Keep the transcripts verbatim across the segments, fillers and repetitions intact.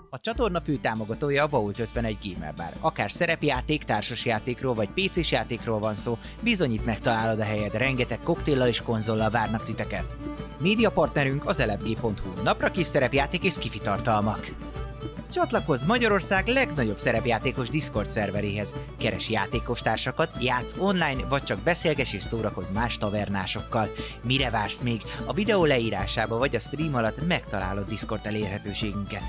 A csatorna fő támogatója a Vault ötvenegy Gamer Bar. Akár szerepjáték, társasjátékról vagy pé cés játékról van szó, bizonyít megtalálod a helyed, rengeteg koktéllal és konzollal várnak titeket. Média partnerünk az elefg pont hu, napra kis szerepjáték és skifi tartalmak. Csatlakozz Magyarország legnagyobb szerepjátékos Discord szerveréhez. Keres játékostársakat, játsz online, vagy csak beszélges és szórakozz más tavernásokkal. Mire vársz még? A videó leírásába vagy a stream alatt megtalálod Discord elérhetőségünket.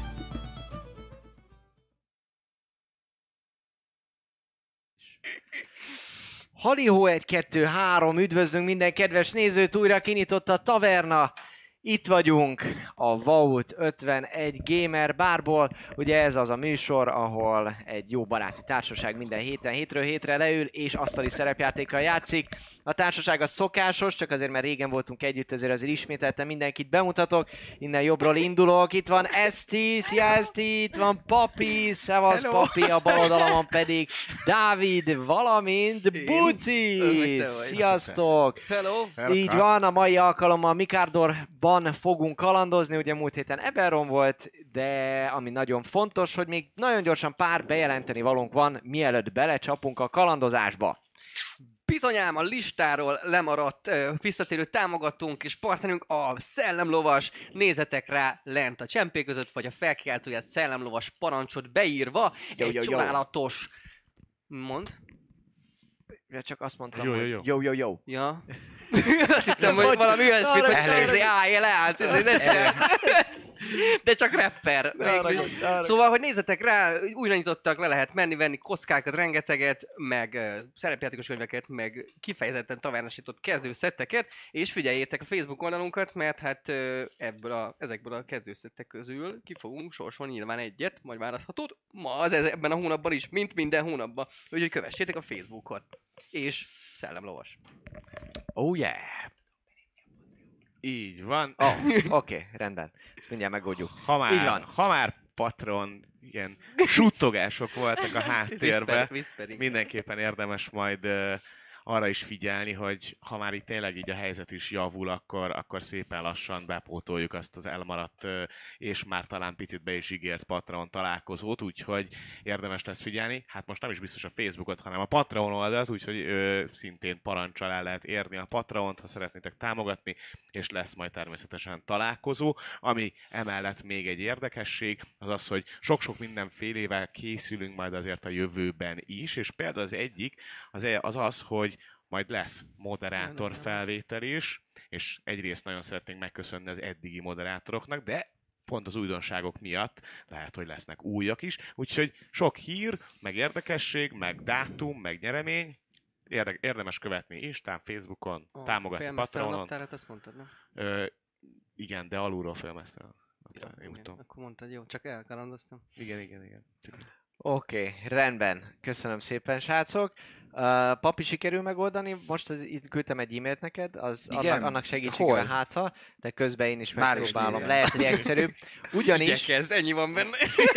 Halihó egy kettő három, üdvözlünk minden kedves nézőt, újra kinyitott a taverna. Itt vagyunk a Vault ötvenegy Gamer Barból, ugye ez az a műsor, ahol egy jó baráti társaság minden héten, hétről hétre leül és asztali szerepjátékkal játszik. A társaság a szokásos, csak azért mert régen voltunk együtt, ezért azért ismételten mindenkit bemutatok. Innen jobbról indulok, itt van Eszti, szia Eszti, itt van Papi, szevasz Papi, a bal oldalamon pedig Dávid, valamint Buci. Sziasztok! Hello! Így van, a mai alkalommal Mikárdorban fogunk kalandozni, ugye múlt héten Eberron volt, de ami nagyon fontos, hogy még nagyon gyorsan pár bejelenteni valónk van, mielőtt belecsapunk a kalandozásba. Bizonyám a listáról lemaradt uh, visszatérő támogatónk és partnerünk a Szellemlovas. Nézzetek rá lent a csempé között, vagy a felkiáltóját Szellemlovas parancsot beírva. Jó, egy jó, jó. csodálatos... Mond? Ja, csak azt mondtam, Jó, jó, hogy jó. jó, jó, jó. Ja. Azt hittem, hogy valami olyasmit, hogy ez állj, leállt, ez de csak, de csak rapper. Szóval, hogy nézzetek rá, újra nyitottak, le lehet menni, venni kockákat, rengeteget, meg uh, szerepjátékos könyveket, meg kifejezetten tavernasított kezdőszetteket, és figyeljétek a Facebook oldalunkat, mert hát uh, ebből a, ezekből a kezdőszettek közül ki fogunk sorsolni nyilván egyet, majd választhatót, ma az ebben a hónapban is, mint minden hónapban. Úgyhogy kövessétek a Facebookot. És Szellemlovas. Oh yeah! Így van. Oh, oké, okay, rendben. Ezt mindjárt megoldjuk. Ha már, Így van. ha már Patron ilyen suttogások voltak a háttérben, Whisper, mindenképpen érdemes majd uh, arra is figyelni, hogy ha már itt tényleg így a helyzet is javul, akkor, akkor szépen lassan bepótoljuk azt az elmaradt uh, és már talán picit be is ígért Patreon találkozót, úgyhogy érdemes lesz figyelni. Hát most nem is biztos a Facebookot, hanem a Patreon oldalt, úgyhogy ö, szintén parancsal el lehet érni a Patreont, ha szeretnétek támogatni, és lesz majd természetesen találkozó. Ami emellett még egy érdekesség, az az, hogy sok-sok mindenfélével készülünk majd azért a jövőben is, és például az egyik az az, az hogy majd lesz moderátor felvétel is, és egyrészt nagyon szeretnénk megköszönni az eddigi moderátoroknak, de pont az újdonságok miatt lehet, hogy lesznek újak is, úgyhogy sok hír, meg érdekesség, meg dátum, meg nyeremény, Érde- érdemes követni Instán, Facebookon, Oh, támogatni Patronon. naptárat, azt mondtad, nem? Ö, igen, de alulról félmeztelen. Ja, Én igen, tudom. akkor mondtad, jó, csak elkalandoztam. Igen, igen, igen. Oké, okay, rendben. Köszönöm szépen, srácok. Uh, papi, sikerül megoldani? Most az, itt küldtem egy e-mailt neked, az annak, annak segítségével hátha, de közben én is Már is megpróbálom. nézem. Lehet, hogy egyszerűbb. Ugyanis... Igyekezz, ennyi van benne.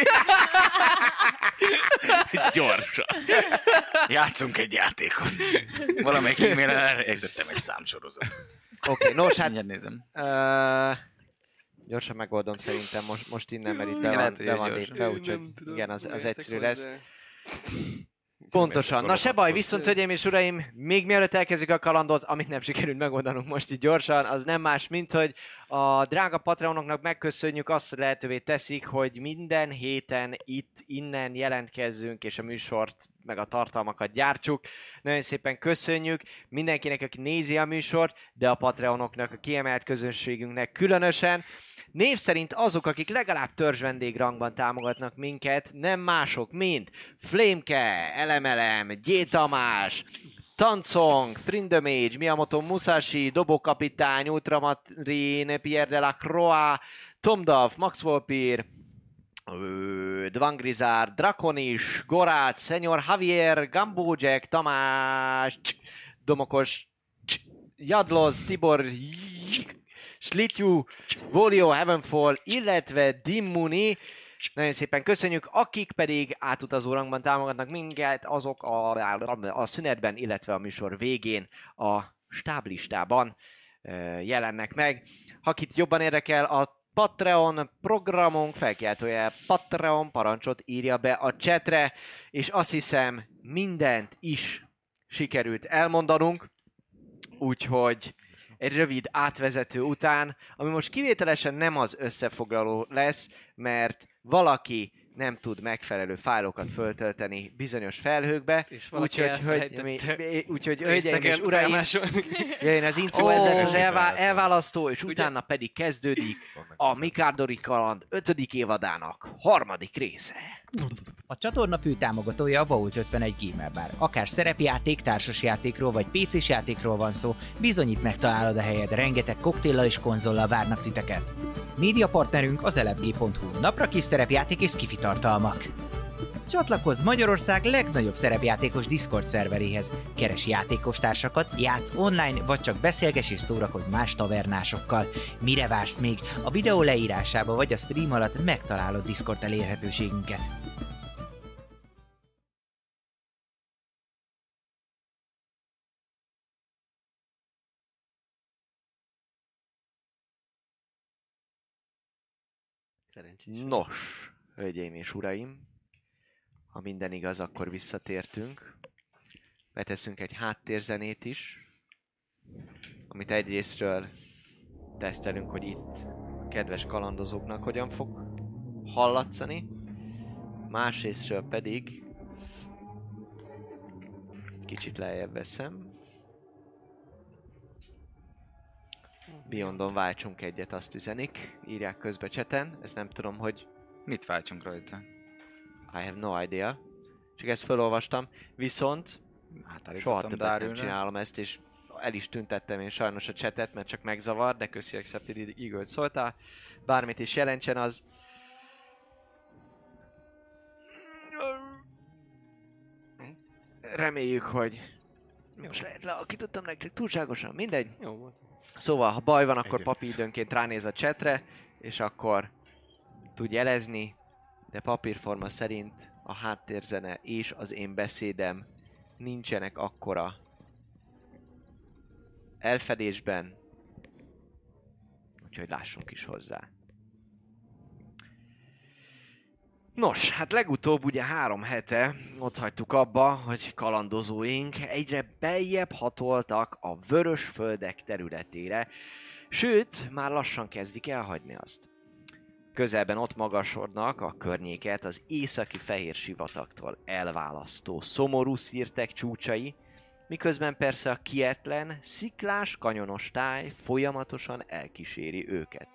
Gyorsan. Játszunk egy játékot. Valamelyik e-mailen elrejtettem egy számsorozatot. Oké, okay, nos, hát... Mindjárt nézem. Uh, gyorsan megoldom szerintem most, most innen, mert itt be van, lehet, hogy be van gyors. lépve, úgyhogy igen, az, az egyszerű lesz. Hozzá. Pontosan. Na se baj, viszont hölgyeim és uraim, még mielőtt elkezdjük a kalandot, amit nem sikerült megoldanunk most így gyorsan, az nem más, mint hogy a drága Patreonoknak megköszönjük, azt, hogy lehetővé teszik, hogy minden héten itt, innen jelentkezzünk, és a műsort, meg a tartalmakat gyártsuk. Nagyon szépen köszönjük mindenkinek, aki nézi a műsort, de a Patreonoknak, a kiemelt közönségünknek különösen. Név szerint azok, akik legalább törzs vendégrangban támogatnak minket, nem mások, mint Flameke, Elemelem, G. Tamás, Tancong, Thrindamage, Miyamoto Musashi, Dobókapitány, Ultramarin, Pierre de la Croix, Tomdav, Max Volpir, Dvangrizár, Draconis, Gorát, Senior Javier, Gambó Jack, Tamás, Domokos, Jadloz, Tibor, Slityu, Volio, Heavenfall, illetve Dimmuni. Nagyon szépen köszönjük, akik pedig átutazó rangban támogatnak minket, azok a, a szünetben, illetve a műsor végén a stáblistában jelennek meg. Akit jobban érdekel a Patreon programunk, felkiáltójel Patreon parancsot írja be a chatre, és azt hiszem mindent is sikerült elmondanunk, úgyhogy egy rövid átvezető után, ami most kivételesen nem az összefoglaló lesz, mert valaki nem tud megfelelő fájlokat föltölteni bizonyos felhőkbe, úgyhogy hogy, úgy, hölgyeim és uraim, jöjjön az intro, oh, ez lesz az elvá- elválasztó, és ugye? Utána pedig kezdődik a Mikardori kaland ötödik évadának harmadik része. A csatorna fő támogatója a Vault ötvenegy Gamer Bar. Akár szerepjáték, társasjátékról vagy pé cés játékról van szó, bizonyít megtalálod a helyed, rengeteg koktéllal és konzollal várnak titeket. Média partnerünk az elefg pont hu, napra kis szerepjáték és skifi tartalmak. Csatlakozz Magyarország legnagyobb szerepjátékos Discord szerveréhez. Keres játékostársakat, játsz online, vagy csak beszélges és szórakozz más tavernásokkal. Mire vársz még? A videó leírásába vagy a stream alatt megtalálod Discord elérhetőségünket. Nos, hölgyeim és uraim, ha minden igaz, akkor visszatértünk. Beteszünk egy háttérzenét is, amit egyrésztről tesztelünk, hogy itt a kedves kalandozóknak hogyan fog hallatszani. Másrésztről pedig kicsit lejjebb veszem. Beyondon váltsunk egyet, azt üzenik. Írják közbe chaten, ezt nem tudom, hogy... Mit váltsunk rajta? I have no idea. Csak ezt felolvastam, viszont hát soha többet nem csinálom ezt, és el is tüntettem én sajnos a chatet, mert csak megzavar, de köszi Accepted Eagle-t szóltál. Bármit is jelentsen, az... Reméljük, hogy... Most lehet lealakítottam nektek túlságosan, mindegy. Jó volt. Szóval, ha baj van, akkor Egyet. Papi időnként ránéz a chatre, és akkor tud jelezni, de papírforma szerint a háttérzene és az én beszédem nincsenek akkora elfedésben, úgyhogy lássunk is hozzá. Nos, hát legutóbb ugye három hete ott hagytuk abba, hogy kalandozóink egyre beljebb hatoltak a vörös földek területére, sőt, már lassan kezdik elhagyni azt. Közelben ott magasodnak a környéket az északi fehér sivatagtól elválasztó szomorú szirtek csúcsai, miközben persze a kietlen, sziklás, kanyonos táj folyamatosan elkíséri őket.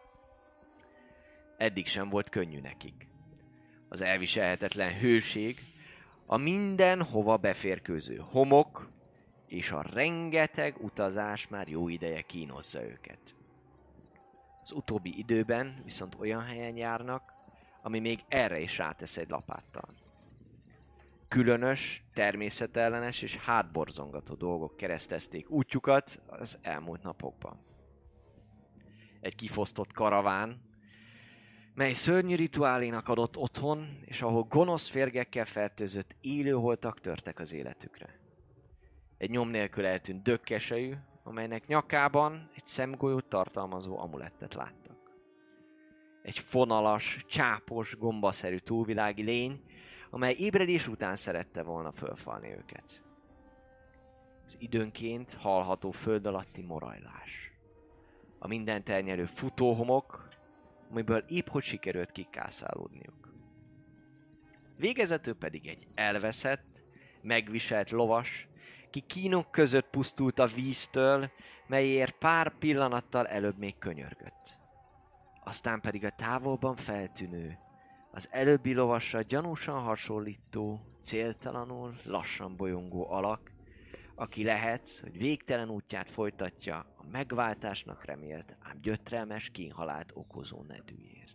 Eddig sem volt könnyű nekik. Az elviselhetetlen hőség, a mindenhova beférkőző homok és a rengeteg utazás már jó ideje kínozza őket. Az utóbbi időben viszont olyan helyen járnak, ami még erre is rátesz egy lapáttal. Különös, természetellenes és hátborzongató dolgok keresztezték útjukat az elmúlt napokban. Egy kifosztott karaván, mely szörnyű rituálénak adott otthon, és ahol gonosz férgekkel fertőzött élőholtak törtek az életükre. Egy nyom nélkül eltűnt dökkesejű, amelynek nyakában egy szemgolyót tartalmazó amulettet láttak. Egy fonalas, csápos, gombaszerű túlvilági lény, amely ébredés után szerette volna fölfalni őket. Az időnként hallható föld alatti morajlás. A mindent elnyerő futóhomok, amiből épp hogy sikerült kikászálódniuk. Végezetül pedig egy elveszett, megviselt lovas, ki kínok között pusztult a víztől, melyért pár pillanattal előbb még könyörgött. Aztán pedig a távolban feltűnő, az előbbi lovasra gyanúsan hasonlító, céltalanul, lassan bolyongó alak, aki lehet, hogy végtelen útját folytatja a megváltásnak remélt, ám gyötrelmes kínhalált okozó nedűért.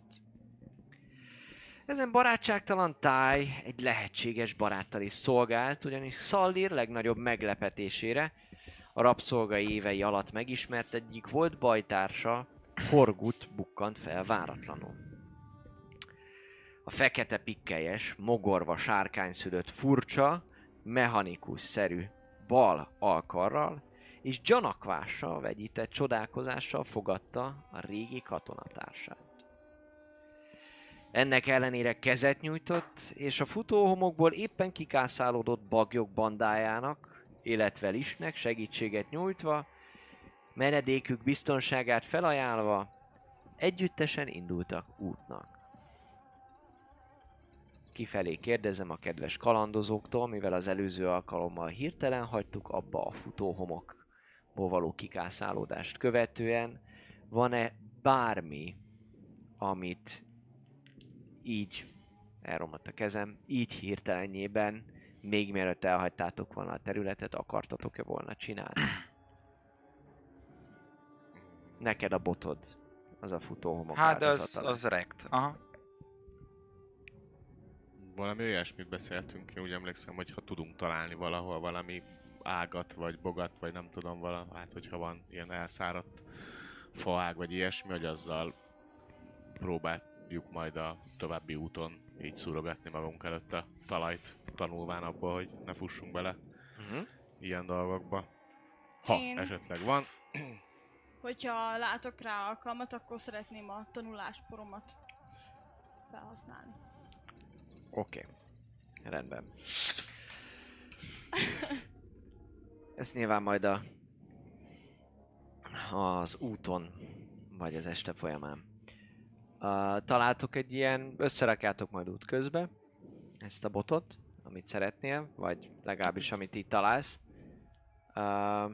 Ezen barátságtalan táj egy lehetséges baráttal is szolgált, ugyanis Szaldir legnagyobb meglepetésére a rabszolgai évei alatt megismert egyik volt bajtársa, Horgut bukkant fel váratlanul. A fekete pikkelyes, mogorva sárkányszülött furcsa, mechanikus-szerű bal alkarral és gyanakvással vegyített csodálkozással fogadta a régi katonatársát. Ennek ellenére kezet nyújtott, és a futóhomokból éppen kikászálódott bagyok bandájának, illetve Lisnek segítséget nyújtva, menedékük biztonságát felajánlva, együttesen indultak útnak. Kifelé kérdezem a kedves kalandozóktól, mivel az előző alkalommal hirtelen hagytuk abba a futóhomokból való kikászálódást követően, van-e bármi, amit így, elromlott a kezem, így hirtelenjében, még mielőtt elhagytátok volna a területet, akartatok-e volna csinálni? Neked a botod, az a futóhomok Hát az, áldozata az rekt. Aha. Valami olyasmit beszéltünk, én úgy emlékszem, hogy ha tudunk találni valahol valami ágat, vagy bogat, vagy nem tudom, vala, hát hogyha van ilyen elszáradt faág, vagy ilyesmi, hogy azzal próbáljuk majd a további úton így szúrogatni magunk előtt a talajt, tanulván abból, hogy ne fussunk bele Uh-huh. ilyen dolgokba. Ha Én- esetleg van. Hogyha látok rá alkalmat, akkor szeretném a tanulásporomat felhasználni. Oké. Okay. Rendben. Ez nyilván majd a, az úton, vagy az este folyamán. Uh, találtok egy ilyen, összerakjátok majd út közben ezt a botot, amit szeretnél, vagy legalábbis amit itt találsz. Uh,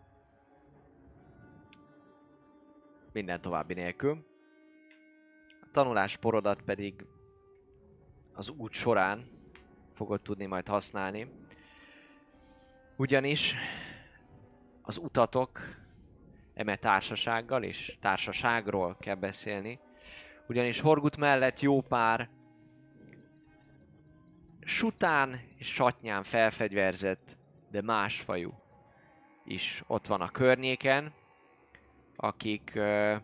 minden további nélkül. A tanulásporodat pedig az út során fogod tudni majd használni. Ugyanis az utatok eme társasággal és társaságról kell beszélni. Ugyanis Horgut mellett jó pár sután és satnyán felfegyverzett, de más fajú is ott van a környéken, akik uh,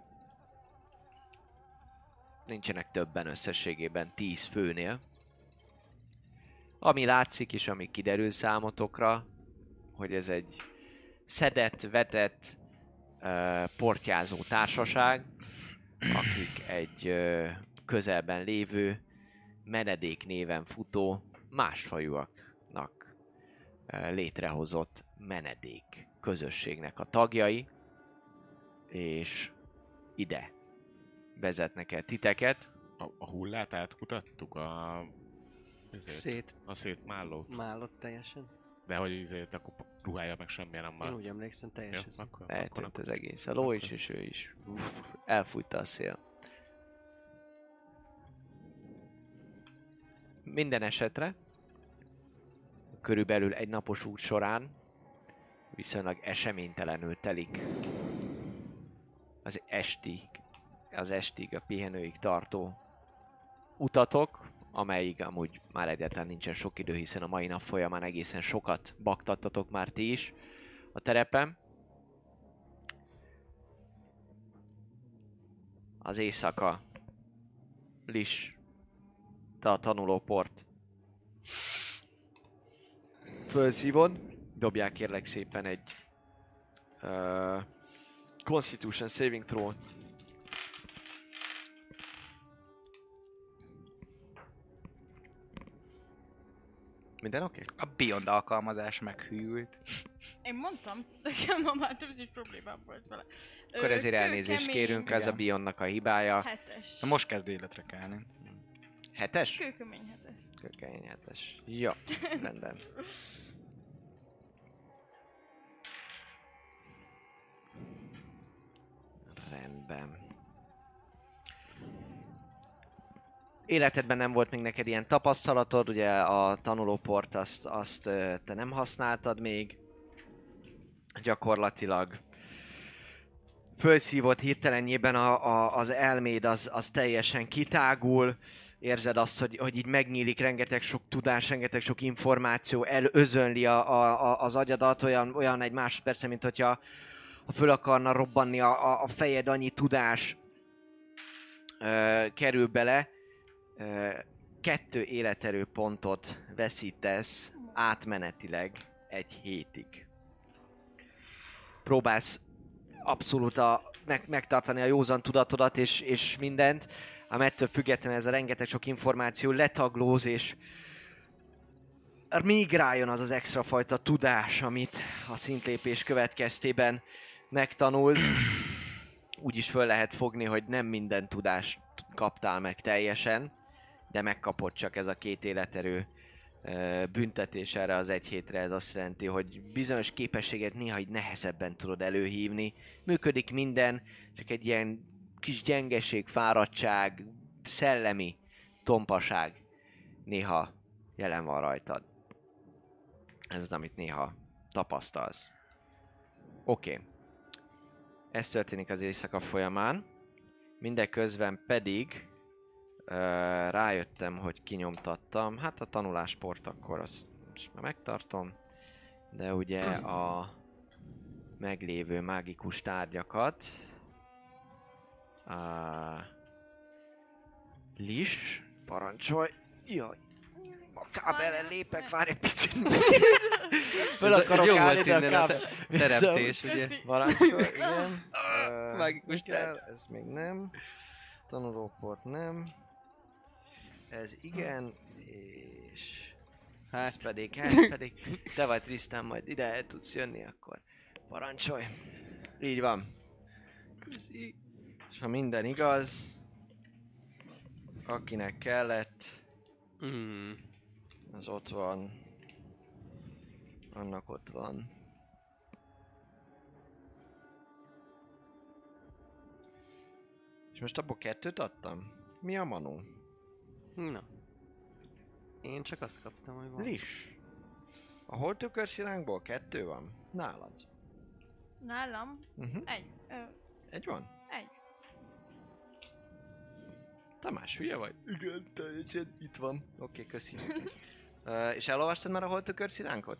nincsenek többen összességében tíz főnél. Ami látszik és ami kiderül számotokra, hogy ez egy szedett, vetett, uh, portyázó társaság, akik egy uh, közelben lévő, menedék néven futó, másfajúaknak uh, létrehozott menedék közösségnek a tagjai, és ide vezetnek el titeket. A, a hullát átkutattuk, a... Ezért, Szét a szétmállót. málott teljesen. De hogy ezért akkor ruhája meg semmilyen nem Én maradt. úgy emlékszem, teljesen. Jó, akkor, Eltűnt akkor az egész. A ló is, és ő is. Uff, elfújta a szél. Minden esetre, körülbelül egy napos út során viszonylag eseménytelenül telik az estig, az estig, a pihenőig tartó utatok, amelyig amúgy már egyáltalán nincsen sok idő, hiszen a mai nap folyamán egészen sokat baktattatok már ti is a terepen. Az éjszaka Lis, te a tanulóport fölszívod. Dobják kérlek szépen egy uh, Constitution Saving Throw. Minden oké? Okay? A Beyond alkalmazás meghűlt. Én mondtam, nekem ma már többször is problémám volt vele. Akkor Ö, ezért elnézést kőkemény, kérünk, ez a Igen. Beyondnak a hibája. Hetes. Na most kezd életre kelni. Hetes? Kőkemény hetes. Kökemény hetes. Jó, rendben. Rendben. Életedben nem volt még neked ilyen tapasztalatod, ugye a tanulóport azt, azt ö, te nem használtad még. Gyakorlatilag fölszívott hirtelenjében a, a, az elméd, az, az teljesen kitágul. Érzed azt, hogy, hogy így megnyílik rengeteg sok tudás, rengeteg sok információ, elözönli a, a, a, az agyadat, olyan, olyan egy másodperce, mint hogyha ha föl akarna robbanni a, a, a fejed, annyi tudás ö, kerül bele. Ö, kettő életerőpontot veszítesz átmenetileg egy hétig. próbálsz abszolút a, meg, megtartani a józan tudatodat és, és mindent, ám ettől függetlenül ez a rengeteg sok információ letaglóz, és még rájön az az extra fajta tudás, amit a szintlépés következtében megtanulsz. Úgy is föl lehet fogni, hogy nem minden tudást kaptál meg teljesen, de megkapott csak ez a két életerő ö, büntetés erre az egy hétre. Ez azt jelenti, hogy bizonyos képességet néha így nehezebben tudod előhívni. Működik minden, csak egy ilyen kis gyengeség, fáradtság, szellemi tompaság néha jelen van rajtad. Ez az, amit néha tapasztalsz. Oké. Okay. Ez történik az éjszaka folyamán. Mindeközben pedig uh, rájöttem, hogy kinyomtattam. Hát a tanulásport akkor azt most már megtartom. De ugye a meglévő mágikus tárgyakat. Uh, Lis, parancsolj! Jaj! A kábelen lépek, várj egy picit! Föl akarok jó állni, volt de a innen a kábel... te- teremtés, ugye? Parancsolj, igen. Ö, Mágikus kell, ez még nem. Tanulóport nem. Ez igen, és... Hát. Ez pedig, hát pedig... Te vagy Trisztán, majd ide el tudsz jönni, akkor parancsolj. Így van. És ha minden igaz, akinek kellett, Mm. az ott van. Annak ott van. És most abból kettőt adtam? Mi a Manu? Na. Én csak azt kaptam, hogy van. Lis. A holttükörszilánkból kettő van? Nálad. Nálam Uh-huh. egy. Ö, Egy van? egy. Tamás, hülye vagy? Igen, teljesen itt van. Oké, okay, köszi. uh, és elolvastad már a holttükörszilánkot?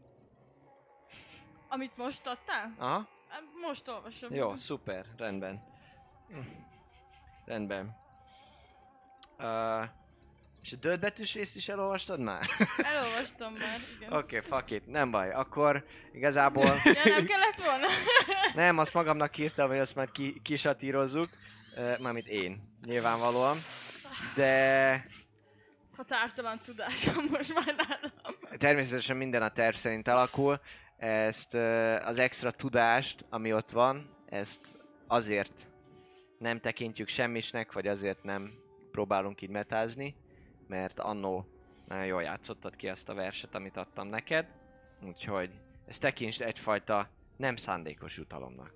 Amit most adtál? Aha. Most olvasom. Jó, szuper, rendben. Rendben. Uh, és a dödbetűs részt is elolvastad már? Elolvastam már, igen. Oké, okay, fuck it, nem baj. Akkor igazából... Ja, nem kellett volna? Nem, azt magamnak írtam, hogy azt már ki, kisatírozzuk. Uh, mármint én, nyilvánvalóan. De... Határtalan tudásom most már nálam. Természetesen minden a terv szerint alakul. Ezt uh, az extra tudást, ami ott van, ezt azért nem tekintjük semmisnek, vagy azért nem próbálunk így metázni, mert annó nagyon jól játszottad ki azt a verset, amit adtam neked, úgyhogy ezt tekintsd egyfajta nem szándékos jutalomnak.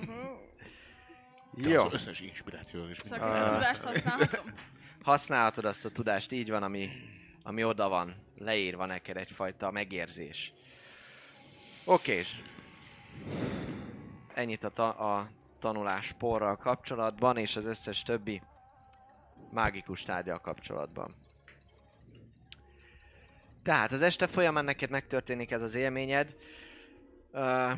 Jó. Jó. Az összes inspiráció és minden. Szóval a tudást használhatom? Használhatod azt a tudást, így van, ami, ami oda van, leírva neked egyfajta megérzés. Okés. Ennyit a, ta- a tanulás porral kapcsolatban, és az összes többi mágikus tárgyal kapcsolatban. Tehát az este folyamán neked megtörténik ez az élményed, uh,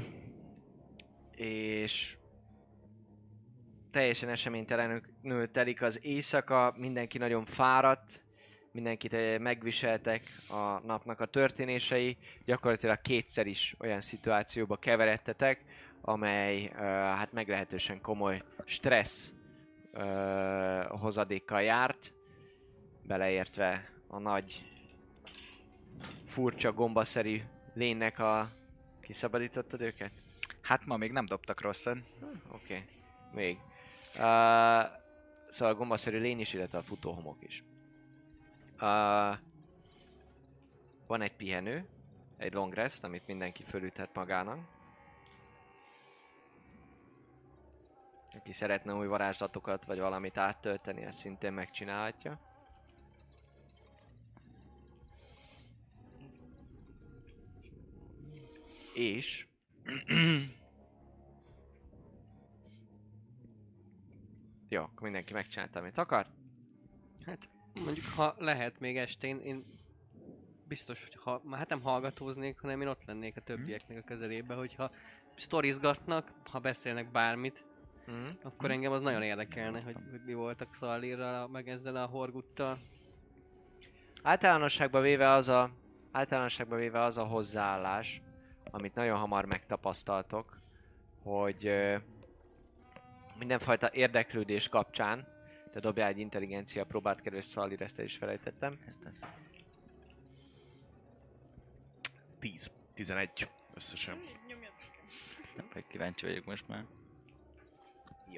és teljesen eseménytelenül telik az éjszaka, mindenki nagyon fáradt, mindenkit megviseltek a napnak a történései, gyakorlatilag kétszer is olyan szituációba keveredtetek, amely uh, hát meglehetősen komoly stressz uh, hozadékkal járt, beleértve a nagy furcsa gombaszerű lénynek a... Kiszabadítottad őket? Hát ma még nem dobtak rosszat. Oké, okay. Még. Uh, szóval a gombaszerű lény is, illetve a futóhomok is. Uh, van egy pihenő, egy long rest, amit mindenki fölüthet magának. Aki szeretne új varázslatokat vagy valamit áttölteni, ezt szintén megcsinálhatja. És... Jó, akkor mindenki megcsinálta, amit akar. Hát mondjuk, ha lehet még estén, én biztos, hogy ha, hát nem hallgatóznék, hanem én ott lennék a többieknek a közelében, hogyha sztorizgatnak, ha beszélnek bármit, Mm. akkor engem az nagyon érdekelne, hogy, hogy mi voltak Szalírral, meg ezzel a Horguttal. Általánosságban véve az a, általánosságban véve az a hozzáállás, amit nagyon hamar megtapasztaltok, hogy ö, mindenfajta érdeklődés kapcsán, te dobjál egy intelligencia próbát, kedves Szalír, ezt el is felejtettem. tíz, tizenegy összesen. Nyomjad. Nem vagy kíváncsi vagyok most már. Jó.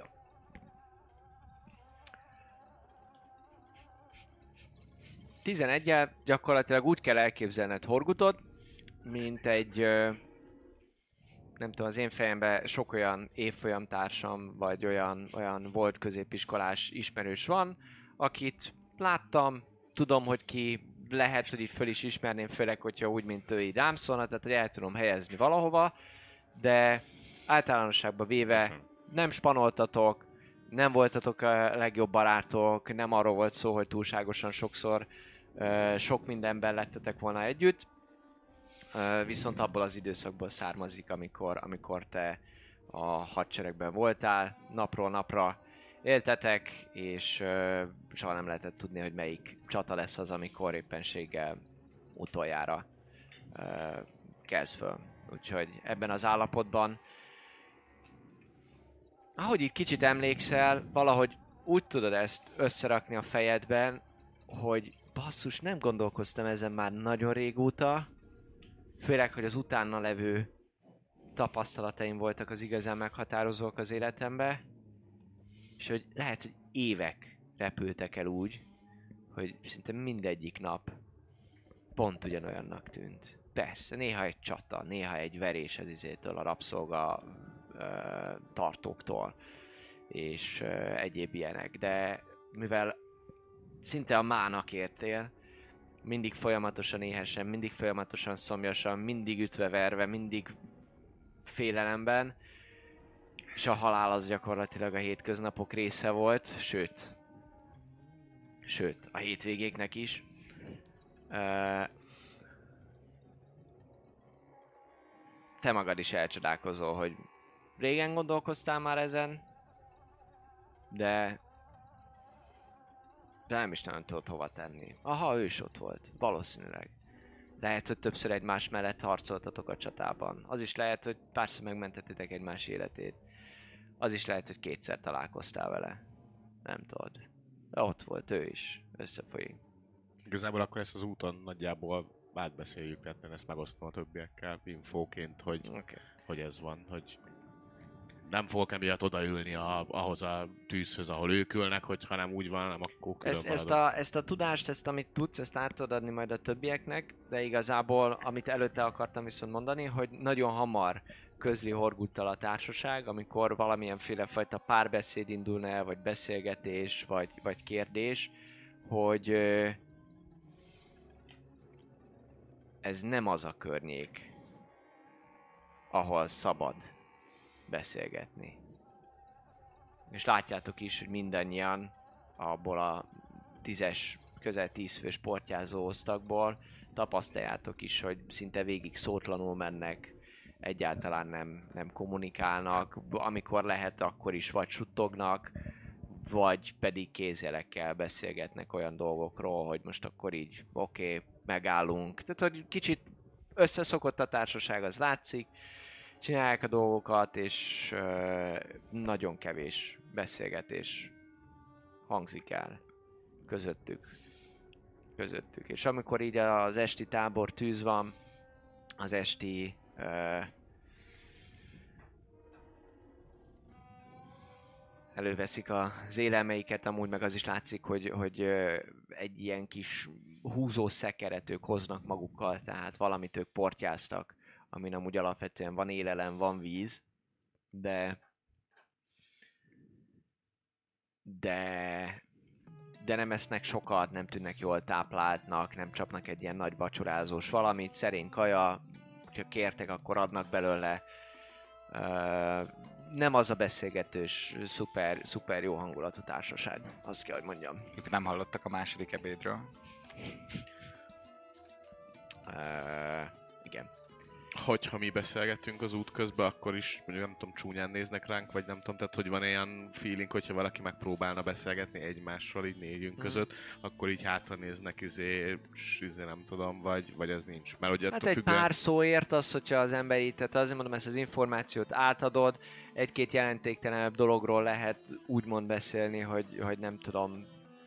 tizeneggyel gyakorlatilag úgy kell elképzelned Horgutot, mint egy, ö, nem tudom, az én fejemben sok olyan évfolyamtársam, vagy olyan, olyan volt középiskolás ismerős van, akit láttam, tudom, hogy ki, lehet, hogy így föl is ismerném, főleg, hogyha úgy, mint ő így rám szólna, tehát hogy el tudom helyezni valahova, de általánosságban véve nem spanoltatok, nem voltatok a legjobb barátok, nem arról volt szó, hogy túlságosan sokszor uh, sok mindenben lettetek volna együtt, uh, viszont abból az időszakból származik, amikor, amikor te a hadseregben voltál, napról napra éltetek, és uh, soha nem lehetett tudni, hogy melyik csata lesz az, amikor éppenséggel utoljára uh, kezd föl. Úgyhogy ebben az állapotban, ahogy így kicsit emlékszel, valahogy úgy tudod ezt összerakni a fejedben, hogy basszus, nem gondolkoztam ezen már nagyon régóta, főleg, hogy az utána levő tapasztalataim voltak az igazán meghatározók az életembe, és hogy lehet, hogy évek repültek el úgy, hogy szinte mindegyik nap pont ugyanolyannak tűnt. Persze, néha egy csata, néha egy verés az izétől, a rabszolga ö, tartóktól, és ö, egyéb ilyenek, de mivel szinte a mának értél, mindig folyamatosan éhesen, mindig folyamatosan szomjasan, mindig ütve-verve, mindig félelemben, és a halál az gyakorlatilag a hétköznapok része volt, sőt, sőt, a hétvégéknek is. Ö, te magad is elcsodálkozol, hogy régen gondolkoztál már ezen, de, de nem is nagyon tudod hova tenni. Aha, ő is ott volt, valószínűleg. Lehet, hogy többször egymás mellett harcoltatok a csatában. Az is lehet, hogy párszor megmentettétek egymás életét. Az is lehet, hogy kétszer találkoztál vele. Nem tudod. De ott volt ő is, összefolyik. Igazából akkor ezt az úton nagyjából átbeszéljük, tehát én ezt megosztom a többiekkel infóként, hogy, Okay. hogy ez van, hogy nem fogok emiatt odaülni a, ahhoz a tűzhöz, ahol ők ülnek, hogy ha nem úgy van, nem akkor külön Ezt, ezt, a, ezt a tudást, ezt amit tudsz, ezt át tudod adni majd a többieknek, de igazából, amit előtte akartam viszont mondani, hogy nagyon hamar közli Horguttal a társaság, amikor valamilyenféle fajta párbeszéd indulna el, vagy beszélgetés, vagy, vagy kérdés, hogy ö, ez nem az a környék, ahol szabad beszélgetni. És látjátok is, hogy mindannyian abból a tízes, közel tíz fős portyázó osztagból tapasztaljátok is, hogy szinte végig szótlanul mennek, egyáltalán nem, nem kommunikálnak, amikor lehet, akkor is vagy suttognak, vagy pedig kézjelekkel beszélgetnek olyan dolgokról, hogy most akkor így oké, okay, megállunk. Tehát, hogy kicsit összeszokott a társaság, az látszik, csinálják a dolgokat, és uh, nagyon kevés beszélgetés hangzik el közöttük. közöttük. És amikor így az esti tábor tűz van, az esti uh, előveszik az élelmeiket, amúgy meg az is látszik, hogy, hogy uh, egy ilyen kis húzó szekeret ők hoznak magukkal, tehát valamit ők portyáztak, amin amúgy alapvetően van élelem, van víz, de de de nem esznek sokat, nem tűnnek jól tápláltnak, nem csapnak egy ilyen nagy vacsorázós valamit, szerény kaja, ha kértek, akkor adnak belőle. Uh, nem az a beszélgetős, szuper, szuper jó hangulatú társaság, azt kell, hogy mondjam. Ők nem hallottak a második ebédről. Uh, igen. hogyha mi beszélgetünk az út közben, akkor is mondjuk nem tudom, csúnyán néznek ránk, vagy nem tudom, tehát hogy van ilyen feeling, hogyha valaki megpróbálna beszélgetni egymással így négyünk mm. között, akkor így hátra néznek, izé, izé nem tudom, vagy, vagy ez nincs. Mert ugye Hát attól egy függően... pár szóért az, hogyha az ember így, tehát azért mondom, ezt az információt átadod, egy-két jelentéktelenebb dologról lehet úgymond beszélni, hogy, hogy nem tudom,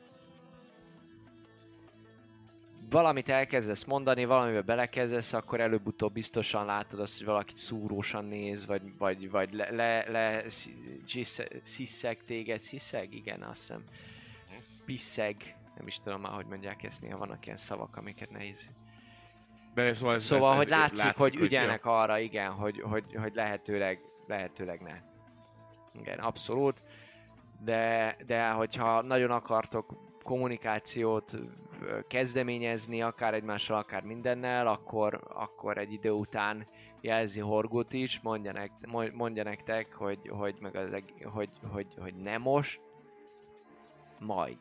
valamit elkezdesz mondani, valamivel belekezdesz, akkor előbb-utóbb biztosan látod azt, hogy valaki szúrósan néz, vagy, vagy, vagy le, le, le sziszeg téged, sziszeg? Igen, azt hiszem. Piszeg. Nem is tudom már, hogy mondják ezt, néha vannak ilyen szavak, amiket nehéz. De szóval, ez, szóval ez, hogy ez, látszik, látszik, hogy hogy ügyelnek jó. Arra, igen, hogy, hogy, hogy lehetőleg, lehetőleg ne. Igen, abszolút. De, de hogyha nagyon akartok kommunikációt kezdeményezni, akár egymással, akár mindennel, akkor, akkor egy idő után jelzi Horgut is, mondja, nekt, mondja nektek, hogy, hogy, meg az, hogy, hogy, hogy nem most, majd.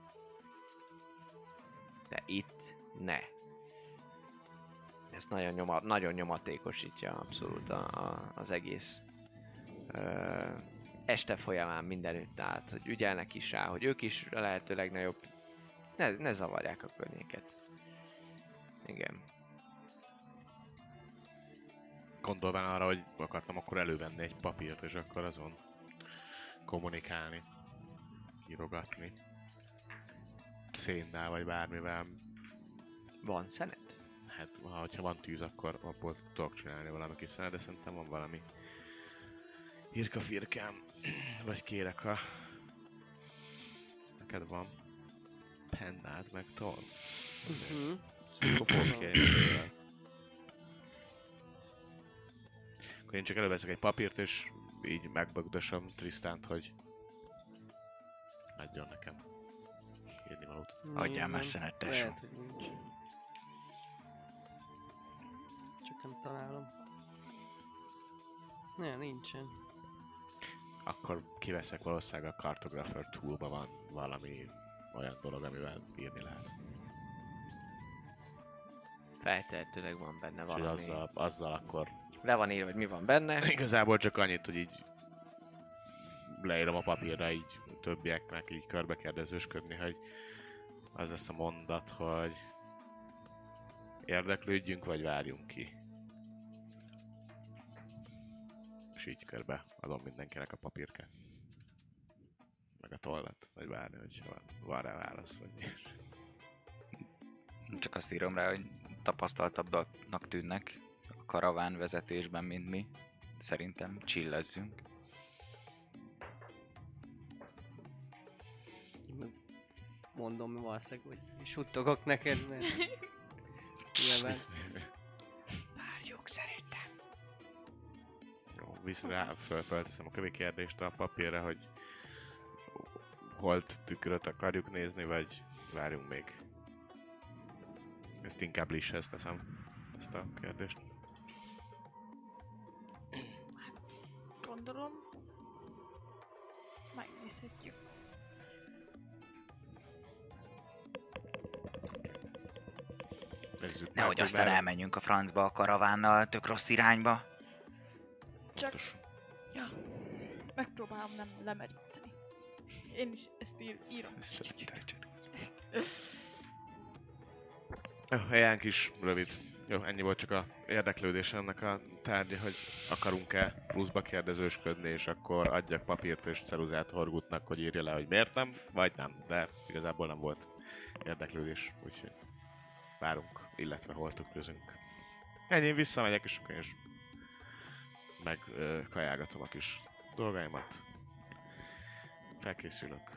De itt ne. Ez nagyon, nyoma, nagyon nyomatékosítja abszolút a, a, az egész ö, este folyamán mindenütt, tehát, hogy ügyelnek is rá, hogy ők is a lehető legnagyobb ne, ne zavarják a környéket. Igen. Gondolván arra, hogy akartam akkor elővenni egy papírt, és akkor azon kommunikálni, írogatni. Szénnel vagy bármivel. Van szenet? Hát, ha van tűz, akkor abból tudok csinálni valami kis szenet, de szerintem van valami irka-firkám, vagy kérek a... Neked van pennád, meg toll. Uh-huh. Akkor fogok kérni. Akkor én csak előveszek egy papírt, és így megbögdösöm Tristánt, hogy adjon nekem írni valót. Adjál már szenet, tesó. Lehet, hogy nincs. Csak nem találom. Ne, nincsen. Akkor kiveszek valószínűleg a Cartographer Toolba van valami olyan dolog, amivel írni lehet. Feltehetőleg van benne És valami. azzal, azzal akkor... Le van írva, hogy mi van benne. Igazából csak annyit, hogy így leírom a papírra így többieknek így körbekérdezősködni, hogy az lesz a mondat, hogy érdeklődjünk, vagy várjunk ki. És így körbe adom mindenkinek a papírkát. Meg a tollat, vagy várni, hogy van, van rá válasz, vagy mi. Csak azt írom rá, hogy tapasztaltabbnak tűnnek a karaván vezetésben, mint mi. Szerintem chillezzünk. Mondom valószínűleg, hogy suttogok neked, mert... Nyilván. Várjuk, szerintem. Jó, visz rá, föl, fölteszem a kövi kérdést a papírra, hogy holt tükröt akarjuk nézni, vagy várjunk még. Ezt inkább Lisshez teszem, ezt a kérdést. Gondolom. Megnézhetjük. Nézzük Nehogy meg, aztán mert... elmenjünk a francba a karavánnal, tök rossz irányba. Csak... Ja. Megpróbálom nem lemeríteni. Én is ezt ír, írom. Jó, ilyen kis rövid. Jó, ennyi volt csak a érdeklődés ennek a tárgya, hogy akarunk-e pluszba kérdezősködni, és akkor adjak papírt és ceruzát Horgutnak, hogy írja le, hogy miért nem, vagy nem, de igazából nem volt érdeklődés, úgyhogy várunk, illetve holtuk közünk. Ennyi, én visszamegyek, és akkor is meg ö, kajálgatom a kis dolgaimat. Felkészülök.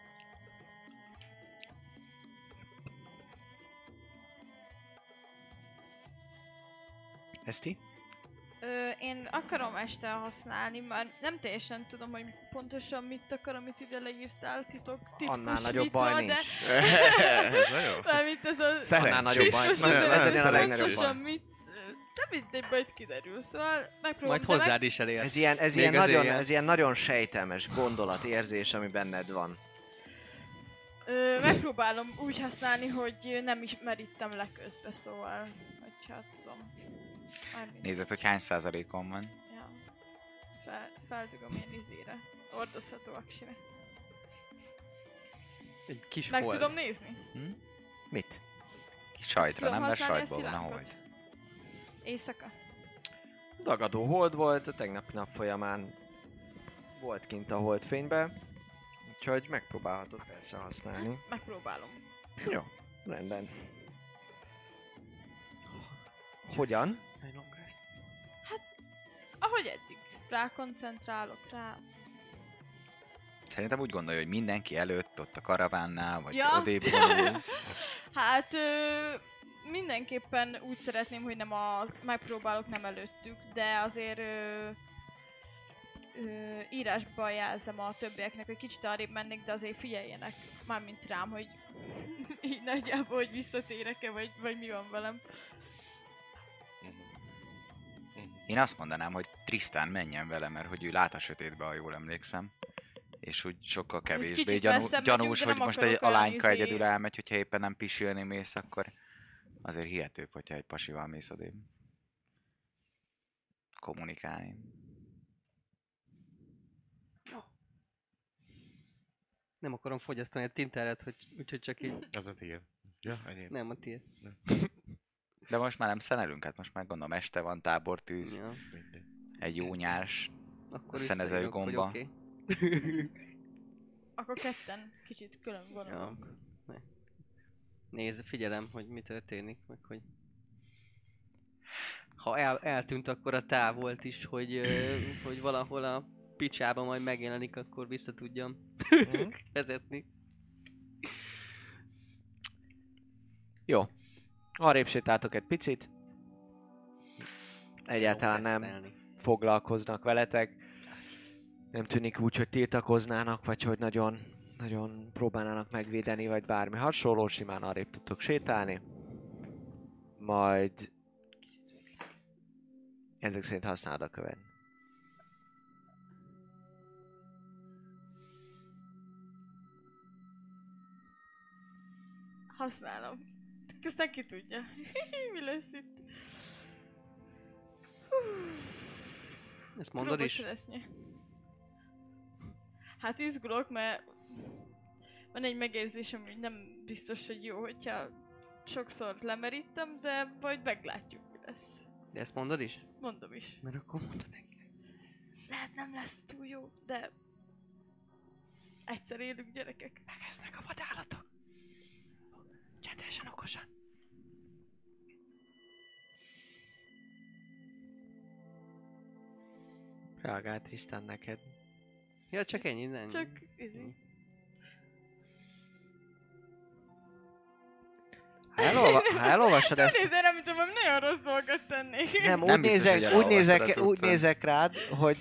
Eszti? Ö, én akarom este használni, már nem teljesen tudom, hogy pontosan mit akar, amit ide leírtál, titok, titkos Annál nagyobb ritual, baj de... nincs. Ez nagyon. Mármint ez a... Szerencsés. Annál nagyobb baj. titkos, Nem, ez ez ez a legnagyobb pontosan baj. mit... De mindegy, majd kiderül, szóval megpróbálom... Majd de hozzád is elérsz. Ez ilyen, ez, Még ilyen az nagyon, éjjel. ez ilyen nagyon sejtelmes gondolatérzés, ami benned van. Ö, megpróbálom úgy használni, hogy nem is merítem le közbe, szóval, hogyha tudom. Nézed, hogy hány százalékon van. Ja. Fel, feldugom én izére. Ordozható aksire. Egy kis Meg hold. tudom nézni? Hm? Mit? Kis sajtra, Tudom nem? Mert használni a sajtból van a szilánkot? hold. Éjszaka. Dagadó hold volt, a tegnapi nap folyamán volt kint a holdfénybe, úgyhogy megpróbálhatod persze használni. Megpróbálom. Jó, rendben. Hogyan? Ahogy eddig. Rákoncentrálok rá. Szerintem úgy gondolja, hogy mindenki előtt, ott a karavánnál, vagy Ja. odébb vonulsz. Hát ö, mindenképpen úgy szeretném, hogy nem a, megpróbálok nem előttük, de azért ö, ö, írásba jelzem a többieknek, hogy kicsit arrébb mennék, de azért figyeljenek mármint rám, hogy így nagyjából, hogy visszatérek-e, vagy, vagy mi van velem. Én azt mondanám, hogy Tristan menjen vele, mert hogy ő lát a sötétbe, ha jól emlékszem. És úgy sokkal kevésbé kicsit gyanú, messzebb gyanús, megyünk, de hogy nem most egy akarok olyan alányka izé- egyedül elmegy, hogyha éppen nem pisilni mész, akkor azért hihetőbb, hogyha egy pasival mész odébb. Kommunikálni. Nem akarom fogyasztani a tinteret, hogy, úgyhogy csak így... Az a tiéd. Ja, enyém. Nem, a tiéd. De most már nem szenelünk, hát most már gondolom este van, tábortűz, Ja. Mindegy. egy jó nyárs. Akkor Szenező visszaírok, hogy gomba. oké. Akkor ketten kicsit külön vonulunk. Ja. Ne. Nézd, figyelem, hogy mi történik, meg hogy... Ha el, eltűnt, akkor a távolt is, hogy, ö, hogy valahol a picsában majd megjelenik, akkor vissza tudjam vezetni. Jó. Arrébb sétáltok egy picit. Egyáltalán nem Tesztelni. foglalkoznak veletek. Nem tűnik úgy, hogy tiltakoznának, vagy hogy nagyon, nagyon próbálnának megvédeni, vagy bármi hasonló. Simán arrébb tudtok sétálni. Majd ezek szerint használod a követ. Használom. Aztán ki tudja. Mi lesz itt? Ezt mondod is? Lesznye. Hát izgulok, mert van egy megérzésem, hogy nem biztos, hogy jó, hogyha sokszor lemerítem, de majd meglátjuk, mi lesz. De ezt mondod is? Mondom is. Mert akkor mondod nekem. Lehet nem lesz túl jó, de egyszer élünk gyerekek. Megesznek a vadállatok. Csendesen, okosan. Reagált Tristan neked. Ja, csak ennyi, nem. Csak izé. Ha, elolva, ha elolvasod ezt... Nézzel rá, mint ha valami nagyon rossz dolgot tennék. Nem, Nem úgy, biztos, nézek, hogy úgy, elolvastad nézek, a úgy cuccot. nézek rád, hogy...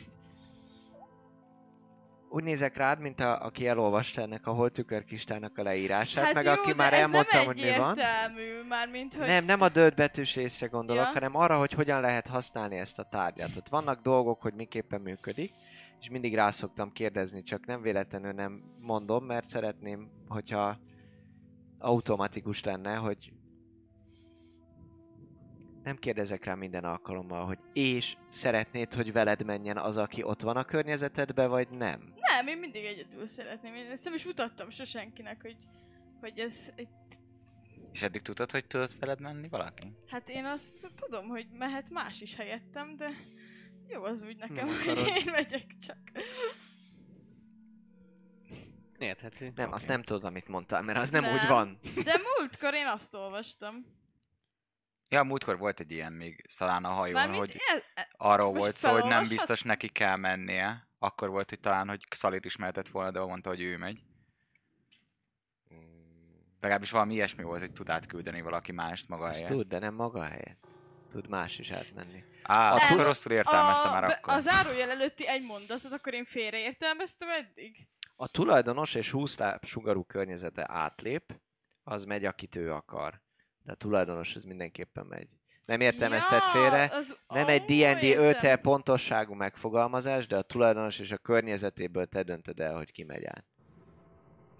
Úgy nézek rád, mint a, aki elolvasta ennek a holtükörkistának a leírását, Hát meg jó, aki de már ez elmondtam, nem hogy mi van. egyértelmű, mármint, hogy... Nem, nem a dölt betűs részre gondolok, Ja. hanem arra, hogy hogyan lehet használni ezt a tárgyat. Ott vannak dolgok, hogy miképpen működik, és mindig rá szoktam kérdezni, csak nem véletlenül nem mondom, mert szeretném, hogyha automatikus lenne, hogy nem kérdezek rá minden alkalommal, hogy és szeretnéd, hogy veled menjen az, aki ott van a környezetedbe, vagy nem? Nem, én mindig egyedül szeretném. Én ezt nem is mutattam sosenkinek, hogy, hogy ez egy... És eddig tudod, hogy tudod veled menni valaki? Hát én azt tudom, hogy mehet más is helyettem, de jó az úgy nekem, Nem hogy akarod. én megyek csak. Érthető. Nem, Oké. azt nem tudod, amit mondtál, mert az nem, Nem. úgy van. De múltkor én azt olvastam. Ja, múltkor volt egy ilyen még, talán a hajón, Mármint hogy ez, e- arról most volt szó, hogy nem felolvashat? biztos neki kell mennie. Akkor volt, hogy talán, hogy Xalir is mehetett volna, de mondta, hogy ő megy. Legalábbis valami ilyesmi volt, hogy tud átküldeni valaki mást maga Azt helyett. tud, de nem maga helyett. Tud más is átmenni. Á, A akkor tud- rosszul értelmeztem már be- akkor. A zárójel előtti egy mondatot, akkor én félreértelmeztem eddig? A tulajdonos és húsz sugarú környezete átlép, az megy, akit ő akar. De a tulajdonos az mindenképpen megy. Nem értelmezted Ja, félre, az- nem egy Ó, D and D értem. öt E pontosságú megfogalmazás, de a tulajdonos és a környezetéből te döntöd el, hogy ki megy át.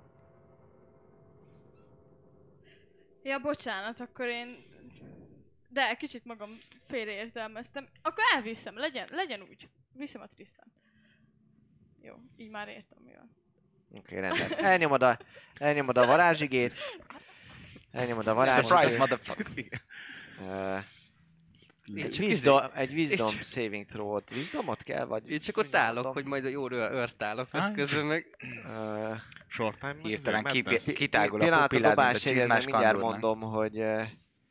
Ja, bocsánat, akkor én... de kicsit magam félreértelmeztem. Akkor elviszem, legyen, legyen úgy. Viszem a Tristan. Jó, így már értem, mi van. Oké, okay, rendben. Elnyomod a, elnyomod a varázsigét. Elnyomod a varázsigét. Surprise, motherfucker! Uh, egy wisdom, egy wisdom saving throw-ot. Wisdomot kell, vagy? Én csak ott állok, hogy majd jó ört állok, ezt közben meg... Uh, Short time? Hirtelen ki, kitágul a pillanat, pupillád, mint a dobás csizmás jegyezem, mindjárt kandornak. mondom, hogy... Uh,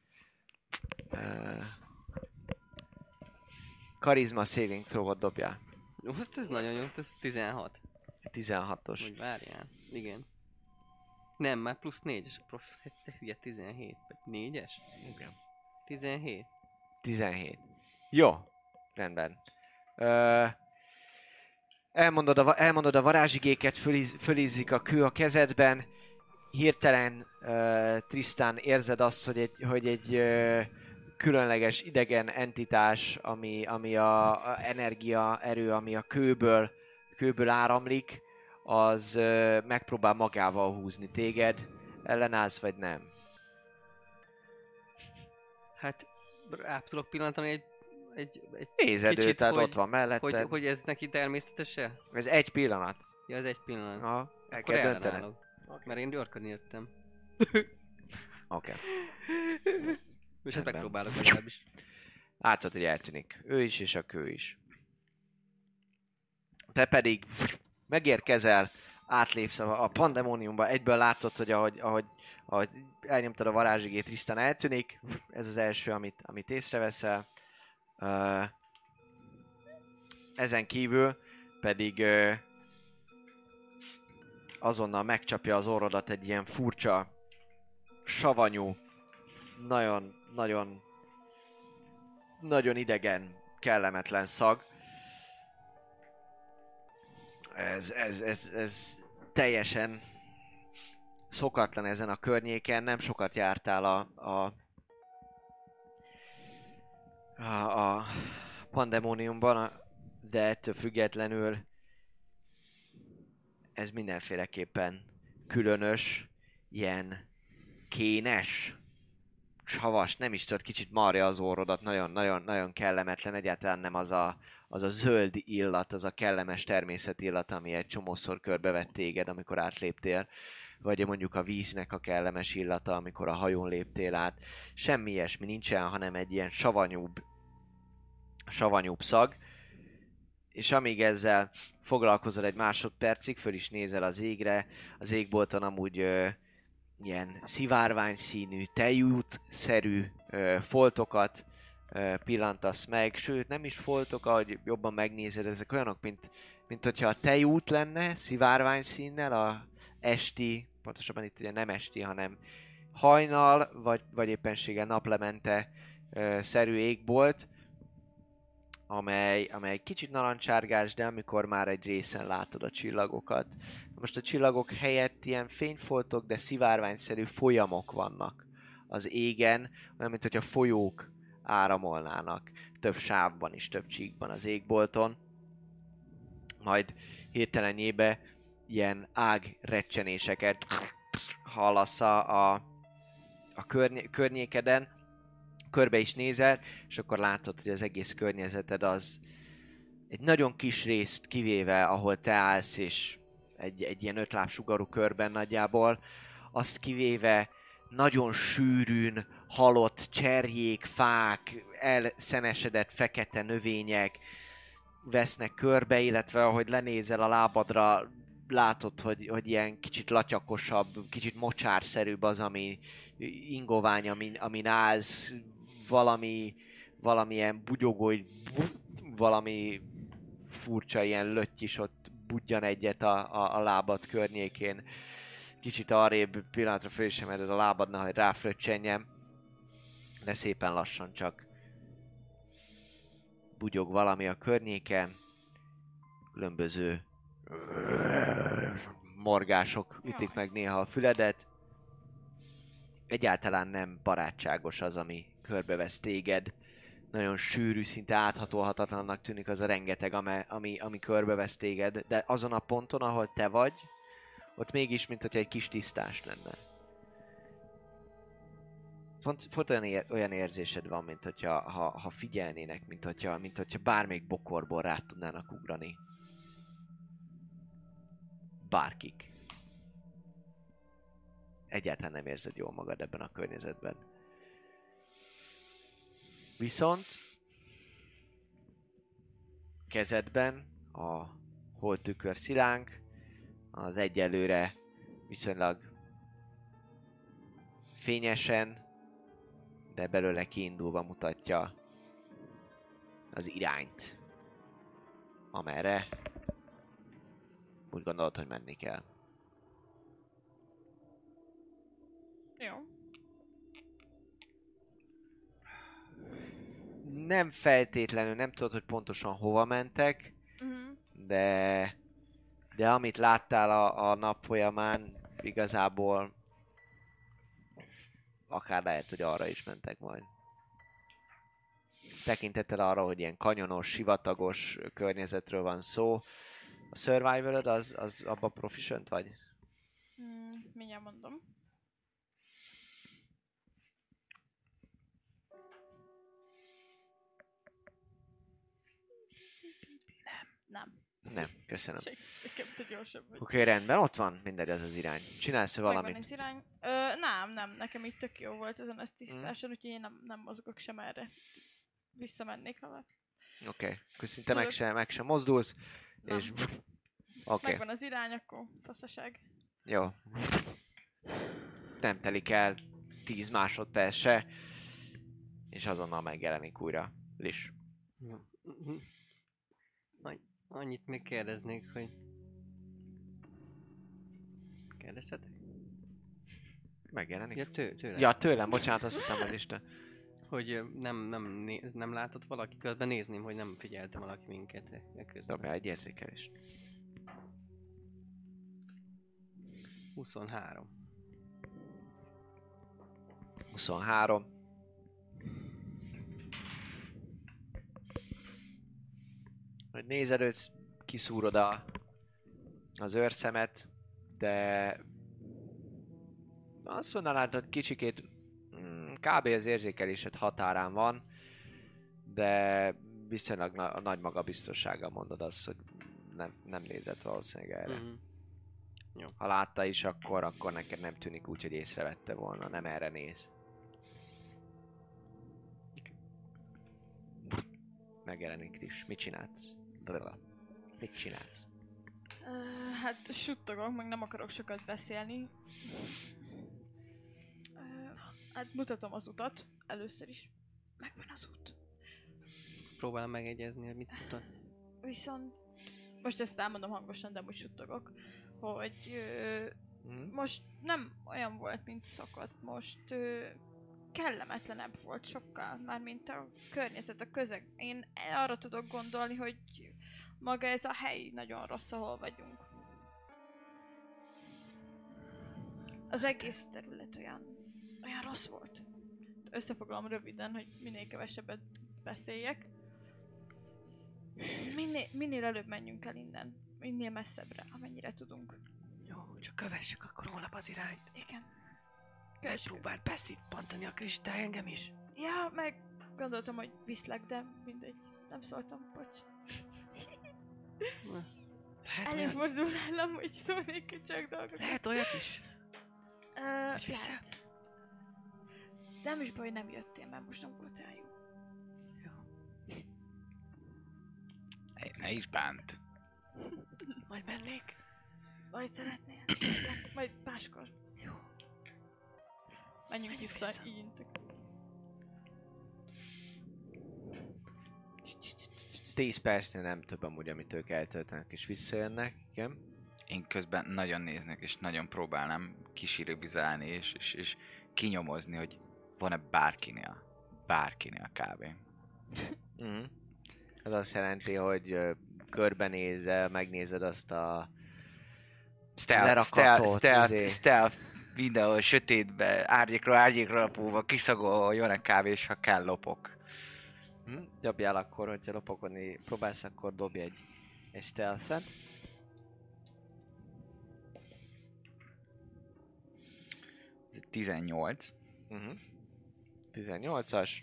uh, karizma saving throw-ot dobjál. Jó, ez nagyon jó, ez tizenhat. tizenhatos. Vagy várjál, igen. Nem, már plusz négyes a profi, hát te hülye tizenhét, vagy négyes? Igen. tizenhét. tizenhét. Jó, rendben. Ö, elmondod, a, elmondod a varázsigéket, fölíz, fölízik a kő a kezedben. Hirtelen uh, Tristan érzed azt, hogy egy, hogy egy uh, különleges idegen entitás, ami, ami a, a energia, erő, ami a kőből, kőből áramlik, az uh, megpróbál magával húzni téged. Ellenállsz vagy nem? Hát rá tudok pillantani egy, egy, egy Nézed kicsit, őt, tehát hogy- ott van melletted. hogy, hogy ez neki természetes-e? Ez egy pillanat. Ja, ez egy pillanat. Aha, el Akkor kell döntened. ellenállok. Mert én gyarkodni jöttem. Oké. És hát Rendben. megpróbálok legalábbis. Látszod, hogy eltűnik. Ő is, és a kő is. Te pedig megérkezel, átlépsz a a pandemóniumba, egyből látod, hogy ahogy, ahogy, ahogy elnyomtad a varázsigét, Tristan eltűnik. Ez az első, amit, amit észreveszel. Uh, ezen kívül pedig uh, azonnal megcsapja az orrodat egy ilyen furcsa, savanyú, nagyon, nagyon, nagyon idegen, kellemetlen szag. Ez, ez, ez, ez teljesen szokatlan ezen a környéken, nem sokat jártál a, a, a, a pandemóniumban, de ettől függetlenül ez mindenféleképpen különös, ilyen kénes, savas, nem is tudod, kicsit marja az orrodat, nagyon-nagyon kellemetlen, egyáltalán nem az a, az a zöld illat, az a kellemes természeti illat, ami egy csomószor körbevett téged, amikor átléptél, vagy mondjuk a víznek a kellemes illata, amikor a hajón léptél át. Semmi ilyesmi nincsen, hanem egy ilyen savanyúbb, savanyúbb szag. És amíg ezzel foglalkozol egy másodpercig, föl is nézel az égre, az égbolton amúgy ö, ilyen szivárvány színű, tejút-szerű ö, foltokat ö, pillantasz meg, sőt nem is foltok, ahogy jobban megnézed, ezek olyanok, mint, mint hogyha a tejút lenne, szivárvány színnel, a esti, pontosabban itt ugye nem esti, hanem hajnal, vagy, vagy éppenséggel naplemente ö, szerű égbolt, amely, amely kicsit narancsárgás, de amikor már egy részen látod a csillagokat. Most a csillagok helyett ilyen fényfoltok, de szivárványszerű folyamok vannak az égen, olyan, mint hogyha folyók áramolnának több sávban is, több csíkban az égbolton. Majd hirtelenjébe ilyen ágrecsenéseket hallasz a, a, a körny- környékeden, körbe is nézel, és akkor látod, hogy az egész környezeted az egy nagyon kis részt kivéve, ahol te állsz, és egy, egy ilyen ötlábsugarú körben nagyjából, azt kivéve nagyon sűrűn halott cserjék, fák, elszenesedett fekete növények vesznek körbe, illetve ahogy lenézel a lábadra, látod, hogy, hogy ilyen kicsit latyakosabb, kicsit mocsárszerűbb az, ami ingovány, amin, amin állsz, valami, valamilyen bugyogó, valami furcsa ilyen lötty is ott budjan egyet a, a, a lábad környékén. Kicsit arrébb pillanatra föl is emeled a lábadna, hogy ráfröccsenjem, de szépen lassan csak bugyog valami a környéken. Különböző morgások ütik meg néha a füledet. Egyáltalán nem barátságos az, ami körbevesz téged. Nagyon sűrű, szinte áthatolhatatlannak tűnik az a rengeteg, ami, ami, ami körbevesz téged. De azon a ponton, ahol te vagy, ott mégis, mint hogyha egy kis tisztás lenne. pont, pont olyan, ér, olyan érzésed van, mint hogyha ha, ha figyelnének, mint hogyha, mint hogyha bármelyik bokorból rá tudnának ugrani. Bárkik. Egyáltalán nem érzed jól magad ebben a környezetben. Viszont kezedben a holttükör szilánk, az egyelőre viszonylag fényesen, de belőle kiindulva mutatja az irányt, amerre úgy gondolod, hogy menni kell. Jó. Nem feltétlenül, nem tudod, hogy pontosan hova mentek, Uh-huh. de, de amit láttál a, a nap folyamán, igazából akár lehet, hogy arra is mentek majd. Tekintettel arra, hogy ilyen kanyonos, sivatagos környezetről van szó, a survivalod az, az abban proficient vagy? Mm, mindjárt mondom. Nem. Nem, köszönöm. Segítem, te gyorsabb vagy. Oké, okay, rendben, ott van, mindegy, az az irány. Csinálsz Megvan valamit? az irány. Ö, nem, nem, nekem itt tök jó volt ezen ezt tisztáson, mm. úgyhogy én nem, nem mozgok sem erre. Visszamennék, ha Oké, okay. akkor szinte meg sem, meg sem mozdulsz, nem. és... Oké. Okay. Megvan az irány, akkor faszaság. Jó. Nem telik el tíz másodperc se, és azonnal megjelenik újra Lis. Annyit még kérdeznék, hogy... Kérdezhetek? Megjelenik? Ja, tő, tőle. Ja, tőlem, bocsánat, azt hittem a lista. Hogy ö, nem, nem, né- nem látott valaki, közben nézném, hogy nem figyelte valaki minket e közben. Dobja egy érzékelést. huszonhárom. huszonhárom. Hogy nézelődsz, kiszúrod a, az őrszemet, de azt mondanád, hogy kicsikét mm, kb. Az érzékelésed határán van, de viszonylag na- nagy magabiztossággal mondod azt, hogy nem, nem nézett valószínűleg erre. Mm-hmm. Jó. Ha látta is, akkor, akkor neked nem tűnik úgy, hogy észrevette volna, nem erre néz. Megjelenik is. Mit csinálsz? Blablabla. Mit csinálsz? Uh, hát suttogok, meg nem akarok sokat beszélni. Uh, hát mutatom az utat, először is. Megvan az út. Próbálom megegyezni, hogy mit mutat. Viszont most ezt elmondom hangosan, de most suttogok, hogy ö, Hmm? most nem olyan volt, mint szokott. Most ö, kellemetlenebb volt sokkal, mármint a környezet, a közeg. Én arra tudok gondolni, hogy maga ez a hely nagyon rossz, ahol vagyunk. Az egész terület olyan, olyan rossz volt. Összefoglalom röviden, hogy minél kevesebbet beszéljek. Minél, minél előbb menjünk el innen. Minél messzebbre, amennyire tudunk. Jó, csak kövessük akkor holnap az irányt. Igen. Kövessük. Megpróbált beszippantani a kristály engem is. Ja, meg gondoltam, hogy viszlek, de mindegy. Nem szóltam, bocs. Lehet olyan, Előfordul nálam, hogy szólnék csak dolgokat. lehet olyat is. Ö, Hogy viszel? lehet. Nem is baj, nem jöttél, mert most nem volt olyan jó. Ne is bánt. Majd mennék. Majd szeretnél. Majd máskor. Jó. Menjünk vissza, vissza. így intek. tíz percnél nem több amúgy, amit ők eltöltenek és visszajönnek. Igen. Én közben nagyon néznek, és nagyon próbálnám kisiribizálni, és, és, és kinyomozni, hogy van-e bárkinél, bárkinél kb. Mm. Ez azt jelenti, hogy ö, körbenézel, megnézed azt a Stealth, lerakatot, stealth, stealth, izé. stealth, videó, sötétbe, árnyékról árnyékra lapulva, kiszagolva, hogy van-e kávé, és ha kell, lopok. Hm? Dobjál akkor, hogyha lopokodni próbálsz, akkor dobj egy, egy stealth-et. Ez egy tizennyolc. Uh-huh. tizennyolcas.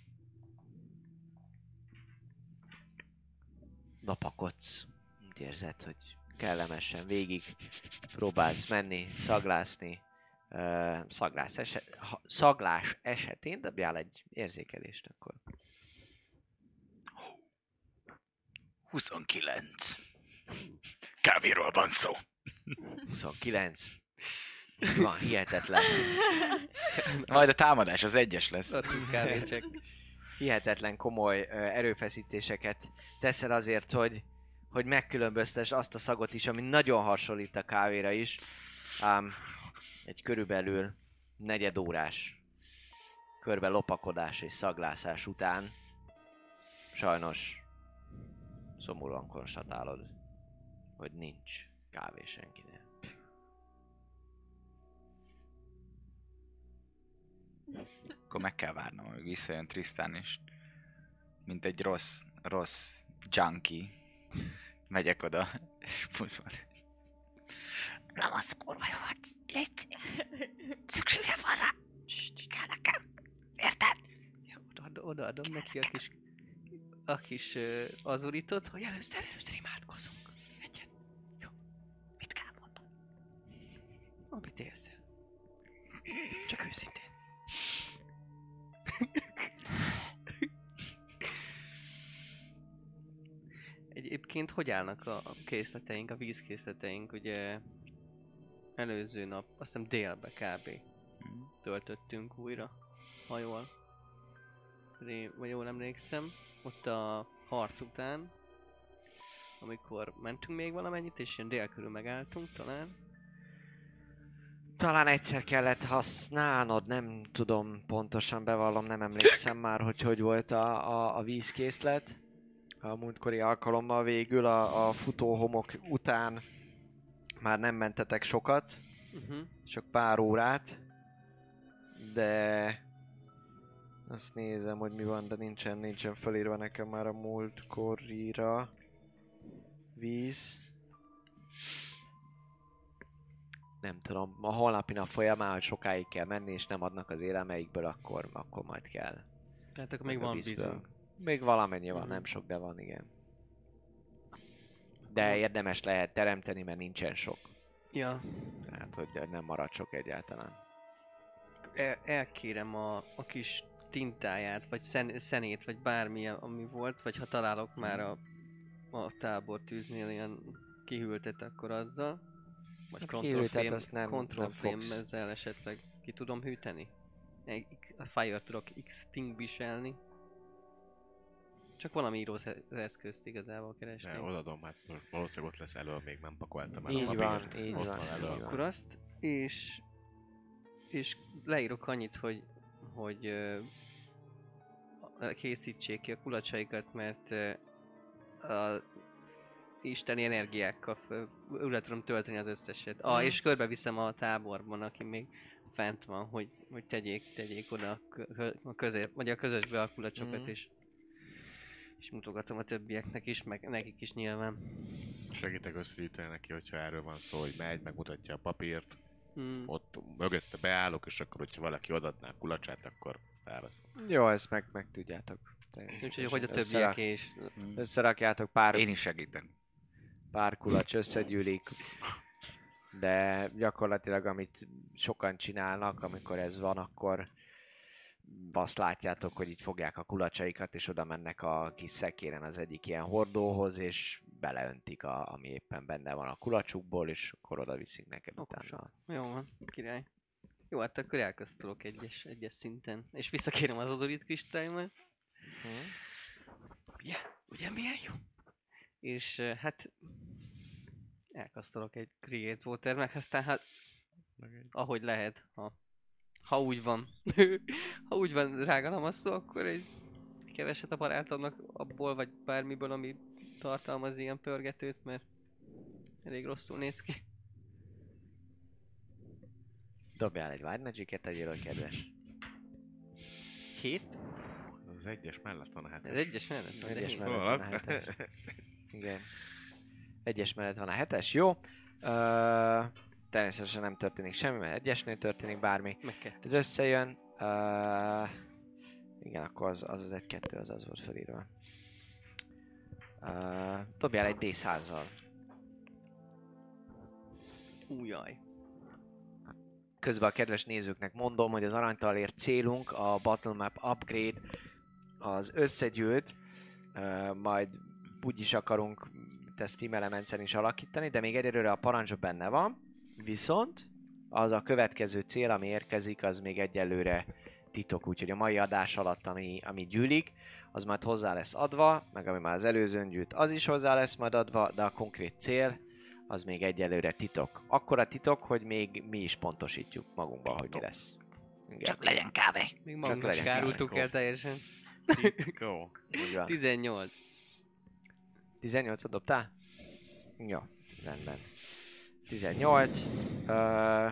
Napakodsz. Úgy érzed, hogy kellemesen végig próbálsz menni, szaglászni. Uh, szaglás, eset, ha, szaglás esetén dobjál egy érzékelést akkor. huszonkilenc. Kávéról van szó. huszonkilenc. Van, hihetetlen. Majd a támadás az egyes lesz. A tíz kávécsek. Hihetetlen komoly uh, erőfeszítéseket teszel azért, hogy, hogy megkülönböztess azt a szagot is, ami nagyon hasonlít a kávéra is. Um, egy körülbelül negyed órás körbe lopakodás és szaglászás után sajnos szomorúan konstatálod, hogy nincs kávé senkinél. Akkor meg kell várnom, hogy visszajön Tristan is. Mint egy rossz, rossz junkie. Megyek oda, és puszol. Nem az kurva jó arc, légy! Szüksége van rá! Kell nekem! Érted? Oda, odaadom neki a kis, a kis uh, azurítot, hogy először, először imádkozunk. Egyet. Jó. Mit kell mondani? Amit érzel. Csak őszintén. Egyébként hogy állnak a készleteink, a vízkészleteink, ugye előző nap, azt hiszem délbe kb. Töltöttünk újra, ha jól, ré, vagy jól emlékszem, ott a harc után, amikor mentünk még valamennyit, és ilyen dél körül megálltunk talán. Talán egyszer kellett használnod, nem tudom pontosan, bevallom, nem emlékszem már, hogy hogy volt a, a, a vízkészlet. A múltkori alkalommal végül a, a futóhomok után már nem mentetek sokat, Uh-huh. csak pár órát, de azt nézem, hogy mi van, de nincsen, nincsen felírva nekem már a múltkorira víz. Nem tudom, a holnapi nap folyamán, hogy sokáig kell menni, és nem adnak az élelmeikből, akkor, akkor majd kell. Tehát akkor még Meg a van vízből. vízünk. Még valamennyi van, Mhm. nem sok, de van, igen. De érdemes lehet teremteni, mert nincsen sok. Ja, Tehát, hogy nem marad sok egyáltalán. el, elkérem a, a kis tintáját, vagy szen, szenét, vagy bármi, ami volt, vagy ha találok már a, a tábortűznél ilyen kihűltet, akkor azzal. Vagy A kihűltet kontrollfém, azt nem- nem kontrollfém fogsz. ezzel esetleg ki tudom hűteni. Egy- A fire tudok extinguishelni. Csak valami író eszközt igazából De keresni. odaadom, hát most valószínűleg ott lesz elő, még nem pakoltam el Így a van, papírt. így Ott van, elő. így van. Akkor azt, és, és leírok annyit, hogy, hogy ö, készítsék ki a kulacsaikat, mert ö, a isteni energiákkal föl- le tudom tölteni az összeset. Ah, és körbeviszem a táborban, aki még fent van, hogy, hogy tegyék, tegyék oda a, kö- a közé, vagy a közösbe a kulacsokat Mhm. is. És mutogatom a többieknek is, meg nekik is nyilván. Segítek összegyűjteni neki, hogyha erről van szó, hogy megy, megmutatja a papírt, Hmm. ott mögötte beállok, és akkor, hogyha valaki odaadná a kulacsát, akkor azt elveszem. Jó, ezt meg, meg tudjátok. Úgyhogy hogy a Összerak- többiek is. Összerakjátok pár, Én is segítek. pár kulacs, összegyűlik. De gyakorlatilag amit sokan csinálnak, amikor ez van, akkor azt látjátok, hogy így fogják a kulacsaikat, és oda mennek a kis szekéren az egyik ilyen hordóhoz, és beleöntik, a, ami éppen benne van a kulacsukból, és akkor oda viszik neked utána. Jó van, király. Jó, hát akkor elkösztolok egyes, egyes szinten. És visszakérem az odorit kristályomat. Ugye? Ugye milyen jó? És uh, hát elkasztolok egy Create Water, meg aztán hát ahogy lehet, ha, ha úgy van. Ha úgy van drága lamasszó, akkor egy keveset a barátomnak abból, vagy bármiből, ami tartalmaz ilyen pörgetőt, mert elég rosszul néz ki. Dobjál egy Wild Magic-et, egyéről kedves. Hét? Az egyes mellett van a hetes. Ez egyes mellett van, de Egyes hét. mellett van a hetes. Igen. Egyes mellett van a hetes, jó. Ö, természetesen nem történik semmi, mert egyesnél történik bármi. Meg kettő. Ez összejön. Ö, Igen, akkor az az, az egy kettő, az az volt felírva. Uh, dobjál egy dé százzal. Újjaj. Közben a kedves nézőknek mondom, hogy az aranytal ért célunk, a Battle Map Upgrade, az összegyűlt, uh, majd úgy is akarunk te Steam Elements-en is alakítani, de még egyelőre a parancsban benne van, viszont az a következő cél, ami érkezik, az még egyelőre titok, úgyhogy a mai adás alatt, ami, ami gyűlik, az majd hozzá lesz adva, meg ami már az előzőn gyűlt, az is hozzá lesz majd adva, de a konkrét cél, az még egyelőre titok. Akkora titok, hogy még mi is pontosítjuk magunkban, hogy mi lesz. Igen. Csak legyen kávé. Még magunknak legyen kárultuk kávé. el teljesen. Go. Úgy van. tizennyolc. tizennyolcat dobtál? Jó, rendben. tizennyolc. Uh,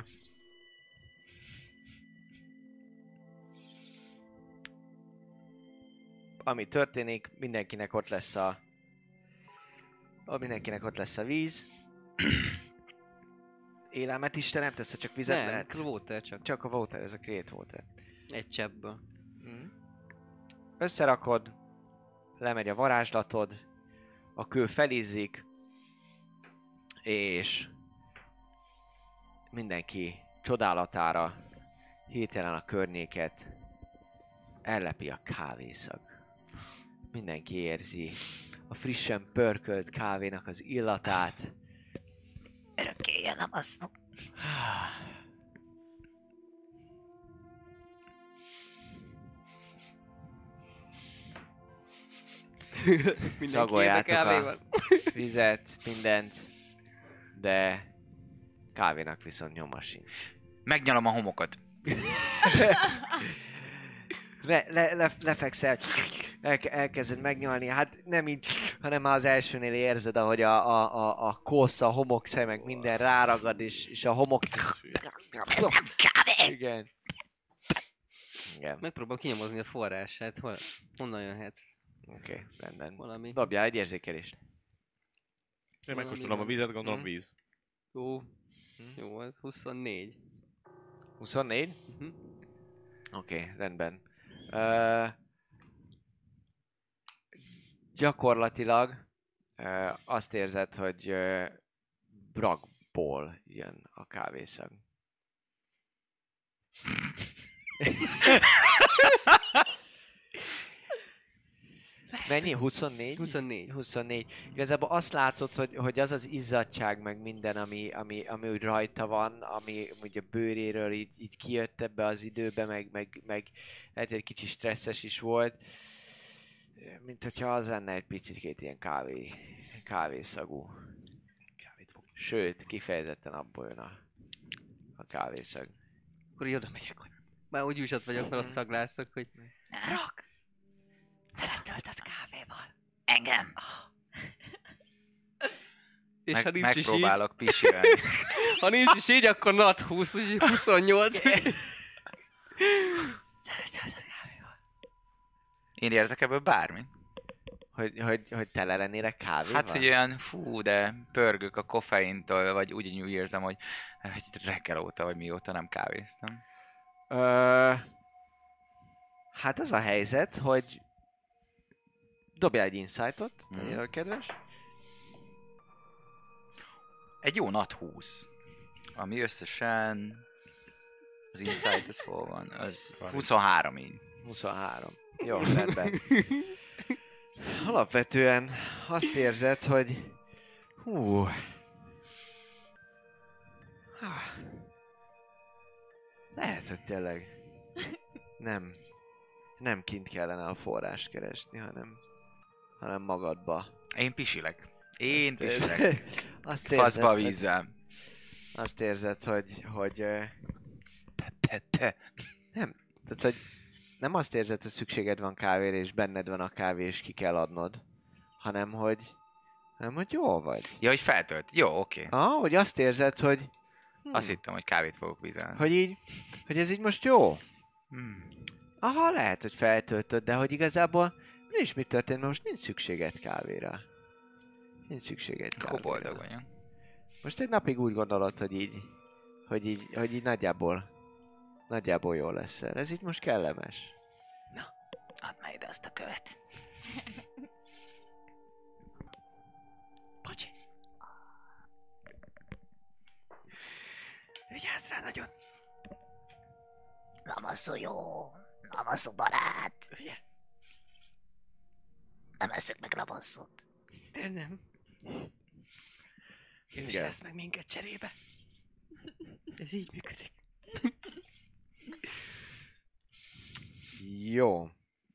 ami történik, mindenkinek ott lesz a... a mindenkinek ott lesz a víz. Élelmet is teremtesz, ha csak vizet Nem, lehet? water csak. Csak a water, ez a create water. Egy cseppből. Mm. Összerakod, lemegy a varázslatod, a kő felizzik, és mindenki csodálatára hirtelen a környéket ellepi a kávészag. Mindenki érzi a frissen pörkölt kávénak az illatát. Örökké jön a basszú. Csagoljátok a vizet, mindent, de kávénak viszont nyoma sincs. Megnyalom a homokot. Le, le, le, lefekszel, el, elkezded megnyalni, hát nem így, hanem már az elsőnél érzed, ahogy a, a, a, a kosz, a homok szemek minden ráragad, és, és a homok... Ez nem kávé! Igen. Igen. Megpróbál kinyomozni a forrását. Hol, honnan jöhet? Oké, okay, rendben. Valami. Dobjál egy érzékelést. Én megkóstolom a vizet, gondolom Mhm. víz. Jó. Hm? Jó, az huszonnégy. huszonnégy? Uh-huh. Oké, okay, rendben. Uh, gyakorlatilag uh, azt érzed, hogy uh, brakból jön a kávészag. Mennyi? huszonnégy? huszonnégy. huszonnégy. Igazából azt látod, hogy, hogy az az izzadság, meg minden, ami, ami, ami úgy rajta van, ami ugye a bőréről így, így kijött ebbe az időbe, meg, meg, meg lehet, egy kicsi stresszes is volt. Mint hogyha az lenne egy picit ilyen kávé, kávészagú. Sőt, kifejezetten abból jön a, a kávészag. Akkor így oda megyek, hogy már úgy is ott vagyok, mert ott szaglászok, hogy Rock! Te nem töltött kávéval. Engem. és Meg, ha nincs is így, megpróbálok pisilni. ha nincs is így, akkor nat húsz, úgyhogy huszonnyolc. Én érzek ebből bármit. Hogy, hogy, hogy tele lennének kávéval? Hát, hogy olyan, fú, de pörgök a koffeintől, vagy úgy úgy érzem, hogy egy reggel óta, vagy mióta nem kávéztam. Ö, hát az a helyzet, hogy dobjál egy insightot, Hmm. annyira kedves. Egy jó nat húsz, ami összesen az insight, az hol van? Az huszonhárom így. huszonhárom. Jó, rendben. Alapvetően azt érzed, hogy hú, há, lehet, hogy tényleg nem, nem kint kellene a forrást keresni, hanem, hanem magadba. Én pisilek. Én Azt pisilek. érzed- Azt Faszba a hogy- vízzel. Azt érzed, hogy, hogy ö, Te, te. tehát, hogy nem azt érzed, hogy szükséged van kávére, és benned van a kávé, és ki kell adnod, hanem, hogy, hanem, hogy jól vagy. Ja, hogy feltölt. Jó, oké. Ah, hogy azt érzed, hogy hm, Azt hittem, hogy kávét fogok vízelni. hogy így, hogy ez így most jó. Hmm. Aha, lehet, hogy feltöltöd, de hogy igazából mi is mi történt, mert most nincs szükséged kávéra. Nincs szükséged Akkor kávéra. boldog vagyok. Most egy napig úgy gondolod, hogy így, hogy így, hogy így nagyjából, nagyjából jól leszel. Ez így most kellemes. ide azt a követ. Bocsi. Vigyázz rá nagyon. Lamaszó jó, lamaszó barát. Ugye? Nem eszük meg lamasszót. De nem. Ő is lesz meg minket cserébe. Ez így működik. Jó.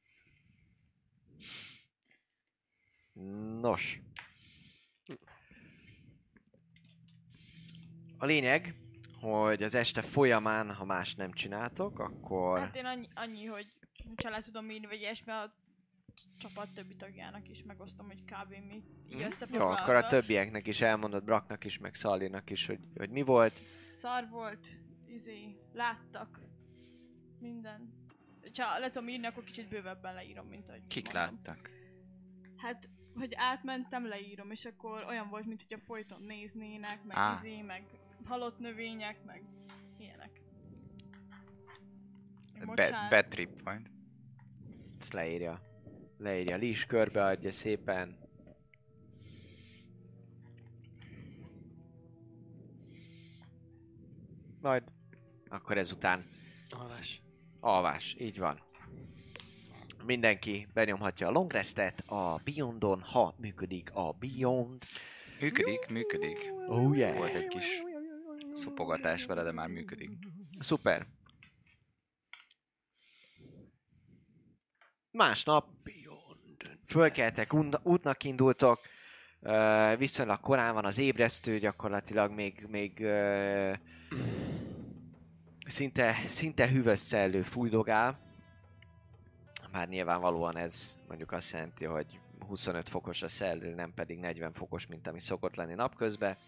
Nos. A lényeg, hogy az este folyamán, ha más nem csináltok, akkor... Hát én annyi, annyi hogy ha le tudom írni, vagy ilyesmi a csapat többi tagjának is megosztom, hogy kb. Mi így Jó, összefoglalva. akkor a többieknek is elmondod, Braknak is, meg Szalinak is, hogy, hogy mi volt. Szar volt, izé, láttak, minden. Ha le tudom írni, akkor kicsit bővebben leírom, mint ahogy Kik mondom. láttak? Hát, hogy átmentem, leírom, és akkor olyan volt, mint hogyha folyton néznének, meg Á. izé, meg halott növények, meg ilyenek. Meg Be- mocsár. bad trip majd. Ezt leírja. Leírja, Lis körbeadja szépen. Majd akkor ezután Alvás. alvás, így van. Mindenki benyomhatja a long restet a Beyondon, ha működik a Beyond. Működik, működik. Oh yeah! Volt egy kis szopogatás vele, de már működik. Szuper. Másnap fölkeltek, und- útnak indultok, uh, viszonylag korán van az ébresztő, gyakorlatilag még, még uh, szinte, szinte hűvös szellő fújdogál. Már nyilvánvalóan ez mondjuk azt jelenti, hogy huszonöt fokos a szellő, nem pedig negyven fokos, mint ami szokott lenni napközben.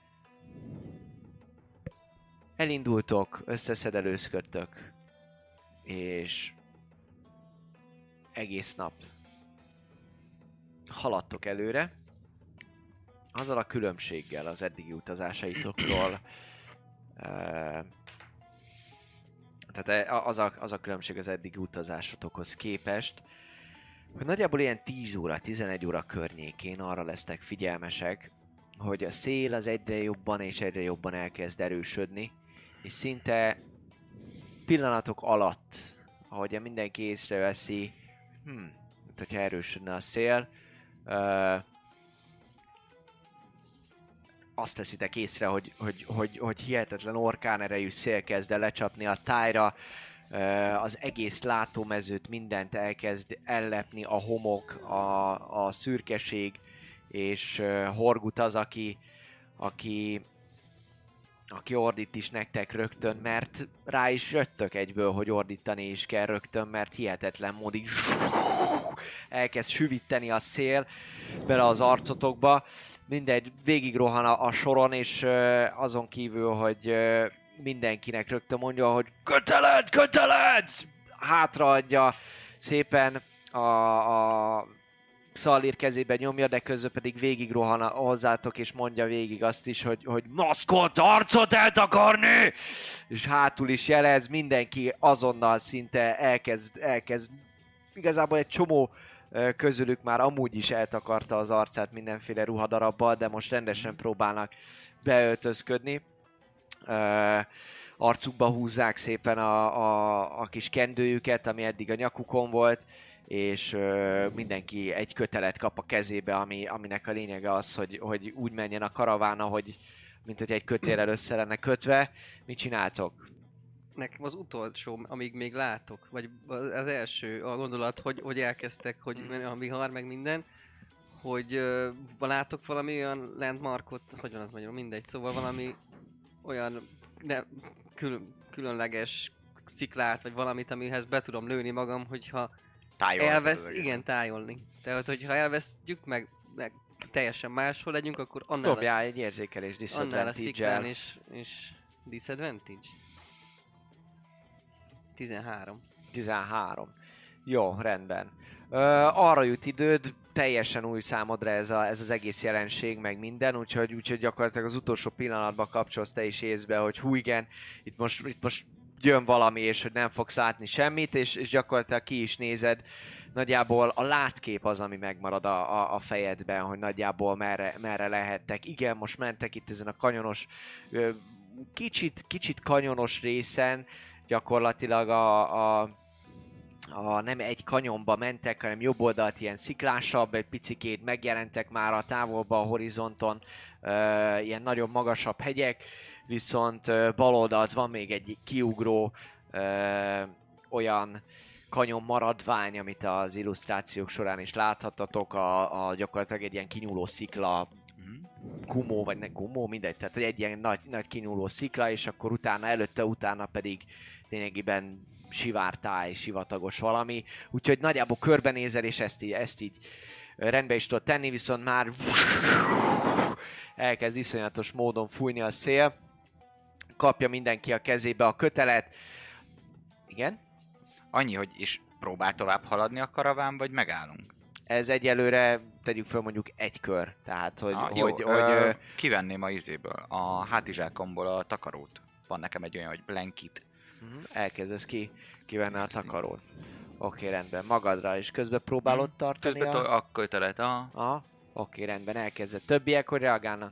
Elindultok, összeszedelőzködtök, és egész nap haladtok előre. Azzal a különbséggel az eddigi utazásaitokról, uh, tehát az a, az a különbség az eddigi utazásotokhoz képest, hogy nagyjából ilyen tíz óra, tizenegy óra környékén arra lesztek figyelmesek, hogy a szél az egyre jobban és egyre jobban elkezd erősödni, és szinte pillanatok alatt, ahogy mindenki észreveszi, hm, mint hogyha erősödne a szél, uh, azt teszitek észre, hogy, hogy, hogy, hogy hihetetlen orkán erejű szél kezd el lecsapni a tájra, uh, az egész látómezőt, mindent elkezd ellepni, a homok, a, a szürkeség, és uh, Horgut az, aki, aki, aki ordít is nektek rögtön, mert rá is jöttök egyből, hogy ordítani is kell rögtön, mert hihetetlen módig elkezd süvíteni a szél bele az arcotokba. Mindegy, végig rohan a, a soron, és uh, azon kívül, hogy uh, mindenkinek rögtön mondja, hogy köteled, köteled! Hátraadja szépen a, a Xalir kezébe nyomja, de közben pedig végig rohan a, hozzátok, és mondja végig azt is, hogy, hogy maszkot, arcot eltakarni! És hátul is jelez, mindenki azonnal szinte elkezd, elkezd igazából egy csomó közülük már amúgy is eltakarta az arcát mindenféle ruhadarabbal, de most rendesen próbálnak beöltözködni. Uh, arcukba húzzák szépen a, a, a kis kendőjüket, ami eddig a nyakukon volt, és uh, mindenki egy kötelet kap a kezébe, ami, aminek a lényege az, hogy, hogy úgy menjen a karaván, ahogy, mint hogy egy kötélrel össze lenne kötve. Mit csináltok? Nekem az utolsó, amíg még látok, vagy az első a gondolat, hogy, hogy elkezdtek, hogy a vihar, meg minden, hogy uh, látok valami olyan landmarkot, hogy van az magyarul, mindegy, szóval valami olyan ne, kül, különleges sziklát, vagy valamit, amihez be tudom lőni magam, hogyha Tájolni elvesz, az igen, tájolni. Tehát, hogyha elvesztjük, meg, meg teljesen máshol legyünk, akkor annál Dobjál egy érzékelés annál a sziklán disadvantage-el. és, és disadvantage. tizenhárom. tizenhárom. Jó, rendben. Ö, arra jut időd, teljesen új számodra ez, a, ez az egész jelenség, meg minden, úgyhogy, úgyhogy gyakorlatilag az utolsó pillanatban kapcsolsz te is észbe, hogy hú igen, itt most, itt most jön valami, és hogy nem fogsz látni semmit, és, és gyakorlatilag ki is nézed, nagyjából a látkép az, ami megmarad a, a, a fejedben, hogy nagyjából merre, merre lehettek. Igen, most mentek itt ezen a kanyonos, ö, kicsit, kicsit kanyonos részen, gyakorlatilag a, a, a nem egy kanyonba mentek, hanem jobb oldalt ilyen sziklásabb, egy picikét megjelentek már a távolba a horizonton, ö, ilyen nagyon magasabb hegyek, viszont ö, bal oldalt van még egy kiugró ö, olyan kanyon maradvány, amit az illusztrációk során is láthattatok, a, a gyakorlatilag egy ilyen kinyúló szikla, gumó, vagy ne gumó, mindegy, tehát egy ilyen nagy, nagy kinyúló szikla, és akkor utána, előtte, utána pedig lényegében sivártáj, sivatagos valami, úgyhogy nagyjából körbenézel, és ezt így, ezt így rendbe is tudod tenni, viszont már elkezd iszonyatos módon fújni a szél, kapja mindenki a kezébe a kötelet. Igen? Annyi, hogy is próbál tovább haladni a karaván, vagy megállunk? Ez egyelőre tegyük föl mondjuk egy kör, tehát hogy... Ah, jó, hogy, ö, hogy kivenném a izéből, a hátizsákomból a takarót. Van nekem egy olyan, hogy blanket. uh-huh, elkezdesz ki, kivenni a takarót. Oké, okay, rendben, magadra is közben próbálod tartani Közben a... a kötelet, a... Aha, oké, okay, rendben, elkezded. Többiek hogy reagálnak?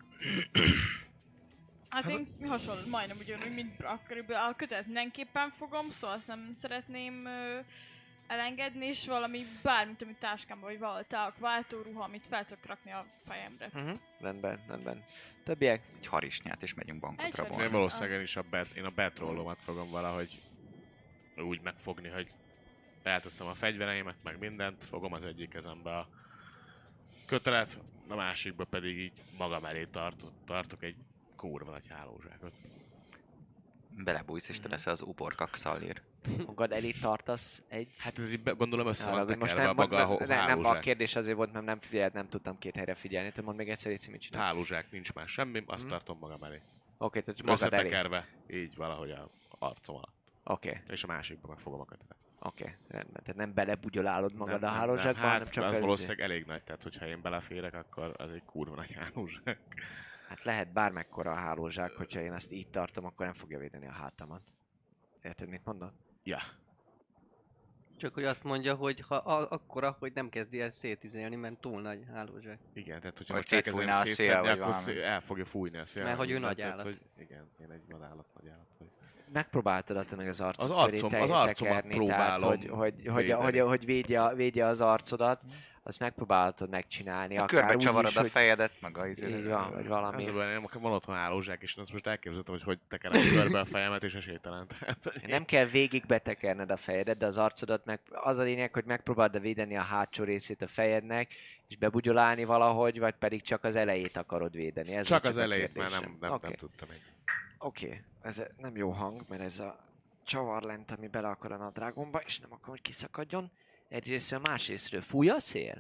Hát én hasonló, majdnem ugyanúgy, mint Brack, körülbelül a kötelet mindenképpen fogom, szóval azt nem szeretném ö, elengedni, és valami bármit, amit táskámban, vagy valahol találok, váltóruha, amit fel tudok rakni a fejemre. Uh-huh. Rendben, rendben. Többiek? Egy harisnyát, és megyünk bankot Egy rabolni. Én valószínűleg is a bet, én a betrollomat fogom valahogy úgy megfogni, hogy elteszem a fegyvereimet, meg mindent, fogom az egyik kezembe a kötelet, a másikba pedig így magam elé tartok, tartok egy kurva nagy hálózsákot. Belebújsz, és te leszel az uborkak szallér. Magad elé tartasz egy... Hát ez így be, gondolom össze Ja, van most tekerve nem, maga a nem, nem, a hálózsák. kérdés azért volt, mert nem figyelt, nem tudtam két helyre figyelni. Te mondd még egyszer, hogy mit csinálsz. Hálózsák, nincs már semmi, azt Mhm. tartom magam elé. Oké, tehát magad elé. Összetekerve, így valahogy a arcom alatt. Oké, És a másikba meg fogom a kötelet. oké, rendben. Tehát nem belebugyolálod magad Nem, a nem, hálózsákba, nem. hanem Hát, csak az az valószínűleg elég nagy, tehát hogyha én beleférek, akkor az egy kurva nagy hálózsák. Hát lehet bármekkora a hálózsák, hogyha én ezt így tartom, akkor nem fogja védeni a hátamat. Érted, mit mondod? Ja. Csak hogy azt mondja, hogy ha a- akkora, hogy nem kezdi el szétizélni, mert túl nagy hálózsák. Igen, tehát hogyha Vagy most elkezdem szétfújná a szél, szétszedni, vagy akkor valami. szé- el fogja fújni a szél. Mert hogy ő mindent, nagy tehát, állat. Hogy igen, én egy vadállat, nagy állat vagyok. Megpróbáltad adta meg az arcod Az arcom- köré az te- arcomat tekerni, próbálom tehát, hogy, hogy, hogy, védeni. hogy, hogy védje, védje az arcodat, azt megpróbáltad megcsinálni. Akár Körbe úgy csavarod is, a hogy fejedet, meg a izé. így van, vagy valami. Az a baj, nekem van otthon hálózsák, és én azt most elképzeltem, hogy hogy tekerem körbe a fejemet, és esélytelen. Tehát, Nem kell végig betekerned a fejedet, de az arcodat meg az a lényeg, hogy megpróbáld védeni a hátsó részét a fejednek, és bebugyolálni valahogy, vagy pedig csak az elejét akarod védeni. Ez csak volt az a elejét már kérdésem. nem, nem, Oké. nem tudtam egy. Oké, okay. Ez nem jó hang, mert ez a csavar lent, ami bele akar a nadrágomba, és nem akar, hogy kiszakadjon. Egyrésztről, másrésztről fúj a szél?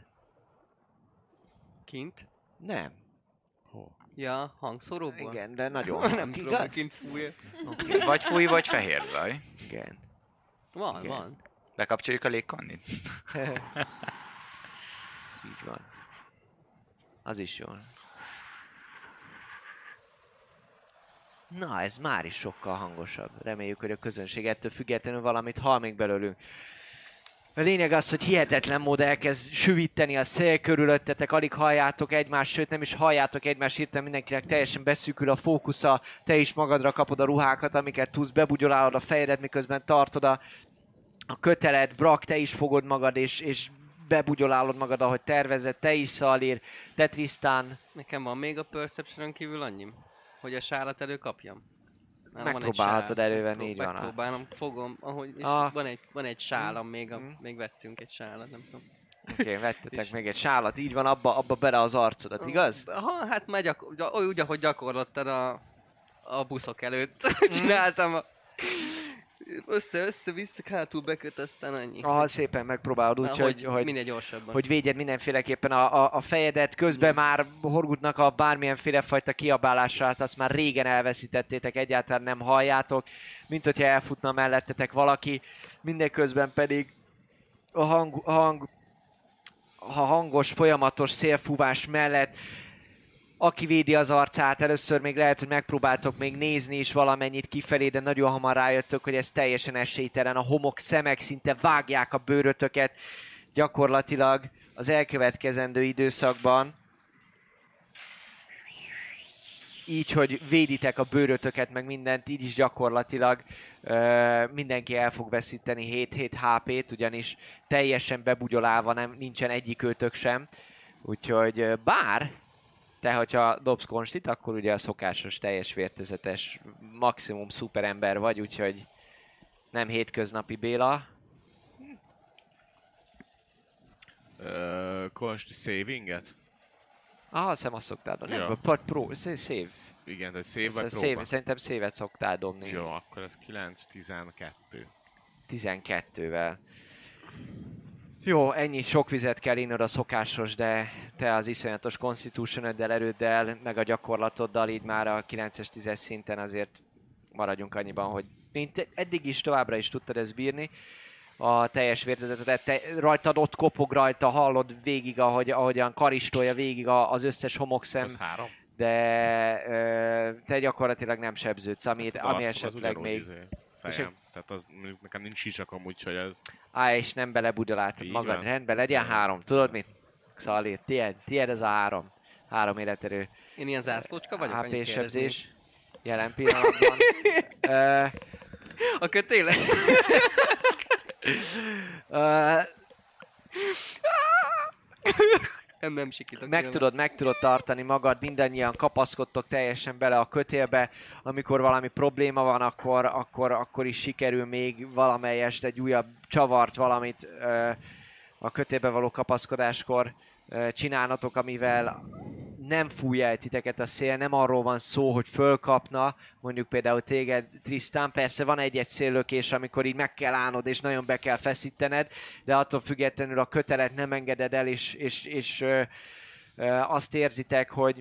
Kint? Nem. Hol? Ja, hangszóróból? Igen, de nagyon Nem hang, tudom, hogy igaz? kint fújja. Okay. Vagy fúj, vagy fehér zaj. Igen. Van, Igen. van. Bekapcsoljuk a légkondit. Így van. Az is jó. Na, ez már is sokkal hangosabb. Reméljük, hogy a közönség ettől függetlenül valamit hall még belőlünk. A lényeg az, hogy hihetetlen mód elkezd süvíteni a szél körülöttetek, alig halljátok egymást, sőt nem is halljátok egymást, hirtelen mindenkinek teljesen beszűkül a fókusza, te is magadra kapod a ruhákat, amiket tudsz, bebugyolálod a fejedet, miközben tartod a, a kötelet, Brack, te is fogod magad, és, és bebugyolálod magad, ahogy tervezed, te is, Szalír, te Tristan. Nekem van még a Perception-on kívül annyim, hogy a sálat előkapjam. Nálam van egy Megpróbálhatod sál. elővenni, Megpró- így van. Megpróbálom, fogom, ahogy, és Ah. van, egy, van egy sálam még, a, Mm. még vettünk egy sálat, nem tudom. Oké, okay, vettetek És- még egy sálat, így van, abba, abba bele az arcodat, igaz? Ha, hát már gyakor, gy- úgy, ahogy gyakorlottad a, a buszok előtt Mm. csináltam a... Össze-össze, vissza, hátul beköt, aztán annyi. Ah, szépen megpróbálod úgy, Na, hogy, hogy, minél gyorsabban. hogy védjed mindenféleképpen a, a, a fejedet, közben Mm. már Horgutnak a bármilyenféle fajta kiabálását, azt már régen elveszítettétek, egyáltalán nem halljátok, mint hogyha elfutna mellettetek valaki, mindeközben pedig a hang, hang, a hangos, folyamatos szélfúvás mellett aki védi az arcát, először még lehet, hogy megpróbáltok még nézni is valamennyit kifelé, de nagyon hamar rájöttök, hogy ez teljesen esélytelen. A homok szemek szinte vágják a bőrötöket. Gyakorlatilag az elkövetkezendő időszakban így, hogy véditek a bőrötöket, meg mindent, így is gyakorlatilag ö, mindenki el fog veszíteni hét-hét há pét, ugyanis teljesen bebugyolálva nem, nincsen egyikőtök sem. Úgyhogy ö, bár te, hogyha dobsz konstit, akkor ugye a szokásos, teljes vértezetes, maximum szuperember vagy, úgyhogy nem hétköznapi Béla. Uh, konsti savinget? Ah, azt hiszem azt szoktál dobni. Ja. Pro, pro, save. Igen, de save vagy Save, próba? szerintem save-et szoktál dobni. Jó, akkor ez kilenc tizenkettő. tizenkettővel. Jó, ennyi sok vizet kell innod a szokásos, de te az iszonyatos constitution-öddel, erőddel, meg a gyakorlatoddal így már a kilences tízes szinten azért maradjunk annyiban, hogy mint eddig is továbbra is tudtad ezt bírni. A teljes vértezetet, te, rajtad ott kopog rajta, hallod végig, ahogy, ahogyan karistolja végig a, az összes homokszem, Az három? de ö, te gyakorlatilag nem sebződsz, ami, Az ami arcom az esetleg ugyanúgy még... izé, fejem. Tehát az, mondjuk nekem nincs sisakom, úgyhogy ez... Á, és nem belebugyoláltad Így magad, van. rendben, legyen három. Tudod mit? Xalir, tied, tied ez a három. Három életerő. Én ilyen zászlócska vagyok, há annyit pé kérdeznék. sebzés. Jelen pillanatban. Ö, A kötéle? ö, Nem, nem sikítok. meg, tudod, meg tudod tartani magad, mindannyian kapaszkodtok teljesen bele a kötélbe. Amikor valami probléma van, akkor, akkor, akkor is sikerül még valamelyest egy újabb csavart, valamit ö, a kötélbe való kapaszkodáskor ö, csinálnatok, amivel nem fújja el titeket a szél, nem arról van szó, hogy fölkapna, mondjuk például téged, Tristan, persze van egy-egy széllökés, amikor így meg kell állnod, és nagyon be kell feszítened, de attól függetlenül a kötelet nem engeded el, és, és, és ö, ö, azt érzitek, hogy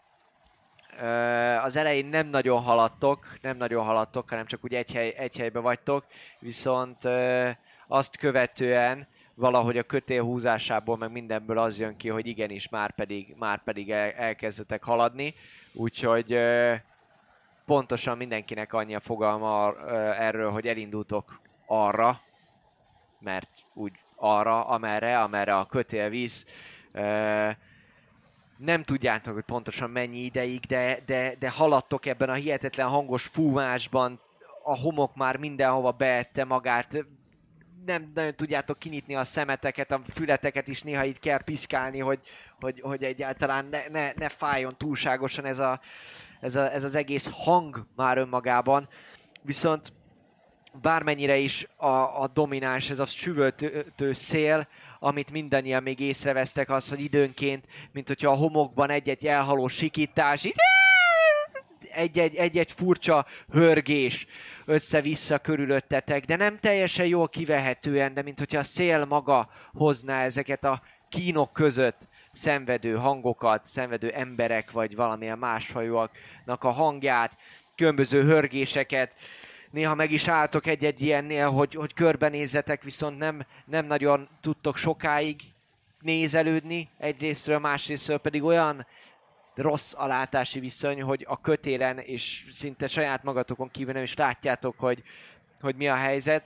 ö, az elején nem nagyon haladtok, nem nagyon haladtok, hanem csak úgy egy, hely, egy helybe vagytok, viszont ö, azt követően valahogy a kötél húzásából, meg mindenből az jön ki, hogy igenis, már pedig, már pedig el, elkezdetek haladni. Úgyhogy ö, pontosan mindenkinek annyi a fogalma ö, erről, hogy elindultok arra, mert úgy arra, amerre, amerre a kötél visz. Ö, nem tudjátok, hogy pontosan mennyi ideig, de, de, de haladtok ebben a hihetetlen hangos fúvásban, a homok már mindenhova beette magát, nem nagyon tudjátok kinyitni a szemeteket, a fületeket is néha így kell piszkálni, hogy, hogy, hogy egyáltalán ne, ne, ne fájjon túlságosan ez, a, ez, a, ez az egész hang már önmagában. Viszont bármennyire is a, a domináns, ez a süvöltő szél, amit mindannyian még észrevesztek, az, hogy időnként, mint hogyha a homokban egy-egy elhaló sikítás, így egy-egy, egy-egy furcsa hörgés össze-vissza körülöttetek, de nem teljesen jól kivehetően, de mint hogyha a szél maga hozná ezeket a kínok között szenvedő hangokat, szenvedő emberek, vagy valamilyen másfajúaknak a hangját, különböző hörgéseket. Néha meg is álltok egy-egy ilyennél, hogy, hogy körbenézzetek, viszont nem, nem nagyon tudtok sokáig nézelődni egyrésztről, másrésztről pedig olyan rossz a látási viszony, hogy a kötélen és szinte saját magatokon kívül nem is látjátok, hogy, hogy mi a helyzet.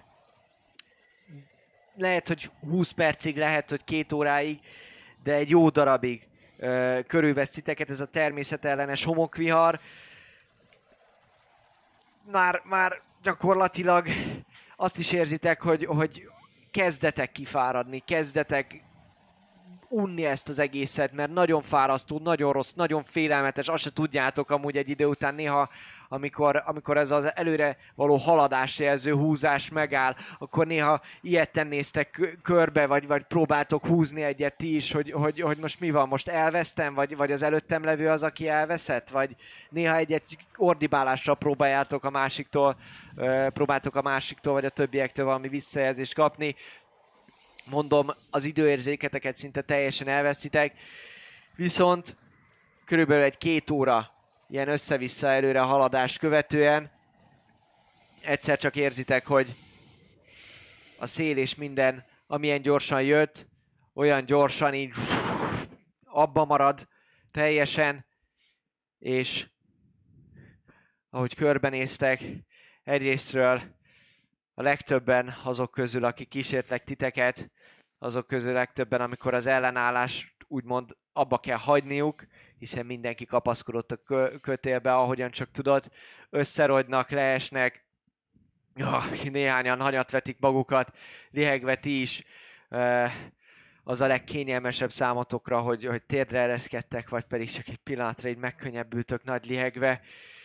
Lehet, hogy húsz percig, lehet, hogy két óráig, de egy jó darabig ö, körülvesz titeket ez a természetellenes homokvihar. Már, már gyakorlatilag azt is érzitek, hogy, hogy kezdetek kifáradni, kezdetek unni ezt az egészet, mert nagyon fárasztó, nagyon rossz, nagyon félelmetes, azt se tudjátok amúgy egy idő után néha, amikor, amikor ez az előre való haladást jelző húzás megáll, akkor néha ilyetten néztek körbe, vagy, vagy próbáltok húzni egyet ti is, hogy, hogy, hogy most mi van, most elvesztem, vagy, vagy az előttem levő az, aki elveszett, vagy néha egyet ordibálással próbáljátok a másiktól, próbáltok a másiktól, vagy a többiektől valami visszajelzést kapni. Mondom, az időérzéketeket szinte teljesen elveszitek, viszont körülbelül egy két óra ilyen össze-vissza előre haladást követően egyszer csak érzitek, hogy a szél és minden, amilyen gyorsan jött, olyan gyorsan így abba marad teljesen, és ahogy körbenéztek, egyrésztről a legtöbben azok közül, akik kísértek titeket, azok közül legtöbben, amikor az ellenállás úgymond abba kell hagyniuk, hiszen mindenki kapaszkodott a kö- kötélbe, ahogyan csak tudott, összerogynak, leesnek, oh, néhányan hanyat vetik magukat, lihegve ti is, az a legkényelmesebb számotokra, hogy, hogy térdre ereszkedtek, vagy pedig csak egy pillanatra így megkönnyebbültök nagy lihegve.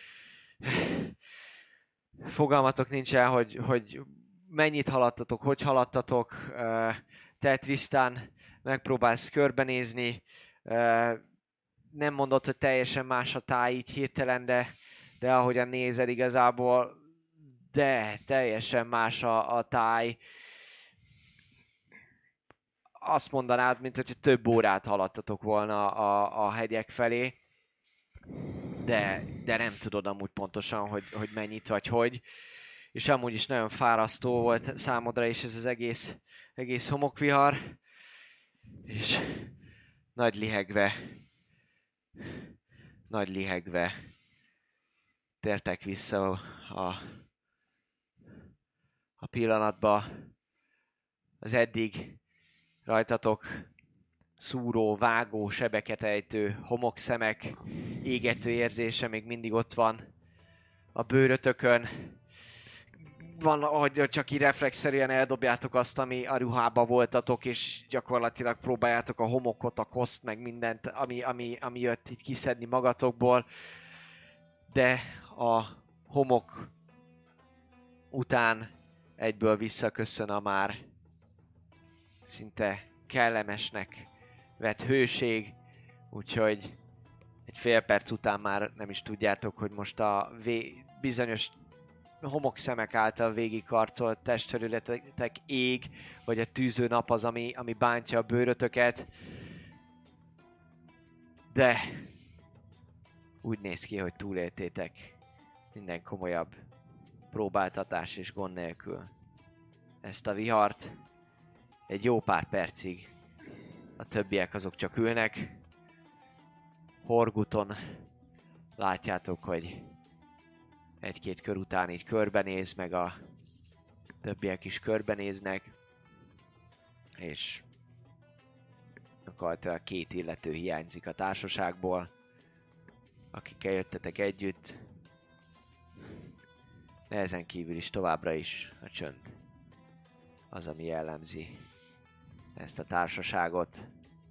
Fogalmatok nincs el, hogy, hogy mennyit haladtatok, hogy haladtatok. Te, Tristan, megpróbálsz körbenézni. Nem mondod, hogy teljesen más a táj így hirtelen, de, de ahogyan nézed igazából, de teljesen más a, a táj. Azt mondanád, mint hogyha több órát haladtatok volna a, a hegyek felé, de, de nem tudod amúgy pontosan, hogy, hogy mennyit vagy hogy. És amúgy is nagyon fárasztó volt számodra is ez az egész, egész homokvihar. És nagy lihegve, nagy lihegve tértek vissza a, a pillanatba. Az eddig rajtatok szúró, vágó, sebeket ejtő homokszemek, égető érzése még mindig ott van a bőrötökön. Van, ahogy csak így reflexzerűen eldobjátok azt, ami a ruhába voltatok, és gyakorlatilag próbáljátok a homokot, a koszt, meg mindent, ami, ami, ami jött így kiszedni magatokból. De a homok után egyből visszaköszön a már szinte kellemesnek vett hőség, úgyhogy egy fél perc után már nem is tudjátok, hogy most a vé- bizonyos homokszemek által végigkarcolt testfelületek ég, vagy a tűző nap az, ami, ami bántja a bőrötöket. De úgy néz ki, hogy túléltétek minden komolyabb próbáltatás és gond nélkül ezt a vihart. Egy jó pár percig a többiek azok csak ülnek. Horguton látjátok, hogy egy-két kör után így körbenéz, meg a többiek is körbenéznek. És gyakorlatilag két illető hiányzik a társaságból, akikkel jöttetek együtt. De ezen kívül is továbbra is a csönd az, ami jellemzi ezt a társaságot.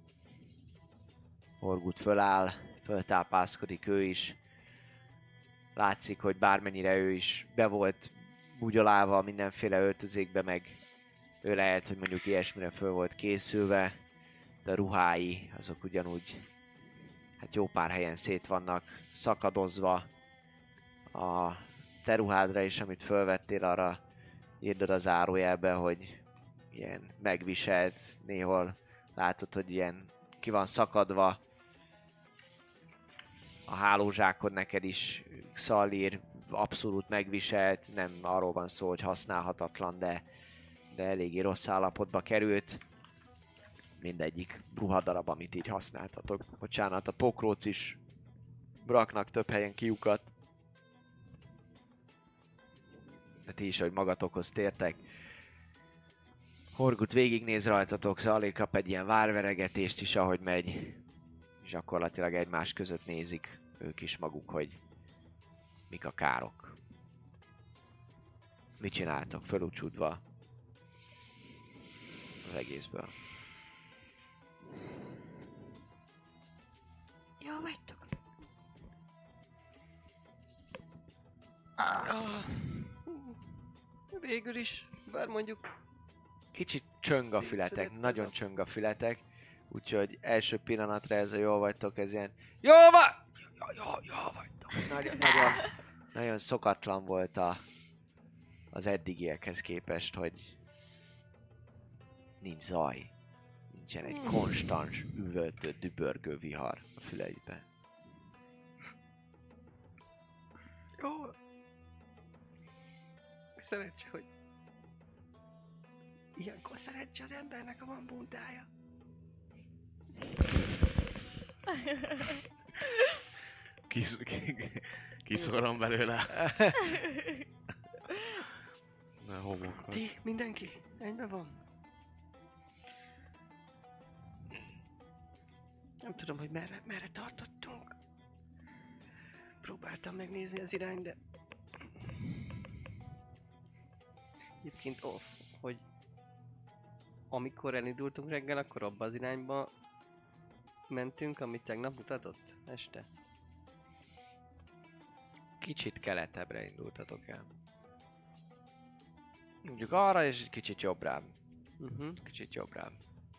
Horgut föláll, föltápászkodik ő is. Látszik, hogy bármennyire ő is be volt bugyolálva mindenféle öltözékbe, meg ő lehet, hogy mondjuk ilyesmire föl volt készülve, de a ruhái azok ugyanúgy hát jó pár helyen szét vannak szakadozva. A te ruhádra is, amit fölvettél, arra írd a zárójelbe, hogy ilyen megviselt, néhol látod, hogy ilyen ki van szakadva. A hálózsákod neked is szalír, abszolút megviselt, nem arról van szó, hogy használhatatlan, de, de eléggé rossz állapotba került. Mindegyik ruhadarab, amit így használtatok. Bocsánat, a pokróc is raknak több helyen kiukat. De ti is, hogy magatokhoz tértek. Horgut végignéz rajtatok, Zali kap egy ilyen várveregetést is, ahogy megy. És gyakorlatilag egymás között nézik ők is maguk, hogy mik a károk. Mit csináltok fölúcsúdva az egészből? Jó vagytok. Ah. Végül is, bár mondjuk... Kicsit csöng a fületek, nagyon csöng a fületek, úgyhogy első pillanatra ez a jól vagytok, ez ilyen jól vagy! Jó, jó, jó vagytok! Nagyon, nagyon, nagyon szokatlan volt a, az eddigiekhez képest, hogy nincs zaj, nincsen egy konstans, üvöltő, dübörgő vihar a füleibe. Jó. Szerencsé, hogy ilyenkor szerencsé az embernek, ha van bundája. Kis, kiszorom belőle. Na, homokra. Ti, mindenki? Egyben van? Nem tudom, hogy merre, merre tartottunk. Próbáltam megnézni az irányt, de... Egyébként, oh, hogy... Amikor elindultunk reggel, akkor abba az irányba mentünk, amit tegnap mutatott este. Kicsit keletebbre indultatok el. Mondjuk arra, és egy kicsit jobbra. Uh-huh. Kicsit jobbra.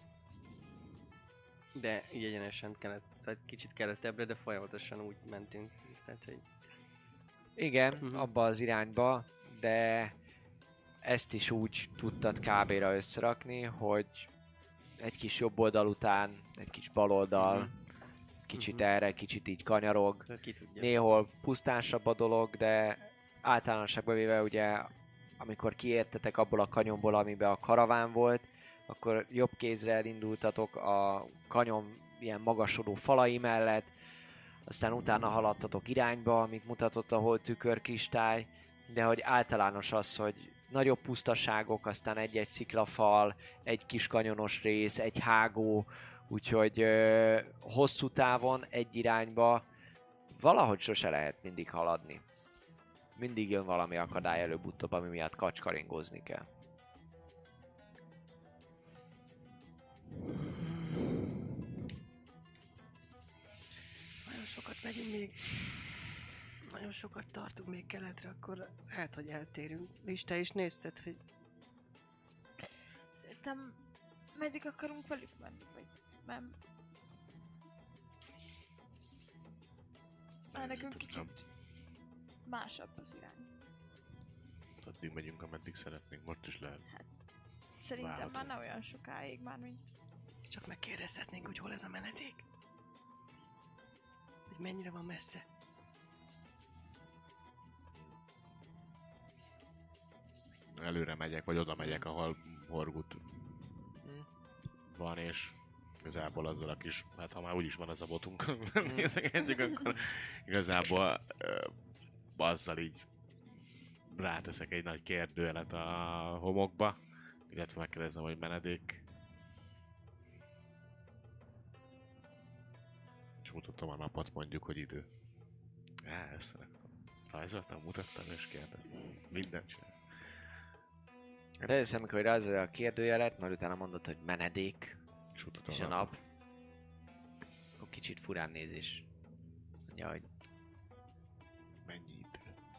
De így egyenesen kelet, tehát kicsit keletebbre, de folyamatosan úgy mentünk. Tehát, hogy... Igen, Mhm. abba az irányba, de ezt is úgy tudtad kb-ra összerakni, hogy egy kis jobb oldal után, egy kis bal oldal, Mhm. kicsit Mhm. erre, kicsit így kanyarog. Ki tudja. Néhol pusztánsabb a dolog, de általánosságban véve ugye, amikor kiértetek abból a kanyonból, amiben a karaván volt, akkor jobb kézre elindultatok a kanyon ilyen magasodó falai mellett, aztán utána haladtatok irányba, amit mutatott a hol tükörkristály, de hogy általános az, hogy nagyobb pusztaságok, aztán egy-egy sziklafal, egy kis kanyonos rész, egy hágó, úgyhogy ö, hosszú távon egy irányba valahogy sose lehet mindig haladni. Mindig jön valami akadály előbb-utóbb, ami miatt kacskaringózni kell. Nagyon sokat megyünk még. Nagyon sokat tartunk még keletre, akkor lehet, hogy eltérünk. És te is nézted, hogy Szerintem meddig akarunk velük menni, vagy nem? Már nekünk kicsit másabb az irány. Addig megyünk, ameddig szeretnénk, most is lehet. Szerintem Várhatunk. már ne olyan sokáig, már mint... csak megkérdezhetnénk, hogy hol ez a menedék. Hogy mennyire van messze. Előre megyek, vagy oda megyek, ahol Horgut van, és igazából azzal a kis, hát ha már úgyis van az a botunk, nézegetjük, akkor igazából ö, azzal így ráteszek egy nagy kérdőjelet a homokba, illetve megkérdezem, hogy menedék. És mutatom a napot, mondjuk, hogy idő. Á, összeraktam. Rajzoltam, mutattam és kérdeztem. Mindent csinál. De először, amikor rajzolja a kérdőjelet, majd utána mondod, hogy menedék, És mutatom és a nap, akkor kicsit furán néz is. Mondja, hogy Mennyi idő?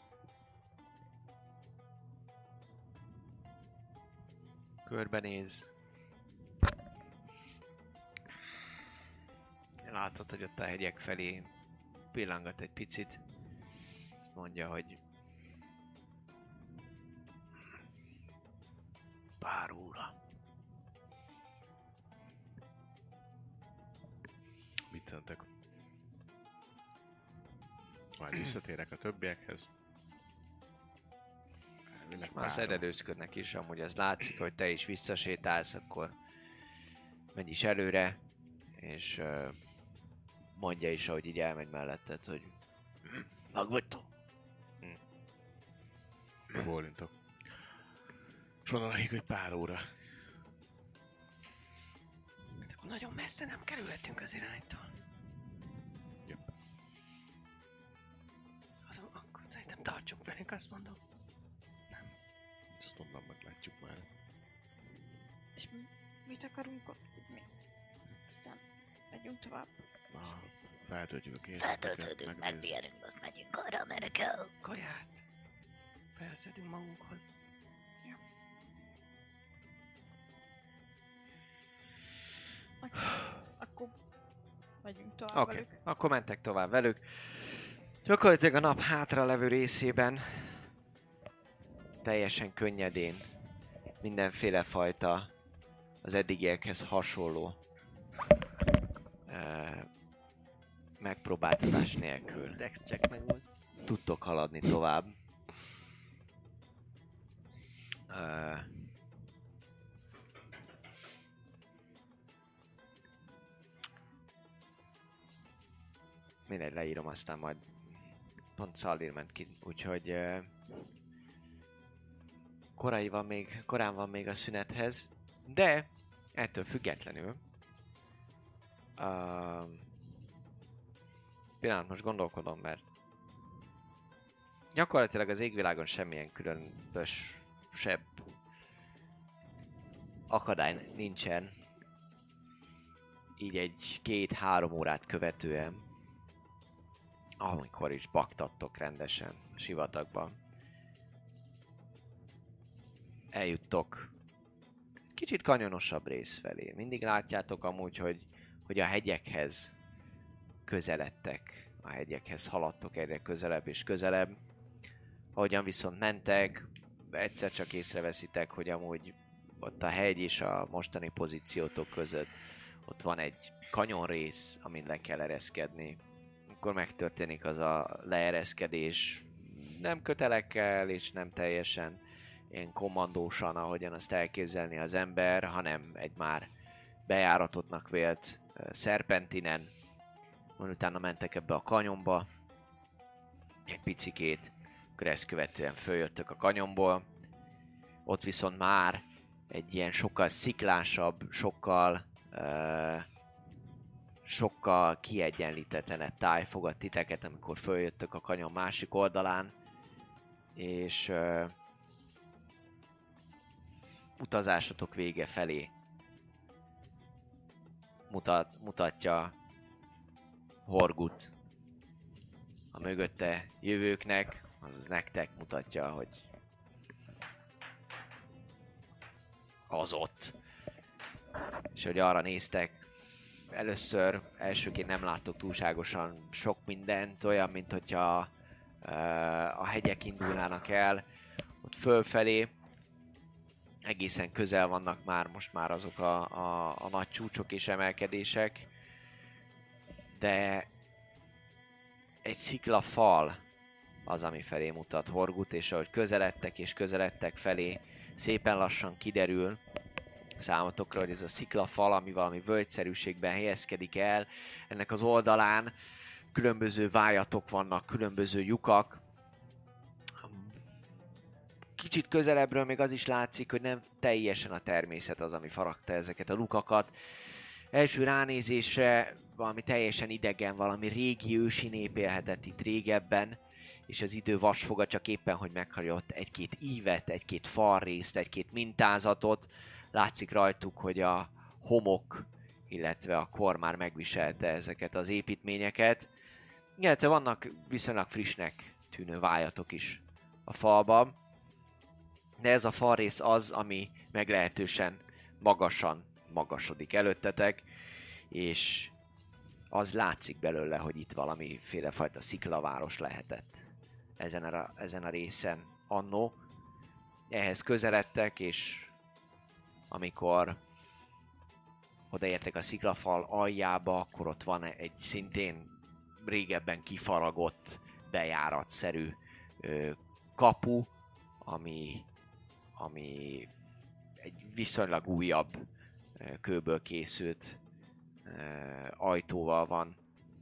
körbenéz. Látod, hogy ott a hegyek felé pillangat egy picit. Azt mondja, hogy pár óra. Viccentek. Majd visszatérek a többiekhez. Elvileg Már párom. szedelőzködnek is, amúgy az látszik, hogy te is visszasétálsz, akkor menj is előre, és uh, mondja is, ahogy így elmegy melletted, hogy megvagytok. Bólintok. És mondom nekik, hogy pár óra. Akkor nagyon messze nem kerülhetünk az iránytól. Jobb. Azon, akkor szerintem tartsunk velünk, azt mondom. Ezt onnan meglátjuk már. És mi, mit akarunk ott? Mi? Aztán megyünk tovább. Ah, feltöltjük a készleteket, Feltöltődünk, megnézzük. megpihenünk, azt megyünk arra, amerre kell. Kaját felszedünk magunkhoz. Akkor, akkor megyünk tovább Oké, velük. okay. Akkor mentek tovább velük. Gyakorlatilag a nap hátra levő részében teljesen könnyedén mindenféle fajta az eddigiekhez hasonló uh, megpróbáltatás nélkül Dex check meg volt. tudtok haladni tovább. Uh, mindegy, leírom, aztán majd pont Szalír ment ki, úgyhogy uh, korai van még, korán van még a szünethez, de ettől függetlenül uh, pillanat, most gondolkodom, mert gyakorlatilag az égvilágon semmilyen különösebb akadály nincsen, így egy két-három órát követően, amikor is baktattok rendesen a sivatagban, eljuttok kicsit kanyonosabb rész felé. Mindig látjátok amúgy, hogy, hogy a hegyekhez közeledtek, a hegyekhez haladtok egyre közelebb és közelebb. Ahogyan viszont mentek, egyszer csak észreveszitek, hogy amúgy ott a hegy és a mostani pozíciótok között ott van egy kanyonrész, amin le kell ereszkedni. Akkor megtörténik az a leereszkedés, nem kötelekkel és nem teljesen ilyen kommandósan, ahogyan azt elképzelni az ember, hanem egy már bejáratottnak vélt uh, szerpentinen. Van, utána mentek ebbe a kanyonba, egy picikét, akkor ezt követően följöttök a kanyonból. Ott viszont már egy ilyen sokkal sziklásabb, sokkal uh, sokkal kiegyenlítetlenebb táj fogad titeket, amikor följöttök a kanyon másik oldalán, és uh, utazásotok vége felé mutat, mutatja Horgut a mögötte jövőknek, azaz nektek mutatja, hogy az ott. És hogy arra néztek, először, elsőként nem láttok túlságosan sok mindent, olyan, mint hogyha uh, a hegyek indulnának el, ott fölfelé, egészen közel vannak már most már azok a, a, a nagy csúcsok és emelkedések, de egy sziklafal az, ami felé mutat Horgut, és ahogy közeledtek és közeledtek felé, szépen lassan kiderül számotokra, hogy ez a sziklafal, ami valami völgyszerűségben helyezkedik el, ennek az oldalán különböző vájatok vannak, különböző lyukak. Kicsit közelebbről még az is látszik, hogy nem teljesen a természet az, ami faragta ezeket a lukakat. Első ránézésre valami teljesen idegen, valami régi ősi nép élhetett itt régebben, és az idő vasfoga csak éppen, hogy meghagyott egy-két ívet, egy-két falrészt, egy-két mintázatot. Látszik rajtuk, hogy a homok, illetve a kor már megviselte ezeket az építményeket. Illetve vannak viszonylag frissnek tűnő vájatok is a falban. De ez a falrész az, ami meglehetősen magasan magasodik előttetek, és az látszik belőle, hogy itt valamiféle fajta sziklaváros lehetett ezen a, ezen a részen annó. Ehhez közeledtek, és amikor odaértek a sziklafal aljába, akkor ott van egy szintén régebben kifaragott, bejáratszerű ö, kapu, ami, ami egy viszonylag újabb ö, kőből készült ö, ajtóval van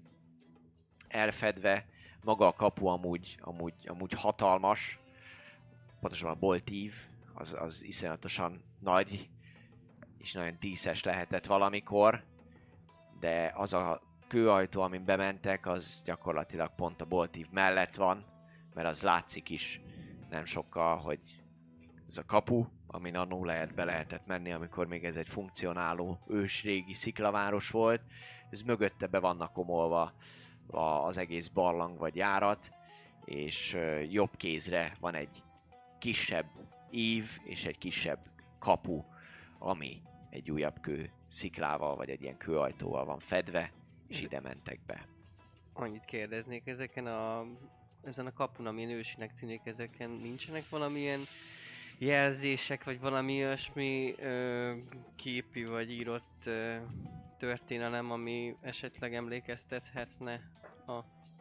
elfedve. Maga a kapu amúgy, amúgy, amúgy hatalmas, pontosan a boltív, az, az iszonyatosan nagy, és nagyon díszes lehetett valamikor, de az a kőajtó, amin bementek, az gyakorlatilag pont a boltív mellett van, mert az látszik is nem sokkal, hogy ez a kapu, amin annó lehet, be lehetett menni, amikor még ez egy funkcionáló ősrégi sziklaváros volt, ez mögötte be vannak omolva az egész barlang vagy járat, és jobb kézre van egy kisebb ív és egy kisebb kapu, ami egy újabb kő sziklával vagy egy ilyen kőajtóval van fedve, és ide mentek be. Annyit kérdeznék, ezeken a, ezen a kapun, ami ősinek tűnik, ezeken nincsenek valamilyen jelzések, vagy valami olyasmi ö, képi vagy írott ö, történelem, ami esetleg emlékeztethetne a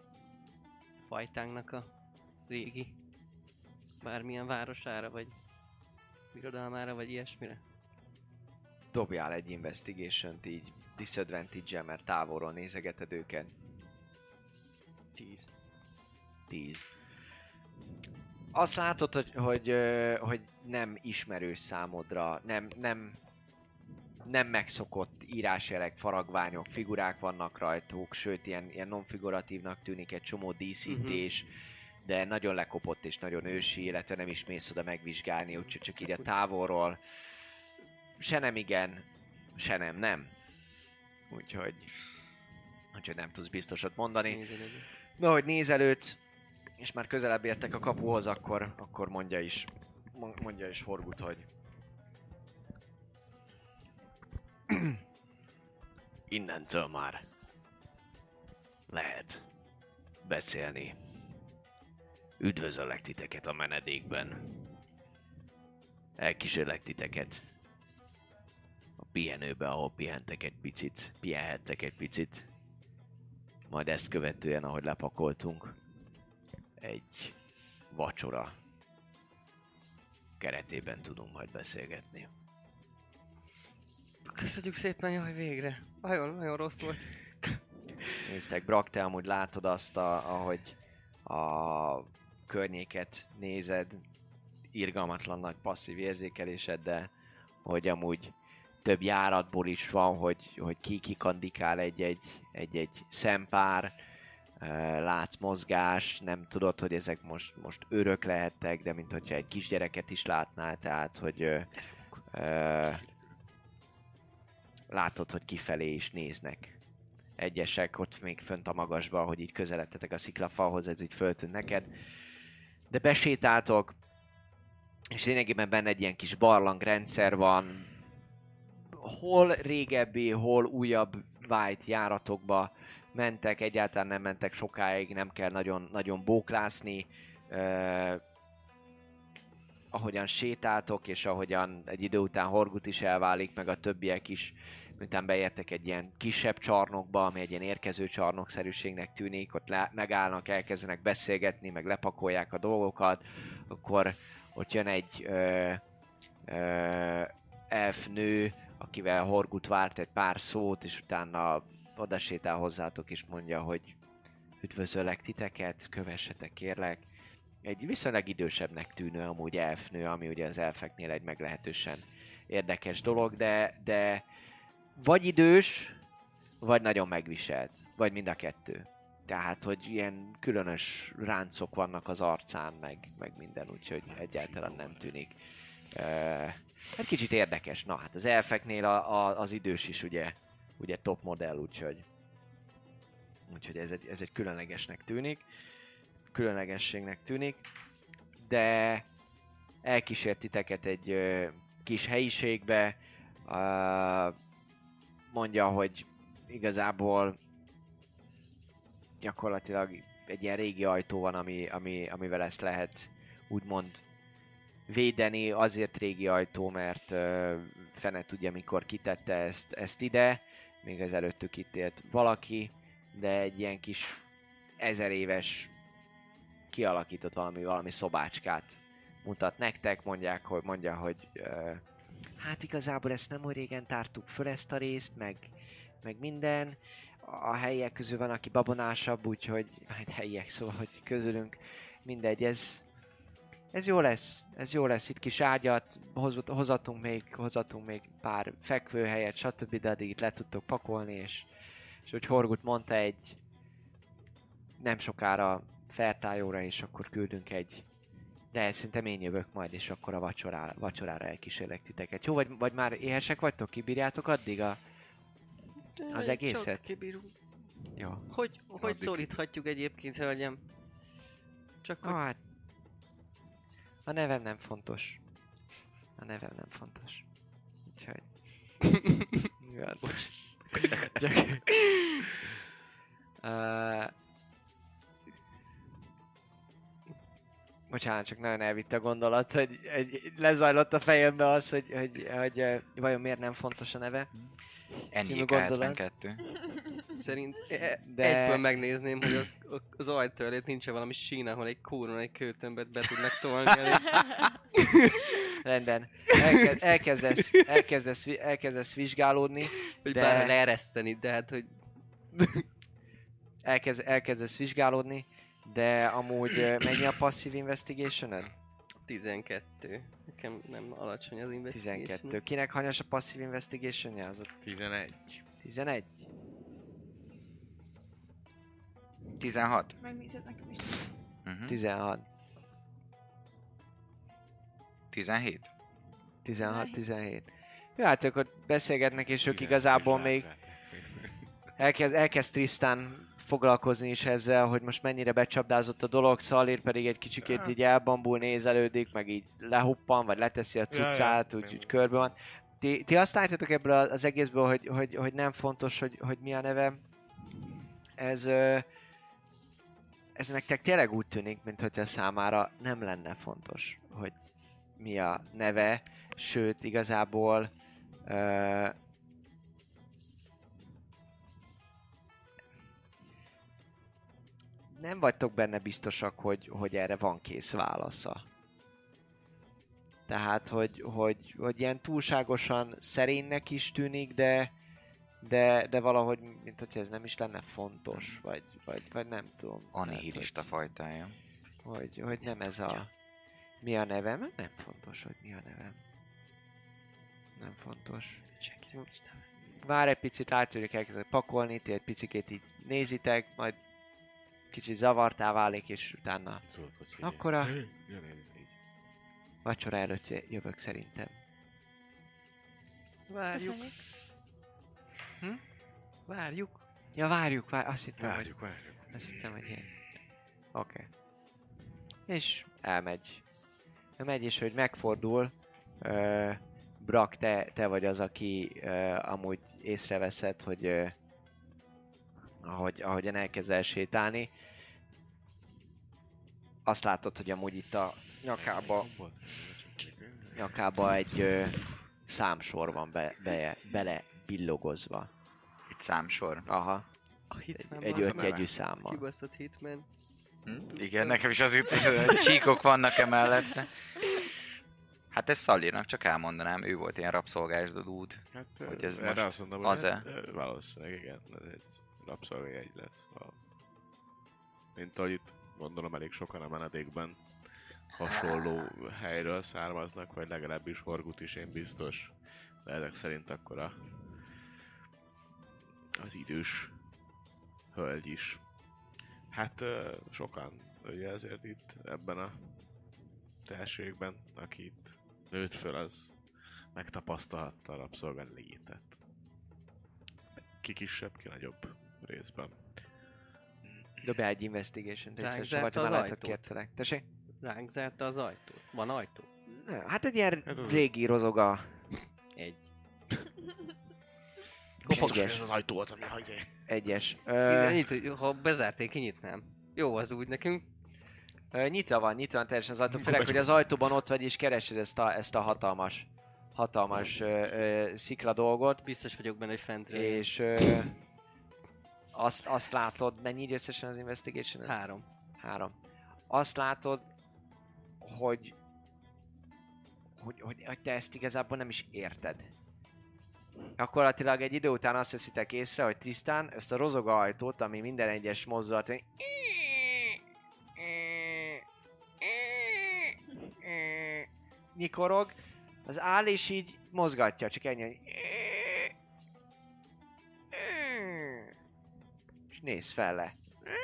fajtánknak a régi bármilyen városára, vagy birodalmára, vagy ilyesmire? Dobjál egy investigation-t így disadvantage-el, mert távolról nézegeted őket. Tíz. tíz. Azt látod, hogy, hogy, ö, hogy nem ismerős számodra, nem, nem, nem megszokott írásjelek, faragványok, figurák vannak rajtuk, sőt ilyen, ilyen non-figuratívnak tűnik egy csomó díszítés, uh-huh. de nagyon lekopott és nagyon ősi, illetve nem is mész oda megvizsgálni, úgyhogy csak így a távolról se nem igen, se nem nem. Úgyhogy, úgyhogy nem tudsz biztosat mondani. De ahogy nézelődsz, és már közelebb értek a kapuhoz, akkor, akkor mondja is, mondja is Horgut, hogy innentől már lehet beszélni. Üdvözöllek titeket a menedékben. Elkísérlek titeket a pihenőbe, ahol pihentek egy picit, pihenhettek egy picit. Majd ezt követően, ahogy lepakoltunk, egy vacsora keretében tudunk majd beszélgetni. Köszönjük szépen, jaj, végre. Nagyon, nagyon rossz volt. Néztek, Brak, te amúgy látod azt, a, ahogy a környéket nézed, irgalmatlan nagy passzív érzékelésed, de hogy amúgy több járatból is van, hogy, hogy ki kikandikál egy-egy, egy-egy szempár, látsz mozgás, nem tudod, hogy ezek most, most őrök lehettek, de mint hogyha egy kisgyereket is látnál, tehát hogy ö, ö, látod, hogy kifelé is néznek. Egyesek ott még fönt a magasban, hogy így közeledtetek a sziklafalhoz, ez így föltűnt neked. De besétáltok, és lényegében benne egy ilyen kis barlangrendszer van, hol régebbi, hol újabb white járatokba mentek, egyáltalán nem mentek sokáig, nem kell nagyon, nagyon bóklászni. Uh, ahogyan sétáltok, és ahogyan egy idő után Horgut is elválik, meg a többiek is, miután beértek egy ilyen kisebb csarnokba, ami egy ilyen érkező csarnokszerűségnek tűnik, ott le- megállnak, elkezdenek beszélgetni, meg lepakolják a dolgokat, akkor ott jön egy ö, ö, elfnő, akivel Horgut várt egy pár szót, és utána oda sétál hozzátok, és mondja, hogy üdvözöllek titeket, kövessetek kérlek. Egy viszonylag idősebbnek tűnő amúgy elfnő, ami ugye az elfeknél egy meglehetősen érdekes dolog, de, de vagy idős, vagy nagyon megviselt, vagy mind a kettő. Tehát, hogy ilyen különös ráncok vannak az arcán, meg, meg minden, úgyhogy egyáltalán nem tűnik. Uh, hát kicsit érdekes, na hát az elfeknél a, a, az idős is ugye, ugye top modell, úgyhogy, úgyhogy ez, egy, ez egy különlegesnek tűnik. Különlegességnek tűnik, de elkísért titeket egy ö, kis helyiségbe, ö, mondja, hogy igazából gyakorlatilag egy ilyen régi ajtó van, ami, ami, amivel ezt lehet úgymond védeni, azért régi ajtó, mert ö, fene tudja, mikor kitette ezt, ezt ide, még az előttük itt élt valaki, de egy ilyen kis ezer éves kialakított valami, valami szobácskát mutat nektek, mondják, hogy, mondja, hogy uh, hát igazából ezt nem olyan régen tártuk föl ezt a részt, meg, meg minden. A helyiek közül van, aki babonásabb, úgyhogy, hát helyiek, szóval, hogy közülünk mindegy, ez, ez jó lesz, ez jó lesz, itt kis ágyat, hoz, hozatunk még, hozatunk még pár fekvőhelyet, stb. De addig itt le tudtok pakolni, és, és hogy Horgut mondta, egy nem sokára fertájóra, és akkor küldünk egy... De szerintem én jövök majd, és akkor a vacsorára, vacsorára elkísérlek titeket. Jó, vagy, vagy már éhesek vagytok? Kibírjátok addig a, az egészet? Csak kibírunk. Jó. Hogy, hogy Addig. szólíthatjuk egyébként, hölgyem? Csak hogy... Ah, hát... A nevem nem fontos. A nevem nem fontos. Úgyhogy... Jó, bocs. Csak... uh... Bocsánat, csak nagyon elvitte a gondolat, hogy egy, lezajlott a fejembe az, hogy, hogy, hogy, hogy vajon miért nem fontos a neve. Ennyika hetvenkettő. Szerint e- De- egyből megnézném, hogy a, a, az ajtörlét nincs valami sín, ahol egy kúron egy kőtömbet be tudnak tolni elég. Rendben. Elke, elkezdesz, elkezdesz, elkezdesz vizsgálódni, Hogy de- bár leereszteni, de hát, hogy... elkezd, elkezdesz vizsgálódni, de amúgy ö, mennyi a passive investigation-ed? tizenkettő. Nekem nem alacsony az investigation. tizenkettő. Kinek hanyas a passive investigation-je? Az a tizenegy. tizenegy? tizenhat. Megnézed nekem is. Uh-huh. tizenhat. tizenhét. tizenhat, tizenhét. Jó, hát ők ott beszélgetnek, és ők igazából még elkezd, elkezd Tristan foglalkozni is ezzel, hogy most mennyire becsapdázott a dolog, Szalir pedig egy kicsikét így elbambul, nézelődik, meg így lehuppan, vagy leteszi a cuccát, úgy, úgy körbe van. Ti, ti azt látjátok ebből az egészből, hogy, hogy, hogy nem fontos, hogy, hogy mi a neve. Ez, ö, ez nektek tényleg úgy tűnik, mint hogyha számára nem lenne fontos, hogy mi a neve, sőt, igazából ö, nem vagytok benne biztosak, hogy, hogy erre van kész válasza. Tehát, hogy, hogy, hogy ilyen túlságosan szerénynek is tűnik, de, de, de valahogy, mint hogyha ez nem is lenne fontos, vagy, vagy, vagy nem tudom. Annihilista fajtája. Hogy, hogy nem ez a... Mi a nevem? Mert nem fontos, hogy mi a nevem. Nem fontos. Vár egy picit, átjövök, elkezdek pakolni, ti egy picikét így nézitek, majd kicsit zavartá válik, és utána Tudod, hogy akkor a Jön én így. vacsora előtt jövök szerintem. Várjuk. Köszönjük. Várjuk. Ja, várjuk, vár, azt hittem, hogy... Várjuk, várjuk. Azt hittem, hogy én... Oké. Okay. És elmegy. Elmegy, és hogy megfordul, uh, Brak, te, te vagy az, aki uh, amúgy észreveszed, hogy uh, ahogy, ahogyan elkezd el sétálni, azt látod, hogy amúgy itt a nyakába, nyakába egy uh, számsor van be, be, bele billogozva. Itt számsor. Aha. A Hitman Egy van. ötjegyű számmal. Kibaszott Hitman. Hm? Igen, nekem is az itt hogy csíkok vannak emellette. Hát ezt Szalirnak csak elmondanám, ő volt ilyen rabszolgásdod út. Hát, Hogy ez erre most azt mondom, az-e? hogy hát, valószínűleg igen, ez egy rabszolgajegy lesz. A... Mint ahogy itt gondolom elég sokan a menedékben hasonló helyről származnak, vagy legalábbis Horgut is én biztos. De ezek szerint akkor a... az idős hölgy is. Hát uh, sokan, ugye ezért itt ebben a térségben, aki itt nőtt föl, az megtapasztalhatta a rabszolga létet. Ki kisebb, ki nagyobb részben. Dobjál egy investigation-t, Ránk egyszer, zárta vagy ha az már látok ajtót. kértelek. Tessék? Ránk zárta az ajtót. Van ajtó? Ne, hát egy ilyen Hát az- régi rozoga. Egy. Biztos, hogy Egyes. ez az ajtó az, ami hagyja. Egyes. Ö... Ö, Nyit, ha bezárték, kinyitnám. Jó, az úgy nekünk. ö, nyitva van, nyitva van teljesen az ajtó. Főleg, hogy az ajtóban ott vagy és keresed ezt a, ezt a hatalmas, hatalmas ö, ö, szikla dolgot. Biztos vagyok benne, hogy fentről. És ö, azt, azt látod, mennyi így összesen az investigation? Három. Három. Azt látod, hogy, hogy, hogy, hogy te ezt igazából nem is érted. Gyakorlatilag egy idő után azt veszitek észre, hogy Tristan ezt a rozoga ajtót, ami minden egyes mozdulat nyikorog, az áll és így mozgatja, csak ennyi, hogy és néz fel le.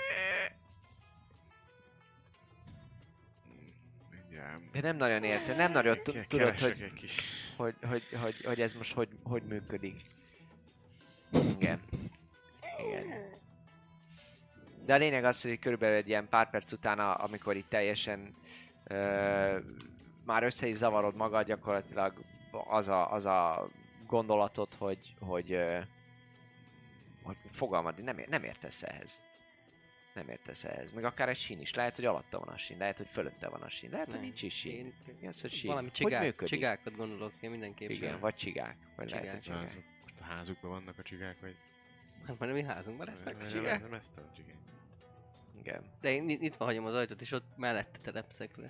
Mindjárt. De nem nagyon érted, nem nagyon tu- Ke- tudod, keresek hogy, egy kis... hogy, hogy, hogy, hogy ez most hogy, hogy működik. Igen. Igen. De a lényeg az, hogy körülbelül egy ilyen pár perc utána, amikor itt teljesen ö, már össze is zavarod magad, gyakorlatilag az a, az a gondolatod, hogy, hogy, ö, hogy fogalmad, nem, ér- nem értesz ehhez. Nem értesz ehhez. Még akár egy sín is. Lehet, hogy alatta van a sín, lehet, hogy fölötte van a sín, lehet, hogy Nem. nincs is sín. Én Mi az, hogy sín? valami Hogy csigák, működik? csigákat gondolok én mindenképpen. Igen, vagy csigák. Vagy lehet, hogy Csigák. csigák. Azok most a házukban vannak a csigák, vagy... Hát már nem mi házunkban lesznek a Nem, csigák. Nem ezt a csigák. Igen. De én nyit- nyitva hagyom az ajtót, és ott mellette telepszek le.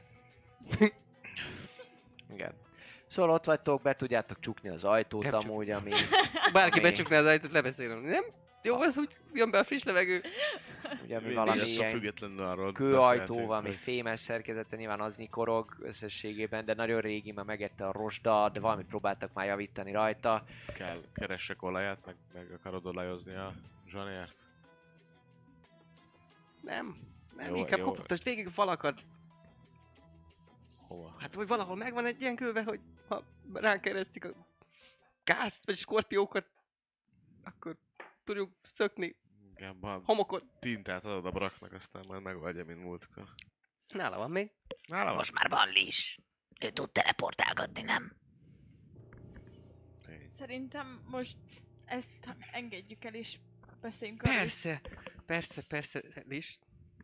Igen. Szóval ott vagytok, be tudjátok csukni az ajtót Nem csuk- amúgy, ami... Bárki ami- becsukná az ajtót, lebeszélem. Nem? Jó, az úgy jön be a friss levegő. ugye ami Mindig valami attól ilyen függetlenül arról kőajtó, beszélhetünk, valami hogy- fémes szerkezete, nyilván az nyikorog összességében, de nagyon régi, már megette a rozsda, de valamit próbáltak már javítani rajta. Kell, keressek olajat, meg, meg akarod olajozni a zsanért? Nem, nem, Jó, inkább jó. kopogtasd végig a falakat. Hova? Hát, hogy valahol megvan egy ilyen kőve, hogy ha ránk keresztik a gázt, vagy skorpiókat, akkor tudjuk szökni Igen, van homokot. tintát adod a braknak, aztán majd megoldja, mint múltkor. Nála van még. Nála van? Most már van Lis. Ő tud teleportálgatni, nem? Tény. Szerintem most ezt engedjük el és beszéljünk arról. Persze, persze, persze, Lis.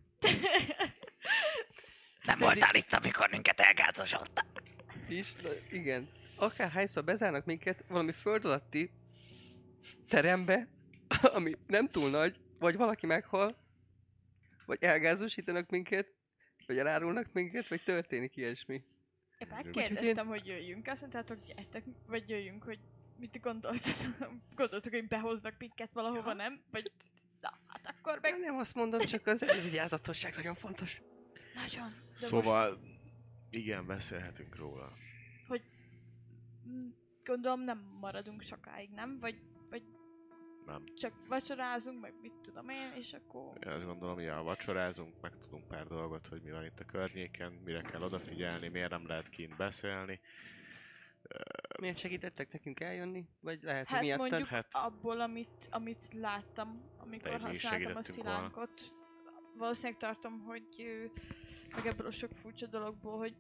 Nem voltál itt, amikor minket elgázosodtak. Lis, na, igen. Akárhányszor bezárnak minket valami föld alatti terembe, ami nem túl nagy, vagy valaki meghal, vagy elgázosítanak minket, vagy elárulnak minket, vagy történik ilyesmi. Én Úgyhogy megkérdeztem, hogy jöjjünk, azt mondtátok, gyertek, vagy jöjjünk, hogy mit gondoltatok? Gondoltuk, hogy behoznak minket valahova, Ja. nem? Vagy, na, hát akkor meg Meg nem azt mondom, csak az elővigyázatosság nagyon fontos. nagyon. De most, Szóval, igen, beszélhetünk róla. mm, gondolom nem maradunk sokáig, nem? Vagy, vagy Nem. csak vacsorázunk, meg mit tudom én, és akkor... Én azt gondolom, hogy ja, vacsorázunk, megtudunk pár dolgot, hogy mi van itt a környéken, mire kell odafigyelni, miért nem lehet kint beszélni. Miért segítettek nekünk eljönni? Vagy lehet, hogy Hát miattad? mondjuk Hát- abból, amit, amit láttam, amikor De mi is használtam a segítettünk volna. szilánkot, valószínűleg tartom, hogy ö, meg ebből a sok furcsa dologból, hogy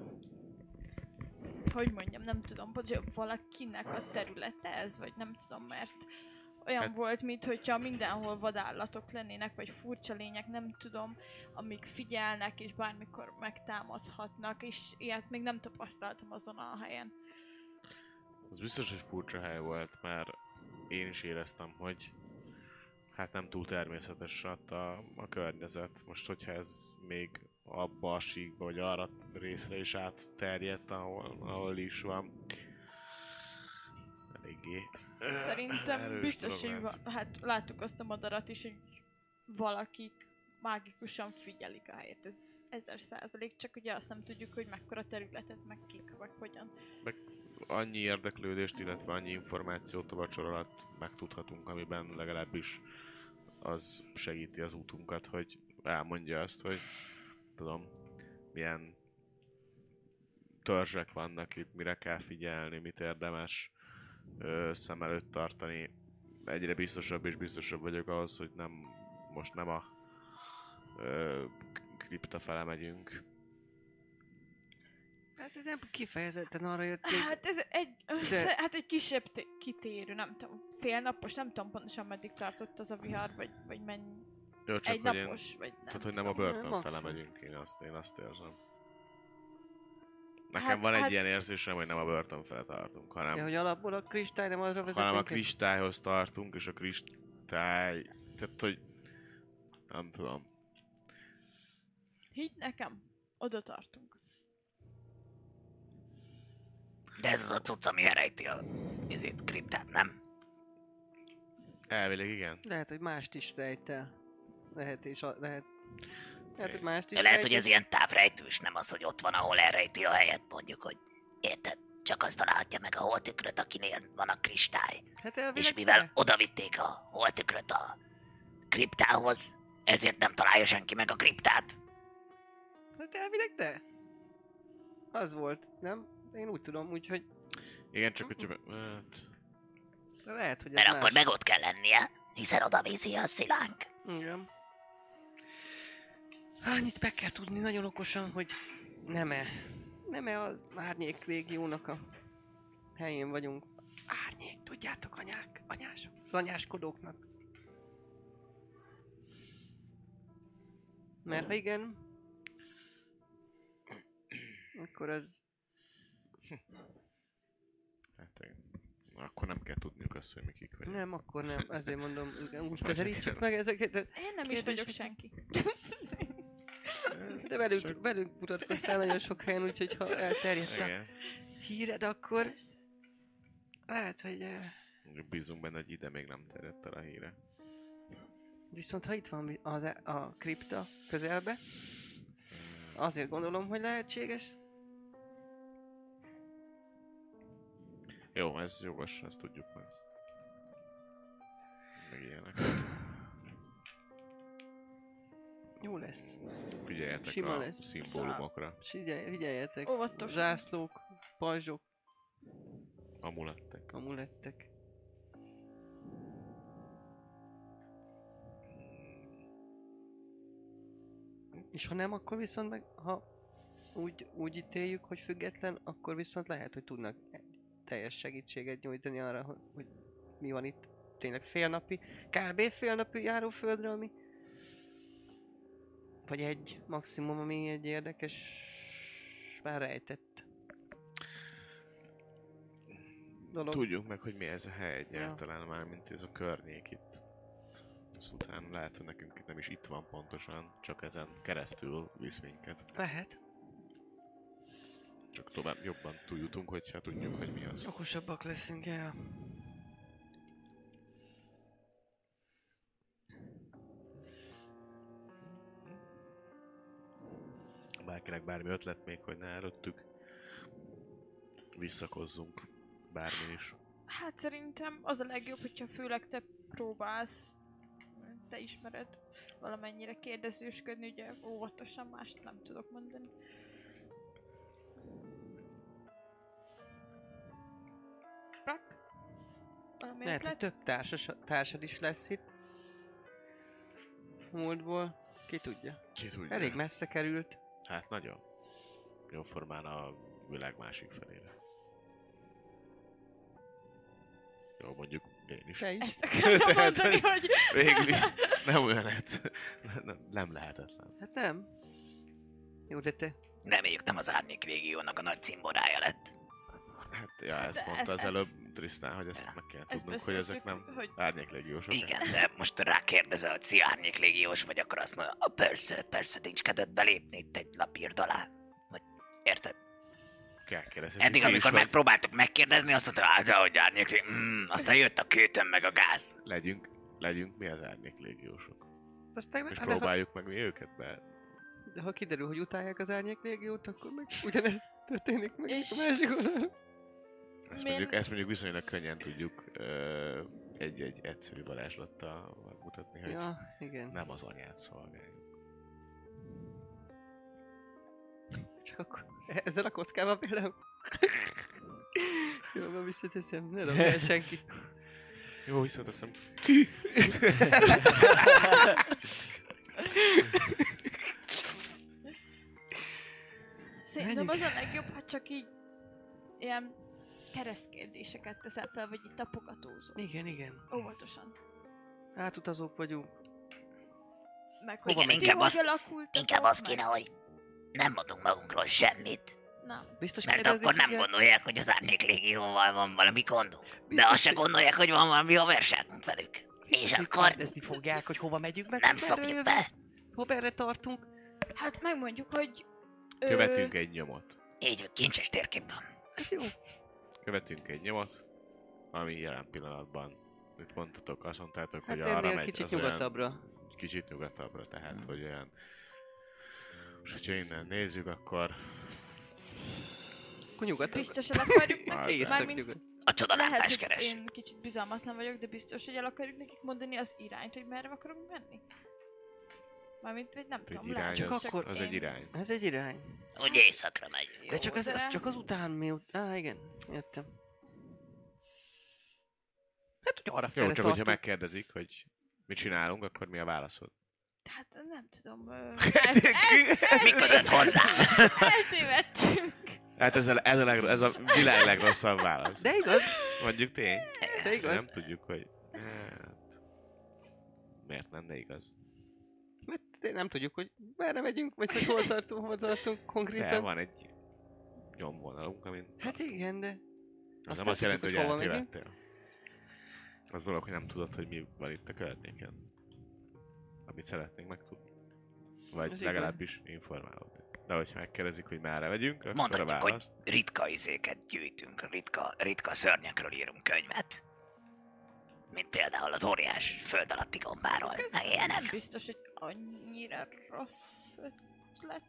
hogy mondjam, nem tudom, hogy valakinek a területe ez, vagy nem tudom, mert olyan Hát- volt, mintha mindenhol vadállatok lennének, vagy furcsa lények, nem tudom, amik figyelnek, és bármikor megtámadhatnak, és ilyet még nem tapasztaltam azon a helyen. Az biztos, hogy furcsa hely volt, mert én is éreztem, hogy hát nem túl természetes ott a, a környezet. Most, hogyha ez még abba a síkba, vagy arra részre is átterjedt, ahol, ahol is van. Eléggé Szerintem erős biztos, dolog hogy lehet. va- hát láttuk azt a madarat is, hogy valakik mágikusan figyelik a helyet. Ez ezer százalék, csak ugye azt nem tudjuk, hogy mekkora területet, meg kik, vagy hogyan. Annyi érdeklődést, illetve annyi információt a vacsora alatt megtudhatunk, amiben legalábbis az segíti az útunkat, hogy elmondja azt, hogy tudom, milyen törzsek vannak itt, mire kell figyelni, mit érdemes ö, szem előtt tartani. Egyre biztosabb és biztosabb vagyok ahhoz, hogy nem, most nem a ö, kripta fele megyünk. Hát nem kifejezetten arra jöttünk. Hát ez egy, De- hát egy kisebb t- kitérő, nem tudom, fél napos, nem tudom pontosan meddig tartott az a vihar, vagy, vagy mennyi, Jó, csak egy hogy én, napos, vagy nem tehát, hogy nem a tudom. börtön Maximum. fele megyünk, én azt, én azt érzem. Nekem Hát- van egy hát- ilyen érzésem, hogy nem a börtön fele tartunk, hanem, Ja, hogy alapból a kristály nem azra vezet hanem a minket? kristályhoz tartunk, és a kristály... Tehát, hogy... Nem tudom. Hidd nekem, oda tartunk. De ez az a cucc, ami elrejti a izét, kriptát, nem? Elvileg igen. Lehet, hogy mást is rejt el. Lehet, és a, lehet... Lehet, hogy mást is De lehet, rejt, hogy ez ilyen távrejtős, nem az, hogy ott van, ahol elrejti a helyet, mondjuk, hogy érted? Csak azt találhatja meg a holtükröt, akinél van a kristály. Hát elvileg És mivel de. oda vitték a holtükröt a kriptához, ezért nem találja senki meg a kriptát. Hát elvileg de. Az volt, nem? Én úgy tudom, úgyhogy Igen, csak hogyha... Hát, lehet, hogy ez Mert más. akkor meg ott kell lennie, hiszen oda viszi a szilánk. Igen. Annyit meg kell tudni nagyon okosan, hogy nem-e, nem-e az árnyék régiónak a helyén vagyunk. Árnyék, tudjátok, anyák, anyások, az anyáskodóknak. Mert ha igen, akkor az... hát igen. Akkor nem kell tudniuk azt, hogy mi kik vagyunk. Nem, akkor nem, ezért mondom, igen, úgy Vagy közelítsük igen. meg ezeket, de, Én nem is Kérdés, vagyok hogy- senki. de velünk, velünk mutatkoztál nagyon sok helyen, úgyhogy ha elterjedt a Igen. híred, akkor lehet, hogy... eh, Bízunk benne, hogy ide még nem terjedt el a híre. Viszont ha itt van az, a kripta közelbe, azért gondolom, hogy lehetséges. Jó, ez jogos, ezt tudjuk meg. Meg ilyenek. Jó lesz. Figyeljetek Sima a lesz. szimbólumokra. Figyelj, figyeljetek. Óvatosan. Zászlók, pajzsok, Amulettek. amulettek. És ha nem, akkor viszont meg, ha úgy, úgy ítéljük, hogy független, akkor viszont lehet, hogy tudnak teljes segítséget nyújtani arra, hogy, hogy mi van itt. Tényleg félnapi, kb. Félnapi járóföldre, ami... Vagy egy maximum, ami egy érdekes... Már rejtett dolog. Tudjuk meg, hogy mi ez a hely egyáltalán, ja. Már mint ez a környék itt. Azután lehet, hogy nekünk itt nem is itt van pontosan, csak ezen keresztül visz minket. Lehet. Csak tovább jobban tudjutunk, hogyha tudjuk, hogy mi az. Okosabbak leszünk, ja. Bárkinek bármi ötlet még, hogy ne előttük visszakozzunk bármi is. Hát szerintem az a legjobb, hogyha főleg te próbálsz, te ismered valamennyire kérdezősködni, ugye óvatosan, mást nem tudok mondani. Prak? Valami Lehet, hogy ötlet? több társas, társad is lesz itt. Múltból. Ki tudja. Ki tudja. Elég messze került. Hát nagyon. Jóformán a világ másik felére. Jó, mondjuk én is. Te is. Ezt akartam mondani, hogy... Végül is nem olyan lehet. Nem, nem lehetetlen. Hát nem. Jó, de te... Reméljük nem az Árnyék Légiónak a nagy cimborája lett. Hát, ja, Hát ezt ez- mondta az ez- előbb Trisztán, hogy ezt meg kell ezt tudnunk, hogy ezek beszéltük, nem hogy- árnyéklégiósok. Igen, de most rákérdezel, hogy szia Árnyék Légiós vagy, akkor azt mondja, ah, persze, persze, nincs kedved belépni itt egy lapírd alá. Vagy, érted? Kell kérdezni. Eddig, ki is, amikor hogy megpróbáltuk megkérdezni, azt mondta, hát, hogy Árnyék Légiós, mm, aztán jött a kőtöm meg a gáz. Legyünk, legyünk mi az árnyéklégiósok. Aztán, És hát, de, ha, próbáljuk meg mi őket be. de ha kiderül, hogy utálják az Árnyék Légiót, akkor meg ugyanez történik meg És- a másik oldalon. Ezt Miért- mondjuk, ezt mondjuk viszonylag könnyen tudjuk ö, egy-egy egyszerű varázslattal megmutatni, hogy Ja, igen. nem az anyát szolgáljuk. Csak akkor ezzel a kockával például. Jó, van visszateszem, ne dobjál senki. Jó, visszateszem. Szerintem Menjünk. az a legjobb, ha csak így ilyen keresztkérdéseket teszel fel, vagy így tapogatózol. Igen, igen. Óvatosan. Átutazók vagyunk. Meg hogy Igen, ti inkább hogy azt- alakultatok, Inkább az meg- kéne, hogy nem mondunk magunkról semmit, Nem. Biztos mert kérdezni akkor nem fogják? gondolják, hogy az Árnyék Légióval van valami gondunk. De Biztos, azt se hogy- gondolják, hogy van valami haverságunk velük. És Biztos, hogy akkor kérdezni fogják, hogy hova megyünk meg. nem merre szopjuk jövünk, be. Hova erre tartunk. Hát megmondjuk, hogy... ö, Követünk egy nyomot. Így, kincses térkép van. Ez jó. Követünk egy nyomot, ami jelen pillanatban, mit mondtatok, azt mondtátok, Hát hogy arra ennél megy, kicsit az olyan nyugatabbra. kicsit nyugatabbra, tehát hogy olyan... És hogyha innen nézzük, akkor... Akkor nyugatabbra. Biztos el akarjuk Már nekik, Észak mármint nyugat. A csodalátás lehet, hogy keres. én kicsit bizalmatlan vagyok, de biztos, hogy el akarjuk nekik mondani az irányt, hogy merre akarunk menni. Mármint, hogy nem Egy tudom, irány, lehet, Csak az, csak akkor- az én- egy irány. Ez egy irány. Úgy éjszakra megy. De csak az, de- az csak az után miut... Á, igen. Jöttem. Hát, hogy arra Jó, fele csak hogyha tartunk. megkérdezik, hogy mit csinálunk, akkor mi a válaszod? Hát nem tudom. ö, el- el- Mi kötött hozzá? Eltévedtünk. Hát ez a, ez a, legro- ez a világ legrosszabb válasz. De igaz. Mondjuk tény. De igaz. Nem tudjuk, hogy... Hát... Miért nem, de igaz. Mert tényleg nem tudjuk, hogy merre megyünk, vagy hogy hol tartunk, hol tartunk De konkrétan. van egy nyomvonalunk, amin... Hát igen, de... Az azt nem nem azt jelenti, hogy tudjuk, hogy hova megyünk. eltévedtél. Az dolog, hogy nem tudod, hogy mi van itt a környéken. Amit szeretnénk megtudni. Vagy Ez legalábbis informálódni. De hogyha megkérdezik, hogy merre megyünk, akkor a Mondhatjuk, hogy válasz... ritka izéket gyűjtünk, ritka, ritka szörnyekről írunk könyvet. mint például az óriás föld alatti gombáról, meg ilyenek. Nem biztos, hogy annyira rossz ötlet.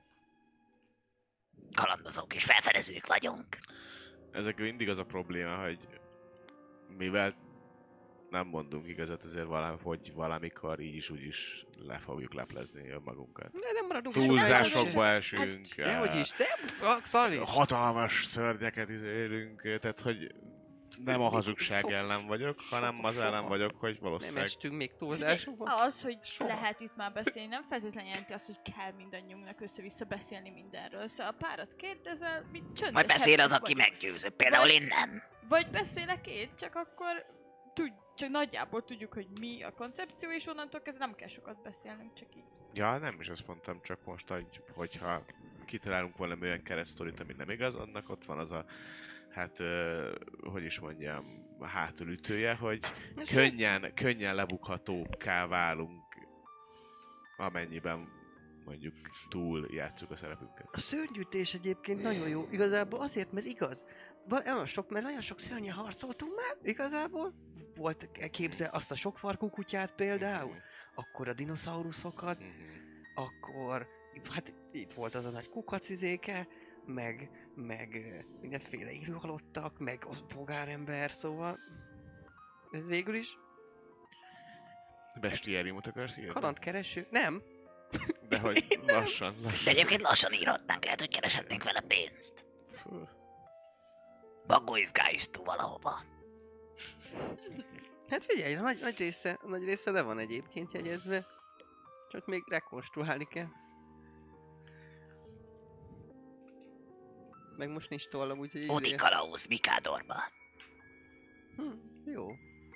Kalandozók és felfedezők vagyunk. Ezek mindig az a probléma, hogy mivel nem mondunk igazat, ezért valahogy valamikor így is úgy is le fogjuk leplezni önmagunkat. De nem maradunk Túlzásokba esünk. Hát, dehogy is, de Szali. Hatalmas szörnyeket érünk, tehát hogy nem a hazugság Sok- ellen vagyok, hanem az soha. ellen vagyok, hogy Nem valószínűleg... estünk még túlzásokba. Az, hogy Soha. lehet itt már beszélni, nem feltétlenül jelenti azt, hogy kell mindannyiunknak össze-vissza beszélni mindenről. Szóval a párat kérdezel, mi csöndesebbek Majd beszél az, aki vagyunk. meggyőző. Például Vagy- én nem. Vagy beszélek én, csak akkor tud, csak nagyjából tudjuk, hogy mi a koncepció, és onnantól kezdve nem kell sokat beszélnünk, csak így. Ja, nem is azt mondtam, csak most, hogy, hogyha kitalálunk valami olyan keresztorit, ami nem igaz, annak ott van az a, hát, uh, hogy is mondjam, a hátulütője, hogy könnyen, könnyen lebukhatókká válunk, amennyiben mondjuk túl játsszuk a szerepünket. A szörnyűtés egyébként nagyon jó, igazából azért, mert igaz. Ba- Nagyon sok, mert nagyon sok szörnyen harcoltunk már, igazából. Volt, képzel azt a sokfarkú kutyát például, akkor a dinoszauruszokat, Mhm. akkor hát itt volt az a nagy kukacizéke, meg, meg ö, mindenféle élőhalottak, meg a bogárember, szóval ez végül is Bestiáriumot akarsz írni? kalandkereső. Nem, De hogy lassan, De lassan. egyébként lassan írhatnánk, lehet, hogy kereshetnénk vele pénzt. Bagoizgáiztó valahova. hát figyelj, a nagy, nagy, része, a nagy része le van egyébként jegyezve, csak még rekonstruálni kell. Meg most nincs tollam, úgyhogy... Odi izé- kalauz Mikádorba. Hm, jó.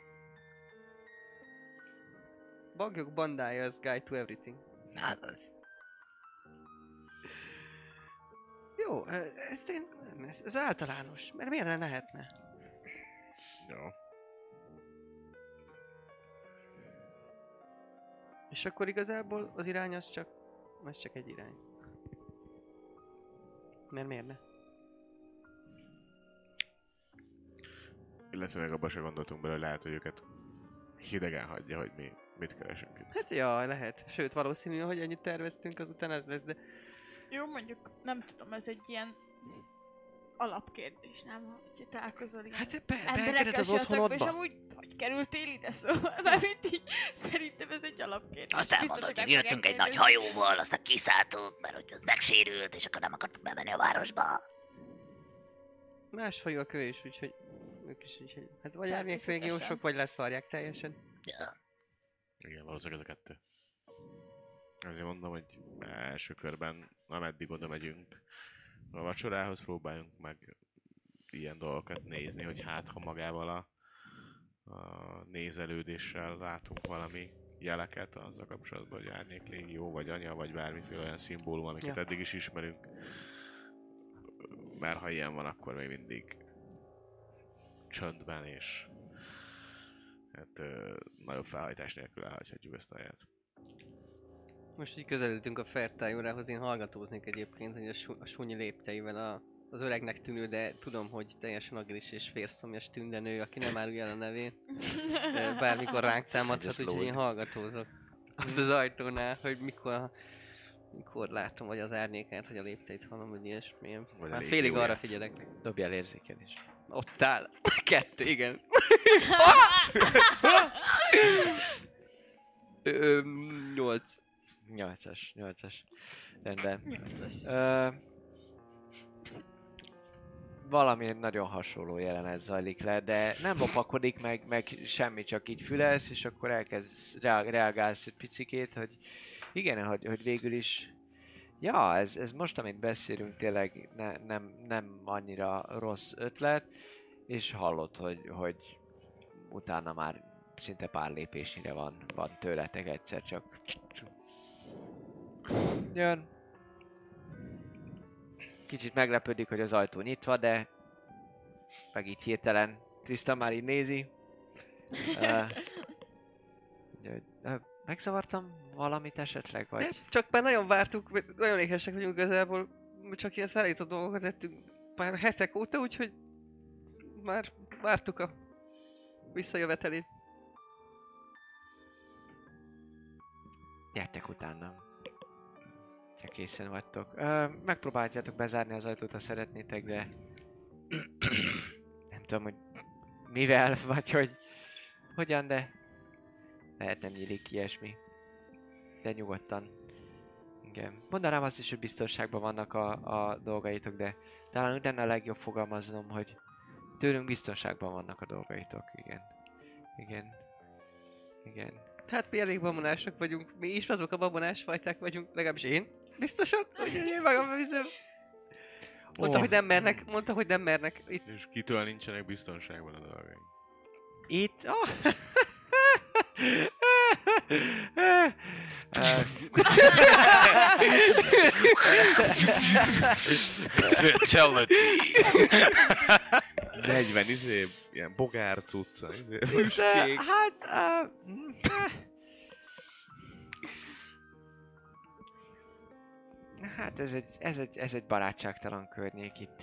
Bagyok bandája az Guide to Everything. Na, az. Jó, ö, ez, én, nem, ez, ez általános, mert miért ne lehetne? Jó. És akkor igazából az irány az csak, az csak egy irány. Mert miért ne? Illetve meg abban se gondoltunk bele, hogy lehet, hogy őket hidegen hagyja, hogy mi mit keresünk itt. Hát jaj, lehet. Sőt, valószínű, hogy ennyit terveztünk, azután ez lesz, de... Jó, mondjuk, nem tudom, ez egy ilyen alapkérdés, nem? Hogyha találkozol ilyen Hát be, emberekkel, beengeded az stb. És otthonodba? amúgy, hogy kerültél ide, szóval, mármint így, szerintem ez egy alapkérdés. Azt Biztos, elmondod, meg hogy jöttünk fogják egy nagy kérdezni. hajóval, aztán kiszálltunk, mert hogy az megsérült, és akkor nem akartuk bemenni a városba. Más fajú a kő is, úgyhogy... Ők is úgyhogy... Hát vagy Természetesen. árnyékrégiósok, vagy leszarják teljesen. Ja. Igen, valószínűleg ez a kettő. Ezért mondom, hogy első körben, ameddig oda megyünk a vacsorához, próbáljunk meg ilyen dolgokat nézni, hogy hát ha magával a, a nézelődéssel látunk valami jeleket azzal kapcsolatban, hogy árnyék légió, vagy anya, vagy bármiféle olyan szimbólum, amiket Ja. eddig is ismerünk. Mert ha ilyen van, akkor még mindig csöndben és hát ö, nagyobb felhajtás nélkül elhagyhatjuk ezt a helyet. Most így közelítünk a Fertájórához, én hallgatóznék egyébként, hogy a, su- a sunyi lépteivel a, az öregnek tűnő, de tudom, hogy teljesen agilis és férszomjas tündenő, aki nem árulja el a nevét. Ö, Bármikor ránk támadhat, Just úgyhogy én load. hallgatózok az az ajtónál, hogy mikor, mikor látom, vagy az árnyékát, hogy a lépteit hallom, hogy ilyesmi. Vagy a Már félig légióját. arra figyelek. Dobjál érzékelés. Ott áll. Kettő, igen. Ö, Nyolc. Nyolcas, nyolcas. Rendben. Nyolcas. Ö, valami nagyon hasonló jelenet zajlik le, de nem lopakodik meg, meg semmi, csak így fülelsz, és akkor elkezd, reag- reagálsz egy picikét, hogy igen, hogy, hogy végül is ja, ez, ez most, amit beszélünk, tényleg ne, nem, nem annyira rossz ötlet, és hallod, hogy, hogy utána már szinte pár lépésnyire van, van tőletek, egyszer csak jön. Kicsit meglepődik, hogy az ajtó nyitva, de meg így hirtelen Tristan már így nézi. Ö, mondja, hogy, ö, megzavartam valamit esetleg, vagy... Nem, csak már nagyon vártuk, mert nagyon éhesek vagyunk igazából, csak ilyen szállított dolgokat tettünk pár hetek óta, úgyhogy már vártuk a visszajövetelét. Gyertek utánam. Ha készen vagytok. Ö, megpróbáljátok bezárni az ajtót, ha szeretnétek, de... nem tudom, hogy mivel, vagy hogy... Hogyan, de... Lehet nem nyílik ilyesmi. De nyugodtan. Igen. Mondanám azt is, hogy biztonságban vannak a, a dolgaitok, de talán utána a legjobb fogalmaznom, hogy tőlünk biztonságban vannak a dolgaitok. Igen. Igen. Igen. Hát mi elég babonások vagyunk, mi is azok a babonás fajták vagyunk, legalábbis én. Biztosan, hogy én magam hiszem. Mondta, Ó. hogy nem mernek, mondta, hogy nem mernek. Itt És kitől nincsenek biztonságban a dolgaink. Itt... Oh. Fatality. negyven izé, ilyen bogár cucca, izé. De, hát... Uh, mm, eh. Hát ez egy, ez egy, ez egy barátságtalan környék itt.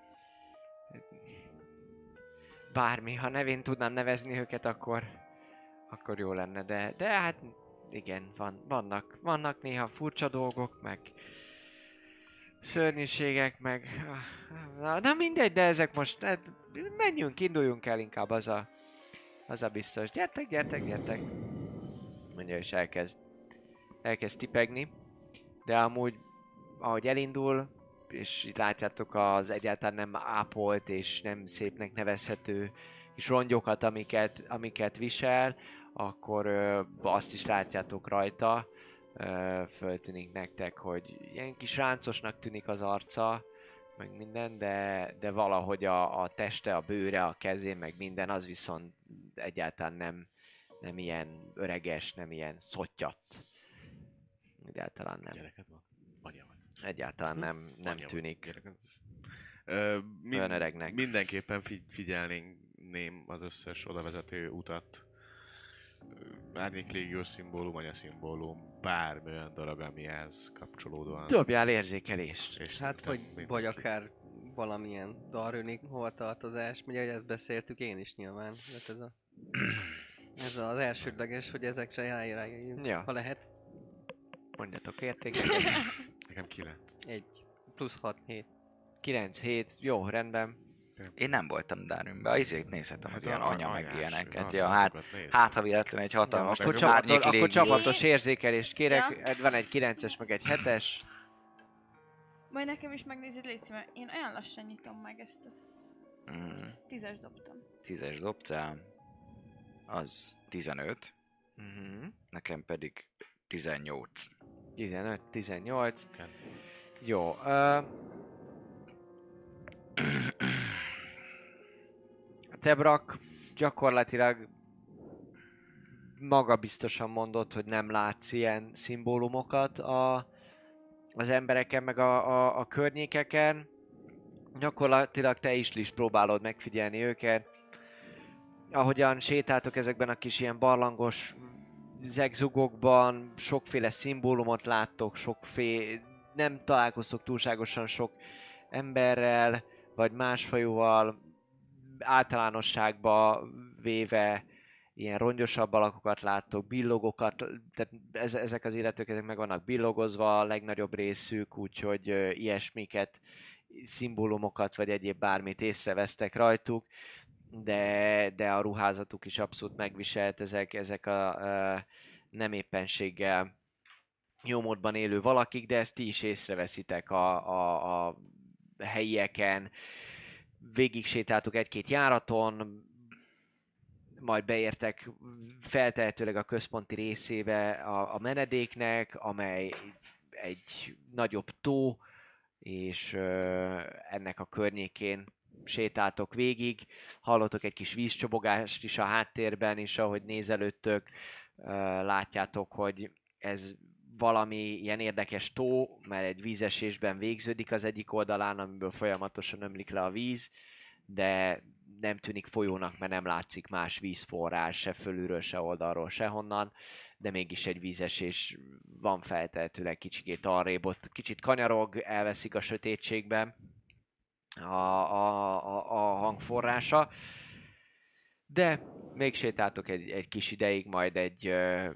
Bármi, ha nevén tudnám nevezni őket, akkor, akkor jó lenne, de, de hát igen, van, vannak, vannak néha furcsa dolgok, meg szörnyűségek, meg... Na, na mindegy, de ezek most... Hát, menjünk, induljunk el inkább, az a, az a biztos. Gyertek, gyertek, gyertek. Mondja, és elkezd, elkezd tipegni. De amúgy, ahogy elindul, és itt látjátok az egyáltalán nem ápolt és nem szépnek nevezhető kis rongyokat, amiket, amiket visel, akkor ö, azt is látjátok rajta. Ö, föltűnik nektek, hogy ilyen kis ráncosnak tűnik az arca, meg minden, de, de valahogy a, a teste, a bőre, a kezén, meg minden, az viszont egyáltalán nem, nem ilyen öreges, nem ilyen szottyadt. Egyáltalán nem. Gyereket van. Anyja van. Egyáltalán nem, nem Anyja van. tűnik Gyereket. Ö, min- olyan öregnek. Mindenképpen figy- figyelném az összes odavezető utat. Ö, Árnyék légiós szimbólum, anyaszimbólum, bármi olyan dolog, amihez kapcsolódóan. Dobjál érzékelést. És hát, nem vagy, mindenki. vagy akár valamilyen darőnik hovatartozás, ugye hogy ezt beszéltük én is nyilván. Hát ez, a, ez az elsődleges, hogy ezekre rájöjjünk, Ja. ha lehet. Mondjatok értékeket. Nekem kilenc. Egy, plusz hat, hét. kilenc hét, jó, rendben. Én nem voltam Darwinben, azért nézhetem az Hát ilyen a- anya meg anyás, ilyeneket. azt Ja, hát, azokat nézd. hát ha véletlen egy hatalmas Akkor, nagy csapatos, árnyék akkor légi- csapatos érzékelést kérek. Ja. Van egy kilences, meg egy hetes. Majd nekem is megnézed, légy szíves. Én olyan lassan nyitom meg ezt az... Mm, Tízes dobtam. tízes dobtál, az tizenöt, Uh-huh. nekem pedig tizennyolc. tizenöt, tizennyolc. Igen. Jó. Uh, Tebrak gyakorlatilag maga biztosan mondott, hogy nem látsz ilyen szimbólumokat a, az embereken, meg a, a, a környékeken. Gyakorlatilag te is is próbálod megfigyelni őket. Ahogyan sétáltok ezekben a kis ilyen barlangos zegzugokban, sokféle szimbólumot láttok, sokféle... Nem találkoztok túlságosan sok emberrel, vagy másfajúval, általánosságba véve ilyen rongyosabb alakokat láttok, billogokat, tehát ez, ezek az illetők ezek meg vannak billogozva, a legnagyobb részük, úgyhogy ö, ilyesmiket, szimbólumokat vagy egyéb bármit észrevesztek rajtuk, de, de a ruházatuk is abszolút megviselt, ezek, ezek a ö, nem éppenséggel jó módban élő valakik, de ezt ti is észreveszitek a, a, a helyieken, végig sétáltuk egy-két járaton, majd beértek feltehetőleg a központi részébe a, a menedéknek, amely egy nagyobb tó, és ö, ennek a környékén sétáltok végig. Hallottok egy kis vízcsobogást is a háttérben, és ahogy nézelődtök, ö, látjátok, hogy ez valami ilyen érdekes tó, mert egy vízesésben végződik az egyik oldalán, amiből folyamatosan ömlik le a víz, de nem tűnik folyónak, mert nem látszik más vízforrás, se fölülről, se oldalról, se honnan, de mégis egy vízesés van feltehetőleg kicsikét arrébb, ott kicsit kanyarog, elveszik a sötétségben a, a, a, a hangforrása, de még sétáltok egy, egy kis ideig, majd egy ö,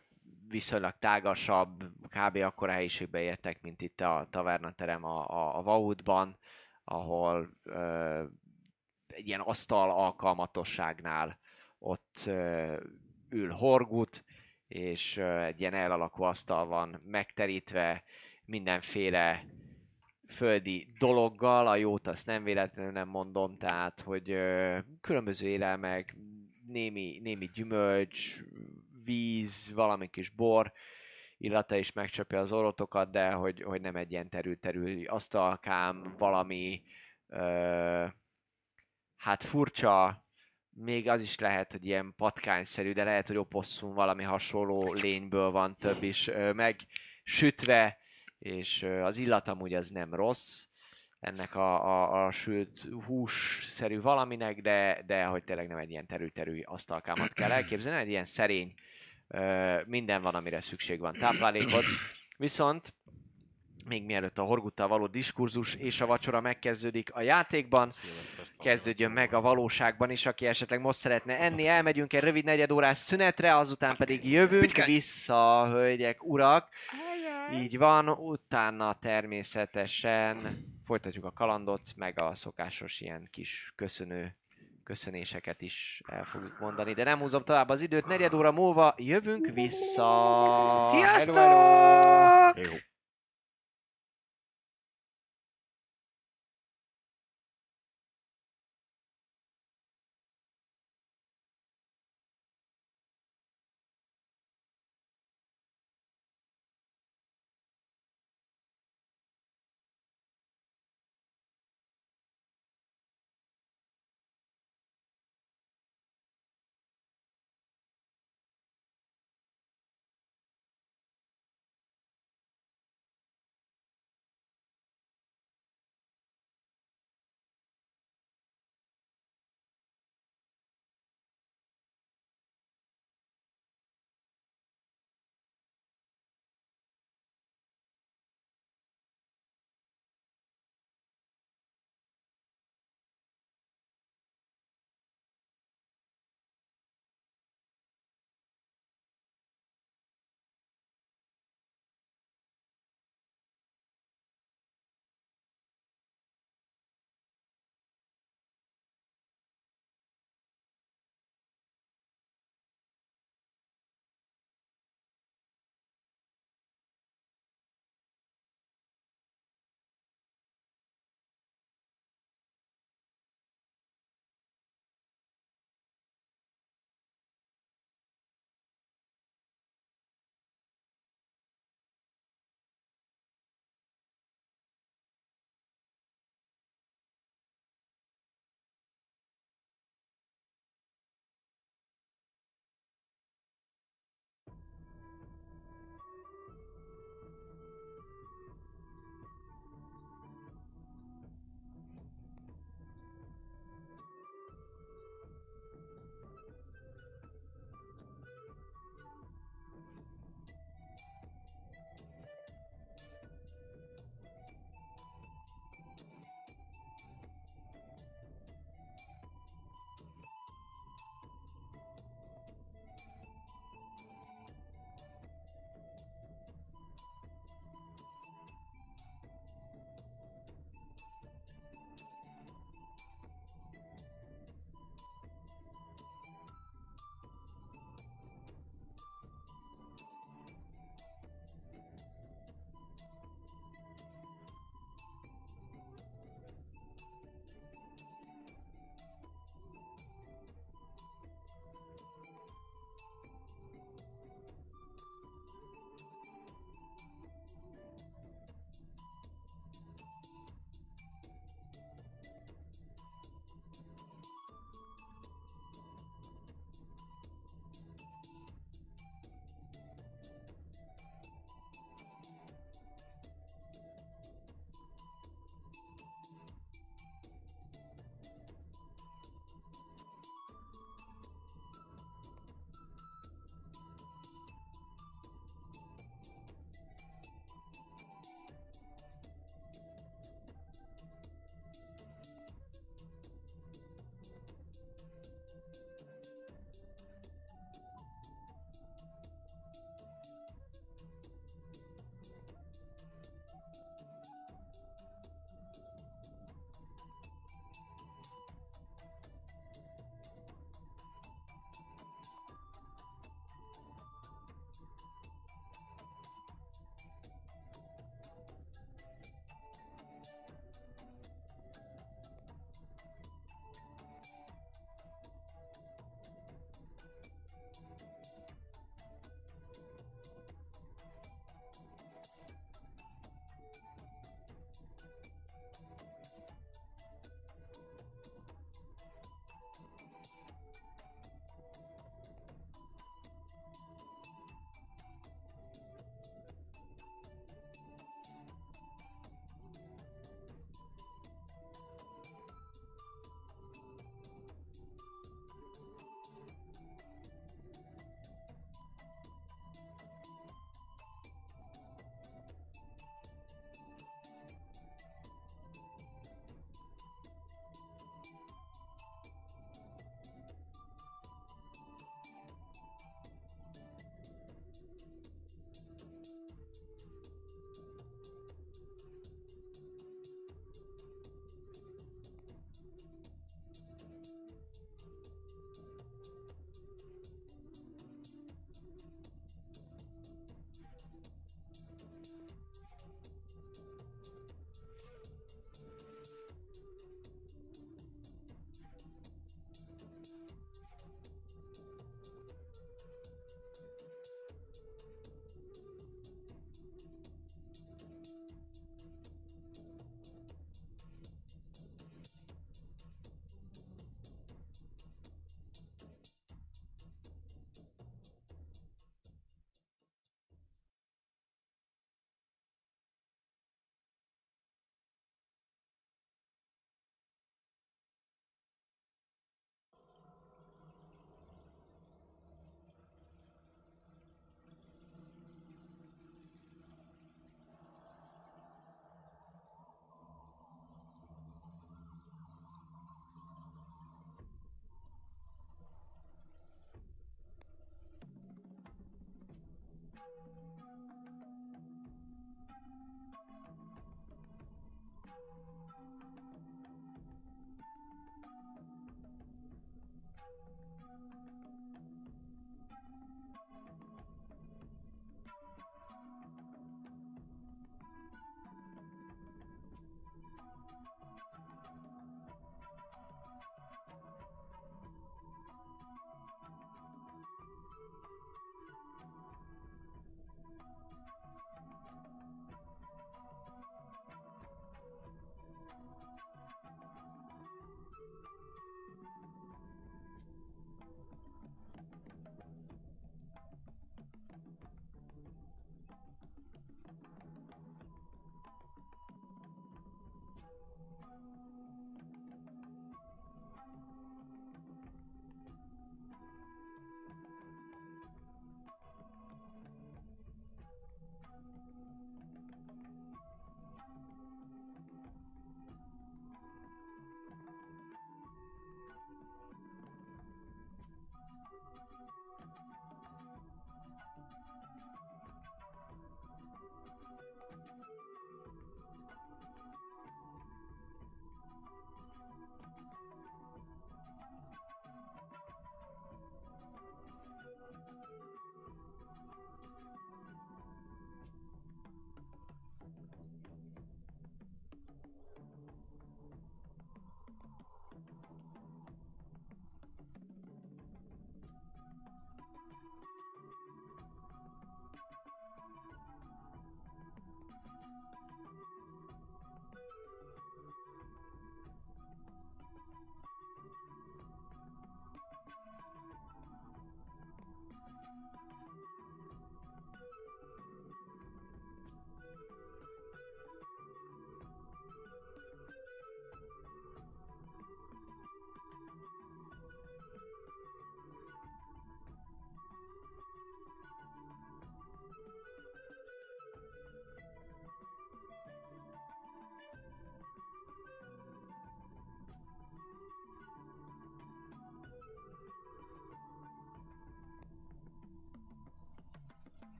viszonylag tágasabb, kb. Akkora helyiségbe értek, mint itt a tavernaterem a, a, a Vautban, ahol ö, egy ilyen asztal alkalmatosságnál ott ö, ül Horgut, és ö, egy ilyen elalakú asztal van megterítve mindenféle földi dologgal, a jót azt nem véletlenül nem mondom, tehát, hogy ö, különböző élelmek, némi, némi gyümölcs, víz, valami kis bor illata is megcsapja az orrotokat, de hogy, hogy nem egy ilyen terül-terül asztalkám, valami ö, hát furcsa, még az is lehet, hogy ilyen patkányszerű, de lehet, hogy oposszum valami hasonló lényből van több is ö, megsütve, és ö, az illat amúgy az nem rossz, ennek a, a, a sült hússzerű valaminek, de, de hogy tényleg nem egy ilyen terű-terű asztalkámat kell elképzelni, egy ilyen szerény, ö, minden van, amire szükség van táplálékot. Viszont még mielőtt a Horguttal való diskurzus és a vacsora megkezdődik a játékban, kezdődjön meg a valóságban is, aki esetleg most szeretne enni, elmegyünk egy rövid negyedórás szünetre, azután pedig jövünk Pitkány. vissza, hölgyek, urak. Így van, utána természetesen folytatjuk a kalandot, meg a szokásos ilyen kis köszönő köszönéseket is el fogjuk mondani, de nem húzom tovább az időt, negyed óra múlva jövünk vissza! Sziasztok! Hello, hello. Jó.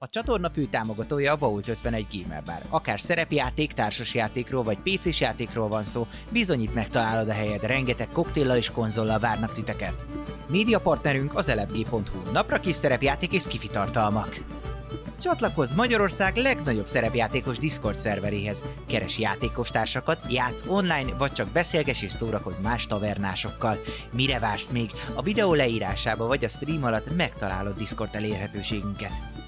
A csatorna fő támogatója a Vault ötvenegy Gamer Bar. Akár szerepjáték, társasjátékról vagy pé cés játékról van szó, bizonyít megtalálod a helyed, rengeteg koktéllal és konzollal várnak titeket. Média partnerünk az elefg pont hu, napra kis szerepjáték és skifi tartalmak. Csatlakozz Magyarország legnagyobb szerepjátékos Discord szerveréhez. Keres játékostársakat, játsz online, vagy csak beszélges és szórakozz más tavernásokkal. Mire vársz még? A videó leírásába vagy a stream alatt megtalálod Discord elérhetőségünket.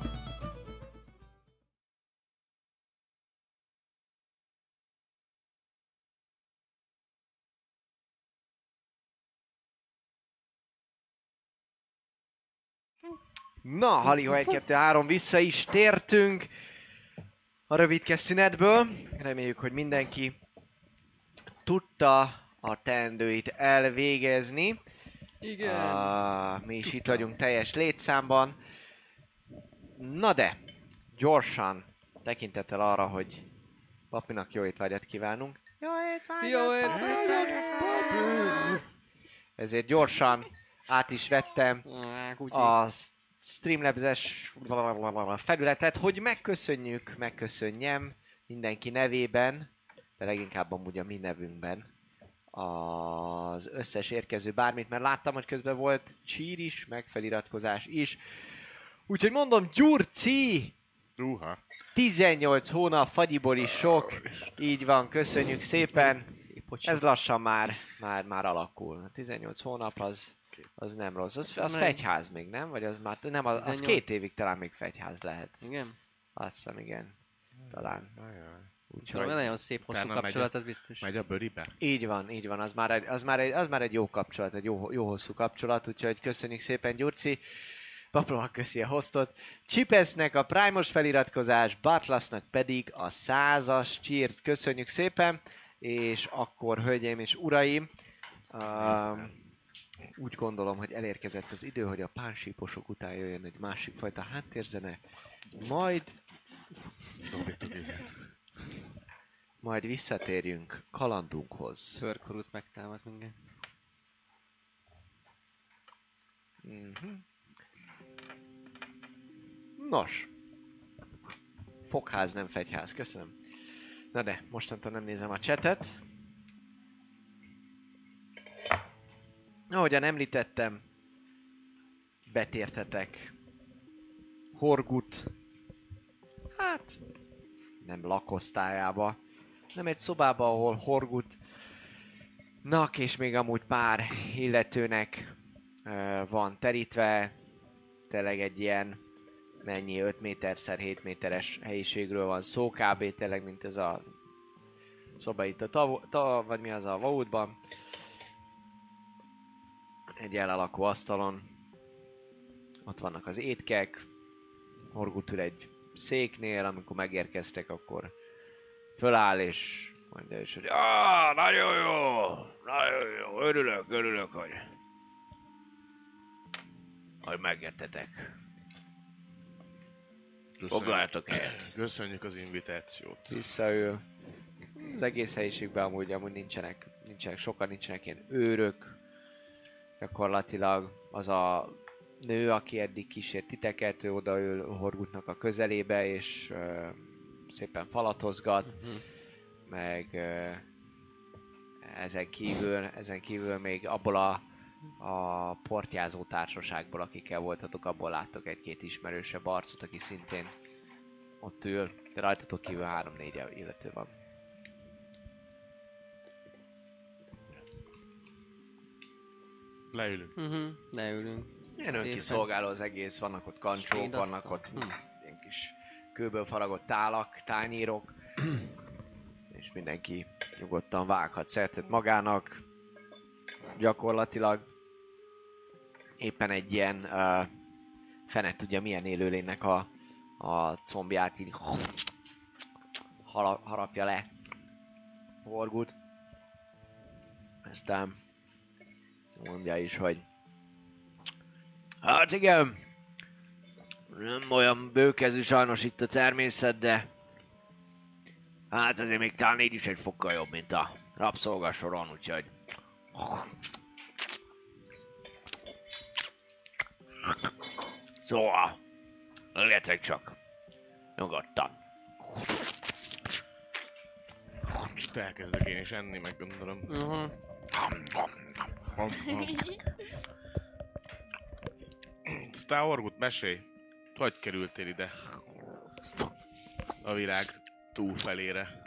Na, Haliho egy kettő három, vissza is tértünk a rövidke szünetből. Reméljük, hogy mindenki tudta a teendőit elvégezni. Igen. Uh, mi is itt vagyunk teljes létszámban. Na de, gyorsan tekintettel arra, hogy Papinak jó étvágyat kívánunk. Jó étvágyat! Jó étvágyat! Ezért gyorsan át is vettem a Streamlabs-es felületet, hogy megköszönjük, megköszönjem mindenki nevében, de leginkább amúgy a mi nevünkben az összes érkező bármit, mert láttam, hogy közben volt csír is, meg feliratkozás is. Úgyhogy mondom, Gyurci! Uha. tizennyolc hónap, fagyiból is sok. Így van, köszönjük szépen. Ez lassan már, már, már alakul. tizennyolc hónap az, az nem rossz. Az, az fegyház még, nem? Vagy az már, nem, az, az két évig talán még fegyház lehet. Igen? Azt hiszem, igen. Talán. Úgyhogy nagyon szép hosszú kapcsolat, az biztos. Megy a bőribe? Így van, így van. Az már egy, az már egy, az már egy jó kapcsolat, egy jó, jó hosszú kapcsolat. Úgyhogy köszönjük szépen, Gyurci. Paplónak köszi a hostot. Chipesnek a Primos feliratkozás, Batlasnak pedig a százas csírt. Köszönjük szépen. És akkor, hölgyeim és uraim, uh, úgy gondolom, hogy elérkezett az idő, hogy a pánsíposok után jöjjön egy másik fajta háttérzene. Majd... Majd visszatérjünk kalandunkhoz. Szörkorút megtámad minket. Mm-hmm. Nos. Fogház, nem fegyház. Köszönöm. Na de, mostantól nem nézem a chatet. Ahogyan említettem, betértetek Horgut, hát nem lakosztályába, nem egy szobába, ahol Horgutnak és még amúgy pár illetőnek uh, van terítve. Tényleg egy ilyen mennyi öt méterszer hét méteres helyiségről van szó, kb. Tényleg, mint ez a szoba itt a tav- ta- vagy mi az a vaultban. Egy elalakú asztalon. Ott vannak az étkek. Horgut ül egy széknél, amikor megérkeztek, akkor föláll és mondja is, hogy ah, nagyon jó, nagyon jó, örülök, örülök, hogy, hogy megértetek. Foglaljatok helyet. Köszönjük az invitációt. Visszaül. Az egész helyiségben amúgy, amúgy nincsenek, nincsenek, sokan nincsenek ilyen őrök. Gyakorlatilag az a nő, aki eddig kísért titeket, ő odaül Horgutnak a közelébe, és uh, szépen falatozgat, uh-huh. meg uh, ezen kívül, ezen kívül még abból a, a portyázó társaságból, akikkel voltatok, abból láttok egy-két ismerősebb arcot, aki szintén ott ül, de rajtatok kívül három-négy illető van. Leülünk. Uh-huh. Leülünk. Ilyen önkiszolgáló az egész, vannak ott kancsók, vannak ott hm. ilyen kis kőből faragott tálak, tányérok, és mindenki nyugodtan vághat szertet magának. Gyakorlatilag éppen egy ilyen uh, fene tudja milyen élőlénynek a, a combját így harapja le Horgut. Aztán mondja is, hogy hát igen, nem olyan bőkezű sajnos itt a természet, de hát azért még talán így is egy fokkal jobb, mint a rabszolgasoron, úgyhogy szóval, legyetek csak, Nyugodtan. Most elkezdek én is enni, meg gondolom. Uh-huh. Star Orgut, mesélj! Hogy kerültél ide? A világ túlfelére.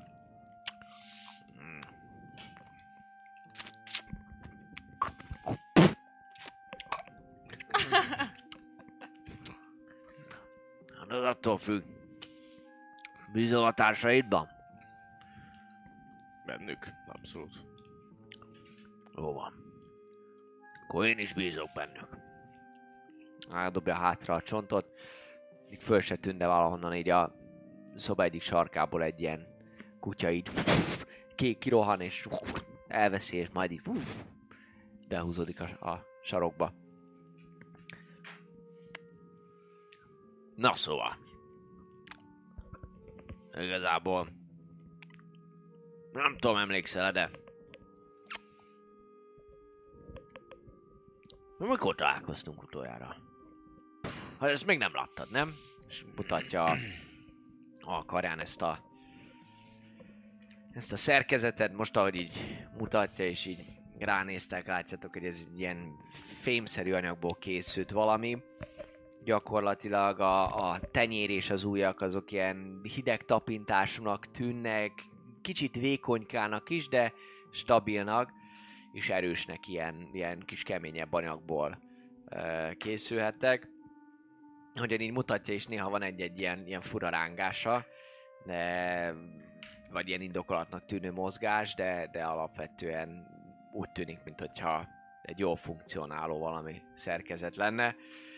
Az attól függ. Bízol a társaidban? Bennük, abszolút. Jó van. Akkor én is bízok bennük. Eldobja hátra a csontot. Még föl se tűnt, de valahonnan így a szoba egyik sarkából egy ilyen kutya így kék kirohan és elveszi, és majd így behúzódik a, a sarokba. Na szóval. Igazából nem tudom, emlékszel, de mikor találkoztunk utoljára? Hát ezt még nem láttad, nem? És mutatja a, a karján ezt a ezt a szerkezetet, most ahogy így mutatja, és így ránéztek, látjátok, hogy ez egy ilyen fémszerű anyagból készült valami. Gyakorlatilag a, a tenyér és az ujjak azok ilyen hideg tapintásúnak tűnnek, kicsit vékonykának is, de stabilnak, és erősnek ilyen, ilyen kis keményebb anyagból e, készülhettek. Hogyan így mutatja, és néha van egy-egy ilyen, ilyen fura rángása, de, vagy ilyen indokolatnak tűnő mozgás, de, de alapvetően úgy tűnik, mintha egy jól funkcionáló valami szerkezet lenne.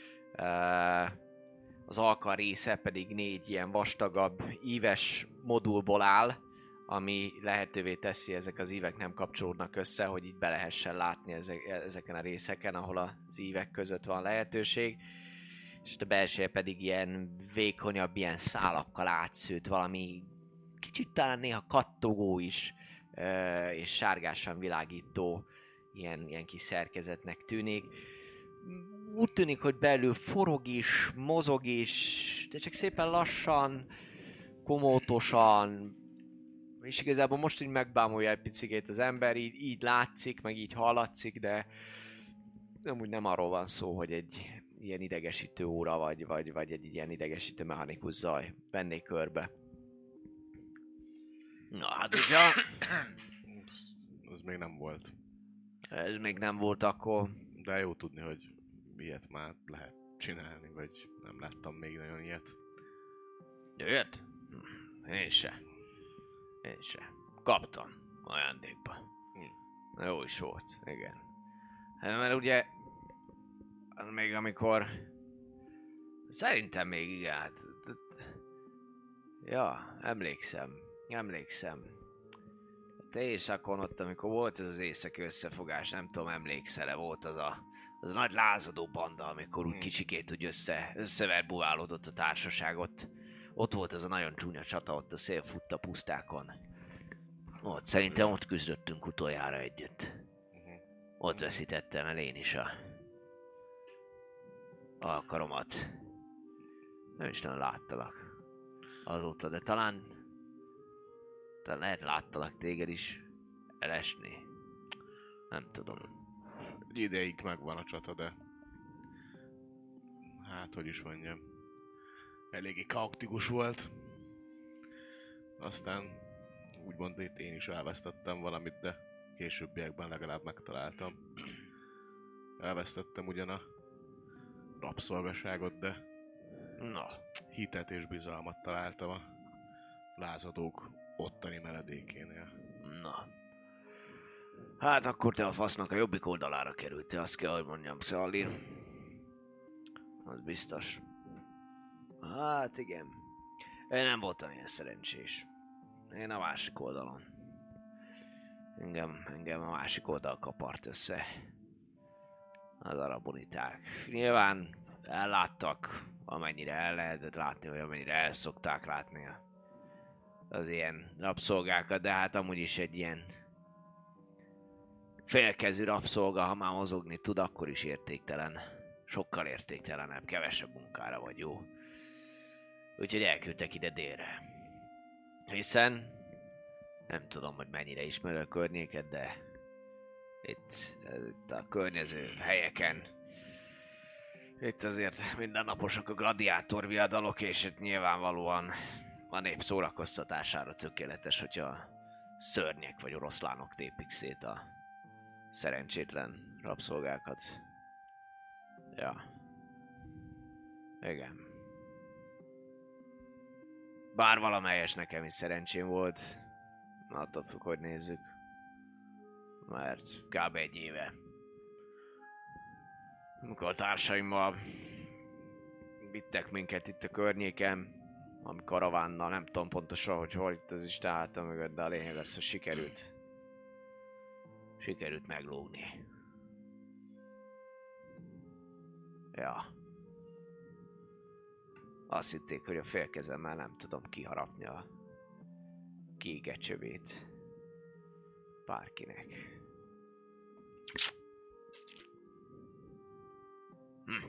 Az alkar része pedig négy ilyen vastagabb íves modulból áll, ami lehetővé teszi, ezek az ívek nem kapcsolódnak össze, hogy így be lehessen látni ezek, ezeken a részeken, ahol az ívek között van lehetőség. És a belseje pedig ilyen vékonyabb, ilyen szálakkal átszőtt, valami kicsit talán néha kattogó is, és sárgásan világító ilyen, ilyen kis szerkezetnek tűnik. Úgy tűnik, hogy belül forog is, mozog is, de csak szépen lassan, komótosan, és igazából most így megbámulja egy picikét az ember, így, így látszik, meg így hallatszik, de amúgy nem arról van szó, hogy egy ilyen idegesítő óra, vagy, vagy, vagy egy ilyen idegesítő mechanikus zaj vennék körbe. Na hát ugye... Ez még nem volt. Ez még nem volt akkor... De jó tudni, hogy ilyet már lehet csinálni, vagy nem láttam még nagyon ilyet. Jöjjött? Én se. Én se. Kaptam ajándékba. Hm. Jó is volt, igen. Hát, mert ugye... Még amikor... Szerintem még igen, hát... Ja, emlékszem. Emlékszem. Te éjszakon ott, amikor volt ez az éjszaki összefogás, nem tudom, emlékszel-e, volt az a, az a nagy lázadó banda, amikor úgy kicsikét úgy össze, összeverbuválódott a társaságot. Ott volt az a nagyon csúnya csata, ott a szél futta pusztákon. Ott, szerintem ott küzdöttünk utoljára együtt. Ott veszítettem el én is a alkaromat. Nem is nagyon láttalak azóta, de talán talán lehet láttalak téged is elesni. Nem tudom. Egy ideig megvan a csata, de hát, hogy is mondjam, eléggé kaotikus volt. Aztán úgymond itt én is elvesztettem valamit, de későbbiekben legalább megtaláltam. Elvesztettem ugyan a rabszolgaságot, de Na, hitet és bizalmat találtam a lázadók ottani menedékénél. na. Hát akkor te a fasznak a jobbik oldalára kerültél, azt kell, hogy mondjam, Szalli. Az biztos. Hát igen. Én nem voltam ilyen szerencsés. Én a másik oldalon. Engem, engem a másik oldal kapart össze. Az araboniták. Nyilván elláttak, amennyire el lehetett látni, vagy amennyire el szokták látni az ilyen rabszolgákat, de hát amúgy is egy ilyen félkezű rabszolga, ha már mozogni tud, akkor is értéktelen. Sokkal értéktelenebb, kevesebb munkára vagy jó. Úgyhogy elküldtek ide délre. Hiszen nem tudom, hogy mennyire ismerő a környéket, de itt, itt a környező helyeken itt azért mindennaposak a gladiátor viadalok, és itt nyilvánvalóan a nép szórakoztatására tökéletes, hogyha szörnyek vagy oroszlánok tépik szét a szerencsétlen rabszolgákat. Ja. Igen. Bár valamelyes nekem is szerencsém volt, attól függ, hogy nézzük. Mert kb. Egy éve, amikor a társaimmal vittek minket itt a környéken, ami karavánnal, nem tudom pontosan, hogy hol itt az Isten háta mögött, de a lényeg az, hogy sikerült. Sikerült meglógni. Ja. Azt hitték, hogy a félkezemmel nem tudom kiharapni a kiégett csövét bárkinek. Hm.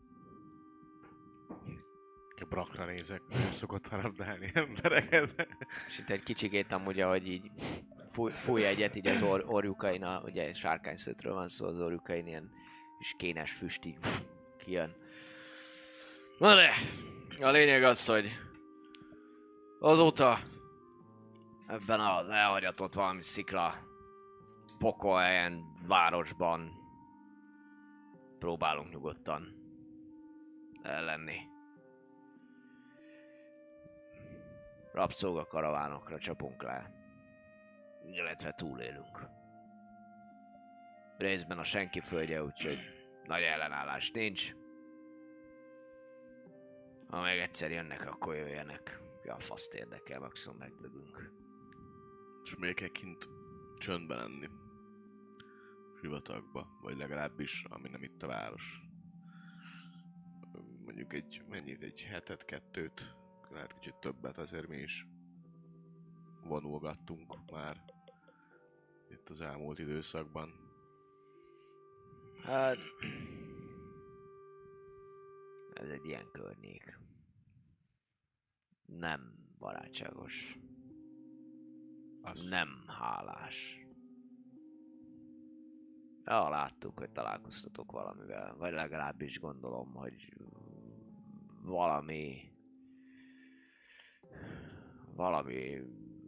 A brakra nézek, hogy szokott harabdálni embereket. És itt egy kicsikét amúgy, ahogy így fúj, fúj egyet így az or, orjukain, a, ugye sárkányszőtről van szó, az orjukain ilyen kis kénes füst így kijön. Na de, a lényeg az, hogy azóta ebben az elhagyatott valami szikla pokolhelyen, városban próbálunk nyugodtan ellenni. Rabszolga karavánokra csapunk le, illetve túlélünk. Részben a senki földje, úgyhogy nagy ellenállás nincs. Ha meg egyszer jönnek, akkor jöjjenek. A faszt érdekel, maximum megdögünk. És még kell kint csöndben lenni. Sivatagba, vagy legalábbis, ami nem itt a város. Mondjuk egy, mennyit, egy hetet, kettőt, lehet kicsit többet, azért mi is vonulgattunk már itt az elmúlt időszakban. Hát... ez egy ilyen környék. Nem barátságos. Az... Nem hálás. Ja, láttuk, hogy találkoztatok valamivel, vagy legalábbis gondolom, hogy valami... Valami...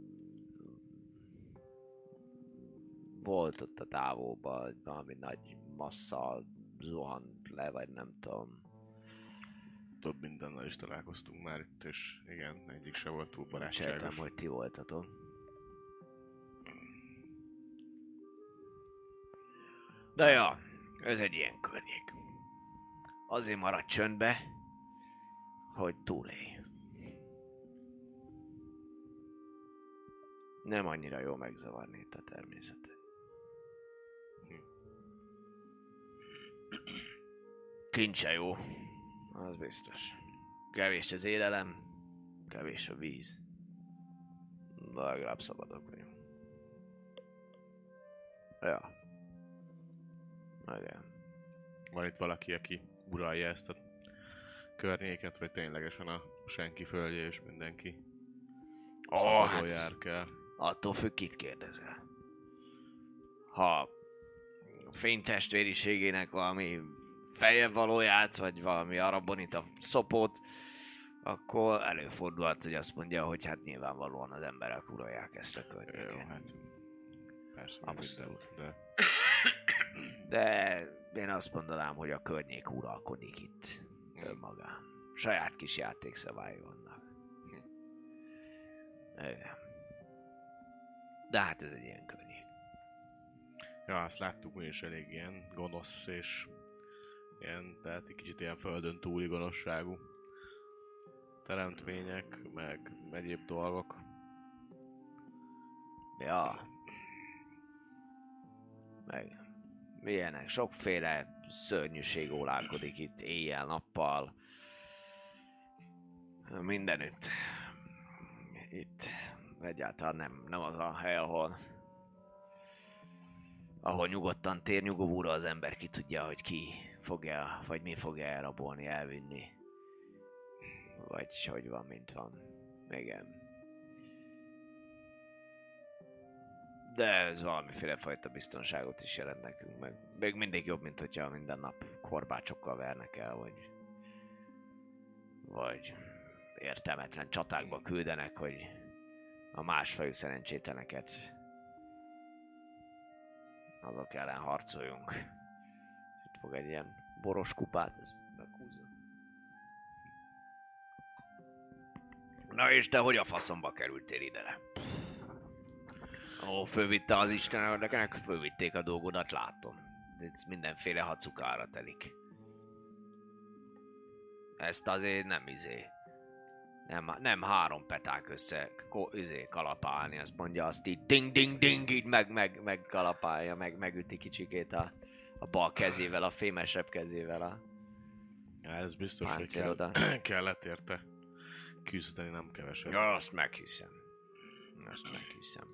volt ott a távolban, valami nagy massza zuhant le, vagy nem tudom. Több mindennel is találkoztunk már itt, és igen, egyik se volt túl barátságos. Sejtem, hogy ti voltatok. De ja, ez egy ilyen környék. Azért maradj csöndbe, hogy túlélj. Nem annyira jó megzavarni itt a természetet. Kincse jó, az biztos. Kevés az élelem, kevés a víz. De legalább szabadok vagyunk. Ja. Igen. Van itt valaki, aki uralja ezt a környéket, vagy ténylegesen a senki földje és mindenki oh, szabadon hát jár kell? Attól függ, kit kérdezel. Ha a fénytestvériségének valami feljebb valóját, vagy valami arabonita szopót, akkor előfordulhat, hogy azt mondja, hogy hát nyilvánvalóan az emberek uralják ezt a környéket. Jó, hát persze, abszolút. De... de én azt mondanám, hogy a környék uralkodik itt önmagán. Saját kis játékszabályai vannak. Igen. De hát ez egy ilyen környék. Ja, azt láttuk mi is elég ilyen gonosz és ilyen, tehát egy kicsit ilyen földön túli gonoszságú teremtmények, meg egyéb dolgok. Ja. Meg milyenek, sokféle szörnyűség ólálkodik itt éjjel-nappal. Mindenütt. Itt egyáltalán nem, nem az a hely, ahol ahol nyugodtan tér nyugovóra az ember, ki tudja, hogy ki fogja, vagy mi fogja elrabolni, elvinni. Vagy hogy van, mint van. Igen. De ez valamiféle fajta biztonságot is jelent nekünk, meg még mindig jobb, mint hogyha minden nap korbácsokkal vernek el, vagy... Vagy értelmetlen csatákba küldenek, hogy a másfajú szerencsétleneket azok ellen harcoljunk. Itt fog egy ilyen boros kupát, ez meghúzza. Na és te hogy a faszomba kerültél ide? Ó, fölvitte az Isten, nekem fölvitték a dolgodat, látom. Ez mindenféle hacukára telik. Ezt azért nem izé. Nem, nem három peták össze ko, izé, kalapálni, azt mondja, azt így ding ding ding így meg, meg, meg kalapálja, meg megüti kicsikét a, a bal kezével, a fémesebb kezével a ja, ez biztos, hogy páncélodat. kell, kellett érte küzdeni, nem keveset. Ja, azt meghiszem. Azt meghiszem.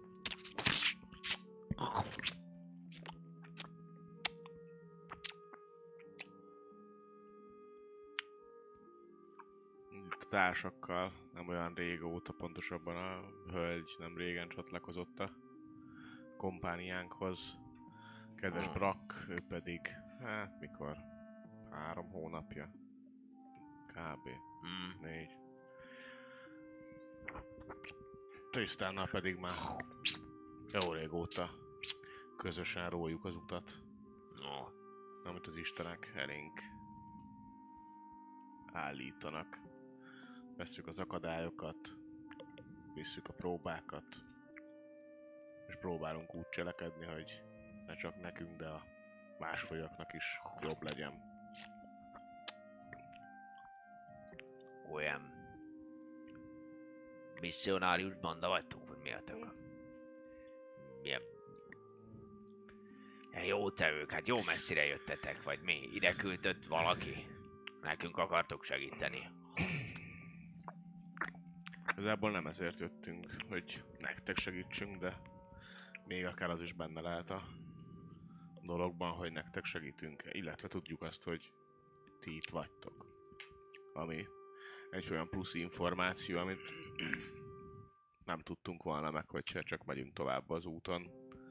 A társakkal nem olyan régóta, pontosabban a hölgy nem régen csatlakozott a kompániánkhoz. Kedves Brack, ő pedig, hát mikor? Három hónapja. Kb. Mm. Négy. Trisztánnal pedig már jó régóta közösen rójuk az utat. No. Amit az istenek elénk állítanak. Vesszük az akadályokat, visszük a próbákat, és próbálunk úgy cselekedni, hogy ne csak nekünk, de a másfoljaknak is jobb legyen. Olyan misszionárius banda vagytok, vagy mi a tök? Milyen... Ilyen jó tevők, hát jó messzire jöttetek, vagy mi? Ide küldött valaki? Nekünk akartok segíteni. Igazából nem ezért jöttünk, hogy nektek segítsünk, de még akár az is benne lehet a dologban, hogy nektek segítünk, illetve tudjuk azt, hogy ti itt vagytok. Ami egy olyan plusz információ, amit nem tudtunk volna meg, hogyha csak megyünk tovább az úton.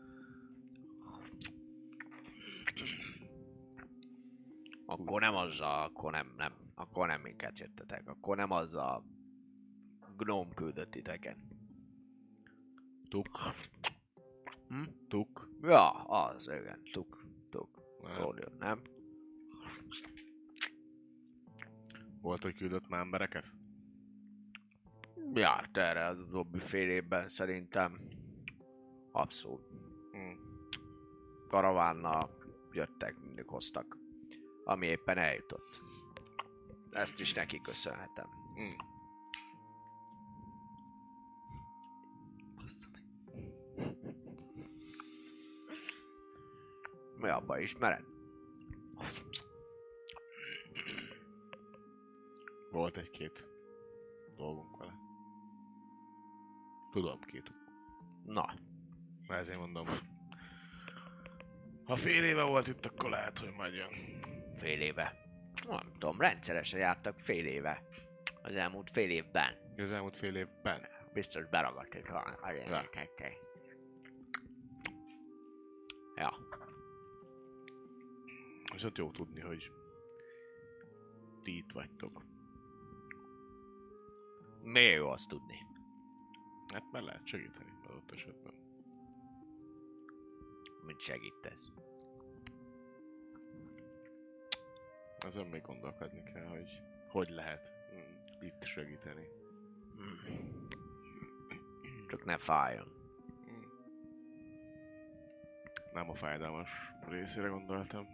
Akkor nem azzal, akkor nem, nem, akkor nem minket jöttetek, akkor nem azzal gnóm küldött titeket. Tuk. Hm? Tuk. Ja, az, igen, tuk, tuk. Nem. Jól jön, nem? Volt, hogy küldött már embereket? Járt erre az utóbbi fél évben szerintem. Abszolút. Hm. Karavánnal jöttek, mindig hoztak. Ami éppen eljutott. Ezt is neki köszönhetem. Hm. Mi abba ismered? Volt egy-két dolgunk vele. Tudom, két. Na. Ezért mondom, hogy ha fél éve volt itt, akkor lehet, hogy majd jön. Fél éve. Nem tudom, rendszeresen jártak fél éve. Az elmúlt fél évben. Az elmúlt fél évben. Biztos beragadt itt van. Ja. Ja. Viszont jó tudni, hogy ti itt vagytok. Miért jó azt tudni? Hát már lehet segíteni adott esetben. Mit segítesz? Ezen még gondolkodni kell, hogy hogy lehet mm, itt segíteni. Csak ne fájjon. Nem a fájdalmas részére gondoltam.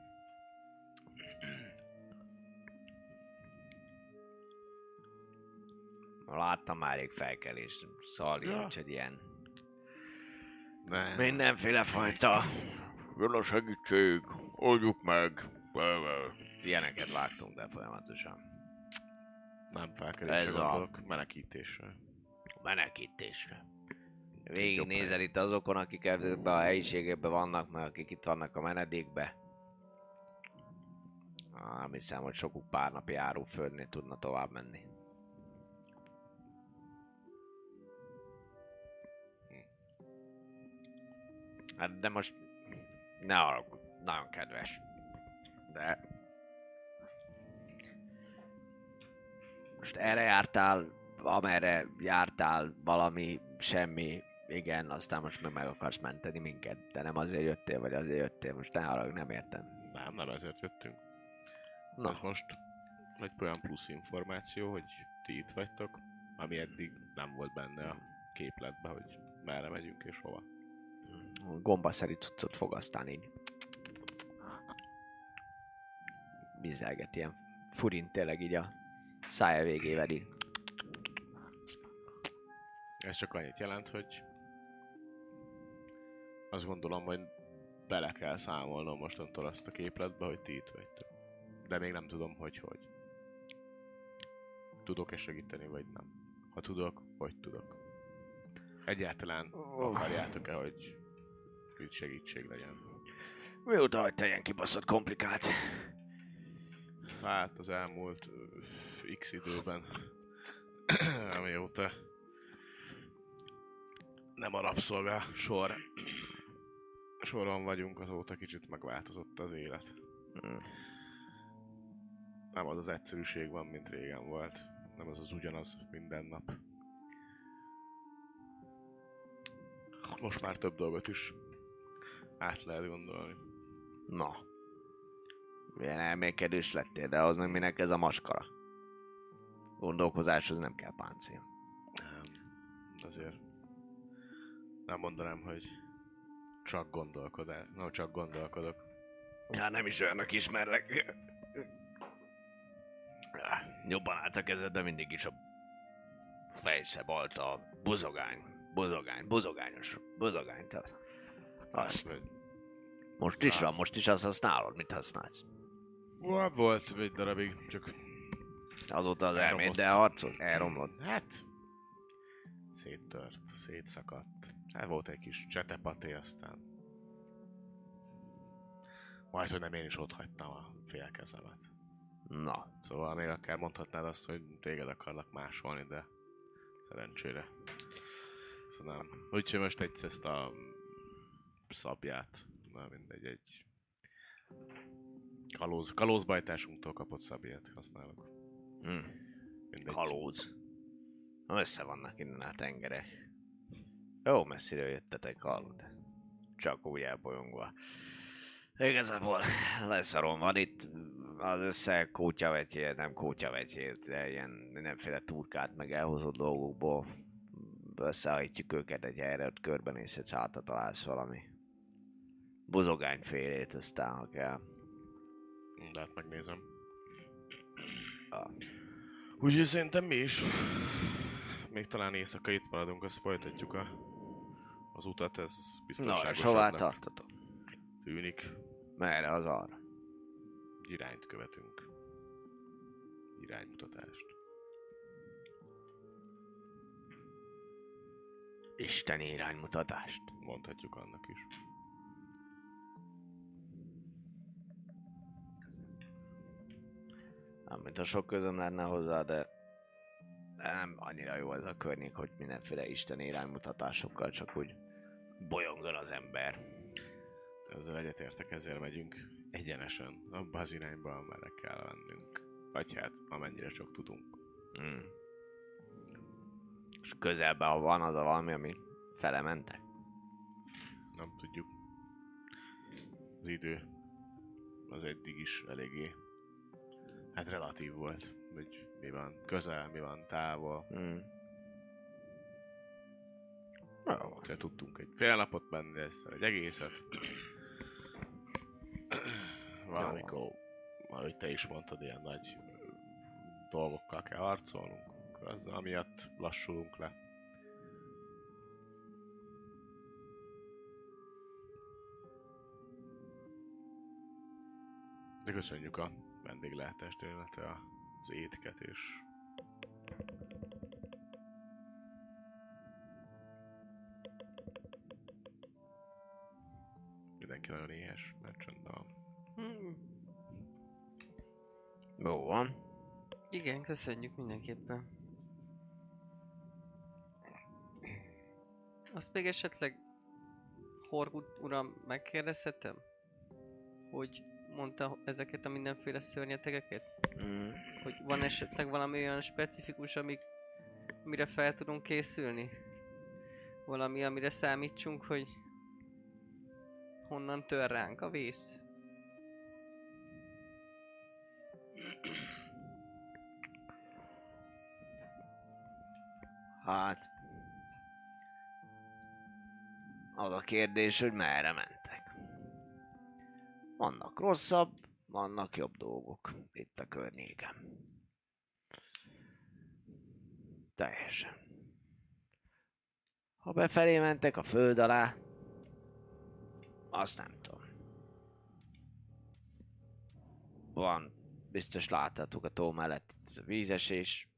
Láttam már elég felkelés, Szali, Ja. úgyhogy ilyen Nem. mindenféle fajta Jön a segítség, oldjuk meg. ilyeneket láttunk, de folyamatosan. Nem felkelésre Ez a- gondolok, menekítésre. Menekítésre. Végignézel itt azokon, akik ebben a helyiségekben vannak, meg akik itt vannak a menedékbe. Ah, nem hiszem, hogy sokuk pár napi járóföldnél tudna tovább menni. Hát de most... Ne haragudj, nagyon kedves. De... Most erre jártál, amerre jártál, valami, semmi, igen, aztán most meg meg akarsz menteni minket, de nem azért jöttél, vagy azért jöttél, most ne haragudj, nem értem. Nem, nem ezért jöttünk. Na. Ez most egy olyan plusz információ, hogy ti itt vagytok, ami eddig nem volt benne a képletben, hogy merre megyünk és hova. Gombaszerű cuccot fog, aztán így vizelget ilyen furint tényleg így a szája végével így. Ez csak annyit jelent, hogy azt gondolom, hogy bele kell számolnom mostantól azt a képletbe, hogy ti itt vagytok. De még nem tudom, hogy hogy. Tudok-e segíteni, vagy nem? Ha tudok, hogy tudok. Egyáltalán akarjátok-e, hogy itt segítség legyen? Mióta hagyta ilyen kibaszott komplikált? Hát az elmúlt ö, x időben, amióta nem a rabszolga sor soron vagyunk, azóta kicsit megváltozott az élet. Hmm. Nem az az egyszerűség van, mint régen volt. Nem az az ugyanaz minden nap. Most már több dolgot is át lehet gondolni. Na. Milyen elmékedős lettél, de az meg minek ez a maskara? Gondolkozáshoz nem kell páncél. Nem. Azért nem mondanám, hogy csak gondolkodás. No, csak gondolkodok. Ja, nem is olyanok ismerlek. Jobban állt a kezed, de mindig is a fejszebb alt a buzogány. Buzogány, buzogányos, buzogányt. Az. az. Hát, Most is van, most is azt használod, mit használsz? volt egy darabig, csak Azóta az Elromlott. elméd, de harcol, elromlott. hát széttört, szétszakadt. Hát volt egy kis csetepaté, aztán majd, hogy nem én is ott hagytam a félkezemet. Na, Szóval még akár mondhatnád azt, hogy téged akarlak másolni, de szerencsére. Szóval nem. Úgyhogy most egy ezt a szabját, na mindegy, egy kalóz, kalózbajtásunktól kapott szabját használok. hm. Mindegy. Kalóz. Össze vannak innen a tengerek. Jó messziről jöttetek, hallod. Csak úgy elbolyongva. Igazából leszarom, van itt az össze kótyavetyél, nem kótyavetyél, de ilyen mindenféle turkát meg elhozott dolgokból összeállítjuk őket egy helyre, ott körbenézhetsz, hátra találsz valami buzogányfélét, aztán ha kell. De hát megnézem. Ah. Úgyhogy szerintem mi is. Még talán éjszaka itt maradunk, azt folytatjuk a, az utat, ez Na, és biztonságosabbnak hová tartotok? tűnik. Merre az arra? Irányt követünk. Iránymutatást. Isteni iránymutatást. Mondhatjuk annak is. Nem, mint a sok közöm lenne hozzá, de de nem annyira jó ez a környék, hogy mindenféle isteni iránymutatásokkal csak úgy bolyongon az ember. Ezzel egyetértek, ezért megyünk egyenesen abba az irányba, amerre kell mennünk. Vagy hát, amennyire csak tudunk. Mm. És közelben, ha van az a valami, ami fele mentek. Nem tudjuk. Az idő az eddig is eléggé hát relatív volt, hogy mi van közel, mi van távol. Mm. De tudtunk egy fél napot menni, ezt egy egészet. Valamikor, ahogy te is mondtad, ilyen nagy dolgokkal kell harcolnunk, akkor azzal amiatt lassulunk le. De köszönjük a vendéglátást, illetve az étket, és mindenki nagyon éhes, mert csöndben van. Hmm. Jó van. Igen, köszönjük mindenképpen. Azt még esetleg Horgut uram, megkérdezhetem? Hogy mondta ezeket a mindenféle szörnyetegeket? Mm. Hogy van esetleg valami olyan specifikus, amik, amire fel tudunk készülni? Valami, amire számítsunk, hogy honnan tör ránk a vész? Hát... Az a kérdés, hogy merre mentek. Vannak rosszabb, vannak jobb dolgok itt a környéken. Teljesen. Ha befelé mentek a föld alá, azt nem tudom. Van, biztos láttátok a tó mellett ez a vízesés.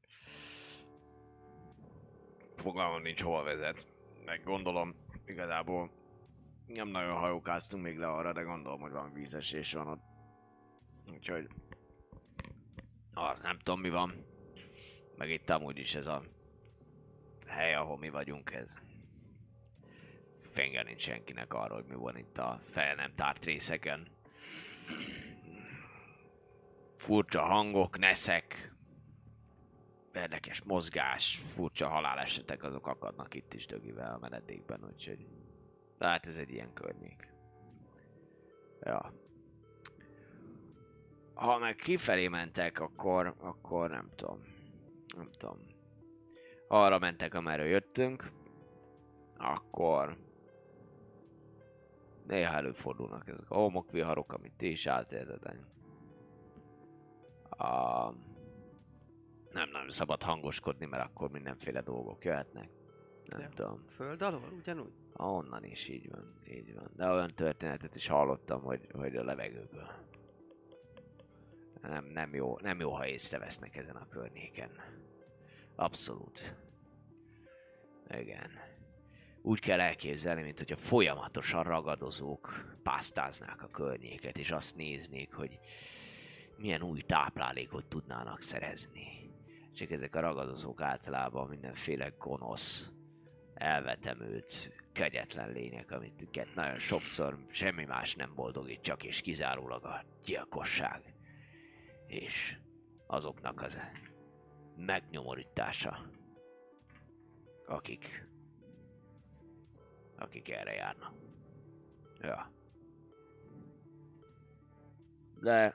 Fogalmam nincs hova vezet. Meg gondolom, igazából nem nagyon hajókáztunk még le arra, de gondolom, hogy van vízesés van ott. Úgyhogy... Ah, nem tudom mi van. Meg itt amúgy is ez a hely, ahol mi vagyunk, ez... Fénye nincs senkinek arról, hogy mi van itt a fel nem tárt részeken. Furcsa hangok, neszek, érdekes mozgás, furcsa halálesetek, azok akadnak itt is dögivel a menedékben, úgyhogy... De hát ez egy ilyen környék. Ja. Ha meg kifelé mentek, akkor, akkor nem tudom. Nem tudom. Ha arra mentek, amerről jöttünk, akkor... Néha előfordulnak ezek a homokviharok, amit ti is átéltetek. A... Nem, nem szabad hangoskodni, mert akkor mindenféle dolgok jöhetnek. Nem Ja. tudom. Föld alól, ugyanúgy? Onnan is így van, így van. De olyan történetet is hallottam, hogy, hogy a levegőből. Nem, nem, jó, nem jó, ha észrevesznek ezen a környéken. Abszolút. Igen. Úgy kell elképzelni, mint hogyha folyamatosan ragadozók pásztáznák a környéket, és azt néznék, hogy milyen új táplálékot tudnának szerezni. Csak ezek a ragadozók általában mindenféle gonosz, elvetemült, kegyetlen lények, amit nagyon sokszor semmi más nem boldogít, csak és kizárólag a gyilkosság. És azoknak az megnyomorítása, akik akik erre járnak. Ja. De...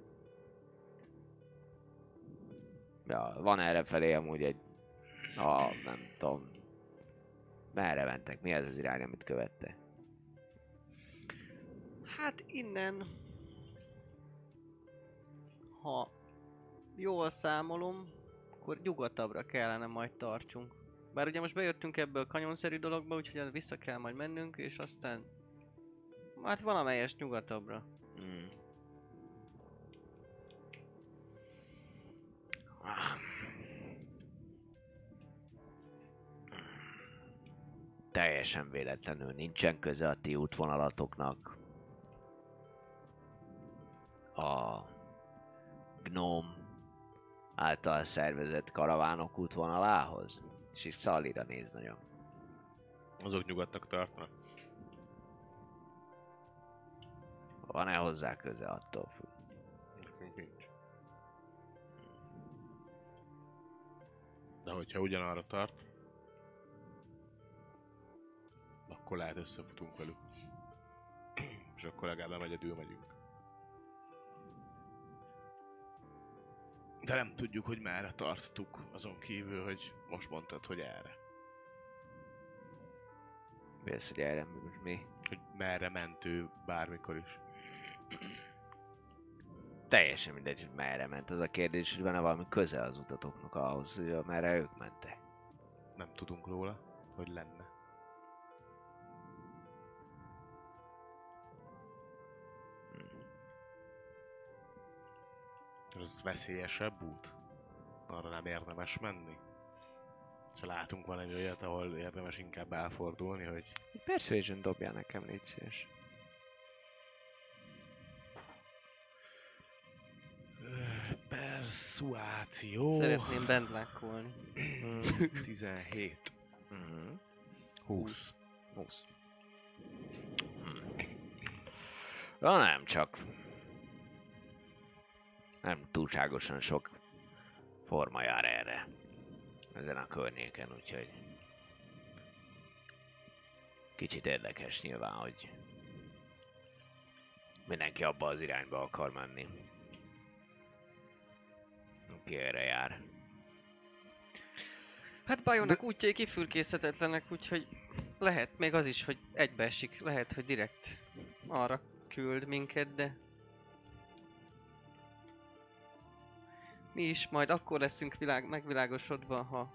Ja, van erre felé amúgy egy... Ha, nem tudom... Merre mentek? Mi ez az irány, amit követte? Hát innen... Ha jól számolom, akkor nyugatabbra kellene majd tartsunk. Bár ugye most bejöttünk ebből a kanyonszerű dologba, úgyhogy vissza kell majd mennünk, és aztán... Hát valamelyest nyugatabbra. Mm. Teljesen véletlenül nincsen köze a ti útvonalatoknak a Gnóm által szervezett karavánok útvonalához? És így Szalira néz nagyon. Azok nyugodtak tartanak. Van-e hozzá köze, attól függ? Nincs. De hogyha ugyanarra tart, akkor lehet összefutunk velük. És akkor legalább nem egyedül megyünk. De nem tudjuk, hogy merre tarttuk, azon kívül, hogy most mondtad, hogy erre. Mi az, hogy erre most mi? Hogy merre ment ő bármikor is. Teljesen mindegy, hogy merre ment. Az a kérdés, hogy van-e valami köze az utatoknak ahhoz, hogy merre ők mentek. Nem tudunk róla, hogy lenne. Ez veszélyesebb út? Arra nem érdemes menni? És látunk valami olyat, ahol érdemes inkább elfordulni, hogy... Persuasion dobjál nekem, légy szíves. Persuáció... Szeretném bendlákolni. tizenhét. Mhm. húsz. húsz. Ja, nem csak. Nem túlságosan sok forma jár erre. Ezen a környéken, úgyhogy... Kicsit érdekes nyilván, hogy... Mindenki abba az irányba akar menni. Aki erre jár. Hát Bajonak útjai kifülkészhetetlenek, úgyhogy lehet még az is, hogy egybeesik. Lehet, hogy direkt arra küld minket, de... Mi is majd akkor leszünk világ, megvilágosodva, ha...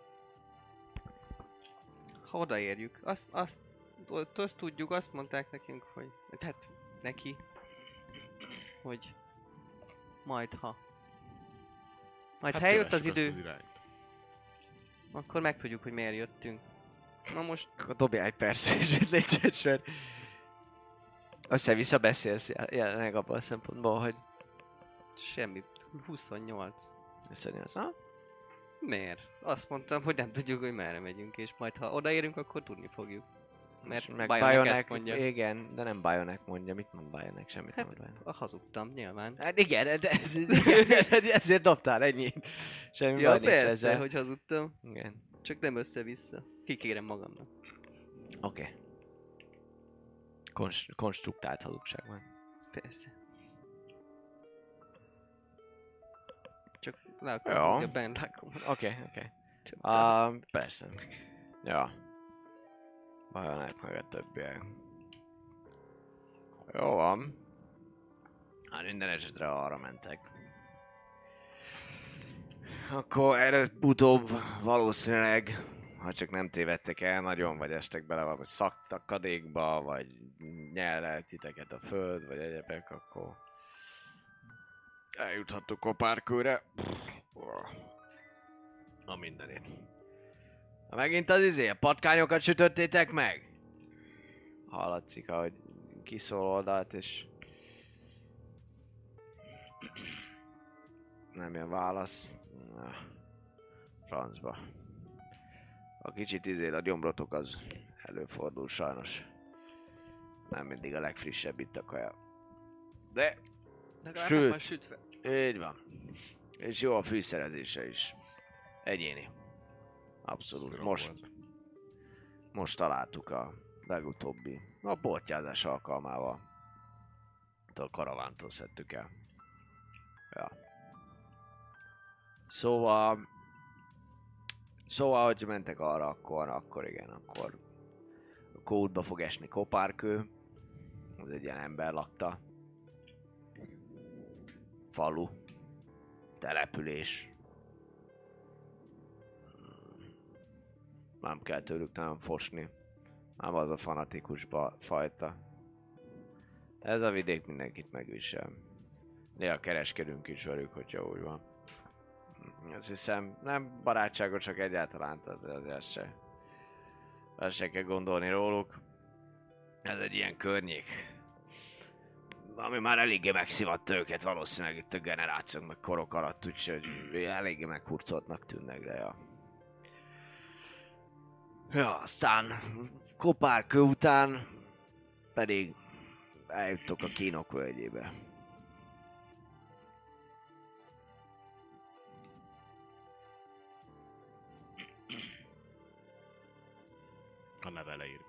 Ha odaérjük. Azt, azt, azt tudjuk, azt mondták nekünk, hogy... Tehát neki... Hogy... Majd ha... Majd hát ha eljött az idő... Az akkor megtudjuk, hogy miért jöttünk. Na most... Akkor dobjál egy percet, légy mert... Össze-vissza beszélsz jelenleg abban a szempontból, hogy... Semmi. huszonnyolc. huszonnyolc, ha? Miért? Azt mondtam, hogy nem tudjuk, hogy merre megyünk, és majd ha odaérünk, akkor tudni fogjuk. Mert meg Bajonek ezt mondja. Igen, de nem Bajonek mondja. Mit mond Bajonek? Semmit hát, nem mond Bajonek. Hazudtam, nyilván. Hát igen, de ez, ezért dobtál ennyi. Semmi ja, baj persze, ezzel. hogy hazudtam. Igen. Csak nem össze-vissza. Kikérem magamnak. Oké. Okay. Konst- konstruktált hazugság van. Persze. Csak le akarom, ja. bent. Oké, oké. Persze. Ja. Bajonek meg a többiek. Jó van. Hát minden esetre arra mentek. Akkor előbb-utóbb valószínűleg, ha csak nem tévedtek el nagyon, vagy estek bele valami szaktakadékba, vagy nyel titeket a föld, vagy egyebek, akkor eljuthattok Kopárkőre. A mindenét. Ha megint az izé, a patkányokat sütöttétek meg? Hallatszik, ahogy kiszól oldalt, és... Nem jön válasz. Na, francba. A kicsit izé, a gyomrotok az előfordul sajnos. Nem mindig a legfrissebb itt a kaja. De... Sőt, sütve. Így van. És jó a fűszerezése is. Egyéni. Abszolút. Most, most találtuk a legutóbbi, a portyázás alkalmával. A karavántól szedtük el. Ja. Szóval... Szóval, hogy mentek arra, akkor, akkor igen, akkor... Akkor útba fog esni Kopárkő. Az egy ilyen ember lakta. Falu. Település. Nem kell tőlük nagyon fosni. Nem az a fanatikus ba- fajta. Ez a vidék mindenkit megvisel. Néha kereskedünk is velük, hogyha úgy van. Azt hiszem, nem barátságosak egyáltalán, tehát azért se. Azt se kell gondolni róluk. Ez egy ilyen környék. Ami már eléggé megszivatta őket valószínűleg itt a generációk meg korok alatt, úgyhogy eléggé meghurcoltnak tűnnek, de ja. Ja, aztán Kopárkő után pedig eljuttok a Kínok völgyébe. A neve leírva.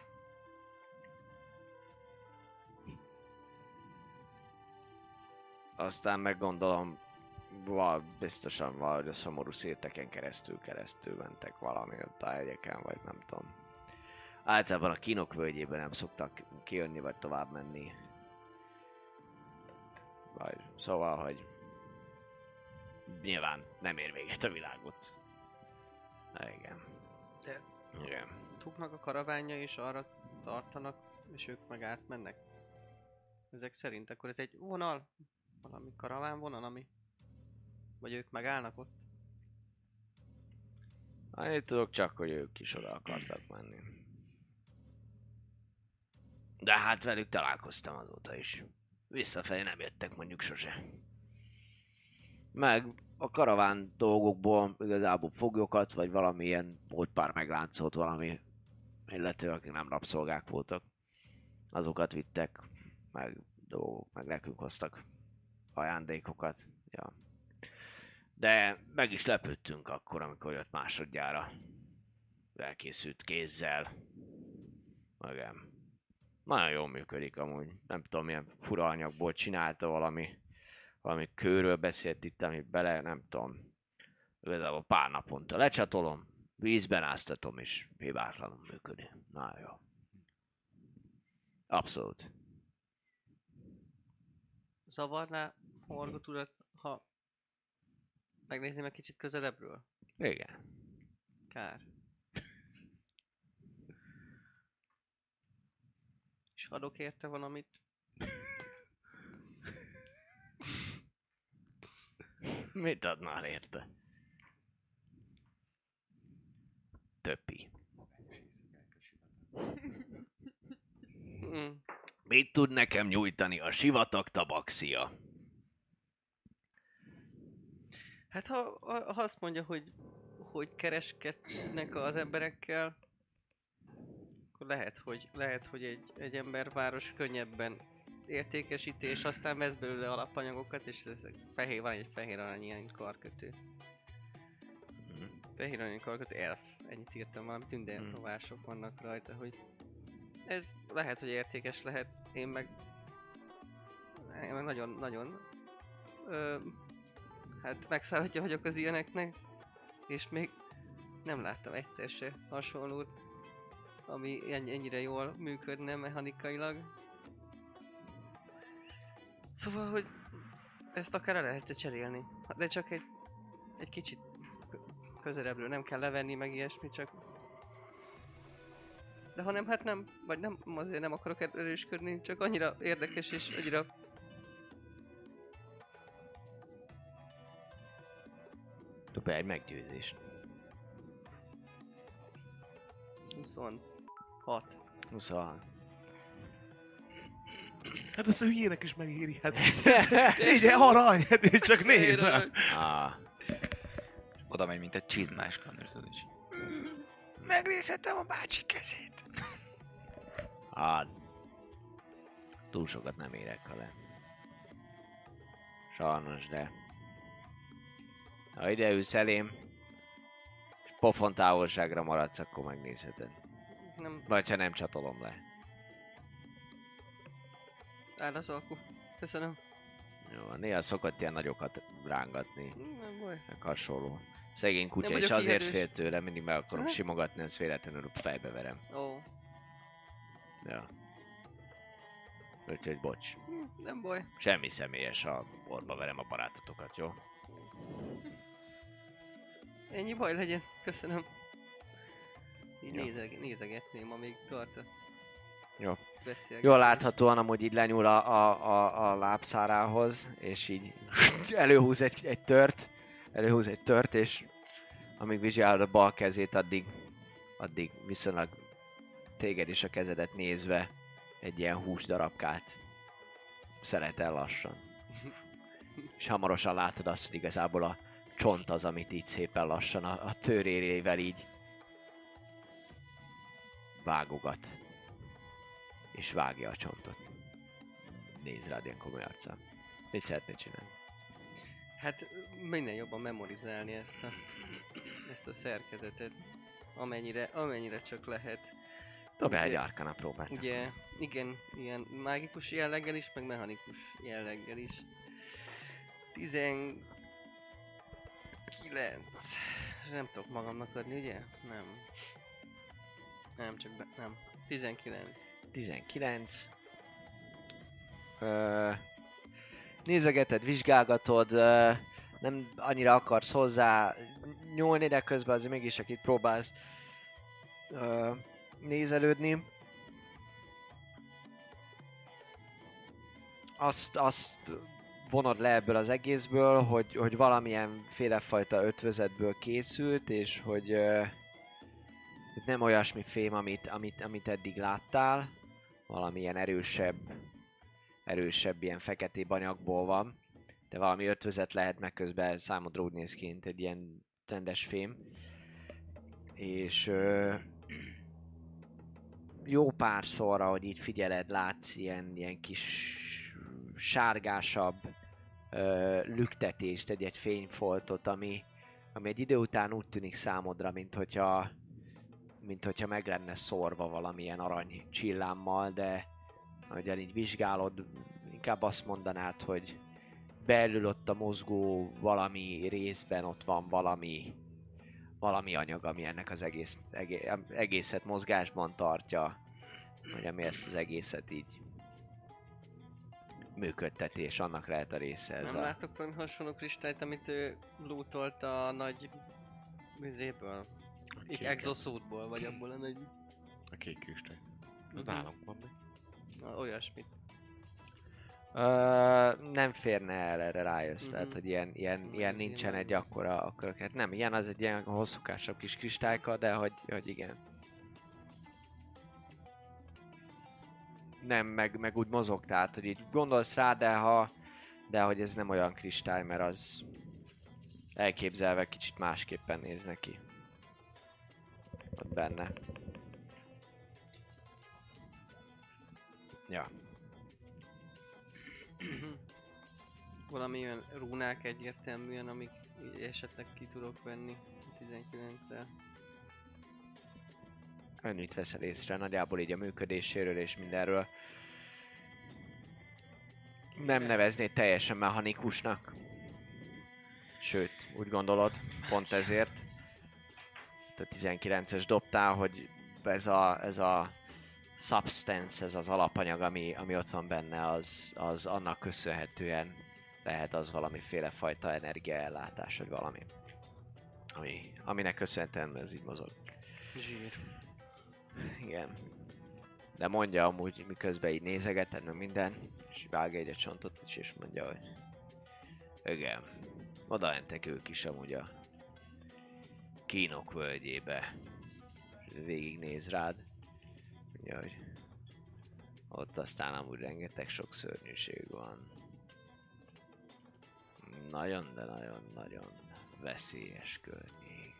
Aztán meggondolom, val, biztosan valahogy a szomorú szirteken keresztül keresztül mentek valami ott a hegyeken, vagy nem tudom. Általában a Kínok völgyében nem szoktak kijönni, vagy tovább menni. Vagy szóval, hogy nyilván nem ér véget a világot. Igen. De Igen. Tuknak a karavánja is arra tartanak, és ők meg átmennek. Ezek szerint akkor ez egy vonal, valami karaván vonal, ami... Vagy ők megállnak ott? Annyit tudok csak, hogy ők is oda akartak menni. De hát velük találkoztam azóta is. Visszafelé nem jöttek mondjuk sose. Meg a karaván dolgokból igazából foglyokat, vagy valamilyen, volt pár megláncolt valami illető, akik nem rabszolgák voltak. Azokat vittek. meg dolgok, meg nekünk hoztak ajándékokat. Ja. De meg is lepődtünk akkor, amikor jött másodjára. Elkészült kézzel. Igen. Nagyon jól működik amúgy. Nem tudom, milyen fura anyagból csinálta valami. Valami kőről beszélt itt, amit bele, nem tudom. Igazából pár naponta lecsatolom, vízben áztatom, és hibátlanul működik. Na jó. Abszolút. Zavarná Morgot urat, ha megnézném egy kicsit közelebbről? Igen. Kár. És adok érte valamit? Mit adnál érte? Többi. Mm. Mit tud nekem nyújtani a sivatag tabaxia? Hát ha, ha ha azt mondja, hogy, hogy kereskednek az emberekkel, akkor lehet, hogy, lehet, hogy egy, egy emberváros könnyebben értékesíti, és aztán vesz belőle alapanyagokat, és ez fehér, van egy fehér arany ilyen karkötő. Mm. Fehér arany karkötő, elf. Ennyit írtam, valami tündérprovások vannak rajta, hogy ez lehet, hogy értékes lehet, én meg, én meg nagyon, nagyon ö, hát megszállhatja vagyok az ilyeneknek, és még nem láttam egyszer se hasonlót, ami ennyire jól működne mechanikailag. Szóval, hogy ezt akár le lehet cserélni, de csak egy, egy kicsit közelebbről, nem kell levenni meg ilyesmi, csak... De hanem hát nem, vagy nem, azért nem akarok erősködni, csak annyira érdekes és annyira... Dobj egy meggyőzést. huszonhat. huszonhat. Hát az a hülyének is megéri, hát. Így arany, hát és csak nézem. Ah. Oda megy, mint egy csizmás kanőr, tudod is. Megnézhetem a bácsi kezét. Hát. Túl sokat nem érek vele. Sajnos, de... Ha ide ülsz elém, és pofon távolságra maradsz, akkor megnézheted. Nem, Vagy ha nem csatolom le. áll az alku. Köszönöm. Jó, néha szokott ilyen nagyokat rángatni, Nem baj. meg hasonló. Szegény kutya Nem is vagyok azért ijedős. fél tőle, mindig meg akarom Ha? simogatni, ezt véletlenül fejbe verem. Ó, Ja. Úgyhogy bocs. hm, nem baj. Semmi személyes, ha orba verem a barátotokat, jó? Ennyi baj legyen. Köszönöm. Így Jó. nézeg, nézegetném, amíg tart a Jó. beszélgetés. Jól láthatóan amúgy így lenyúl a, a, a, a lábszárához, és így előhúz egy, egy tört, előhúz egy tört, és amíg vizsgálod a bal kezét, addig, addig viszonylag téged és a kezedet nézve egy ilyen hús darabkát szeretel lassan. És hamarosan látod azt, hogy igazából a csont az, amit így szépen lassan a, a tőrérével így vágogat. És vágja a csontot. Nézd rád ilyen komoly arccal. Mit szeretnél csinálni? Hát minden jobban memorizálni ezt a, ezt a szerkezetet. Amennyire, amennyire csak lehet. Dobj egy Ugye- Arcana próbát. Ugye, igen, ilyen mágikus jelleggel is, meg mechanikus jelleggel is. tizenkilenc. Nem tudok magamnak adni, ugye? Nem. Nem, csak be, nem. tizenkilenc. tizenkilenc. Ö, nézegeted, vizsgálgatod, ö, nem annyira akarsz hozzá nyúlni, de közben azért mégis akit próbálsz ö, nézelődni. Azt, azt vonod le ebből az egészből, hogy, hogy valamilyen félefajta ötvözetből készült, és hogy ö, hogy nem olyasmi fém, amit, amit, amit eddig láttál, valamilyen erősebb, erősebb ilyen feketébb anyagból van, de valami ötvözet lehet, meg közben számodra úgy néz ki, mint egy ilyen rendes fém. És ö, jó párszorra, hogy így figyeled, látsz ilyen, ilyen kis sárgásabb ö, lüktetést, egy-egy fényfoltot, ami, ami egy idő után úgy tűnik számodra, mint hogyha, mint hogyha meg lenne szórva valamilyen arany csillámmal, de ahogyan így vizsgálod, inkább azt mondanád, hogy belül ott a mozgó valami részben ott van valami, valami anyag, ami ennek az egész, egész, egészet mozgásban tartja, vagy ami ezt az egészet így működteti, és annak lehet a része ez Nem a... látok valami hasonló kristályt, amit ő lootolt a nagy vizéből? kék. Exosuitból, vagy abból a nagy... A kék kristály. Az Mhm. nálunk van még. Na, olyasmit. Ö, nem férne el, erre rájössz, Mhm. tehát hogy ilyen, ilyen, Vagy ilyen az nincsen ilyen egy akkora, akkora hát nem, ilyen az egy ilyen hosszúkásabb kis kristályka, de hogy, hogy igen. Nem, meg, meg úgy mozog, tehát hogy így gondolsz rá, de ha, de hogy ez nem olyan kristály, mert az elképzelve kicsit másképpen néz neki. Ott benne. Ja. Mhm. Valami olyan rúnák egyértelműen, amik esetleg ki tudok venni tizenkilenccel. Annyit veszel észre nagyjából így a működéséről és mindenről. Nem neveznéd teljesen mechanikusnak. Sőt, úgy gondolod, pont ezért. Te tizenkilences dobtál, hogy ez a, ez a substance, ez az alapanyag, ami, ami ott van benne, az, az annak köszönhetően lehet az valamiféle fajta energiaellátás, vagy valami. Ami, aminek köszönhetően ez így mozog. Zsír. Igen. De mondja amúgy, miközben így nézegeted, meg minden, és vág egy csontot is, és mondja, hogy igen, oda mentek ők is amúgy a Kínok völgyébe. És végignéz rád, mondja, hogy ott aztán amúgy rengeteg sok szörnyűség van. Nagyon, de nagyon-nagyon veszélyes környék.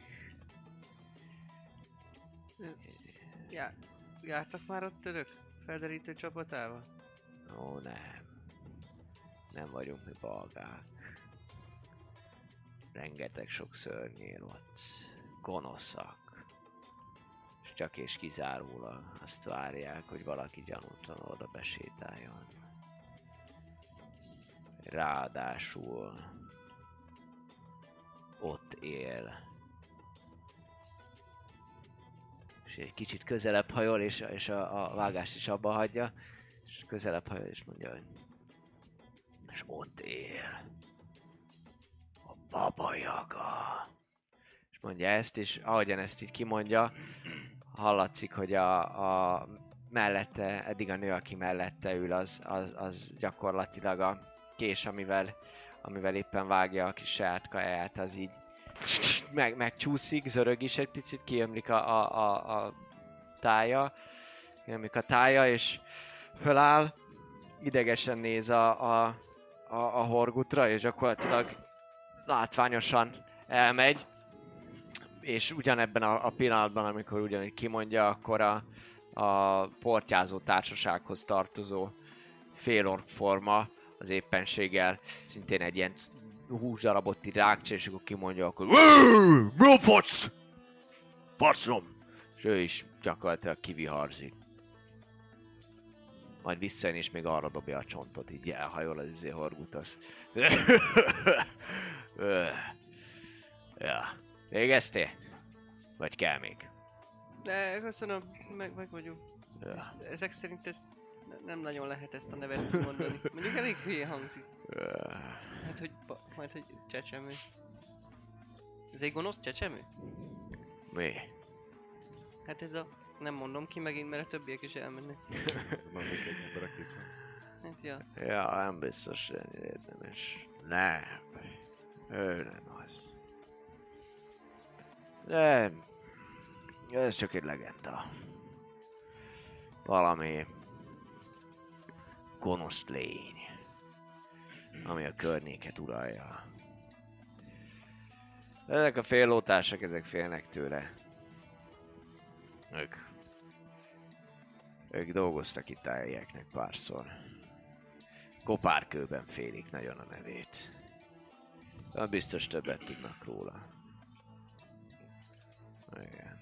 Já, jártak már ott török felderítő csapatával? Ó, nem. Nem vagyunk mi balgák. Rengeteg sok szörny él ott. Gonoszak. És csak és kizárólag azt várják, hogy valaki gyanútlan oda besétáljon. Ráadásul ott él. És egy kicsit közelebb hajol, és, és a, a vágást is abba hagyja. És közelebb hajol, és mondja, hogy és ott él a Baba Yaga. És mondja ezt, és ahogyan ezt így kimondja, hallatszik, hogy a, a mellette, eddig a nő, aki mellette ül, az, az, az gyakorlatilag a kés, amivel, amivel éppen vágja a kis saját kajáját, az így meg, megcsúszik, zörög is egy picit, kiömlik a, a, a, a tája, kiömlik a tája, és föláll, idegesen néz a, a, a, a horgutra, és gyakorlatilag látványosan elmegy, és ugyanebben a, a pillanatban, amikor ugyanígy kimondja, akkor a, a portyázó társasághoz tartozó félork forma az éppenséggel szintén egy ilyen húsdarabot így rákcsa, és akkor kimondja, akkor mi a fasz? Faszom! És ő is gyakorlatilag kiviharzik. Majd visszajön, és még arra dobja a csontot, így elhajol az izé horgutasz. Ja. Végeztél? Vagy kell még? De köszönöm, meg, meg vagyunk. Ja. Ezek szerint ezt ne- nem nagyon lehet ezt a nevet kimondani. Mondjuk elég hülye hangzik. Hát, hogy, ba- majd, hogy csecsemő. Ez egy gonosz csecsemő? Mi? Hát ez a... Nem mondom ki megint, mert a többiek is elmennek. Ez már még egy ember, aki itt van. Hát ja. Ja, nem biztos, hogy ennyire érdemes. Nem. Ő nem az. Nem. Ez csak egy legenda. Valami gonosz lény, ami a környéket uralja. Ezek a féllótársak, ezek félnek tőle. Ők Ők dolgoztak itt a helyieknek párszor. Kopárkőben félik nagyon a nevét. De biztos többet tudnak róla. Igen.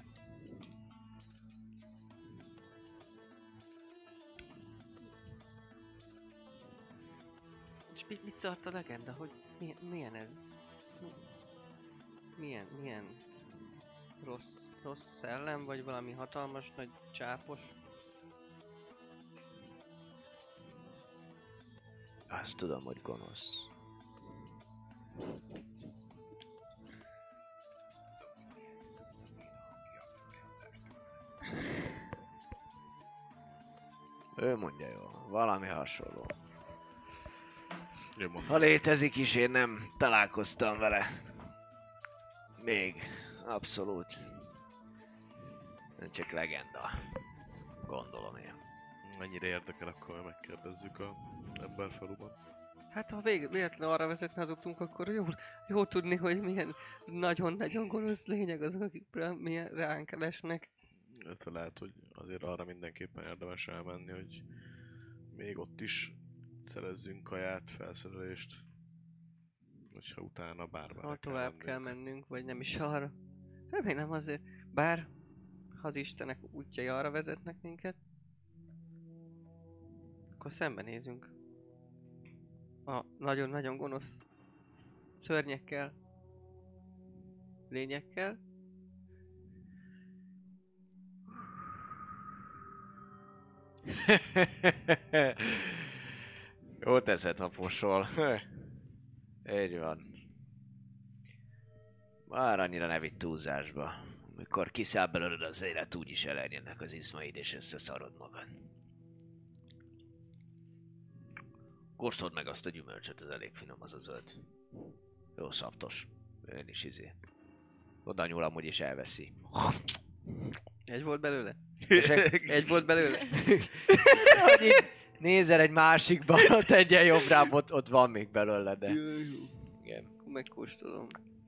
És mit, mit tart a legenda, hogy milyen, milyen ez? Milyen, milyen rossz, rossz szellem, vagy valami hatalmas, nagy csápos? Azt tudom, hogy gonosz. Ő mondja jól, valami hasonló. Ha létezik is, én nem találkoztam vele. Még, abszolút. Nem csak legenda. Gondolom én. Mennyire érdekel, akkor megkérdezzük a emberfaluban. Hát ha vég, véletlenül arra vezetne az utunk, akkor jó, jó tudni, hogy milyen nagyon-nagyon gonosz lényeg azok, akik milyen ránk lesnek. Illetve lehet, hogy azért arra mindenképpen érdemes elmenni, hogy még ott is szerezzünk kaját, felszerelést, hogyha utána bármire Ha kell tovább mennünk. kell mennünk, vagy nem is arra. Remélem azért, bár ha az Istenek útjai arra vezetnek minket, akkor szembenézünk a nagyon-nagyon gonosz szörnyekkel, lényekkel. Jó teszed, ha posol. Így van. Már annyira ne vitt túlzásba. Amikor kiszáll belőled az élet, úgyis elerjönnek az izmaid, és összeszarod magad. Kóstold meg azt a gyümölcsöt, ez elég finom, az a zöld. Jó szaftos. Én is izé. Oda nyúl amúgy is elveszi. Egy volt belőle? Egy, Egy volt belőle? hogy így nézel egy másikba, ott egyen jobbrább, ott, ott van még belőle, de... Jó, jó. Igen. Akkor megkóstolom.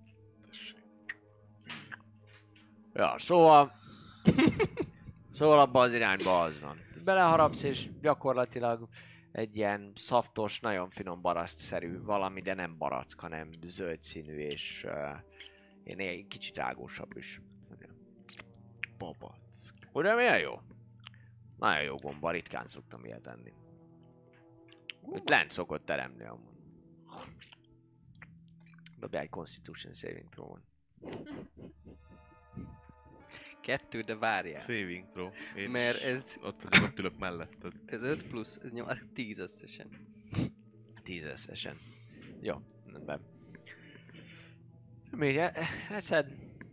Ja, szóval... Szóval abban az irányba az van. Beleharapsz és gyakorlatilag egy ilyen szaftos, nagyon finom baracszerű valami, de nem barack, hanem zöld színű és uh, én egy kicsit rágósabb is. Baback. Ugye milyen jó? Nagyon jó gomba, ritkán szoktam ilyet enni. Itt lent szokott teremni amúgy. Dobjál egy Constitution saving throw-on. Kettő, de várjál. Saving throw. Én Mert is ez- Ott, ott ülök melletted. Ez öt plusz, ez nyolc, tíz összesen. tíz összesen. Jó, nem. Mi, e- eszed?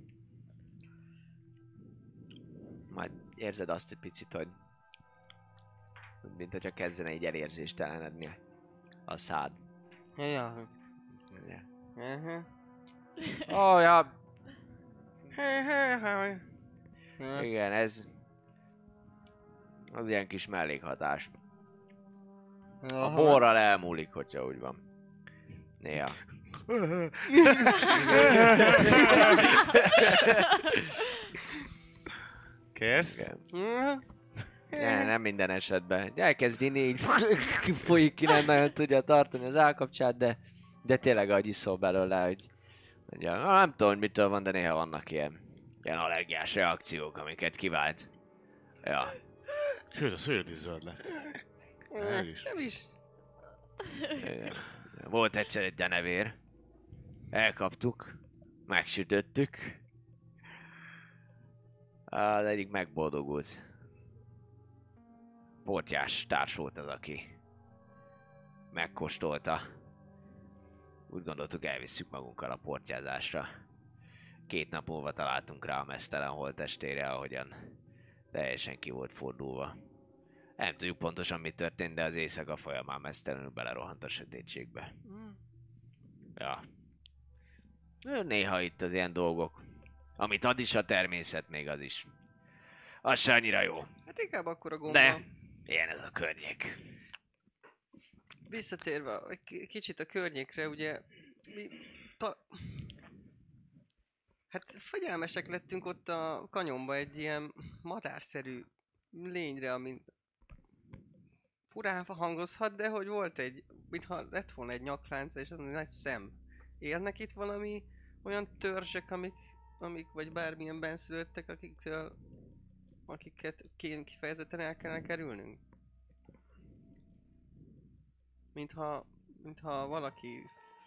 Majd érzed azt egy picit, hogy mint hogyha kezdene egy elérzéstelenedni a szád. Ja, ja. Ja. Aha. Ó, oh, ja, Ja. igen, ez az ilyen kis mellékhatás. A borral elmúlik, hogyha úgy van. Néha. Kérsz? Igen. Mhm. Ne, nem minden esetben. Elkezd inni, így folyik ki, nem nagyon tudja tartani az állkapcsát, de, de tényleg ahogy iszol belőle, hogy mondja, "Na, nem tudom, hogy mitől van, de néha vannak ilyen, ilyen allergiás reakciók, amiket kivált. Ja. Sőt, a szőröd is zöld lett. El is. Nem is. Igen. Volt egyszer egy denevér. Elkaptuk, megsütöttük. Az egyik megboldogult. Portyás társ volt az, aki megkóstolta. Úgy gondoltuk, elvisszük magunkkal a portyázásra. Két nap múlva találtunk rá a meztelen holttestére, ahogyan teljesen ki volt fordulva. Nem tudjuk pontosan mi történt, de az éjszaka folyamán meztelenül belerohant a sötétségbe. Ja. Néha itt az ilyen dolgok, amit ad is a természet, még az is. Az se annyira jó. Hát inkább akkor a gomba. De ilyen ez a környék. Visszatérve egy ki- kicsit a környékre, ugye mi ta... Hát fegyelmesek lettünk ott a kanyonba egy ilyen madárszerű lényre, ami furán hangozhat, de hogy volt egy, mintha lett volna egy nyaklánc és az egy nagy szem. Élnek itt valami olyan törzsek, amik, amik vagy bármilyen benszülöttek, akiktől, akiket kifejezetten el kellene kerülnünk? Mintha, mintha valaki...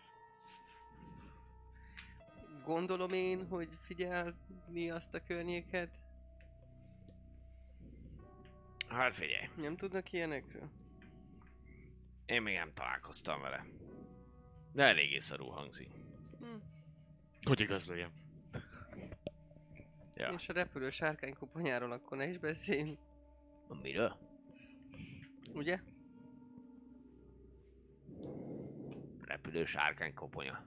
Gondolom én, hogy figyelni azt a környéket. Hát figyelj, Nem tudnak ilyenekről? én még nem találkoztam vele. De eléggé szarul hangzik. Hm. Hogy igaz legyen? Ja. És a repülő sárkánykoponyáról akkor ne is beszéljünk. Miről? Ugye? Repülő sárkánykoponya.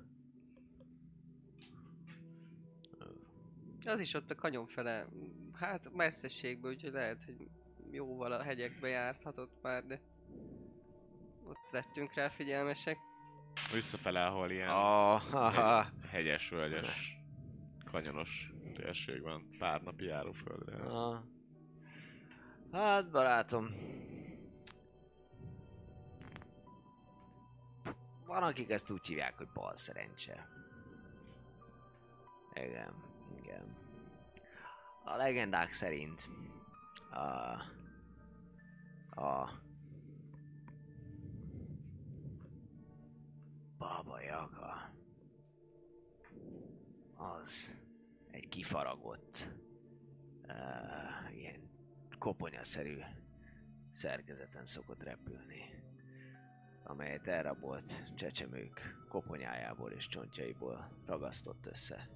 Az is ott a kanyon fele, hát messzeségből, úgyhogy lehet, hogy jóval a hegyekbe járhatott már, de ott lettünk rá figyelmesek. Visszafele, ahol ilyen Oh, hegy, hegyes, völgyes, kanyonos térség van. Pár napi járóföldre. ah. Hát barátom. Van, akik ezt úgy hívják, hogy bal szerencse. Igen, igen. A legendák szerint a, a Baba Yaga az egy kifaragott uh, ilyen koponyaszerű szerkezeten szokott repülni, amelyet elrabolt csecsemők koponyájából és csontjaiból ragasztott össze.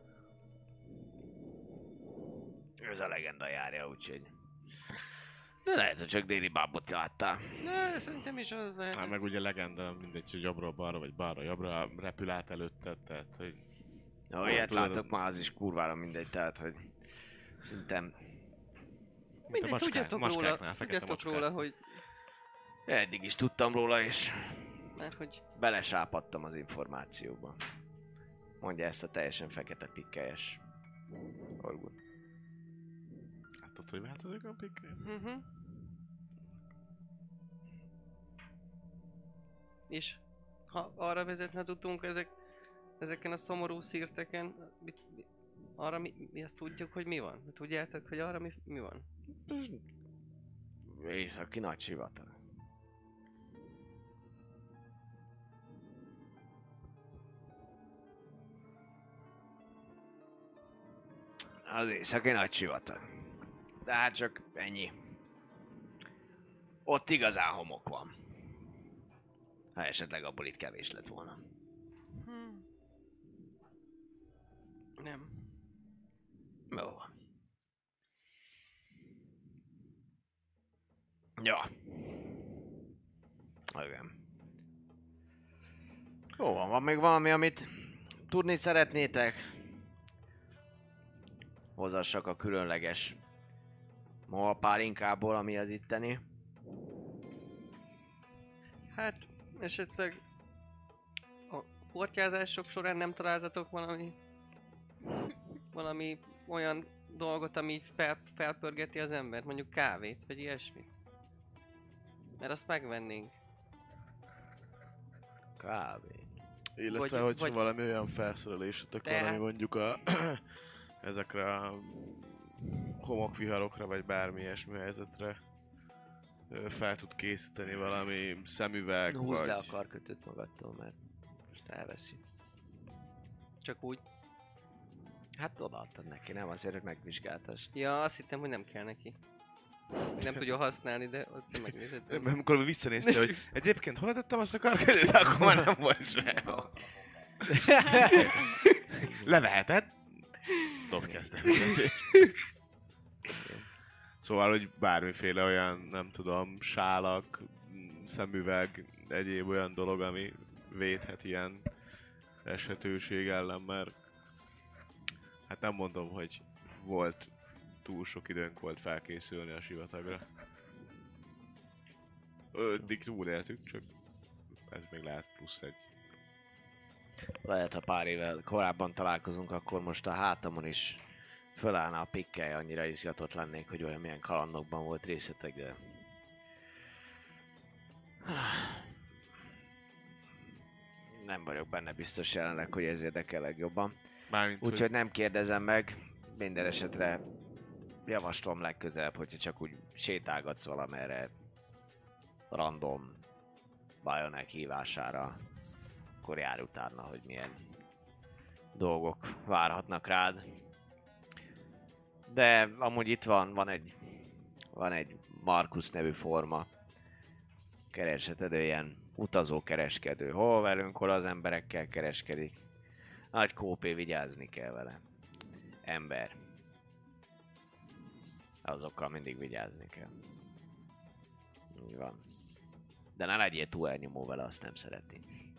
Ez a legenda járja, úgyhogy... De lehet, hogy csak déli bábot láttál. Ne, szerintem is az lehet. Hát meg ugye legenda, mindegy, hogy jobbra-balra, vagy balra-jobbra repül át előtted, tehát hogy... Ha ilyet látok, már az is kurvára mindegy, tehát hogy... Szerintem... Mindegy, tudjatok róla, tudjatok róla, hogy... Eddig is tudtam róla, és... Mert hogy... Belesápadtam az információba. Mondja ezt a teljesen fekete pikkelyes Orgun. Látod, hogy változik a pikkely? Uh-huh. És ha arra vezetne az utunk ezek, ezeken a szomorú szírteken, mi, mi, arra mi, mi azt tudjuk, hogy mi van? Tudjátok, hogy arra mi, mi van? Északi nagy sivatag. Az északi nagy sivatag. De hát csak ennyi. Ott igazán homok van. Ha esetleg abból itt kevés lett volna. Hmm. Nem. Jó van. Ja. Igen. Jó van, van még valami, amit tudni szeretnétek? Hozassak a különleges moha pálinkából, ami az itteni. Hát, esetleg a portyázások során nem találtatok valami valami olyan dolgot, ami fel, felpörgeti az embert, mondjuk kávét, vagy ilyesmit. Mert azt megvennénk. Kávé. Illetve, Vagy- hogyha vagy- valami olyan felszerelésetek van, Tehát- ami mondjuk a ezekre a homokviharokra, vagy bármi ilyesmi helyzetre ö, fel tud készíteni valami szemüveg, Húzd vagy... le a karkötőt magadtól, mert most elveszi. Csak úgy. Hát odaadtad neki, nem azért, hogy megvizsgáltasd. Ja, azt hittem, hogy nem kell neki. Nem tudja használni, de ott megnézhetem. Mert amikor visszanéztél, hogy egyébként hol tettem azt a karkötőt, akkor már nem volt sehol. Leveheted? Dob kezdeményezést. Szóval, hogy bármiféle olyan, nem tudom, sálak, szemüveg, egyéb olyan dolog, ami védhet ilyen eshetőség ellen, mert hát nem mondom, hogy volt túl sok időnk volt felkészülni a sivatagra. Öddig túléltük, csak ez még lehet plusz egy. Lehet, ha pár évvel korábban találkozunk, akkor most a hátamon is fölállna a pikkely, annyira izgatott lennék, hogy olyan milyen kalandokban volt részletek, de... Nem vagyok benne biztos jelenleg, hogy ez érdekel legjobban. Mármint, Úgyhogy nem kérdezem meg, minden esetre javaslom legközelebb, hogyha csak úgy sétálgatsz valamerre random Bajonek hívására, akkor jár utána, hogy milyen dolgok várhatnak rád. De amúgy itt van, van egy, van egy Markus nevű forma. Keresheted, ilyen utazókereskedő. Hol velünk, hol az emberekkel kereskedik. Nagy kópé, vigyázni kell vele. Ember. Azokkal mindig vigyázni kell. Így van. De ne legyél túl elnyomó vele, azt nem szereti.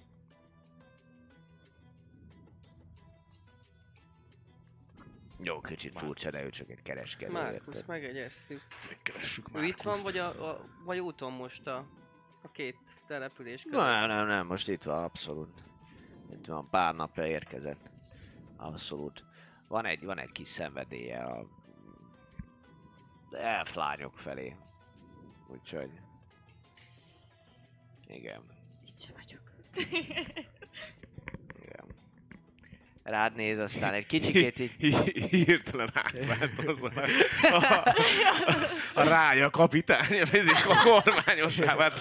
Jó, kicsit furcsa, de ő csak egy kereskedő. Márkusz, érted? megegyeztük. Megkeressük Ő itt van, vagy, a, a, vagy úton most a, a két település között? Nem, nem, nem, most itt van, abszolút. Itt van, pár napja érkezett. Abszolút. Van egy, van egy kis szenvedélye a elflányok felé. Úgyhogy... Igen. Itt sem vagyok. Igen. Rád néz, aztán egy kicsikét így... Hirtelen átváltozva. A, a, a rája kapitány, ez a kormányosá vált.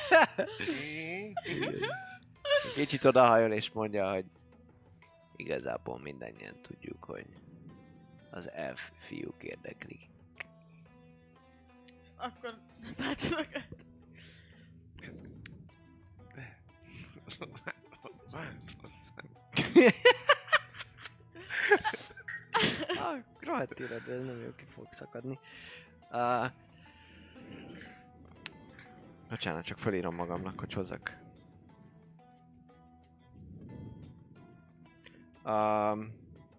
Kicsit odahajol és mondja, hogy igazából mindannyian tudjuk, hogy az elf fiúk érdeklik. Akkor változok át. Ah, rohadt életben, ez nem jó, ki fog szakadni. Uh, bocsánat, csak felírom magamnak, hogy hozzak. Um,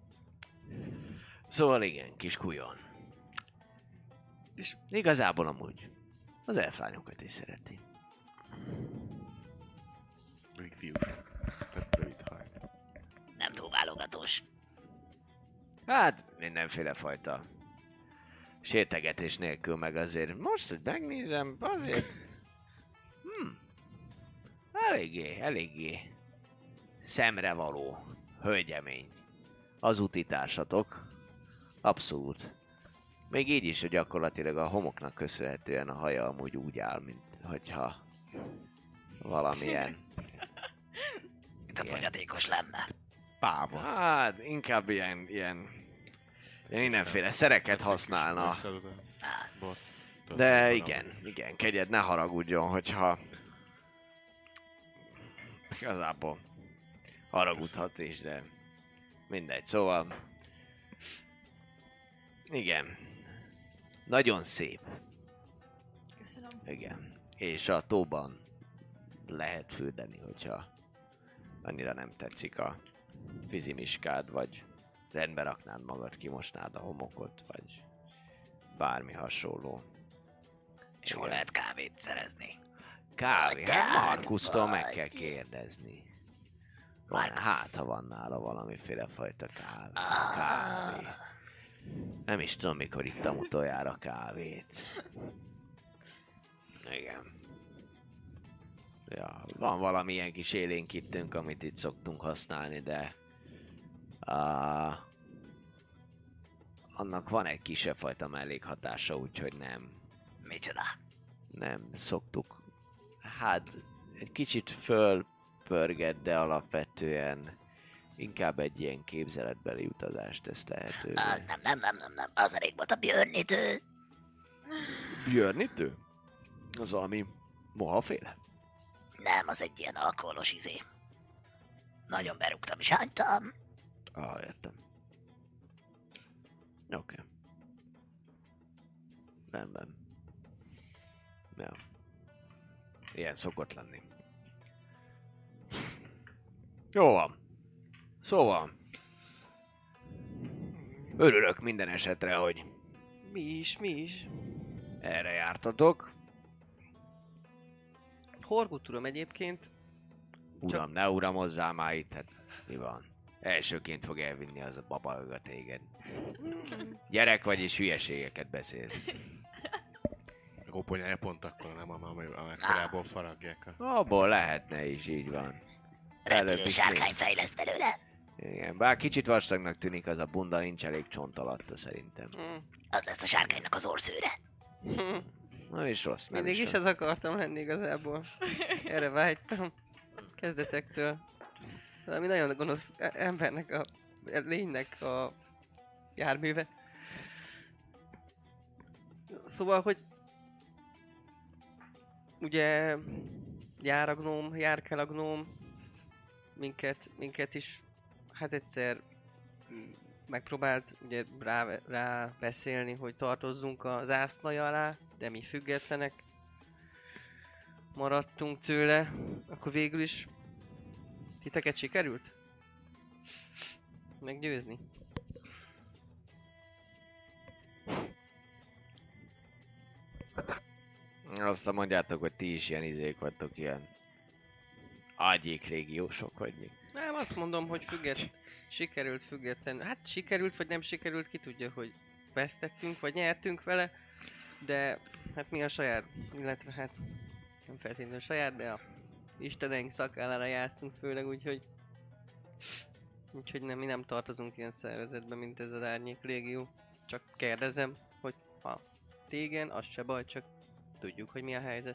szóval igen, kis kujon. És igazából amúgy az elflányokat is szereti. Még fiús. Tehát rövid haj. Nem túl válogatós. Hát mindenféle fajta sértegetés nélkül, meg azért most, hogy megnézem, azért... Hmm. Eléggé, eléggé szemrevaló hölgyemény az utitársatok. Abszolút. Még így is, hogy gyakorlatilag a homoknak köszönhetően a haja amúgy úgy áll, mint hogyha valamilyen... Mint a fogyatékos lenne. Páva. Hát, inkább ilyen, ilyen, ilyen mindenféle szereket használna. De igen, igen, kegyed, ne haragudjon, hogyha igazából haragudhat is, de mindegy, szóval igen, nagyon szép, Köszönöm. igen, és a tóban lehet fürdeni, hogyha annyira nem tetszik a fizimiskád, vagy rendbe raknád magad, kimosnád a homokot, vagy bármi hasonló. És hol lehet kávét szerezni? Kávé, Vagy hát hát, Markusztól meg vagy- kell kérdezni. Van, Markusz. hát, ha van nála valamiféle fajta kávé. Ah. kávé. Nem is tudom, mikor ittam utoljára kávét. Igen. Ja, van valamilyen kis élénkítőnk, amit itt szoktunk használni, de... Uh, annak van egy kisebb fajta mellékhatása, úgyhogy nem, Micsoda? nem szoktuk. Hát egy kicsit fölpörget, de alapvetően inkább egy ilyen képzeletbeli utazást tesz lehetővé. Az nem, nem, nem, nem, nem. Az elég volt a björnítő. Björnítő? Az valami mohaféle? Nem, az egy ilyen alkoholos izé. Nagyon berúgtam és hánytam. Ah, értem. Oké. Okay. Rendben. Ja. Ilyen szokott lenni. Jó van. Szóval. Örülök minden esetre, hogy Mi is, mi is. erre jártatok. Horgut uram egyébként. Uram, ne uramozzál már itt, hát mi van? Elsőként fog elvinni az a babaöga téged. Gyerek vagy és hülyeségeket beszélsz. A koponyája pont akkor nem, amekkorából faragják. A... Abból lehetne is, így van. Repülő sárkány fejleszt belőle. Igen, bár kicsit vastagnak tűnik az a bunda, nincs elég csont alatta szerintem. Mm. Az lesz a sárkánynak az orszőre. Nem is rossz, nem Mindig is is rossz. ez akartam lenni igazából. Erre vágytam. Kezdetektől. Valami nagyon gonosz e- embernek a lénynek a járműve. Szóval, hogy ugye jár a gnóm, jár kell a gnóm, minket, minket is hát egyszer mm, megpróbált ugye rá, rá beszélni, hogy tartozzunk a zászlaja alá, de mi függetlenek maradtunk tőle, akkor végül is titeket sikerült meggyőzni? Azt mondjátok, hogy ti is ilyen izék vagytok, ilyen agyék régiósok, vagy mi? Nem, azt mondom, hogy függet, sikerült függetlenül. Hát sikerült, vagy nem sikerült, ki tudja, hogy vesztettünk, vagy nyertünk vele. De hát mi a saját, illetve hát nem feltétlenül saját, de a isteneink szakállára játszunk főleg, úgyhogy úgyhogy nem, mi nem tartozunk ilyen szervezetben, mint ez az Árnyék Légió. Csak kérdezem, hogy ha tégen, az se baj, csak tudjuk, hogy mi a helyzet.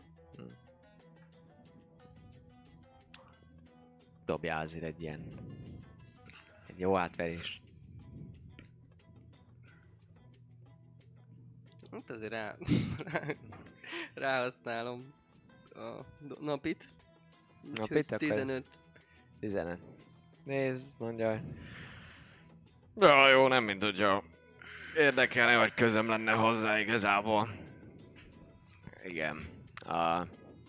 Dobjál azért egy ilyen... egy jó átverés. Hát azért rá... rá ráhasználom a do- napit. Úgyhogy Napit? Akkor- tizenöt. tizenöt. Nézd, mondja. Ja, jó, nem mint hogyha érdekelne, vagy közöm lenne hozzá igazából. Igen. A...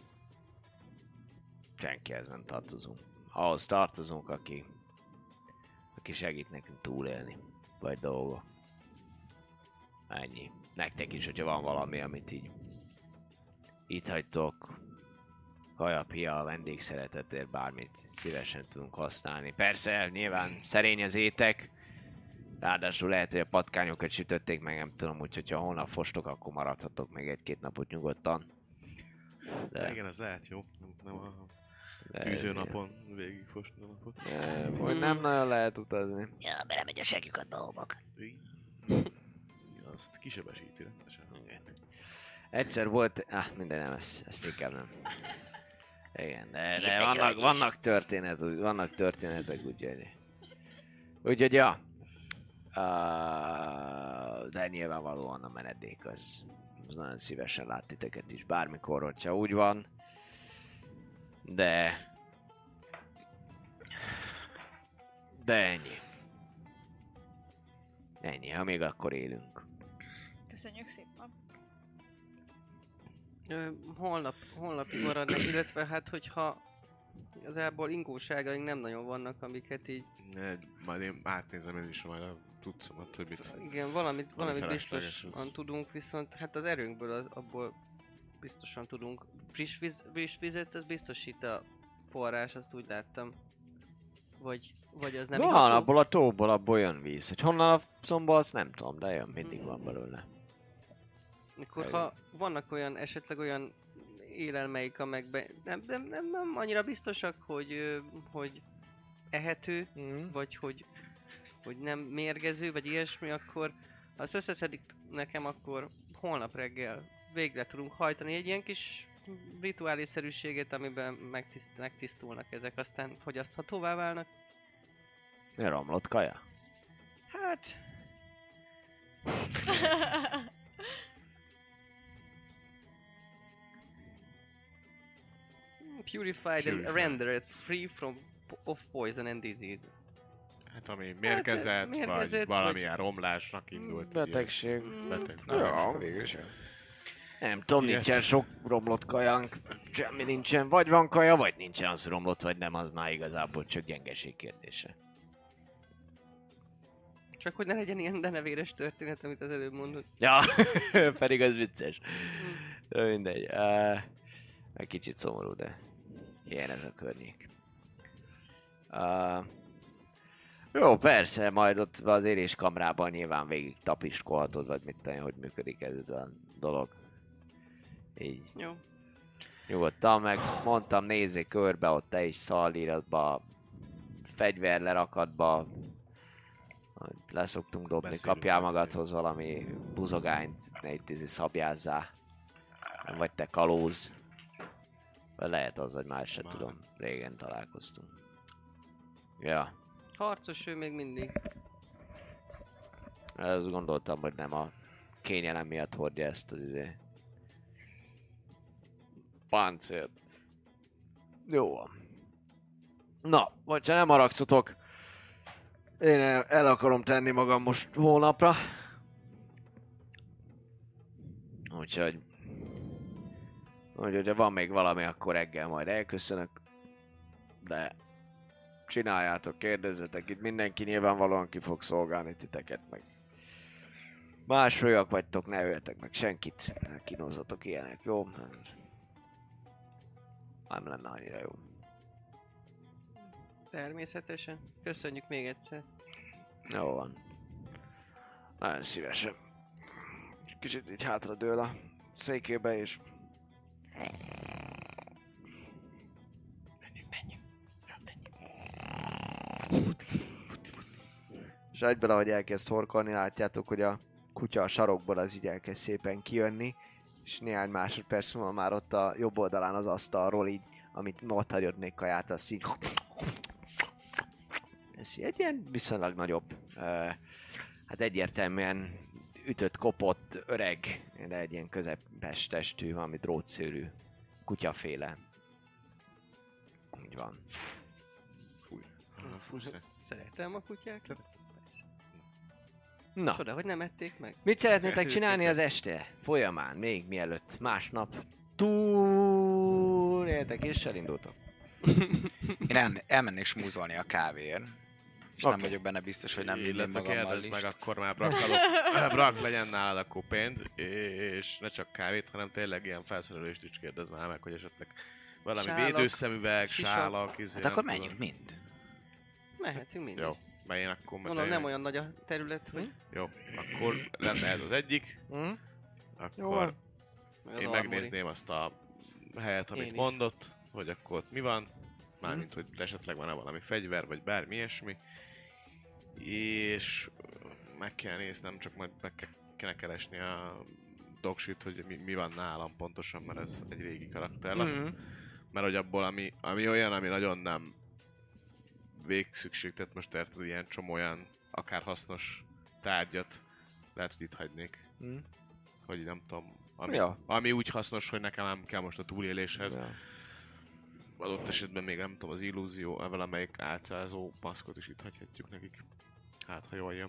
senkihez nem tartozunk. Ahhoz tartozunk, aki... aki segít nekünk túlélni. Vagy dolgok. Ennyi. Nektek is, hogyha van valami, amit így... itt hagytok. Kaja, pia, vendégszeretetért bármit szívesen tudunk használni. Persze, nyilván szerény az étek. Ráadásul lehet, hogy a patkányokat sütötték meg, nem tudom, úgyhogy ha holnap fostok, akkor maradhatok még egy-két napot nyugodtan. De igen, ez lehet jó. Nem, nem a de tűzőnapon végig fosni a napot. De, hogy nem nagyon lehet utazni. Ja, belemegy a segükatba a homok. Azt kisebesíti rendesen. Igen. Egyszer volt... Ah, minden nem, ezt, ezt inkább nem. Igen, de, de vannak, vannak történet, úgy- vannak történetek, úgyhogy... Úgyhogy, ja. Uh, de nyilvánvalóan a menedék az, az nagyon szívesen lát titeket is bármikor, hogyha úgy van. De... De ennyi. Ennyi, ha még akkor élünk. Köszönjük szépen. Ö, holnap, holnapig maradnak, illetve hát hogyha igazából ingóságaink nem nagyon vannak, amiket így, Ne, majd én átnézem én is majd a tudszomat, hogy mit... igen, valamit, valamit felesleges biztosan az. tudunk, viszont hát az erőnkből az, abból biztosan tudunk. Friss, víz, friss vizet, az biztosít a forrás, azt úgy láttam. Vagy, vagy az nem Van, iható? abból a tóból abból jön víz. Hogy honnan a szomba, azt nem tudom, de jön, mindig van belőle. Akkor ha vannak olyan, esetleg olyan élelmeik, amelyekben nem, nem, nem, nem annyira biztosak, hogy, ö, hogy ehető, Mm. vagy hogy, hogy nem mérgező, vagy ilyesmi, akkor ha azt összeszedik nekem, akkor holnap reggel végre tudunk hajtani egy ilyen kis rituálészerűséget, amiben megtiszt, megtisztulnak ezek, aztán fogyaszthatóvá válnak. Mi romlott kaja? Hát... Purified and Purified. rendered free from of poison and disease. Hát ami mérgezett, mérgezett, vagy valamilyen romlásnak indult. Betegség. Mm, Beteg. Ja, végül sem. Nem tudom, Ilyet. nincsen sok romlott kajánk. Semmi nincsen. Vagy van kaja, vagy nincsen az romlott, vagy nem, az már igazából csak gyengeség kérdése. Csak hogy ne legyen ilyen denevéres történet, amit az előbb mondott. Ja, pedig az vicces. De mindegy. Uh, egy kicsit szomorú, de ilyen ez a környék. Uh, jó, persze, majd ott az éléskamrában nyilván végig tapiskolhatod, vagy mit tudom, hogy működik ez a dolog. Így. Jó. Nyugodtan, meg mondtam, nézzék körbe ott te is szalíratba, fegyverlerakatba. Leszoktunk dobni, Beszélünk kapjál meg. magadhoz valami buzogányt, ne itt izé szabjázzá. Nem vagy te kalóz. Vagy lehet az, vagy más se Már. tudom. Régen találkoztunk. Ja, Harcos ő még mindig. azt gondoltam, hogy nem a kényelem miatt hordja ezt az izé. Páncélt. Jó van. Na, vagy ha nem haragszotok, én el, el akarom tenni magam most holnapra. Úgyhogy... Úgyhogy ha van még valami, akkor reggel majd elköszönök. De... Csináljátok, kérdezzetek, itt mindenki nyilvánvalóan ki fog szolgálni titeket, meg... Más folyak vagytok, ne öljetek meg senkit, ne kínozzatok ilyenek, jó? Nem lenne annyira jó. Természetesen. Köszönjük még egyszer. Jó van. Nagyon szívesen. Kicsit így hátra dől a székébe és... Menjünk, menjünk. menjünk. És egyből, ahogy elkezd horkolni, látjátok, hogy a kutya a sarokból az így elkezd szépen kijönni, és néhány másodperc múlva már ott a jobb oldalán az asztalról így, amit ott hagyott még kaját, azt így... Ez egy ilyen viszonylag nagyobb, uh, hát egyértelműen ütött, kopott, öreg, de egy ilyen közepes testű, valami drótszőrű kutyaféle. Úgy van. Szeretem a kutyákat. Na, Csoda, hogy nem ették meg. mit szeretnétek csinálni az este folyamán, még mielőtt másnap túl éltek és elindultak? Én el, elmennék smúzolni a kávéért. És Oké. nem vagyok benne biztos, hogy nem vinném Illetve magammal kérdezd is. meg akkor már brakkalok, brak legyen nálad akkor pénz, és ne csak kávét, hanem tényleg ilyen felszerelést is kérdezd már meg, hogy esetleg valami Sálak, védőszemüveg, sisak. sálak, izé, Hát nem akkor tudom. menjünk mind. Mehetünk mindig. Jó, mert én akkor... Mondom, nem olyan nagy a terület, hogy... Jó, akkor lenne ez az egyik, Hm? akkor az én armori. megnézném azt a helyet, amit Én is. mondott, hogy akkor ott mi van, mármint, hogy esetleg van-e valami fegyver, vagy bármi ilyesmi, és meg kell néznem, csak majd meg ke- kéne keresni a dogshit, hogy mi, mi van nálam pontosan, mert ez egy régi karakterlap. Mhm. Mert hogy abból, ami, ami olyan, ami nagyon nem végszükség, tehát most érted, ilyen csomó olyan akár hasznos tárgyat lehet, hogy itt hagynék. Hm? Hogy nem tudom, ami, Ja. ami úgy hasznos, hogy nekem nem kell most a túléléshez. Ja. Adott esetben még nem tudom, az illúzió, valamelyik álcázó maszkot is itt hagyhatjuk nekik. Hát, ha jól jön.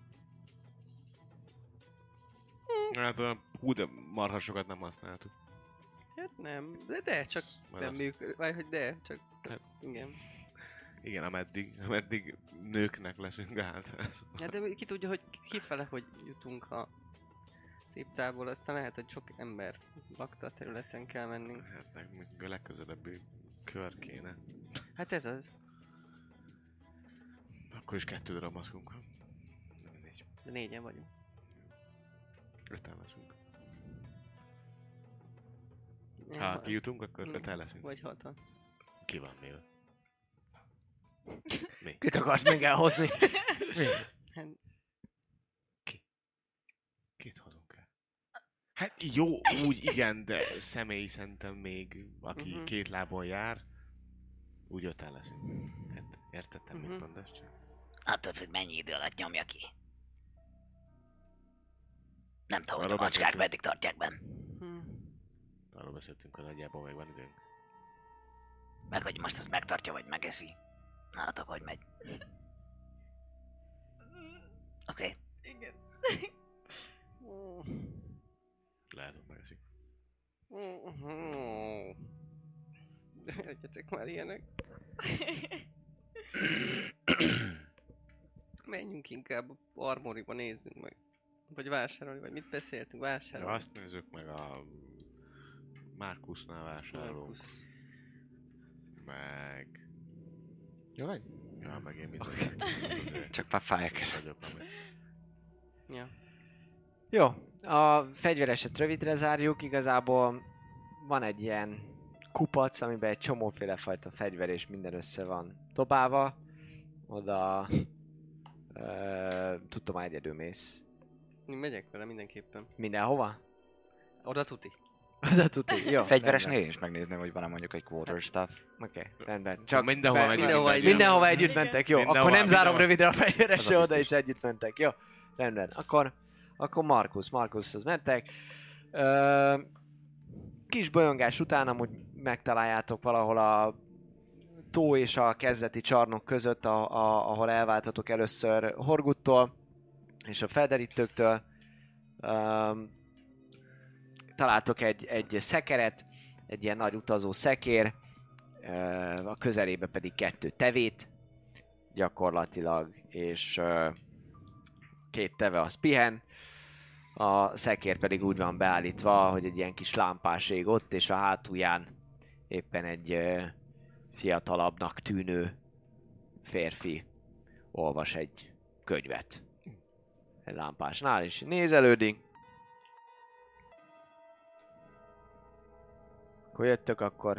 Hát olyan, hú, de marha sokat nem használtuk. Hát nem, de de, csak Majd nem azt- működik, vagy hogy de, csak... Hát. Igen. Igen, ameddig, ameddig nőknek leszünk álcázó. Hát de ki tudja, hogy kifele, hogy jutunk a kriptából, aztán lehet, hogy sok ember lakta a területen kell mennünk. Hát meg még a legközelebbi kör kéne. Hát ez az. Akkor is kettő darab maszkunk van. Mindegy. De négyen vagyunk. Öten leszünk. Ja, Ha kijutunk, akkor Mm. öten leszünk. Vagy hatan. Ki van még? Mi? Kit akarsz még elhozni? Hát, Kit hozunk el? Hát jó, úgy igen, de személy szerintem még, aki Mhm. két lábon jár, úgy öten leszünk. Hát értettem, mit Mhm. mondasz csak? Attól függ, mennyi idő alatt nyomja ki. Nem tudom, hogy a Arról macskák beszéltünk. meddig tartják benn. hm. Arról beszéltünk, hogy nagyjából még van időnk. Meg hogy most azt megtartja, vagy megeszi. Nálatok hogy megy. Oké. Okay. Igen. Lehet, hogy megeszik. Egyetek már ilyenek. Menjünk inkább a armoriba, nézzünk meg. Vagy vásárolni, vagy mit beszéltünk, Ja, vásárolni. azt nézzük meg a Márkusznál vásárolunk, Markus. meg... Jó vagy? Ja, meg én mit Csak már fáj a kezem. vagyok, ami... Ja. Jó, a fegyvereset rövidre zárjuk, igazából van egy ilyen kupac, amiben egy csomóféle fajta fegyver és minden össze van dobálva. Oda ö, tudtom, már egyedül mész. Én megyek vele mindenképpen. Mindenhova? Oda tuti. Oda tuti, jó. Fegyveresnél is megnézném, hogy van-e mondjuk egy quarter stuff. Oké, okay, rendben. Csak mindenhova, be, mindenhova, mindenhova, mindenhova együtt Igen. mentek, jó. Mindenhova, Akkor nem zárom mindenhova. rövidre a fegyveresre, Az a oda is biztos. együtt mentek, jó. Rendben. Akkor, akkor Markus, Markushoz mentek. Ö, kis bolyongás után amúgy megtaláljátok valahol a tó és a kezdeti csarnok között, a, a, ahol elváltatok először Horguttól és a felderítőktől. Um, találtok egy, egy szekeret, egy ilyen nagy utazó szekér, uh, a közelébe pedig kettő tevét gyakorlatilag, és uh, két teve az pihen. A szekér pedig úgy van beállítva, hogy egy ilyen kis lámpás ég ott, és a hátulján éppen egy uh, fiatalabbnak tűnő férfi olvas egy könyvet. Egy lámpásnál, és nézelődik. Akkor jöttök, akkor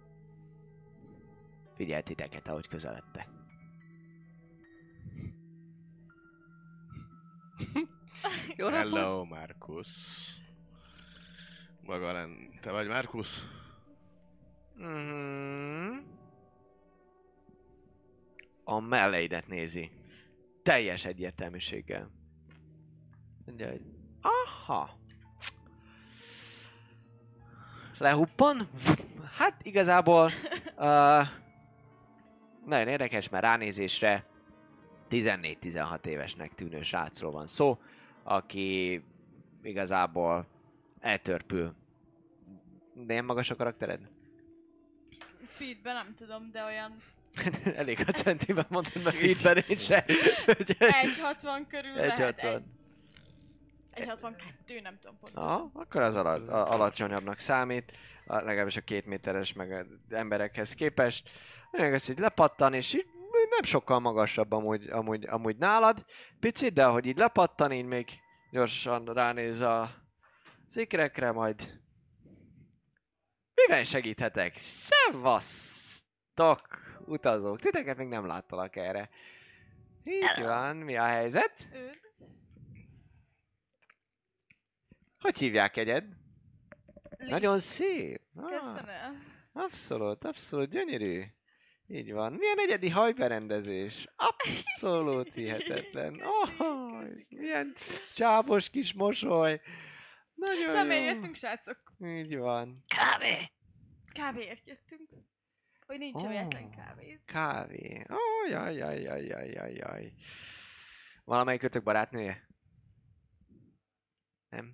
figyelt titeket, ahogy közeledtek. Jó napot! Hello, Markus. Maga len... Te vagy Markus? Mm-hmm. A melleidet nézi. Teljes egyértelműséggel. Mondja, hogy aha. Lehuppan? Hát igazából uh, nagyon érdekes, mert ránézésre tizennégy-tizenhat évesnek tűnő srácról van szó, aki igazából eltörpül. Milyen magas a karaktered? Feedben nem tudom, de olyan Elég a centiben mondtad, mert feedben én se. egy hatvan körül egy lehet. hatvan. egy hatvankettő, nem tudom pontosan. Aha, akkor az ala- a- alacsonyabbnak számít, a, legalábbis a két méteres meg az emberekhez képest. Még ezt így lepattan, és így nem sokkal magasabb amúgy, amúgy, amúgy nálad. Picit, de ahogy így lepattan, így még gyorsan ránéz a szikrekre, majd... Miben segíthetek? Szevasztok, utazók! Titeket még nem láttalak erre. Így van, mi a helyzet? Ő? Hogy hívják egyed? Liz. Nagyon szép. Ah, Köszönöm. abszolút, abszolút gyönyörű. Így van. Milyen egyedi hajberendezés. Abszolút hihetetlen. Oh, milyen csábos kis mosoly. Nagyon Szóval miért jó. jöttünk, srácok? Így van. Kávé. Kávéért jöttünk. Hogy nincs Ó. oh. olyatlan kávé. Kávé. Ó, oh, jaj, jaj, jaj, jaj, jaj, jaj. Valamelyik kötök barátnője? Nem?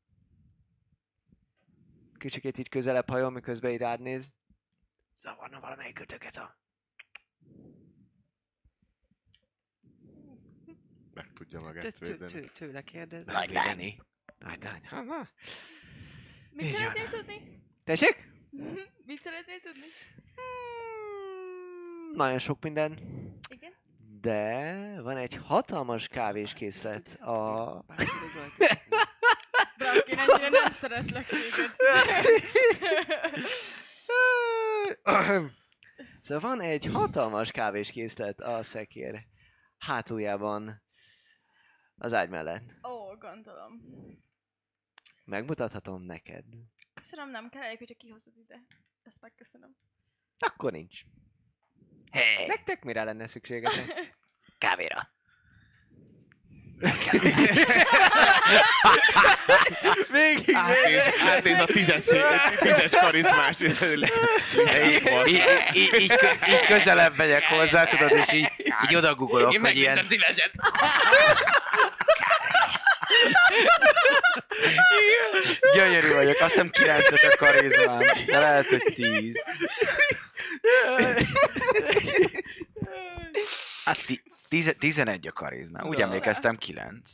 Kicsikét így közelebb hajol, miközben így rád néz. Zavarna valamelyik kötöket a... Meg tudja magát Tő- tő- védeni. tő- Tőle kérdez. Nagy lány. Nagy lány. Ha, ha. Mit Így szeretnél van. tudni? Tessék? Mit szeretnél tudni? Hmm, nagyon sok minden. Igen? De van egy hatalmas kávéskészlet a... Brak, én ennyire nem szeretlek téged. Szóval van egy hatalmas kávéskészlet a szekér hátuljában az ágy mellett. Ó, gondolom. Megmutathatom neked. Köszönöm, nem kell, elég, hogyha kihozod ide. Ezt megköszönöm. Akkor nincs. Hey, Nektek mire lenne szükségetek? kávéra. Végig Átnéz, átnéz a tízes, szé- tízes karizmás. Így, így, így, így, kö- így közelebb megyek hozzá, tudod, és így, így odagugolok, Én hogy ilyen... megnézem szívesen. Gyönyörű vagyok, azt hiszem kilences a karizmám, de lehet, hogy tíz. Hát ti, tize, tizenegy a karizmám, úgy Na. emlékeztem kilenc.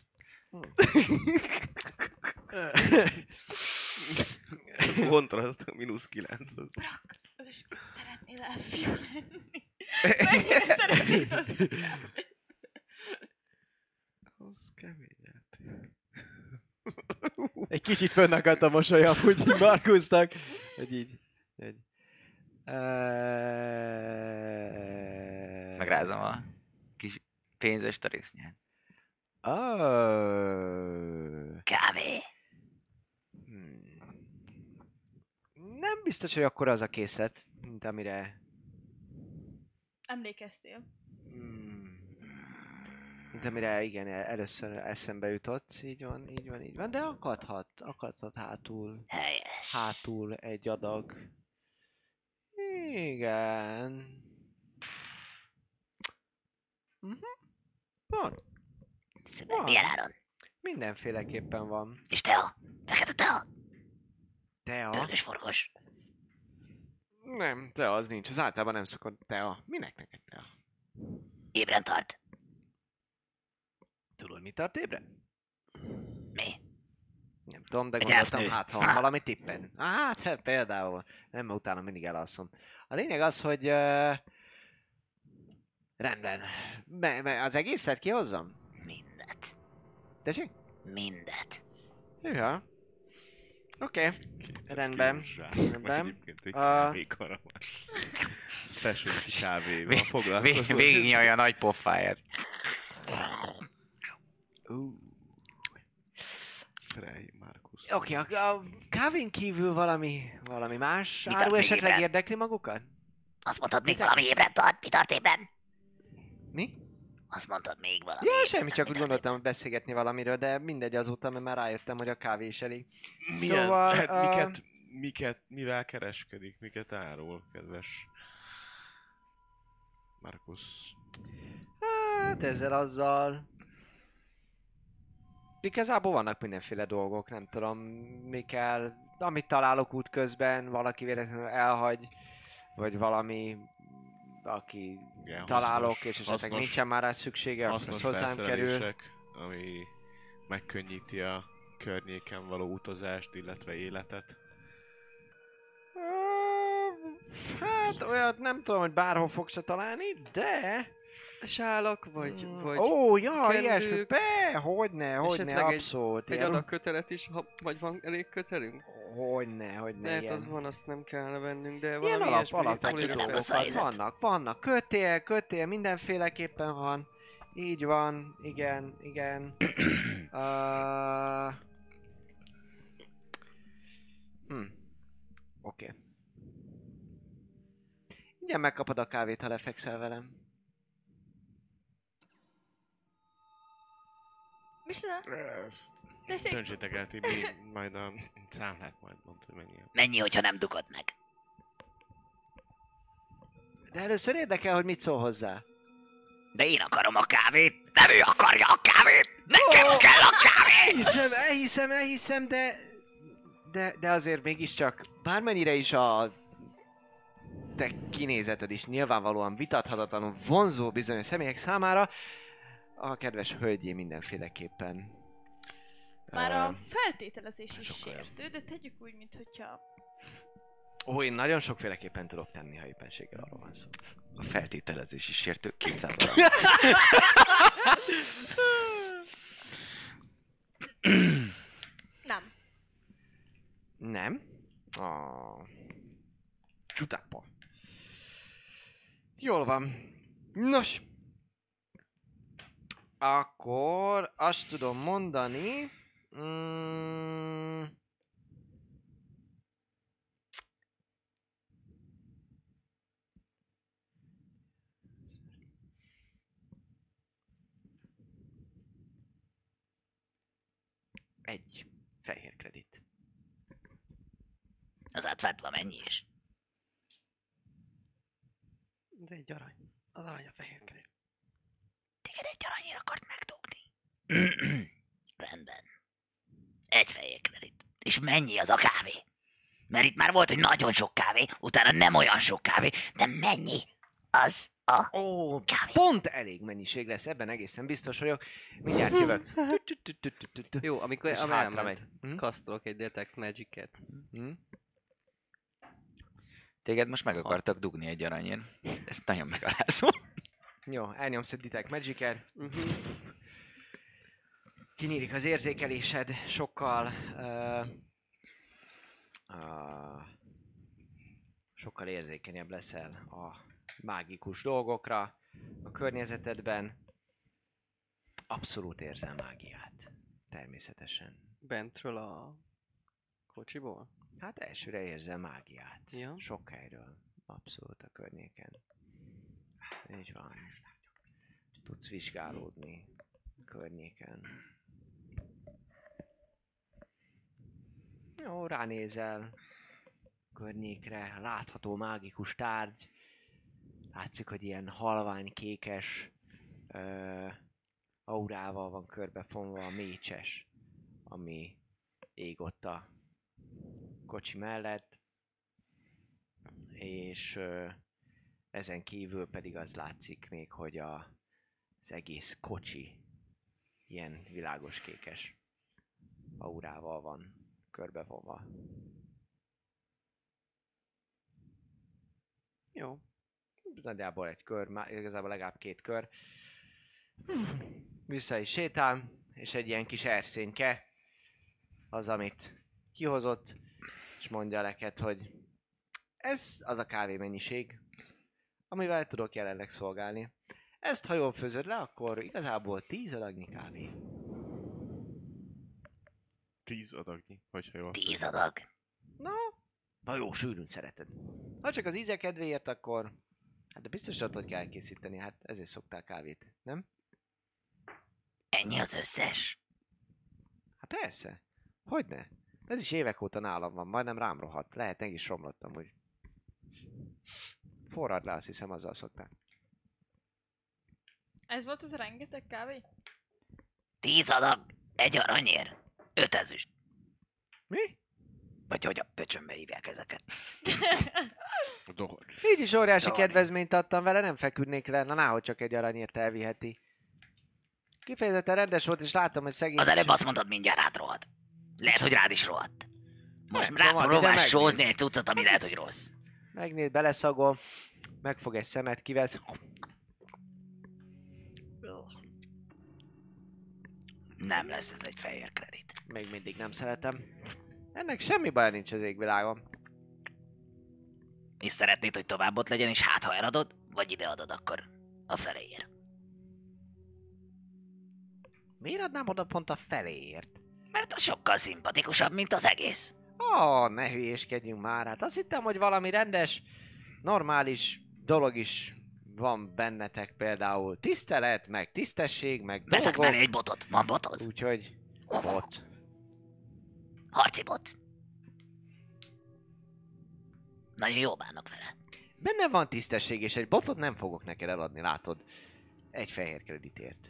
Kontraszt, mínusz kilenc. Az is szeretnél elfiú lenni. Mennyire szeretnéd azt a kávét? Az kemény játék. Egy kicsit fönnakadt a mosolyam, úgy Markusnak. Hogy így. Hogy... Megrázom a kis pénzes tarisznyát. Oh. Kávé. Hmm. Nem biztos, hogy akkor az a készlet, mint amire... Emlékeztél? Hmm. Mint amire igen, el- először eszembe jutott. Így van, így van, így van. De akadhat, akadhat hátul. Helyes. Hátul egy adag. Igen. Mhm. Van. Szüpen, Van. milyen áron? Mindenféleképpen van. És tea? Fekete tea? Tea? Pörgős forgos? Nem, tea az nincs. Az általában nem szokott tea. Minek neked tea? Ébren tart. Tudod, mi tart ébre? Mi? Nem tudom, de Egy gondoltam, elfnő. hát ha van valami tippen. Hát, hát például. Nem, mert utána mindig elalszom. A lényeg az, hogy... Uh, rendben. Be, be, az egészet kihozzam? Mindet. Tessék? Mindet. Ja. Oké. Okay. Rendben. Rendben. Egyébként egy A- kávékaramás. Specialty kávéval foglalkozom. Végignyalja a nagy pofáját. Uh. Frej, Markus. Oké, okay, a, a kávén kívül valami, valami más Mit áru tart még esetleg ébren? érdekli magukat? Azt mondtad, még Mit valami ébren tart? Mi tart ébren? Mi? Azt mondtad, még valami Ja, ébren semmi, tart, csak mi úgy tart gondoltam, hogy beszélgetni valamiről, de mindegy azóta, mert már rájöttem, hogy a kávé is elég. Milyen, Szóval, hát, uh, miket, miket, mivel kereskedik, miket árul, kedves Markus? Hát ezzel azzal... Igazából vannak mindenféle dolgok, nem tudom, mi kell, amit találok útközben, valaki véletlenül elhagy, vagy valami, aki Igen, találok, hasznos- és esetleg hasznos- nincsen már rá szüksége, akkor az Hasznos hozzám kerül. felszerelések, ami megkönnyíti a környéken való utazást, illetve életet. Ö, Hát olyat nem tudom, hogy bárhol fogsz találni, de... Sálak, vagy, vagy Ó, ja, kendők, ilyesmi, be, hogyne, hogyne, esetleg egy- abszolút. egy ilyen- adag kötelet is, ha, vagy van elég kötelünk? Hogyne, hogyne, Lehet ilyen. az van, azt nem kellene vennünk, de Ilyen valami alap, ilyesmi alapvető polira nem dolgokat rossz a helyzet. vannak, vannak. Kötél, kötél, mindenféleképpen van. Így van, igen, igen. uh... hm. Oké. Okay. Igen, megkapod a kávét, ha lefekszel velem. Micsoda? Ezt Tessék? döntsétek el, ti mi, majd a számlát majd mondd, hogy mennyi. Mennyi, hogyha nem dugod meg? De először érdekel, hogy mit szól hozzá. De én akarom a kávét, nem ő akarja a kávét! Nekem kell a kávét! Elhiszem, elhiszem, elhiszem, de... De, de azért mégiscsak, bármennyire is a te kinézeted is nyilvánvalóan vitathatatlanul vonzó bizonyos személyek számára, a kedves hölgyé mindenféleképpen. Már Ö, a feltételezés is sokkal jobb. sértő, de tegyük úgy, mintha... Ó, én nagyon sokféleképpen tudok tenni, ha éppenséggel arról van szó. A feltételezés is sértő kétszáz arra. Nem. Nem? A... Csutápa. Jól van. Nos. Akkor azt tudom mondani... Mm... Egy fehér kredit. Az átváltva mennyi is? De egy arany. Az arany a fehér kredit. Téged egy aranyért akart megdugni. Rendben. Egy fehér kredit. És mennyi az a kávé? Mert itt már volt, hogy nagyon sok kávé, utána nem olyan sok kávé, de mennyi az a Ó, kávé? pont elég mennyiség lesz, ebben egészen biztos vagyok. Mindjárt jövök. Jó, amikor És am hátra elment, megy. Hm? kasztolok egy Detect Magic-et. Hm? Téged most meg akartak dugni egy aranyért. Ezt nagyon megalázom. Jó, elnyomsz egy Detect Magic-et. Uh-huh. kinyílik az érzékelésed, sokkal uh, uh, sokkal érzékenyebb leszel a mágikus dolgokra a környezetedben. Abszolút érzel mágiát, természetesen. Bentről a kocsiból? Hát elsőre érzel mágiát. Ja. Sok helyről. Abszolút a környéken. Így van. Tudsz vizsgálódni a környéken. Jó, ránézel környékre, látható mágikus tárgy. Látszik, hogy ilyen halvány kékes ö, aurával van körbefonva a mécses, ami ég ott a kocsi mellett, és ö, ezen kívül pedig az látszik még, hogy a, az egész kocsi ilyen világos kékes aurával van körbefonva. Jó. Nagyjából egy kör, igazából legalább két kör. Vissza is sétál, és egy ilyen kis erszényke az, amit kihozott, és mondja neked, hogy ez az a kávé mennyiség, amivel tudok jelenleg szolgálni. Ezt ha jól főzöd le, akkor igazából tíz adagnyi kávé. Tíz adagnyi, hogyha jól. Tíz adag. Na, na jó, sűrűn szereted. Ha csak az íze kedvéért, akkor... Hát de biztos tudod, hogy kell készíteni, hát ezért szoktál kávét, nem? Ennyi az összes? Hát persze. Hogyne? Ez is évek óta nálam van, majdnem rám rohadt. Lehet, meg is romlottam, hogy... Forrad le, azt hiszem, azzal szokták. Ez volt az a rengeteg kávé? Tíz adag, egy aranyér, öt ezüst. Mi? Vagy hogy a pöcsönbe hívják ezeket. Dohor. Így is óriási Dohani. kedvezményt adtam vele, nem feküdnék le. Na náhogy csak egy aranyért elviheti. Kifejezetten rendes volt, és láttam, hogy szegény... Az előbb azt mondtad, mindjárt rád rohad. Lehet, hogy rád is rohadt. Most Nem, rád rohadt, próbálsz ide sózni megnéz. egy cuccot, ami lehet, hogy rossz. Megnéz, beleszagol, megfog egy szemet, kivesz. Nem lesz ez egy fehér kredit. Még mindig nem szeretem. Ennek semmi baj nincs az égvilágon. És szeretnéd, hogy tovább ott legyen, és hát ha eladod, vagy ide adod, akkor a feléért. Miért adnám oda pont a feléért? Mert az sokkal szimpatikusabb, mint az egész. Ó, oh, ne hülyéskedjünk már. Hát azt hittem, hogy valami rendes, normális dolog is van bennetek, például tisztelet, meg tisztesség, meg Veszek dolgok. mellé egy botot. Van botod? Úgyhogy... Bot. Harci bot. Nagyon jó bánok vele. Benne van tisztesség, és egy botot nem fogok neked eladni, látod? Egy fehér kreditért.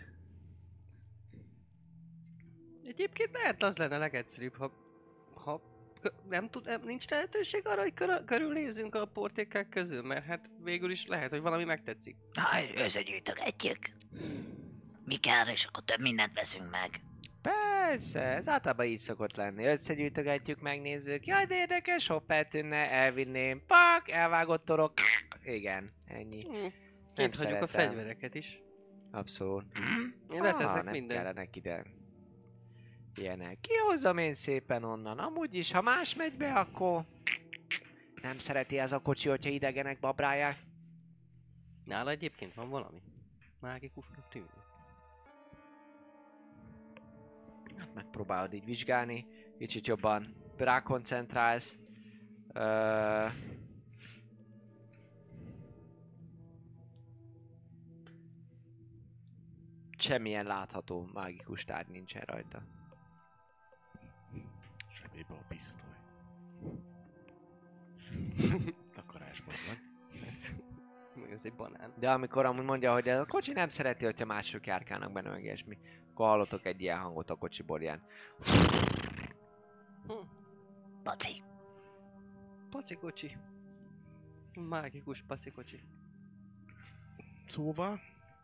Egyébként lehet az lenne a legegyszerűbb, ha, ha kö- nem tud, nem, nincs lehetőség arra, hogy kör, körülnézzünk a portékák közül, mert hát végül is lehet, hogy valami megtetszik. Na, összegyűjtögetjük. Mi kell, és akkor több mindent veszünk meg. Persze, ez általában így szokott lenni. Összegyűjtögetjük, megnézzük. Jaj, de érdekes, hopp, eltűnne, elvinném. Pak, elvágott torok. Igen, ennyi. Hm. Nem Kint hagyjuk a szeretem. fegyvereket is. Abszolút. Én leteszek nem mindent. kellenek ide. Ilyenek. Kihozom én szépen onnan. Amúgy is, ha más megy be, akkor... Nem szereti ez a kocsi, hogyha idegenek babrálják. Nála egyébként van valami? Mágikusnak tűnik. Hát megpróbálod így vizsgálni. Kicsit jobban rákoncentrálsz. Ö... Semmilyen látható mágikus tárgy nincsen rajta. Semmibe a pisztoly. Takarásban van. Meg ez egy banán. De amikor amúgy mondja, hogy a kocsi nem szereti, hogyha mások járkálnak benne, meg ilyesmi, akkor hallotok egy ilyen hangot a kocsiból, ilyen. Hm. Paci. Pacikocsi. Mágikus pacikocsi. Szóval?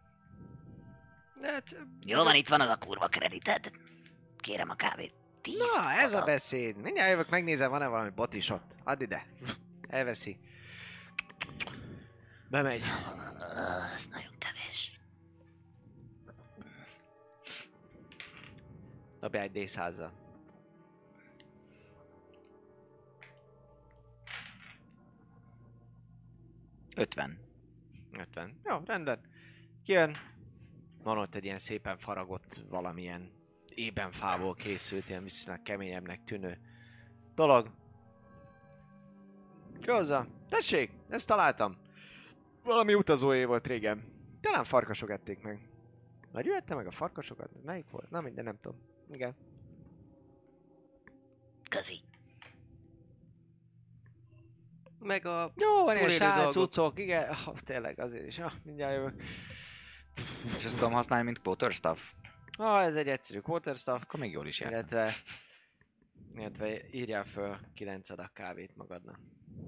De hát... Jó van, itt van az a kurva kredited. Kérem a kávét. Tíz Na, ez a adag. beszéd. Mindjárt jövök, megnézem, van-e valami bot is ott. Add ide. Elveszi. Bemegy. Ö, Ez nagyon kevés. Dobjál egy dé százzal. ötven. ötven. Jó, rendben. Kijön. Van ott egy ilyen szépen faragott valamilyen ében fából készült, ilyen viszonylag keményebbnek tűnő dolog. Kihozza. Tessék, ezt találtam. Valami utazóé volt régen. Talán farkasok ették meg. Vagy ő ette meg a farkasokat? Melyik volt? Na minden, nem tudom. Igen. Közi. Meg a... Jó, van ilyen túlélő sál, dolgok. cuccok, igen. Oh, tényleg azért is. Ah, mindjárt jövök. És ezt tudom használni, mint quarterstaff? Ah, ez egy egyszerű quarterstaff. Akkor még jól is jár. Illetve, illetve írjál föl kilenc adag kávét magadnak.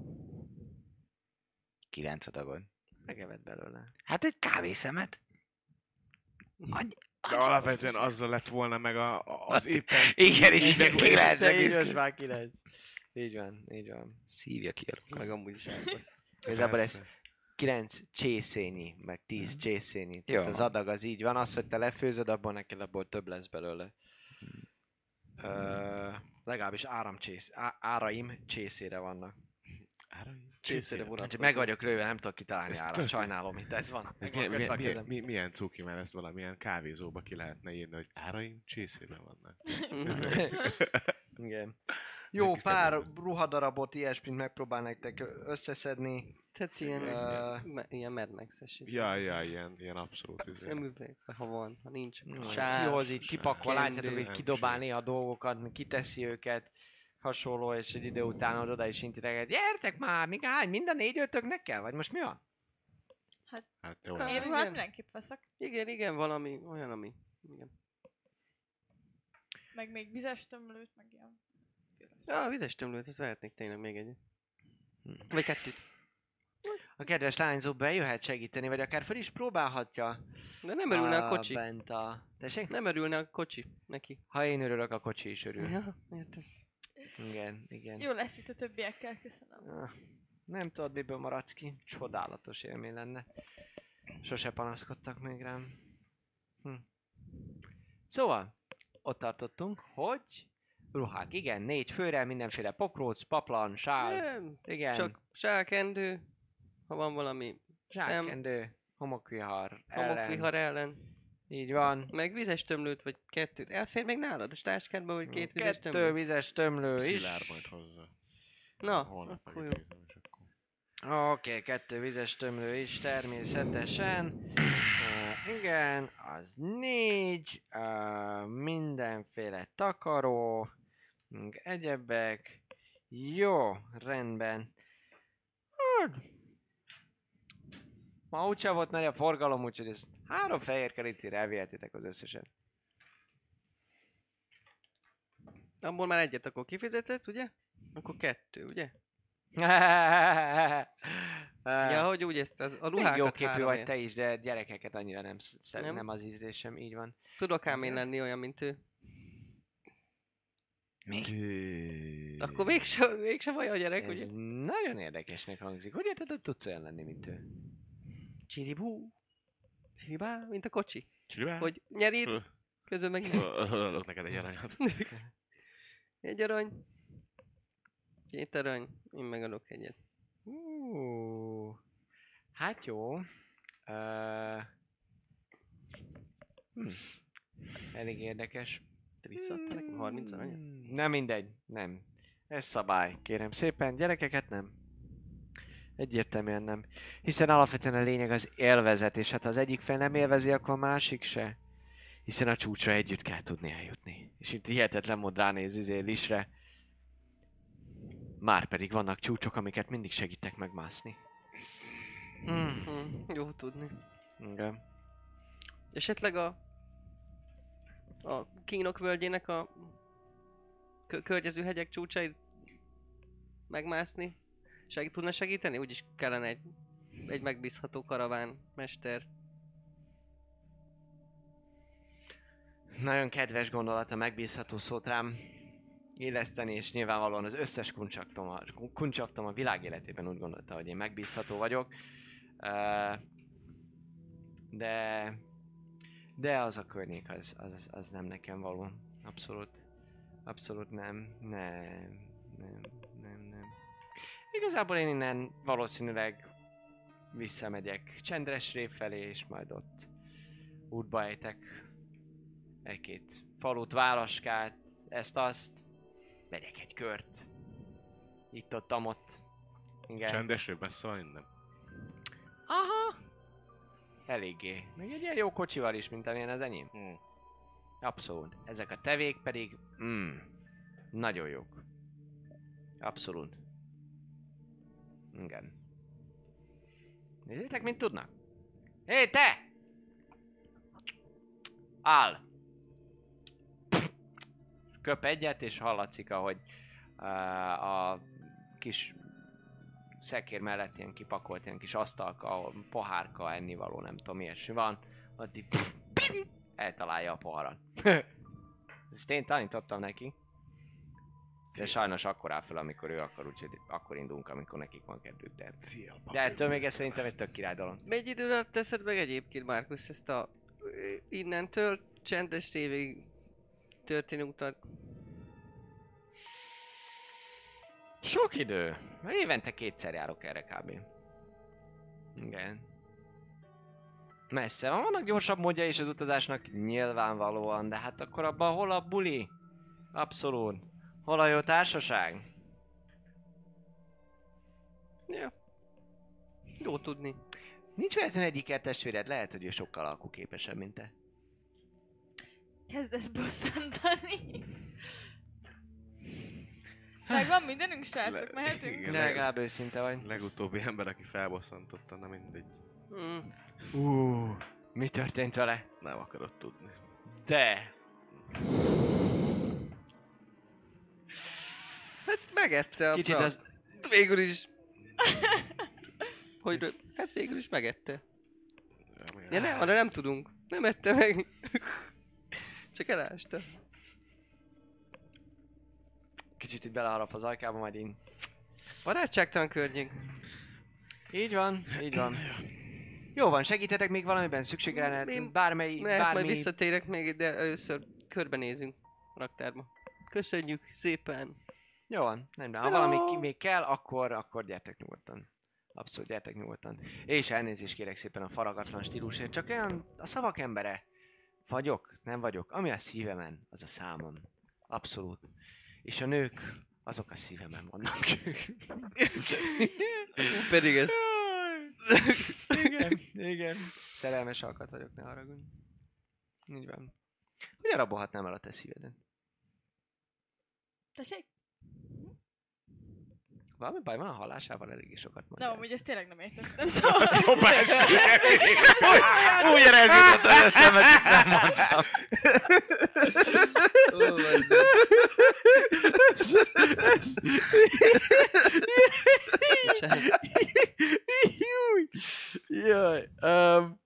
kilenc adagot. Megeved belőle. Hát egy kávészemet. Annyi, De alapvetően azzal lett volna meg a, a- az éppen... igen, és így kilenc Te így egész. most már kilenc. Így van, így van. Szívja ki a Meg amúgy is elbasz. Igazából ez Persze. kilenc csészényi, meg tíz csészényi. Jó Tehát az van. adag az így van, az, hogy te lefőzöd, abból neked abból több lesz belőle. Ö, legalábbis áramcsész, á, áraim csészére vannak. Csészére Úgyhogy vonatkozó. meg vagyok lőve, nem tudok kitalálni Ez árat. tök- Sajnálom, itt ez van. Ez Meg milyen, van milyen, kötve a milyen, kezem. milyen, milyen cuki, mert ezt valamilyen kávézóba ki lehetne írni, hogy áraim csészében vannak. Igen. Jó, Ezek pár kedvenc. ruhadarabot, ilyesmit megpróbál nektek összeszedni. Tehát ilyen, Ö, me, ilyen Mad Max-es. Ja, ja, ilyen, ilyen abszolút izé. Szemüveg, ha van, ha nincs. Mm, Sár, kihoz így, kipakol, kendő, látjátok, hogy nem kidobál semmi. néha dolgokat, kiteszi őket, hasonló, és egy idő után oda is intitek, gyertek már, még hány, mind a négy ötöknek kell? Vagy most mi van? Hát jó. Hát, Én igen. ruhát mindenképp veszek. Igen, igen, valami, olyan, ami... Igen. Meg még vizes tömlőt, meg ilyen. Ja, a vizes tömlőt, ezt vehetnék tényleg még egyet. Vagy kettőt. A kedves lányzó bejöhet segíteni, vagy akár fel is próbálhatja. De nem örülne a kocsi. Bent a... Tessék? Nem örülne a kocsi neki. Ha én örülök, a kocsi is örül. Ja, értem. Igen, igen. Jó lesz itt a többiekkel, köszönöm. Ah, nem tudod, miből maradsz ki? Csodálatos élmény lenne. Sose panaszkodtak még rám. Hm. Szóval, ott tartottunk, hogy ruhák, igen, négy főre, mindenféle pokróc, paplan, sál, Nem, igen, csak sálkendő, ha van valami zsákkendő, homokvihar ellen. homokvihar ellen. Így van. Meg vizes tömlőt, vagy kettőt. Elfér még nálad a táskádba, hogy két vizes Kettő tömlő? vizes tömlő is. Szilárd majd hozzá. Na, Holnap akkor jó. megnézem, és akkor... Oké, okay, kettő vizes tömlő is természetesen. Uh, igen, az négy. Uh, mindenféle takaró. meg Egyebek. Jó, rendben. Hát, ma úgyse volt nagy a forgalom, úgyhogy ez három fehér kerítére elvihetitek az összeset. Abból már egyet akkor kifizetett, ugye? Akkor kettő, ugye? Ja, hogy úgy ezt az, a Még ruhákat jó képű vagy háromért. te is, de gyerekeket annyira nem, sz- nem? Nem? nem az ízlésem, így van. Tudok ám én lenni olyan, mint ő. Mi? Akkor mégsem, mégsem vagy a gyerek, Ez ugye? nagyon érdekesnek hangzik. Hogy érted, hogy tudsz olyan lenni, mint ő? Csiribú. Csiribá, mint a kocsi. Csiribá? Hogy nyerít, Ö. közben meg Adok neked egy aranyat. egy arany. Két arany, én megadok egyet. Uh, hát jó. Uh, hm. Elég érdekes. Te visszaadtál nekem harminc aranyat? Hmm, Nem mindegy, nem. Ez szabály, kérem szépen. Gyerekeket nem. Egyértelműen nem. Hiszen alapvetően a lényeg az élvezet, és hát ha az egyik fel nem élvezi, akkor a másik se. Hiszen a csúcsra együtt kell tudni eljutni. És itt hihetetlen mód ránéz izé Lisre. Márpedig vannak csúcsok, amiket mindig segítek megmászni. Hmm. Hm, jó tudni. Igen. Esetleg a a Kínok völgyének a kö- környező hegyek csúcsait megmászni? Seg- tudna segíteni? Úgyis kellene egy, egy megbízható karaván mester. Nagyon kedves gondolat a megbízható szót rám illeszteni, és nyilvánvalóan az összes kuncsaktom a, kuncsaktom a világ életében úgy gondolta, hogy én megbízható vagyok. Uh, de de az a környék, az, az, az nem nekem való. Abszolút. Abszolút nem. Nem. Nem. Nem, nem. Igazából én innen valószínűleg visszamegyek Csendres Rép felé, és majd ott útba ejtek egy-két falut, válaskát, ezt-azt. Megyek egy kört. Itt-ott, ott. Igen. Csendes Rép messze van innen? Aha. Eléggé. Még egy ilyen jó kocsival is, mint amilyen az enyém. Hmm. Abszolút. Ezek a tevék pedig... Mm, nagyon jók. Abszolút. Igen. Nézzétek, mint tudnak. Hé, te! Áll! Köp egyet, és hallatszik, ahogy uh, a kis szekér mellett ilyen kipakolt ilyen kis asztalka, pohárka, ennivaló, nem tudom, ilyesmi van. Ott így eltalálja a poharat. Ezt én tanítottam neki. De sajnos akkor áll fel, amikor ő akar, úgyhogy akkor indulunk, amikor nekik van kedvük, de... De ettől még ez szerintem egy tök király dolog. Mennyi idő alatt teszed meg egyébként, Márkusz, ezt a ö, innentől Csendes Révig történő utat? Sok idő. Évente kétszer járok erre kb. Igen. Messze van, vannak gyorsabb módja is az utazásnak, nyilvánvalóan, de hát akkor abban hol a buli? Abszolút. Hol a jó társaság? Ja. Jó tudni. Nincs véletlenül egyik testvéred, lehet, hogy ő sokkal alkuképesebb, mint te. Kezdesz bosszantani. Megvan mindenünk, srácok, mehetünk? Igen, De leg- legalább őszinte vagy. Legutóbbi ember, aki felbosszantotta, na mindegy. Mm. Uh, mi történt vele? Nem akarod tudni. De! Hát megette a Kicsit bra. az... Végül is. Hogy rö- hát végül is megette. Ja ne, arra nem tudunk. Nem ette meg. Csak elásta. Kicsit itt beleharap az ajkába, majd én... Barátságtalan környék. Így van, így van. Jó van, segíthetek még valamiben? Szükségre lenne Én- bármely, Ne, bármi... majd visszatérek még, de először körbenézünk a raktárba. Köszönjük szépen. Jó van, nem, ha valami ki még kell, akkor, akkor gyertek nyugodtan. Abszolút, gyertek nyugodtan. És elnézést kérek szépen a faragatlan stílusért, csak olyan a szavak embere vagyok, nem vagyok. Ami a szívemen, az a számon. Abszolút. És a nők, azok a szívemen vannak. Pedig ez... igen, igen. Szerelmes alkat vagyok, ne haragudj. Így van. Ugye rabolhatnám el a te szíveden? Tessék? Valami baj van a hallásával, eléggé sokat Nem, mondja. amúgy ezt tényleg nem értettem, szóval... Úgy érezzük, hogy eszembe nem mondtam. Ó, ez- Jaj, um,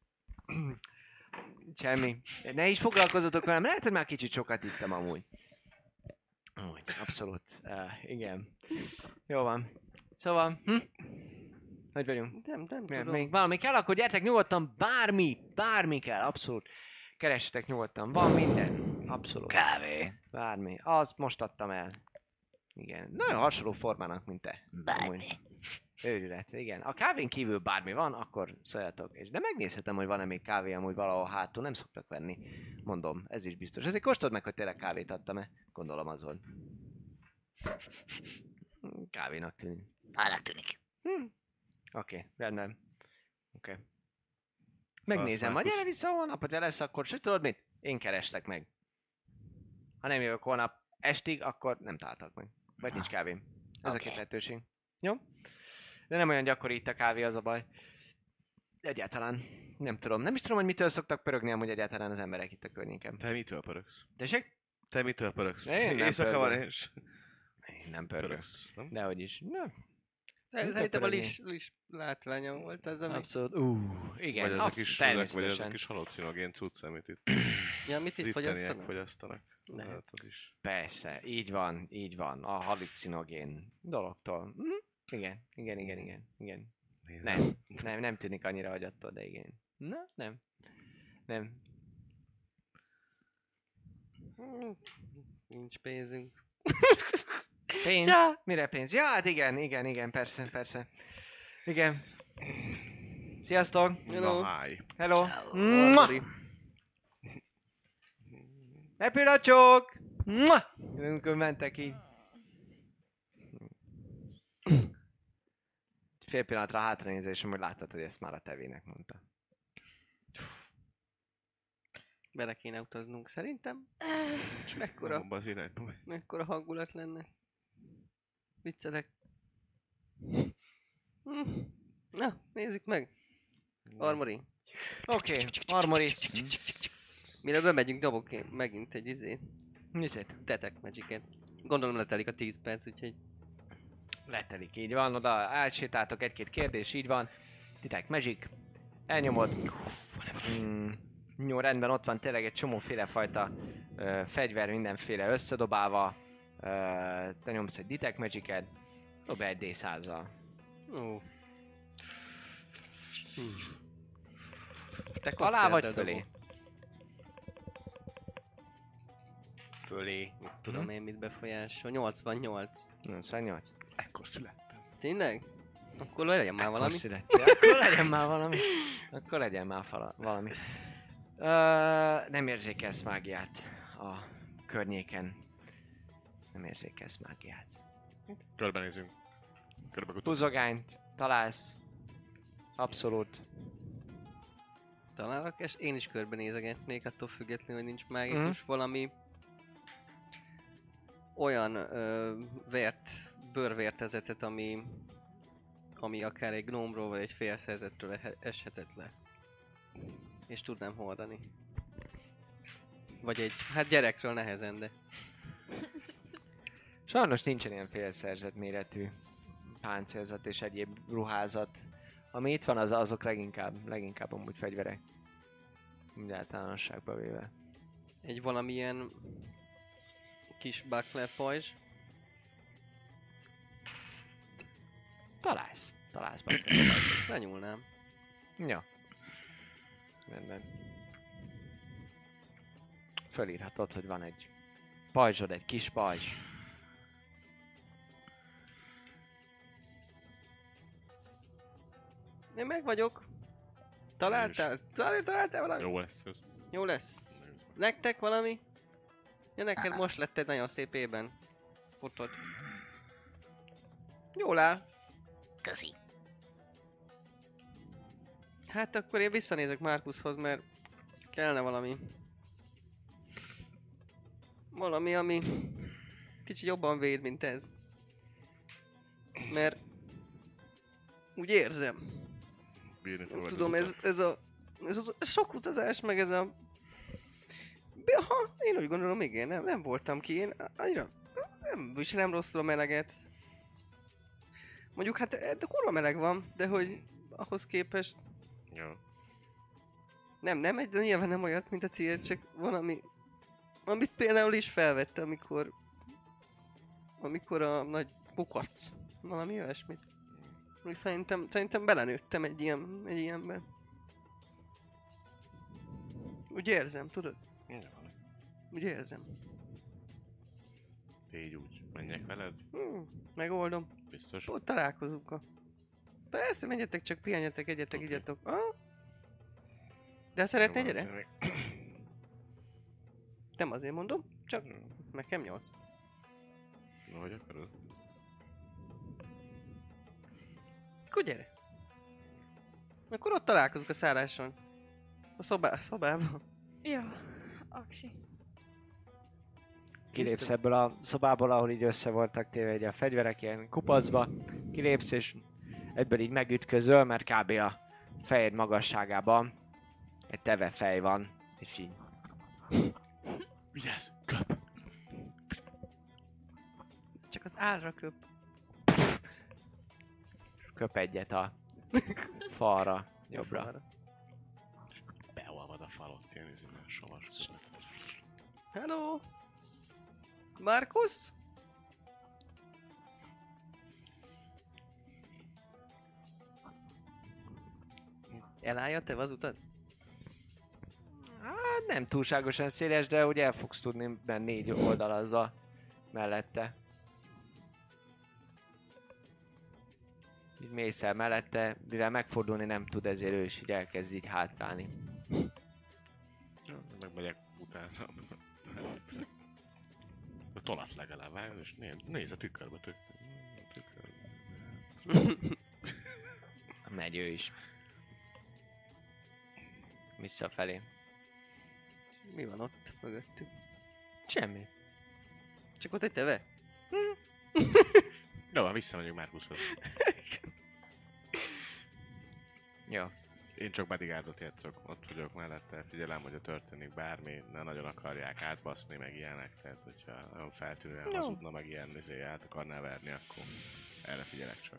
semmi. Ne is foglalkozzatok velem, lehet, hogy már kicsit sokat ittem amúgy. Amúgy, abszolút. Uh, igen. Jó van. Szóval, hm? Hogy vagyunk? Nem, nem Még, tudom. még valami kell, akkor gyertek nyugodtan, bármi, bármi kell, abszolút. Keressetek nyugodtan, van minden. Abszolút. Kávé. Bármi. Azt most adtam el. Igen. Nagyon hasonló formának, mint te. Bármi. Amúgy. Őrület, igen. A kávén kívül bármi van, akkor szóljatok. És de megnézhetem, hogy van-e még kávé amúgy valahol hátul, nem szoktak venni. Mondom, ez is biztos. Ezért kóstold meg, hogy tényleg kávét adtam-e. Gondolom az volt. Kávénak tűnik. Annak tűnik. Hm. Oké, okay, rendben. Oké. Okay. Megnézem, Márkusz. majd gyere vissza holnap, hogyha lesz, akkor sőt, tudod mit? Én kereslek meg. Ha nem jövök holnap estig, akkor nem találtak meg. Vagy nincs kávém. Ez Oké. a két lehetőség. Jó? De nem olyan gyakori itt a kávé, az a baj. Egyáltalán. Nem tudom. Nem is tudom, hogy mitől szoktak pörögni amúgy egyáltalán az emberek itt a környéken. Te mitől pörögsz? Tessék? Te mitől pörögsz? Én nem Éjszaka van pörgök. és Én nem pörgök. pörögsz, nem? Dehogy is. Nem. Szerintem a pörögni. lis, lis látványa volt az, ami... Abszolút. Uh, igen. Vagy az a absz- kis, ezek, vagy az a természetesen. kis halucinogén cucc, amit itt Ja, mit az itt itteniek fogyasztanak? fogyasztanak. Lehet. Hát az is. Persze, így van, így van. A halucinogén dologtól. Mhm. Igen, igen, igen, igen, igen. Nézem. Nem, nem, nem tűnik annyira, hogy attól, de igen. Na, nem. Nem. Nincs pénzünk. Pénz? Ja. Mire pénz? Ja, hát igen, igen, igen, persze, persze. Igen. Sziasztok! Hello. Na, hi. Hello! Marmori. Repülőcsók! Amikor mentek így. Fél pillanatra hátranézésem, hogy láttad, hogy ezt már a tevének mondta. Bele kéne utaznunk szerintem. És mekkora, Abba az irányba megy. mekkora hangulat lenne. Viccelek. Hm. Na, nézzük meg. Armory. Oké, okay. Armory. Mire bemegyünk, dobok én megint egy izét. Nézzét. Detect Magic-et. Gondolom letelik a tíz perc, úgyhogy... Letelik, így van, oda elsétáltok egy-két kérdés, így van. Detect Magic. Elnyomod. Mm. Jó, rendben, ott van tényleg egy csomóféle fajta ö, fegyver, mindenféle összedobálva. Ö, te nyomsz egy Detect Magic-et. Dob egy dé százzal. Ó. Te Alá vagy kockázat fölé? dobok. Fölé. Mit tudom én mit befolyásol. nyolcvannyolc. nyolcvannyolc. Ekkor születtem. Tényleg? Akkor legyen már Akkor valami. születtél. Akkor legyen már valami. Akkor legyen már fala, valami. Ö, nem érzékelsz mágiát a környéken. Nem érzékelsz mágiát. Körbenézünk. Körbekutunk. Húzogányt találsz. Abszolút. Találok, és én is körbenézegetnék, attól függetlenül, hogy nincs mágikus Mhm. valami olyan ö, vért, bőrvértezetet, ami, ami akár egy gnómról vagy egy félszerzetről ehe- eshetett le. És tudnám hordani. Vagy egy, hát gyerekről nehezen, de... Sajnos nincsen ilyen félszerzett méretű páncélzat és egyéb ruházat. Ami itt van, az azok leginkább, leginkább amúgy fegyverek. Úgy általánosságba véve. Egy valamilyen kis buckler pajzs. Találsz. Találsz benne. Lenyúlnám. Ja. Rendben. Fölírhatod, hogy van egy pajzsod, egy kis pajzs. Én meg vagyok. Találtál? Találtál, találtál valami? Jó lesz ez. Jó lesz. Nektek valami? Ja, neked most lett egy nagyon szép ében. Fotod. Jól áll. Köszi. Hát akkor én visszanézek Márkuszhoz, mert kellene valami. Valami, ami kicsit jobban véd, mint ez. Mert úgy érzem. Bírni Nem fogod tudom, az ez, utat. ez a... Ez az sok utazás, meg ez a... Aha, én úgy gondolom, igen, nem, nem voltam ki, én annyira... Nem viselem rosszul a meleget. Mondjuk hát, de kurva meleg van, de hogy ahhoz képest... Jó. Nem, nem egy, de nyilván nem olyat, mint a tiéd, csak valami... Amit például is felvette, amikor... Amikor a nagy kukac. Valami olyasmit. Úgy szerintem, szerintem belenőttem egy ilyen, egy ilyenbe. Úgy érzem, tudod? Jó. Úgy érzem. Így úgy. Menjek veled? Hmm, megoldom. Biztos. Ott találkozunk a... Persze, menjetek csak, pihenjetek, egyetek, Oké. igyatok. Ah? De ha szeretnél, Jó, gyere? valószínűleg. Nem azért mondom, csak Jó. nekem nyolc. Na, hogy akarod? Akkor gyere. Akkor ott találkozunk a szálláson. A szobá, a szobában. Jó, aksi. Kilépsz ebből a szobából, ahol így össze voltak téve egy a fegyverek ilyen kupacba. Kilépsz és egyből így megütközöl, mert kb. A fejed magasságában egy teve fej van. És így Vigyázz! Köp! Csak az állra köp. köp egyet a falra, jobbra. Beolvad a falot, ilyen izé, ilyen savas. Hello! Markus? Elállja te az utat? Hát nem túlságosan széles, de úgy el fogsz tudni menni négy oldalazza mellette. Így mész el mellette, mivel megfordulni nem tud, ezért ő is így elkezd így hátrálni. Megmegyek utána. A tolat legalább vágod, és néz, néz a tükörbe, tük, tükörbe. Megy ő is. Visszafelé. Mi van ott mögöttük? Semmi. Csak ott egy teve? Jó, visszamegyünk Márkuszhoz. Jó. Én csak bodyguardot játszok, ott vagyok mellette, figyelem, hogy a történik bármi, ne nagyon akarják átbaszni, meg ilyenek, tehát hogyha nagyon feltűnően hazudna, meg ilyen izé át akarná verni, akkor erre figyelek csak.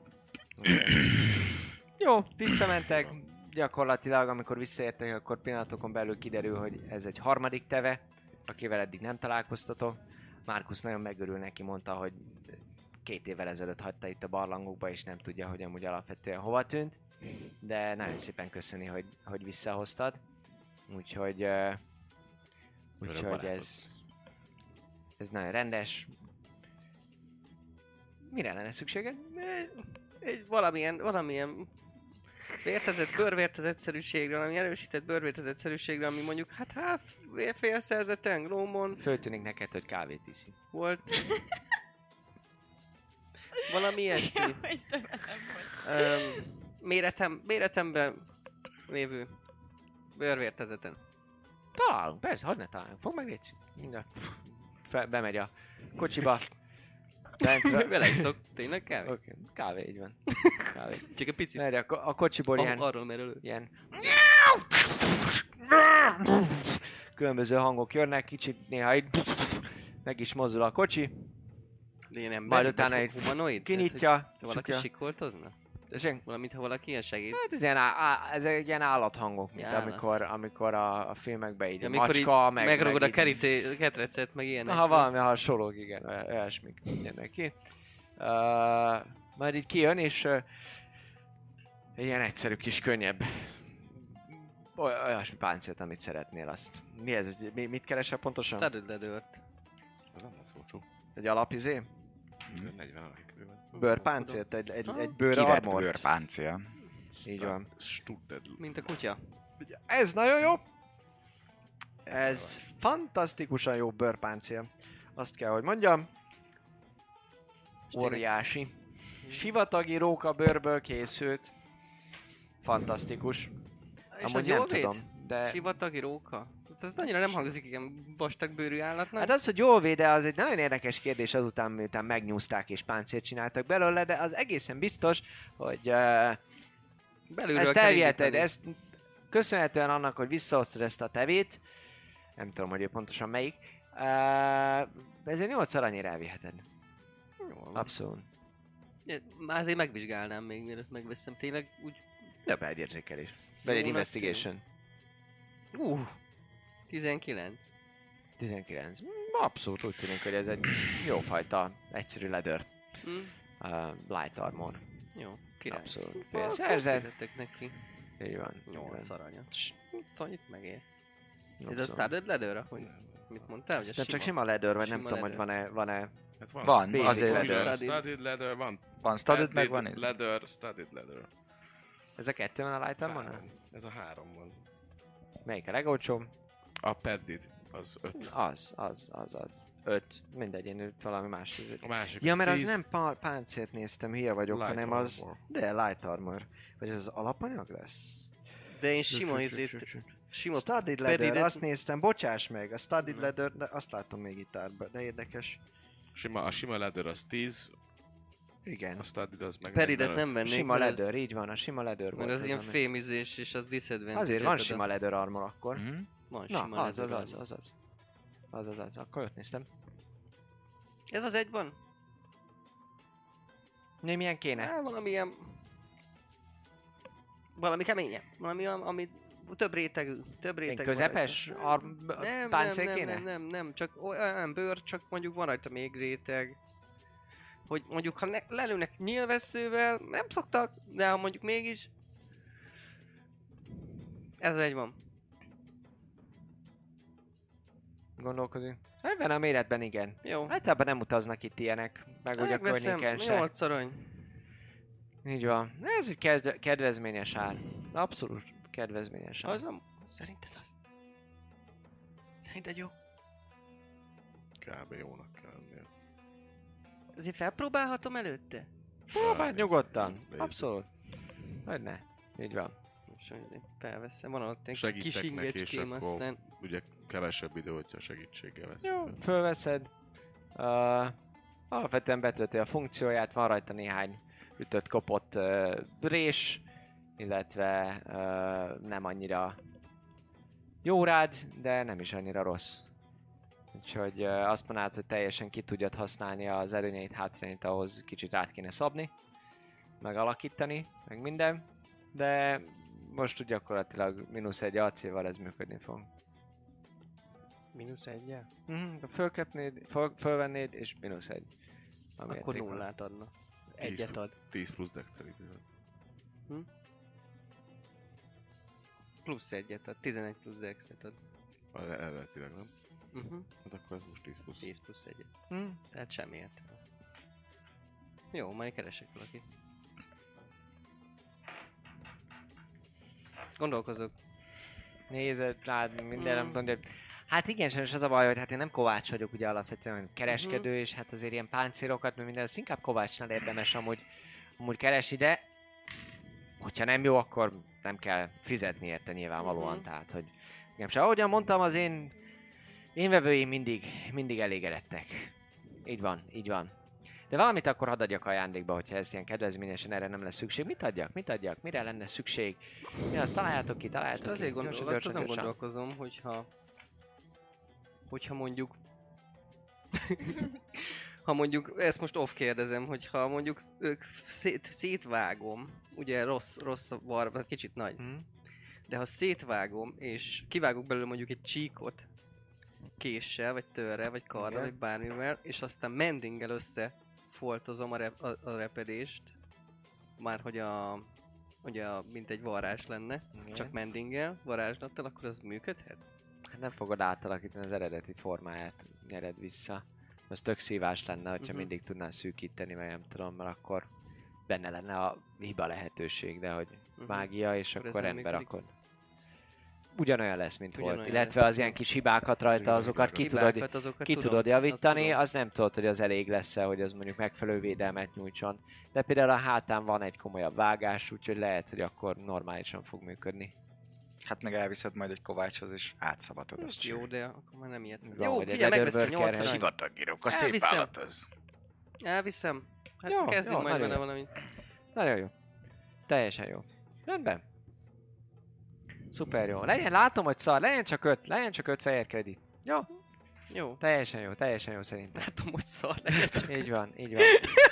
Jó, visszamentek, gyakorlatilag amikor visszaértek, akkor pillanatokon belül kiderül, hogy ez egy harmadik teve, akivel eddig nem találkoztatok. Márkusz nagyon megörül neki, mondta, hogy két évvel ezelőtt hagyta itt a barlangokba, és nem tudja, hogy amúgy alapvetően hova tűnt. De nagyon szépen köszöni, hogy, hogy visszahoztad. Úgyhogy... Uh, úgyhogy ez... Ez nagyon rendes. Mire lenne szükséged? Egy valamilyen, valamilyen vértezett, bőrvértezetszerűségre, valami erősített bőrvértezetszerűségre, ami mondjuk, hát hát, félszerzeten, grómon Föltűnik neked, hogy kávét iszi. volt. Valami ilyesmi. Hogy te velem vagy. Öm, méretem, méretemben lévő bőrvértezeten. Találunk, persze, hadd ne találjunk. Fog meg légy. Mindjárt. Fe, bemegy a kocsiba. Bent, Vele is szok, tényleg kávé? Oké, okay. Kávé, így van. Kávé. Csak egy picit. Merje, a, ko- a kocsiból ilyen... Arról merülő. Ilyen... Különböző hangok jönnek, kicsit néha így... Meg is mozdul a kocsi. Ilyen ember, Majd utána egy humanoid? kinyitja. Tehát, hogy valaki csukja. sikoltozna? Tessék? Valamint ha valaki ilyen segít. Hát ez ilyen, á, á, ezek ilyen állathangok, mint Állat. amikor, amikor a, a filmekben így a Amikor macska, így meg... megrugod meg a így- keríté, ketrecet, meg ilyenek. Ha valami hasonlók, igen, oly- olyasmik jönnek ki. Uh, majd így kijön, és uh, ilyen egyszerű kis, könnyebb oly- olyasmi páncélt, amit szeretnél azt. Mi ez? Mi, mit keresel pontosan? Studded leather-t. Ez nem lesz olcsó. Egy alapizé? negyven alakik körülbelül. Bőrpáncélt? Egy, egy, egy bőr Kivert armort? bőrpáncél. Így van. Studded. Mint a kutya. Ez nagyon jó! Ez fantasztikusan jó bőrpáncél. Azt kell, hogy mondjam. Óriási. Sivatagi róka bőrből készült. Fantasztikus. És Amúgy az nem jól véd? tudom, de... Sivatagi róka? Ez annyira nem hangzik ilyen vastagbőrű állatnak. Hát az, hogy jól véde, az egy nagyon érdekes kérdés azután, miután megnyúzták és páncélt csináltak belőle, de az egészen biztos, hogy uh, Belülről ezt kell elviheted, építeni. ezt köszönhetően annak, hogy visszahoztad ezt a tevét, nem tudom, hogy ő pontosan melyik, uh, ezért nyolc aranyért elviheted. Abszolút. Ja, már azért megvizsgálnám még, mielőtt megveszem. Tényleg úgy... De be egy érzékelés. Vagy egy Jónak investigation. Uh, tizenkilenc. tizenkilenc. Abszolút úgy tűnik, hogy ez egy jófajta, egyszerű leather. Hm? Uh, light armor. Jó, király. Abszolút. Akkor Szerzed. fizetek neki. Így van. nyolc aranyat. Annyit megér. Ez a Abszolút. studded leather, ahogy mit mondtál? Hogy a Nem csak sima leather, vagy nem Sima tudom, hogy leather. van-e, van-e... Hát van, Van, basic azért leather. Van Studded. studded leather, van Van studded, meg padded van ez. leather, studded leather. Ez a kettő van a light armor? Három. Ez a három van. Melyik a legolcsóbb? A padded az öt. Az, az, az, az. Öt. Mindegy, én itt valami más. A másik Ja, mert az tíz. nem pá- páncélt néztem, hülye vagyok, Light hanem az... armor. De, light armor. Vagy ez az alapanyag lesz? De én sima izét... Sima Studded leather, pedidet- azt néztem, bocsáss meg, a studded Nem. leather, de azt látom még itt árba, de érdekes. Sima, a sima leather az tíz, Igen. a studded az meg Peridet negyvenöt. nem vennék, Sima mert leather, ez, így van, a sima leather mert volt az ilyen ami- fémizés és az disadvantage. Azért van sima leather armor akkor. Mhm. Van Na, sima az, az, leather az, armor. az, az. Az, az, az. Akkor ott néztem. Ez az egy van? Mi milyen kéne? Á, valami ilyen... Valami keményebb. Valami, am- ami több rétegű. Több Ilyen réteg közepes van arm... rajta. Nem, páncél nem, nem, kéne? nem, nem, nem, csak olyan bőr, csak mondjuk van rajta még réteg. Hogy mondjuk, ha ne, lelőnek nyílvesszővel, nem szoktak, de ha mondjuk mégis... Ez egy van. Gondolkozunk. Ebben a méretben igen. Jó. Általában nem utaznak itt ilyenek, meg úgy a környéken se. nyolc arany. Így van. Ez egy kezd- kedvezményes ár. Abszolút kedvezményes ár. Az nem... Szerinted az? Szerinted jó? Kb. Jónak kell lennie. Azért felpróbálhatom előtte? Próbálj nyugodtan. Abszolút. Hogy ne. Így van. Most hogy felveszem, van ott egy Segítek kis neki, és ingecském, akkor aztán... ugye kevesebb idő, hogyha segítséggel veszünk. Jó, fel. fölveszed. Uh, alapvetően betölti a funkcióját, van rajta néhány ütött, kopott uh, rés, illetve uh, nem annyira jó rád, de nem is annyira rossz. Úgyhogy uh, azt mondanád, hogy teljesen ki tudjad használni az előnyeit, hátrányait, ahhoz kicsit át kéne szabni, meg alakítani, meg minden, de most úgy gyakorlatilag mínusz egy acéval ez működni fog. Mínusz egyel? Mhm, fölköpnéd, föl, fölvennéd, és mínusz egy. Ami Akkor érték van. nullát adna. Tíz Egyet plusz- ad. tíz plusz dexterity. Plusz egyet ad. tizenegy plusz dexet ad. Az eredetileg nem? Uh-huh. Hát akkor ez most tíz plusz. tíz plusz egyet. Hm? Tehát semmi értelme. Jó, majd keresek valakit. Gondolkozok. Nézed rád, minden, nem Mm. tudom, hogy... Hát igen, sajnos az a baj, hogy hát én nem kovács vagyok ugye alapvetően, hanem kereskedő, Mhm. és hát azért ilyen páncélokat, meg minden, az inkább kovácsnál érdemes amúgy, amúgy keresni, de hogyha nem jó, akkor nem kell fizetni érte nyilvánvalóan, Mhm. tehát hogy igen, és ahogyan mondtam, az én, én vevőim mindig, mindig elégedettek. Így van, így van. De valamit akkor hadd adjak ajándékba, hogyha ez ilyen kedvezményesen erre nem lesz szükség. Mit adjak? Mit adjak? Mire lenne szükség? Mi azt találjátok ki, találjátok Hát azért ki. gondol, Gyorsan, gyorsan, azon gyorsan. gondolkozom, hogyha... Hogyha mondjuk... ha mondjuk, ezt most off kérdezem, hogyha mondjuk ők szét, szétvágom, ugye rossz, rossz a var, kicsit nagy, Hm? de ha szétvágom, és kivágok belőle mondjuk egy csíkot, késsel, vagy törrel, vagy karral, Igen. vagy bármivel, és aztán mendinggel összefoltozom a, rep, a, a repedést, már hogy a, ugye a, mint egy varázs lenne, Igen. csak mendinggel, varázslattal, akkor az működhet? Hát nem fogod átalakítani az eredeti formáját, nyered vissza. Az tök szívás lenne, hogyha Mhm. mindig tudnál szűkíteni, vagy nem tudom, mert akkor benne lenne a hiba lehetőség, de hogy Mhm. mágia, és Akkor ez akkor nem ember, működik? akkor ugyanolyan lesz, mint Ugyanolyan volt. Illetve lesz. az ilyen kis hibákat rajta, Igen, azokat ki hibákat. tudod, azokat ki tudom, tudod azt javítani, tudom. az nem tudod, hogy az elég lesz-e, hogy az mondjuk megfelelő védelmet nyújtson. De például a hátán van egy komolyabb vágás, úgyhogy lehet, hogy akkor normálisan fog működni. Hát meg elviszed majd egy kovácshoz, és átszabadod azt. Jó, de akkor már nem ilyet. Van, Jó, vagy egy figyelj, megveszi Leatherworkerhez. nyolc arany. Sivatagírok, a szép Elviszem. állathoz. Elviszem. Hát Jó, kezdjünk jó, majd nagyon vele jó. valamit. Nagyon jó. Teljesen jó. Rendben. Szuper jó. Legyen, látom, hogy szar, legyen csak öt, legyen csak öt fehér kredit. Jó, Jó. teljesen jó, teljesen jó szerintem. Látom, hogy szar lehet. Így van, így van.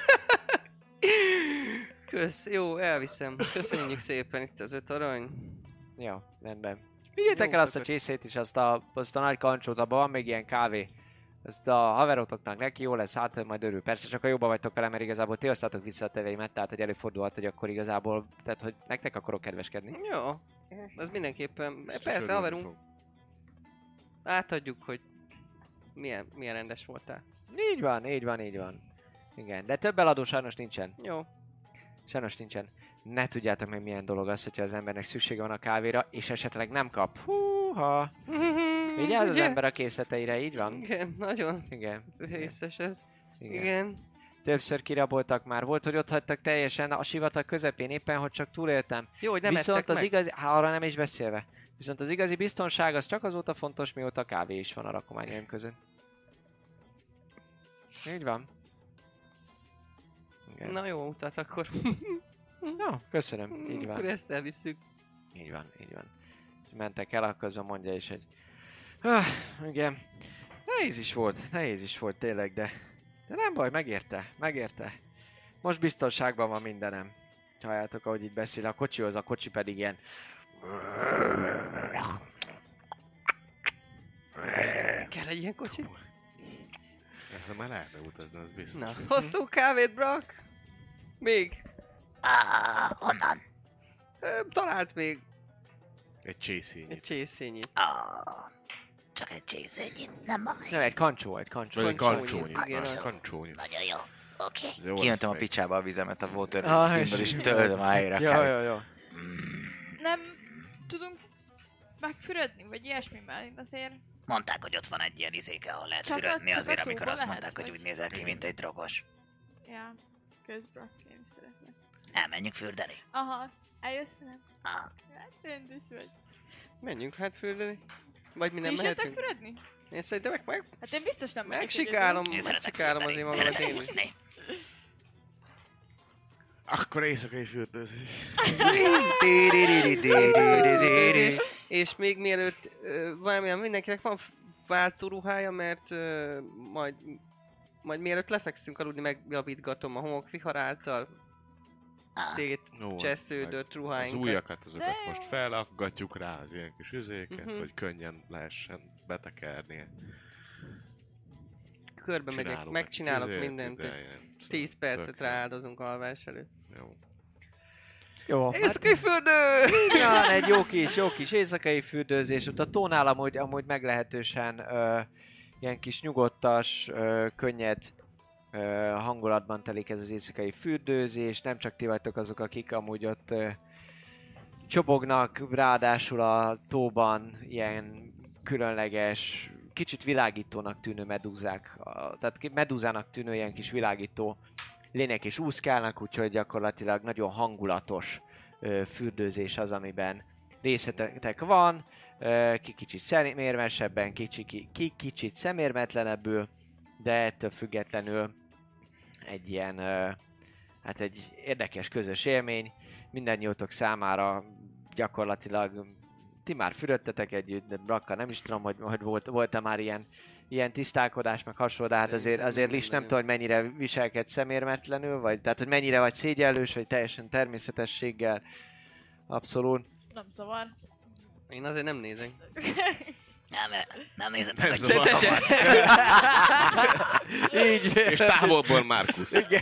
Kösz, jó, elviszem. Köszönjük szépen itt az öt arany. Jó, rendben. Vigyétek Jó, el azt a tökös. csészét is, azt a, azt a nagy kancsót, abban van még ilyen kávé. Ezt a haverotoknak neki jó lesz, hát majd örül. Persze csak a jobban vagytok vele, mert igazából ti osztátok vissza a teveimet, tehát hogy előfordulhat, hogy akkor igazából, tehát hogy nektek akarok kedveskedni. Jó. Ez mindenképpen, Biztos persze örülni haverunk, fog. átadjuk, hogy milyen, milyen rendes voltál. Így van, így van, így van. Igen, de több eladó sajnos nincsen. Jó. Sajnos nincsen. Ne tudjátok meg milyen dolog az, hogyha az embernek szüksége van a kávéra, és esetleg nem kap. Húha! Vigyázz az Ugye? ember a készleteire, így van? Igen, nagyon Igen. részes ez. Igen. Igen. Többször kiraboltak már. Volt, hogy ott hagytak teljesen a sivatag közepén, éppen, hogy csak túléltem. Jó, hogy nem Viszont ettek az meg. igazi, há, arra nem is beszélve. Viszont az igazi biztonság az csak azóta fontos, mióta a kávé is van a rakományaim között. Így van. Igen. Na jó utat akkor. Jó, köszönöm. Így van. Akkor ezt elvisszük. Így van, így van. És mentek el, akkor közben mondja is, hogy... Ah, igen. Nehéz is volt, nehéz is volt tényleg, de... De nem baj, megérte, megérte. Most biztonságban van mindenem. Halljátok, ahogy így beszél a kocsihoz, a kocsi pedig ilyen... Kell egy ilyen kocsi? Ezzel már lehetne utazni, az biztos. Na, hoztunk kávét, Brak? Még? Ah, honnan? Ö, talált még Egy csészényit. egy csészényit. Ah, Csak egy csészényi, nem baj. Nem, egy kancsó, egy kancsó. Vagy egy Kancsónyi, kancsónyi. igen. Kancsónyi. Nagyon jó. Oké. Ez jó Kijöntem a lesz meg. picsába a vizemet a water Ah, skinből, és töltöm a helyre. Jó, jó, jó. Nem tudunk megfürödni, vagy ilyesmi, mert azért... Mondták, hogy ott van egy ilyen izéke, ahol lehet Csak a- fürödni csak a azért, amikor tóba azt lehet, mondták, hogy vagy? úgy nézel ki, mint egy drogos. Ja, közben én is szeretnék. Elmenjünk fürdeni. Aha, eljössz velem? Ah, Hát rendes vagy. Menjünk hát fürdeni. Vagy mi nem Ti is jöttek mehetünk? fürödni? Én szerintem meg, meg Hát én biztos nem megyek megsikálom, én szeretek megsikálom azért fürdeni. magamat Szeretek én is. úszni. Akkor éjszakai fürdőzés. És, és még mielőtt ö, valamilyen mindenkinek van váltóruhája, mert ö, majd, majd mielőtt lefekszünk aludni, megjavítgatom a homokvihar által szétcsesződött Az ruháinkat. újakat, azokat De jó. most felakgatjuk rá az ilyen kis üzéket, Mhm. hogy könnyen lehessen betekerni. Körbe megyek, Csinálunk megcsinálok egy mindent. izét, ide, ilyen, tíz szóval percet tök jó. rááldozunk alvás előtt. Jó. Jó, hát Északi fürdő! igen, egy jó kis, jó kis éjszakai fürdőzés. Ott a tónál amúgy, amúgy meglehetősen ö, ilyen kis nyugodtas, ö, könnyed ö, hangulatban telik ez az éjszakai fürdőzés. Nem csak ti vagytok azok, akik amúgy ott ö, csobognak, ráadásul a tóban ilyen különleges, kicsit világítónak tűnő medúzák, a- tehát ki- medúzának tűnő ilyen kis világító lények is úszkálnak, úgyhogy gyakorlatilag nagyon hangulatos ö, fürdőzés az, amiben részletek van, ö, ki kicsit szemérmesebben, kicsi, ki, ki kicsit szemérmetlenebbül, de ettől függetlenül egy ilyen, ö, hát egy érdekes közös élmény, mindannyiótok számára gyakorlatilag ti már fürödtetek együtt, de Brakka nem is tudom, hogy, hogy volt, volt-e már ilyen, ilyen tisztálkodás, meg hasonló, de hát azért, Szerintem azért nem Lis nem nagyon. tudom, hogy mennyire viselkedsz szemérmetlenül, vagy tehát, hogy mennyire vagy szégyellős, vagy teljesen természetességgel. Abszolút. Nem zavar. Én azért nem nézek. Nem, nem nézem meg, Ez hogy a- Te se! Így. És távolból Markus. Igen.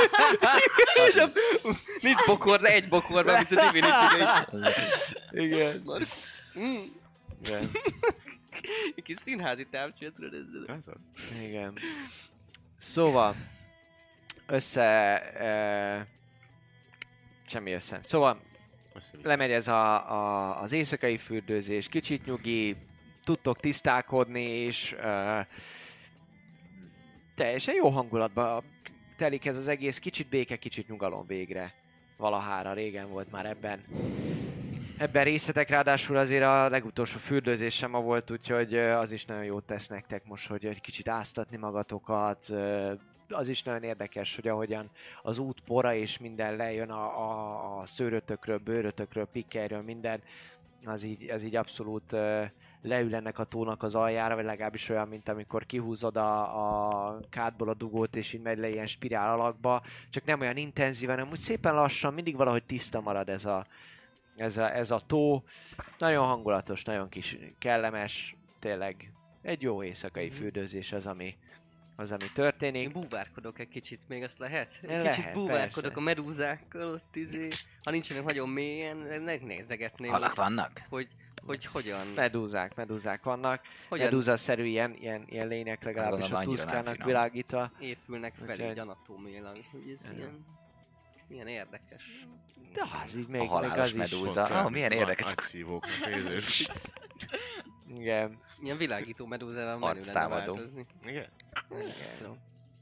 Nincs bokor, de egy bokorban, mint a Divinity-ben. Igen. Mm. Igen. Egy kis színházi távcsövet, tudod ezzel. Ez az. Igen. Szóval, össze... E, semmi össze. Szóval, Köszönjük. lemegy ez a, a, az éjszakai fürdőzés, kicsit nyugi, tudtok tisztálkodni, és e, teljesen jó hangulatban telik ez az egész, kicsit béke, kicsit nyugalom végre. Valahára régen volt már ebben. Ebben részletek, ráadásul azért a legutolsó fürdőzés sem ma volt, úgyhogy ö, az is nagyon jót tesz nektek most, hogy egy kicsit áztatni magatokat. Ö, Az is nagyon érdekes, hogy ahogyan az út pora és minden lejön a, a, a szőrötökről, bőrötökről, pikkelyről, minden, az így, az így abszolút ö, leül ennek a tónak az aljára, vagy legalábbis olyan, mint amikor kihúzod a, a kádból a dugót, és így megy le ilyen spirál alakba, csak nem olyan intenzíven, hanem úgy szépen lassan, mindig valahogy tiszta marad ez a, ez a, ez a tó. Nagyon hangulatos, nagyon kis kellemes, tényleg egy jó éjszakai fürdőzés az, ami, az, ami Én történik. búvárkodok egy kicsit, még azt lehet? Egy Lehet, kicsit búvárkodok persze. a medúzákkal ott izé. Ha nincsenek nagyon mélyen, megnézegetném, halak hogy, vannak? hogy, hogy hogyan, Medúzák, medúzák vannak. hogyan Medúza-szerű ilyen, ilyen, ilyen lények legalábbis gondolom, a annyira nem túszkának finom. világítva. épülnek fel Úgyhogy- így anatómiailag, hogy ez Igen. ilyen, milyen érdekes. De az így még, A még halálos az is. medúza. Pont Ah, milyen van érdekes. Agyszívóknak nézős. Igen. Ilyen világító medúzával menő lenne Arctámadó. változni. Igen? Tudom.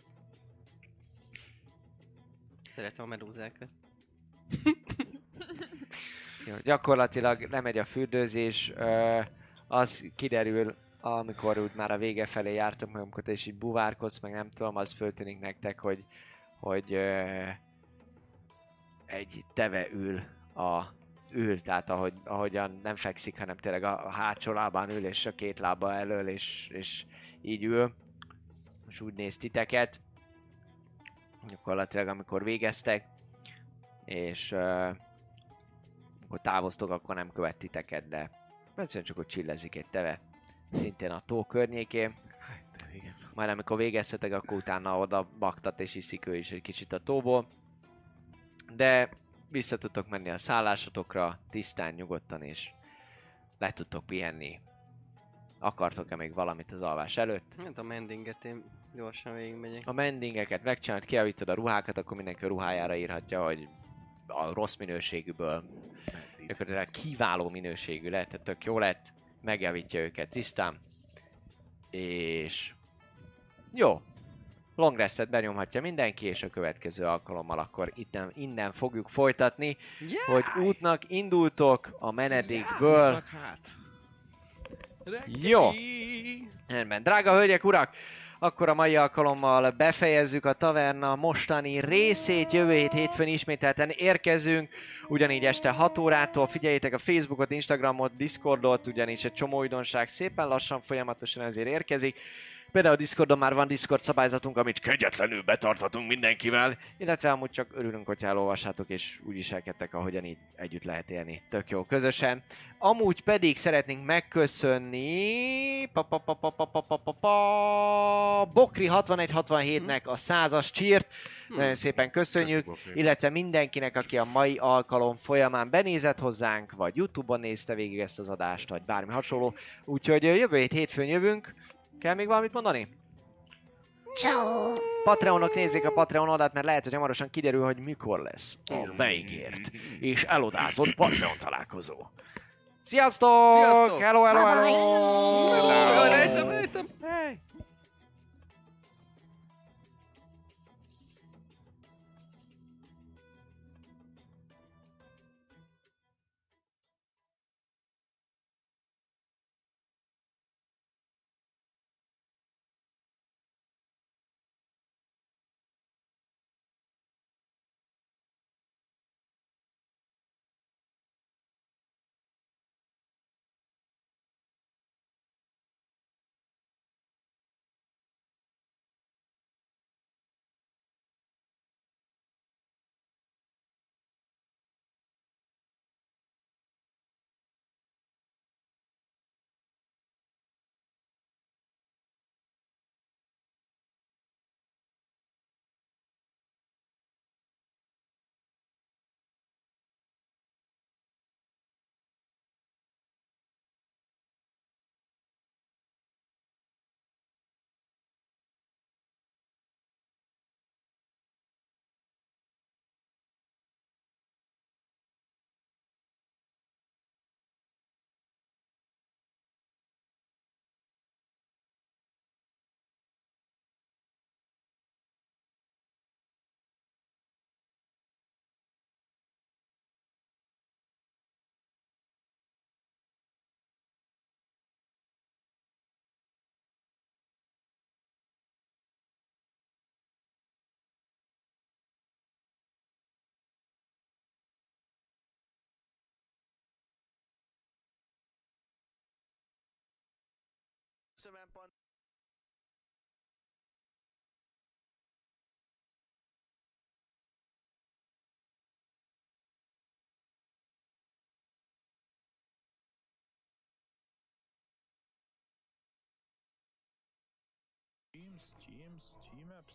Szeretem a medúzákat. Jó, gyakorlatilag lemegy a fürdőzés, ö, az kiderül, amikor úgy már a vége felé jártok, meg amikor te is így buvárkodsz, meg nem tudom, az föltűnik nektek, hogy, hogy ö, egy teve ül a ül, tehát ahogy, ahogyan nem fekszik, hanem tényleg a, a hátsó lábán ül, és a két lába elől, és, és így ül. És úgy néz titeket. Gyakorlatilag amikor végeztek, és ö, amikor távoztok, akkor nem követ titeket, de egyszerűen csak hogy csillezik egy teve, szintén a tó környékén. Igen. Majd amikor végeztetek, akkor utána oda baktat és iszik ő is egy kicsit a tóból. De vissza tudtok menni a szállásotokra, tisztán, nyugodtan, és le tudtok pihenni. akartok-e még valamit az alvás előtt? Hát a mendinget én gyorsan végigmegyek. A mendingeket megcsinálod, kijavítod a ruhákat, akkor mindenki a ruhájára írhatja, hogy a rossz minőségűből gyakorlatilag kiváló minőségű lett, tehát tök jó lett, megjavítja őket tisztán. És jó, long restet benyomhatja mindenki, és a következő alkalommal akkor innen, innen fogjuk folytatni, yeah! hogy útnak indultok a menedékből. Yeah, hát. Jó, rendben. Drága hölgyek, urak, akkor a mai alkalommal befejezzük a taverna mostani részét. Jövő hét hétfőn ismételten érkezünk, ugyanígy este hat órától. Figyeljétek a Facebookot, Instagramot, Discordot, ugyanis egy csomó újdonság szépen lassan, folyamatosan ezért érkezik. Például a Discordon már van Discord szabályzatunk, amit kegyetlenül betartatunk mindenkivel, illetve amúgy csak örülünk, hogyha elolvassátok, és úgy viselkedtek, ahogyan így együtt lehet élni. Tök jó közösen. Amúgy pedig szeretnénk megköszönni pa, pa, pa, pa, pa, pa, pa, pa, pa, Bokri hatvanegy hatvanhétnek a százas csírt. Nagyon szépen köszönjük, illetve mindenkinek, aki a mai alkalom folyamán benézett hozzánk, vagy YouTube-on nézte végig ezt az adást, vagy bármi hasonló. Úgyhogy jövő hét hétfőn jövünk. Kell még valamit mondani? Ciao. Patreonok nézzék a Patreon oldalt, mert lehet, hogy hamarosan kiderül, hogy mikor lesz a beígért és elodázott Patreon találkozó. Sziasztok! Sziasztok! Hello, hello, hello! Jaj, lejtem, lejtem! Hey. Köszönöm, Teams, Teams, Team Apps.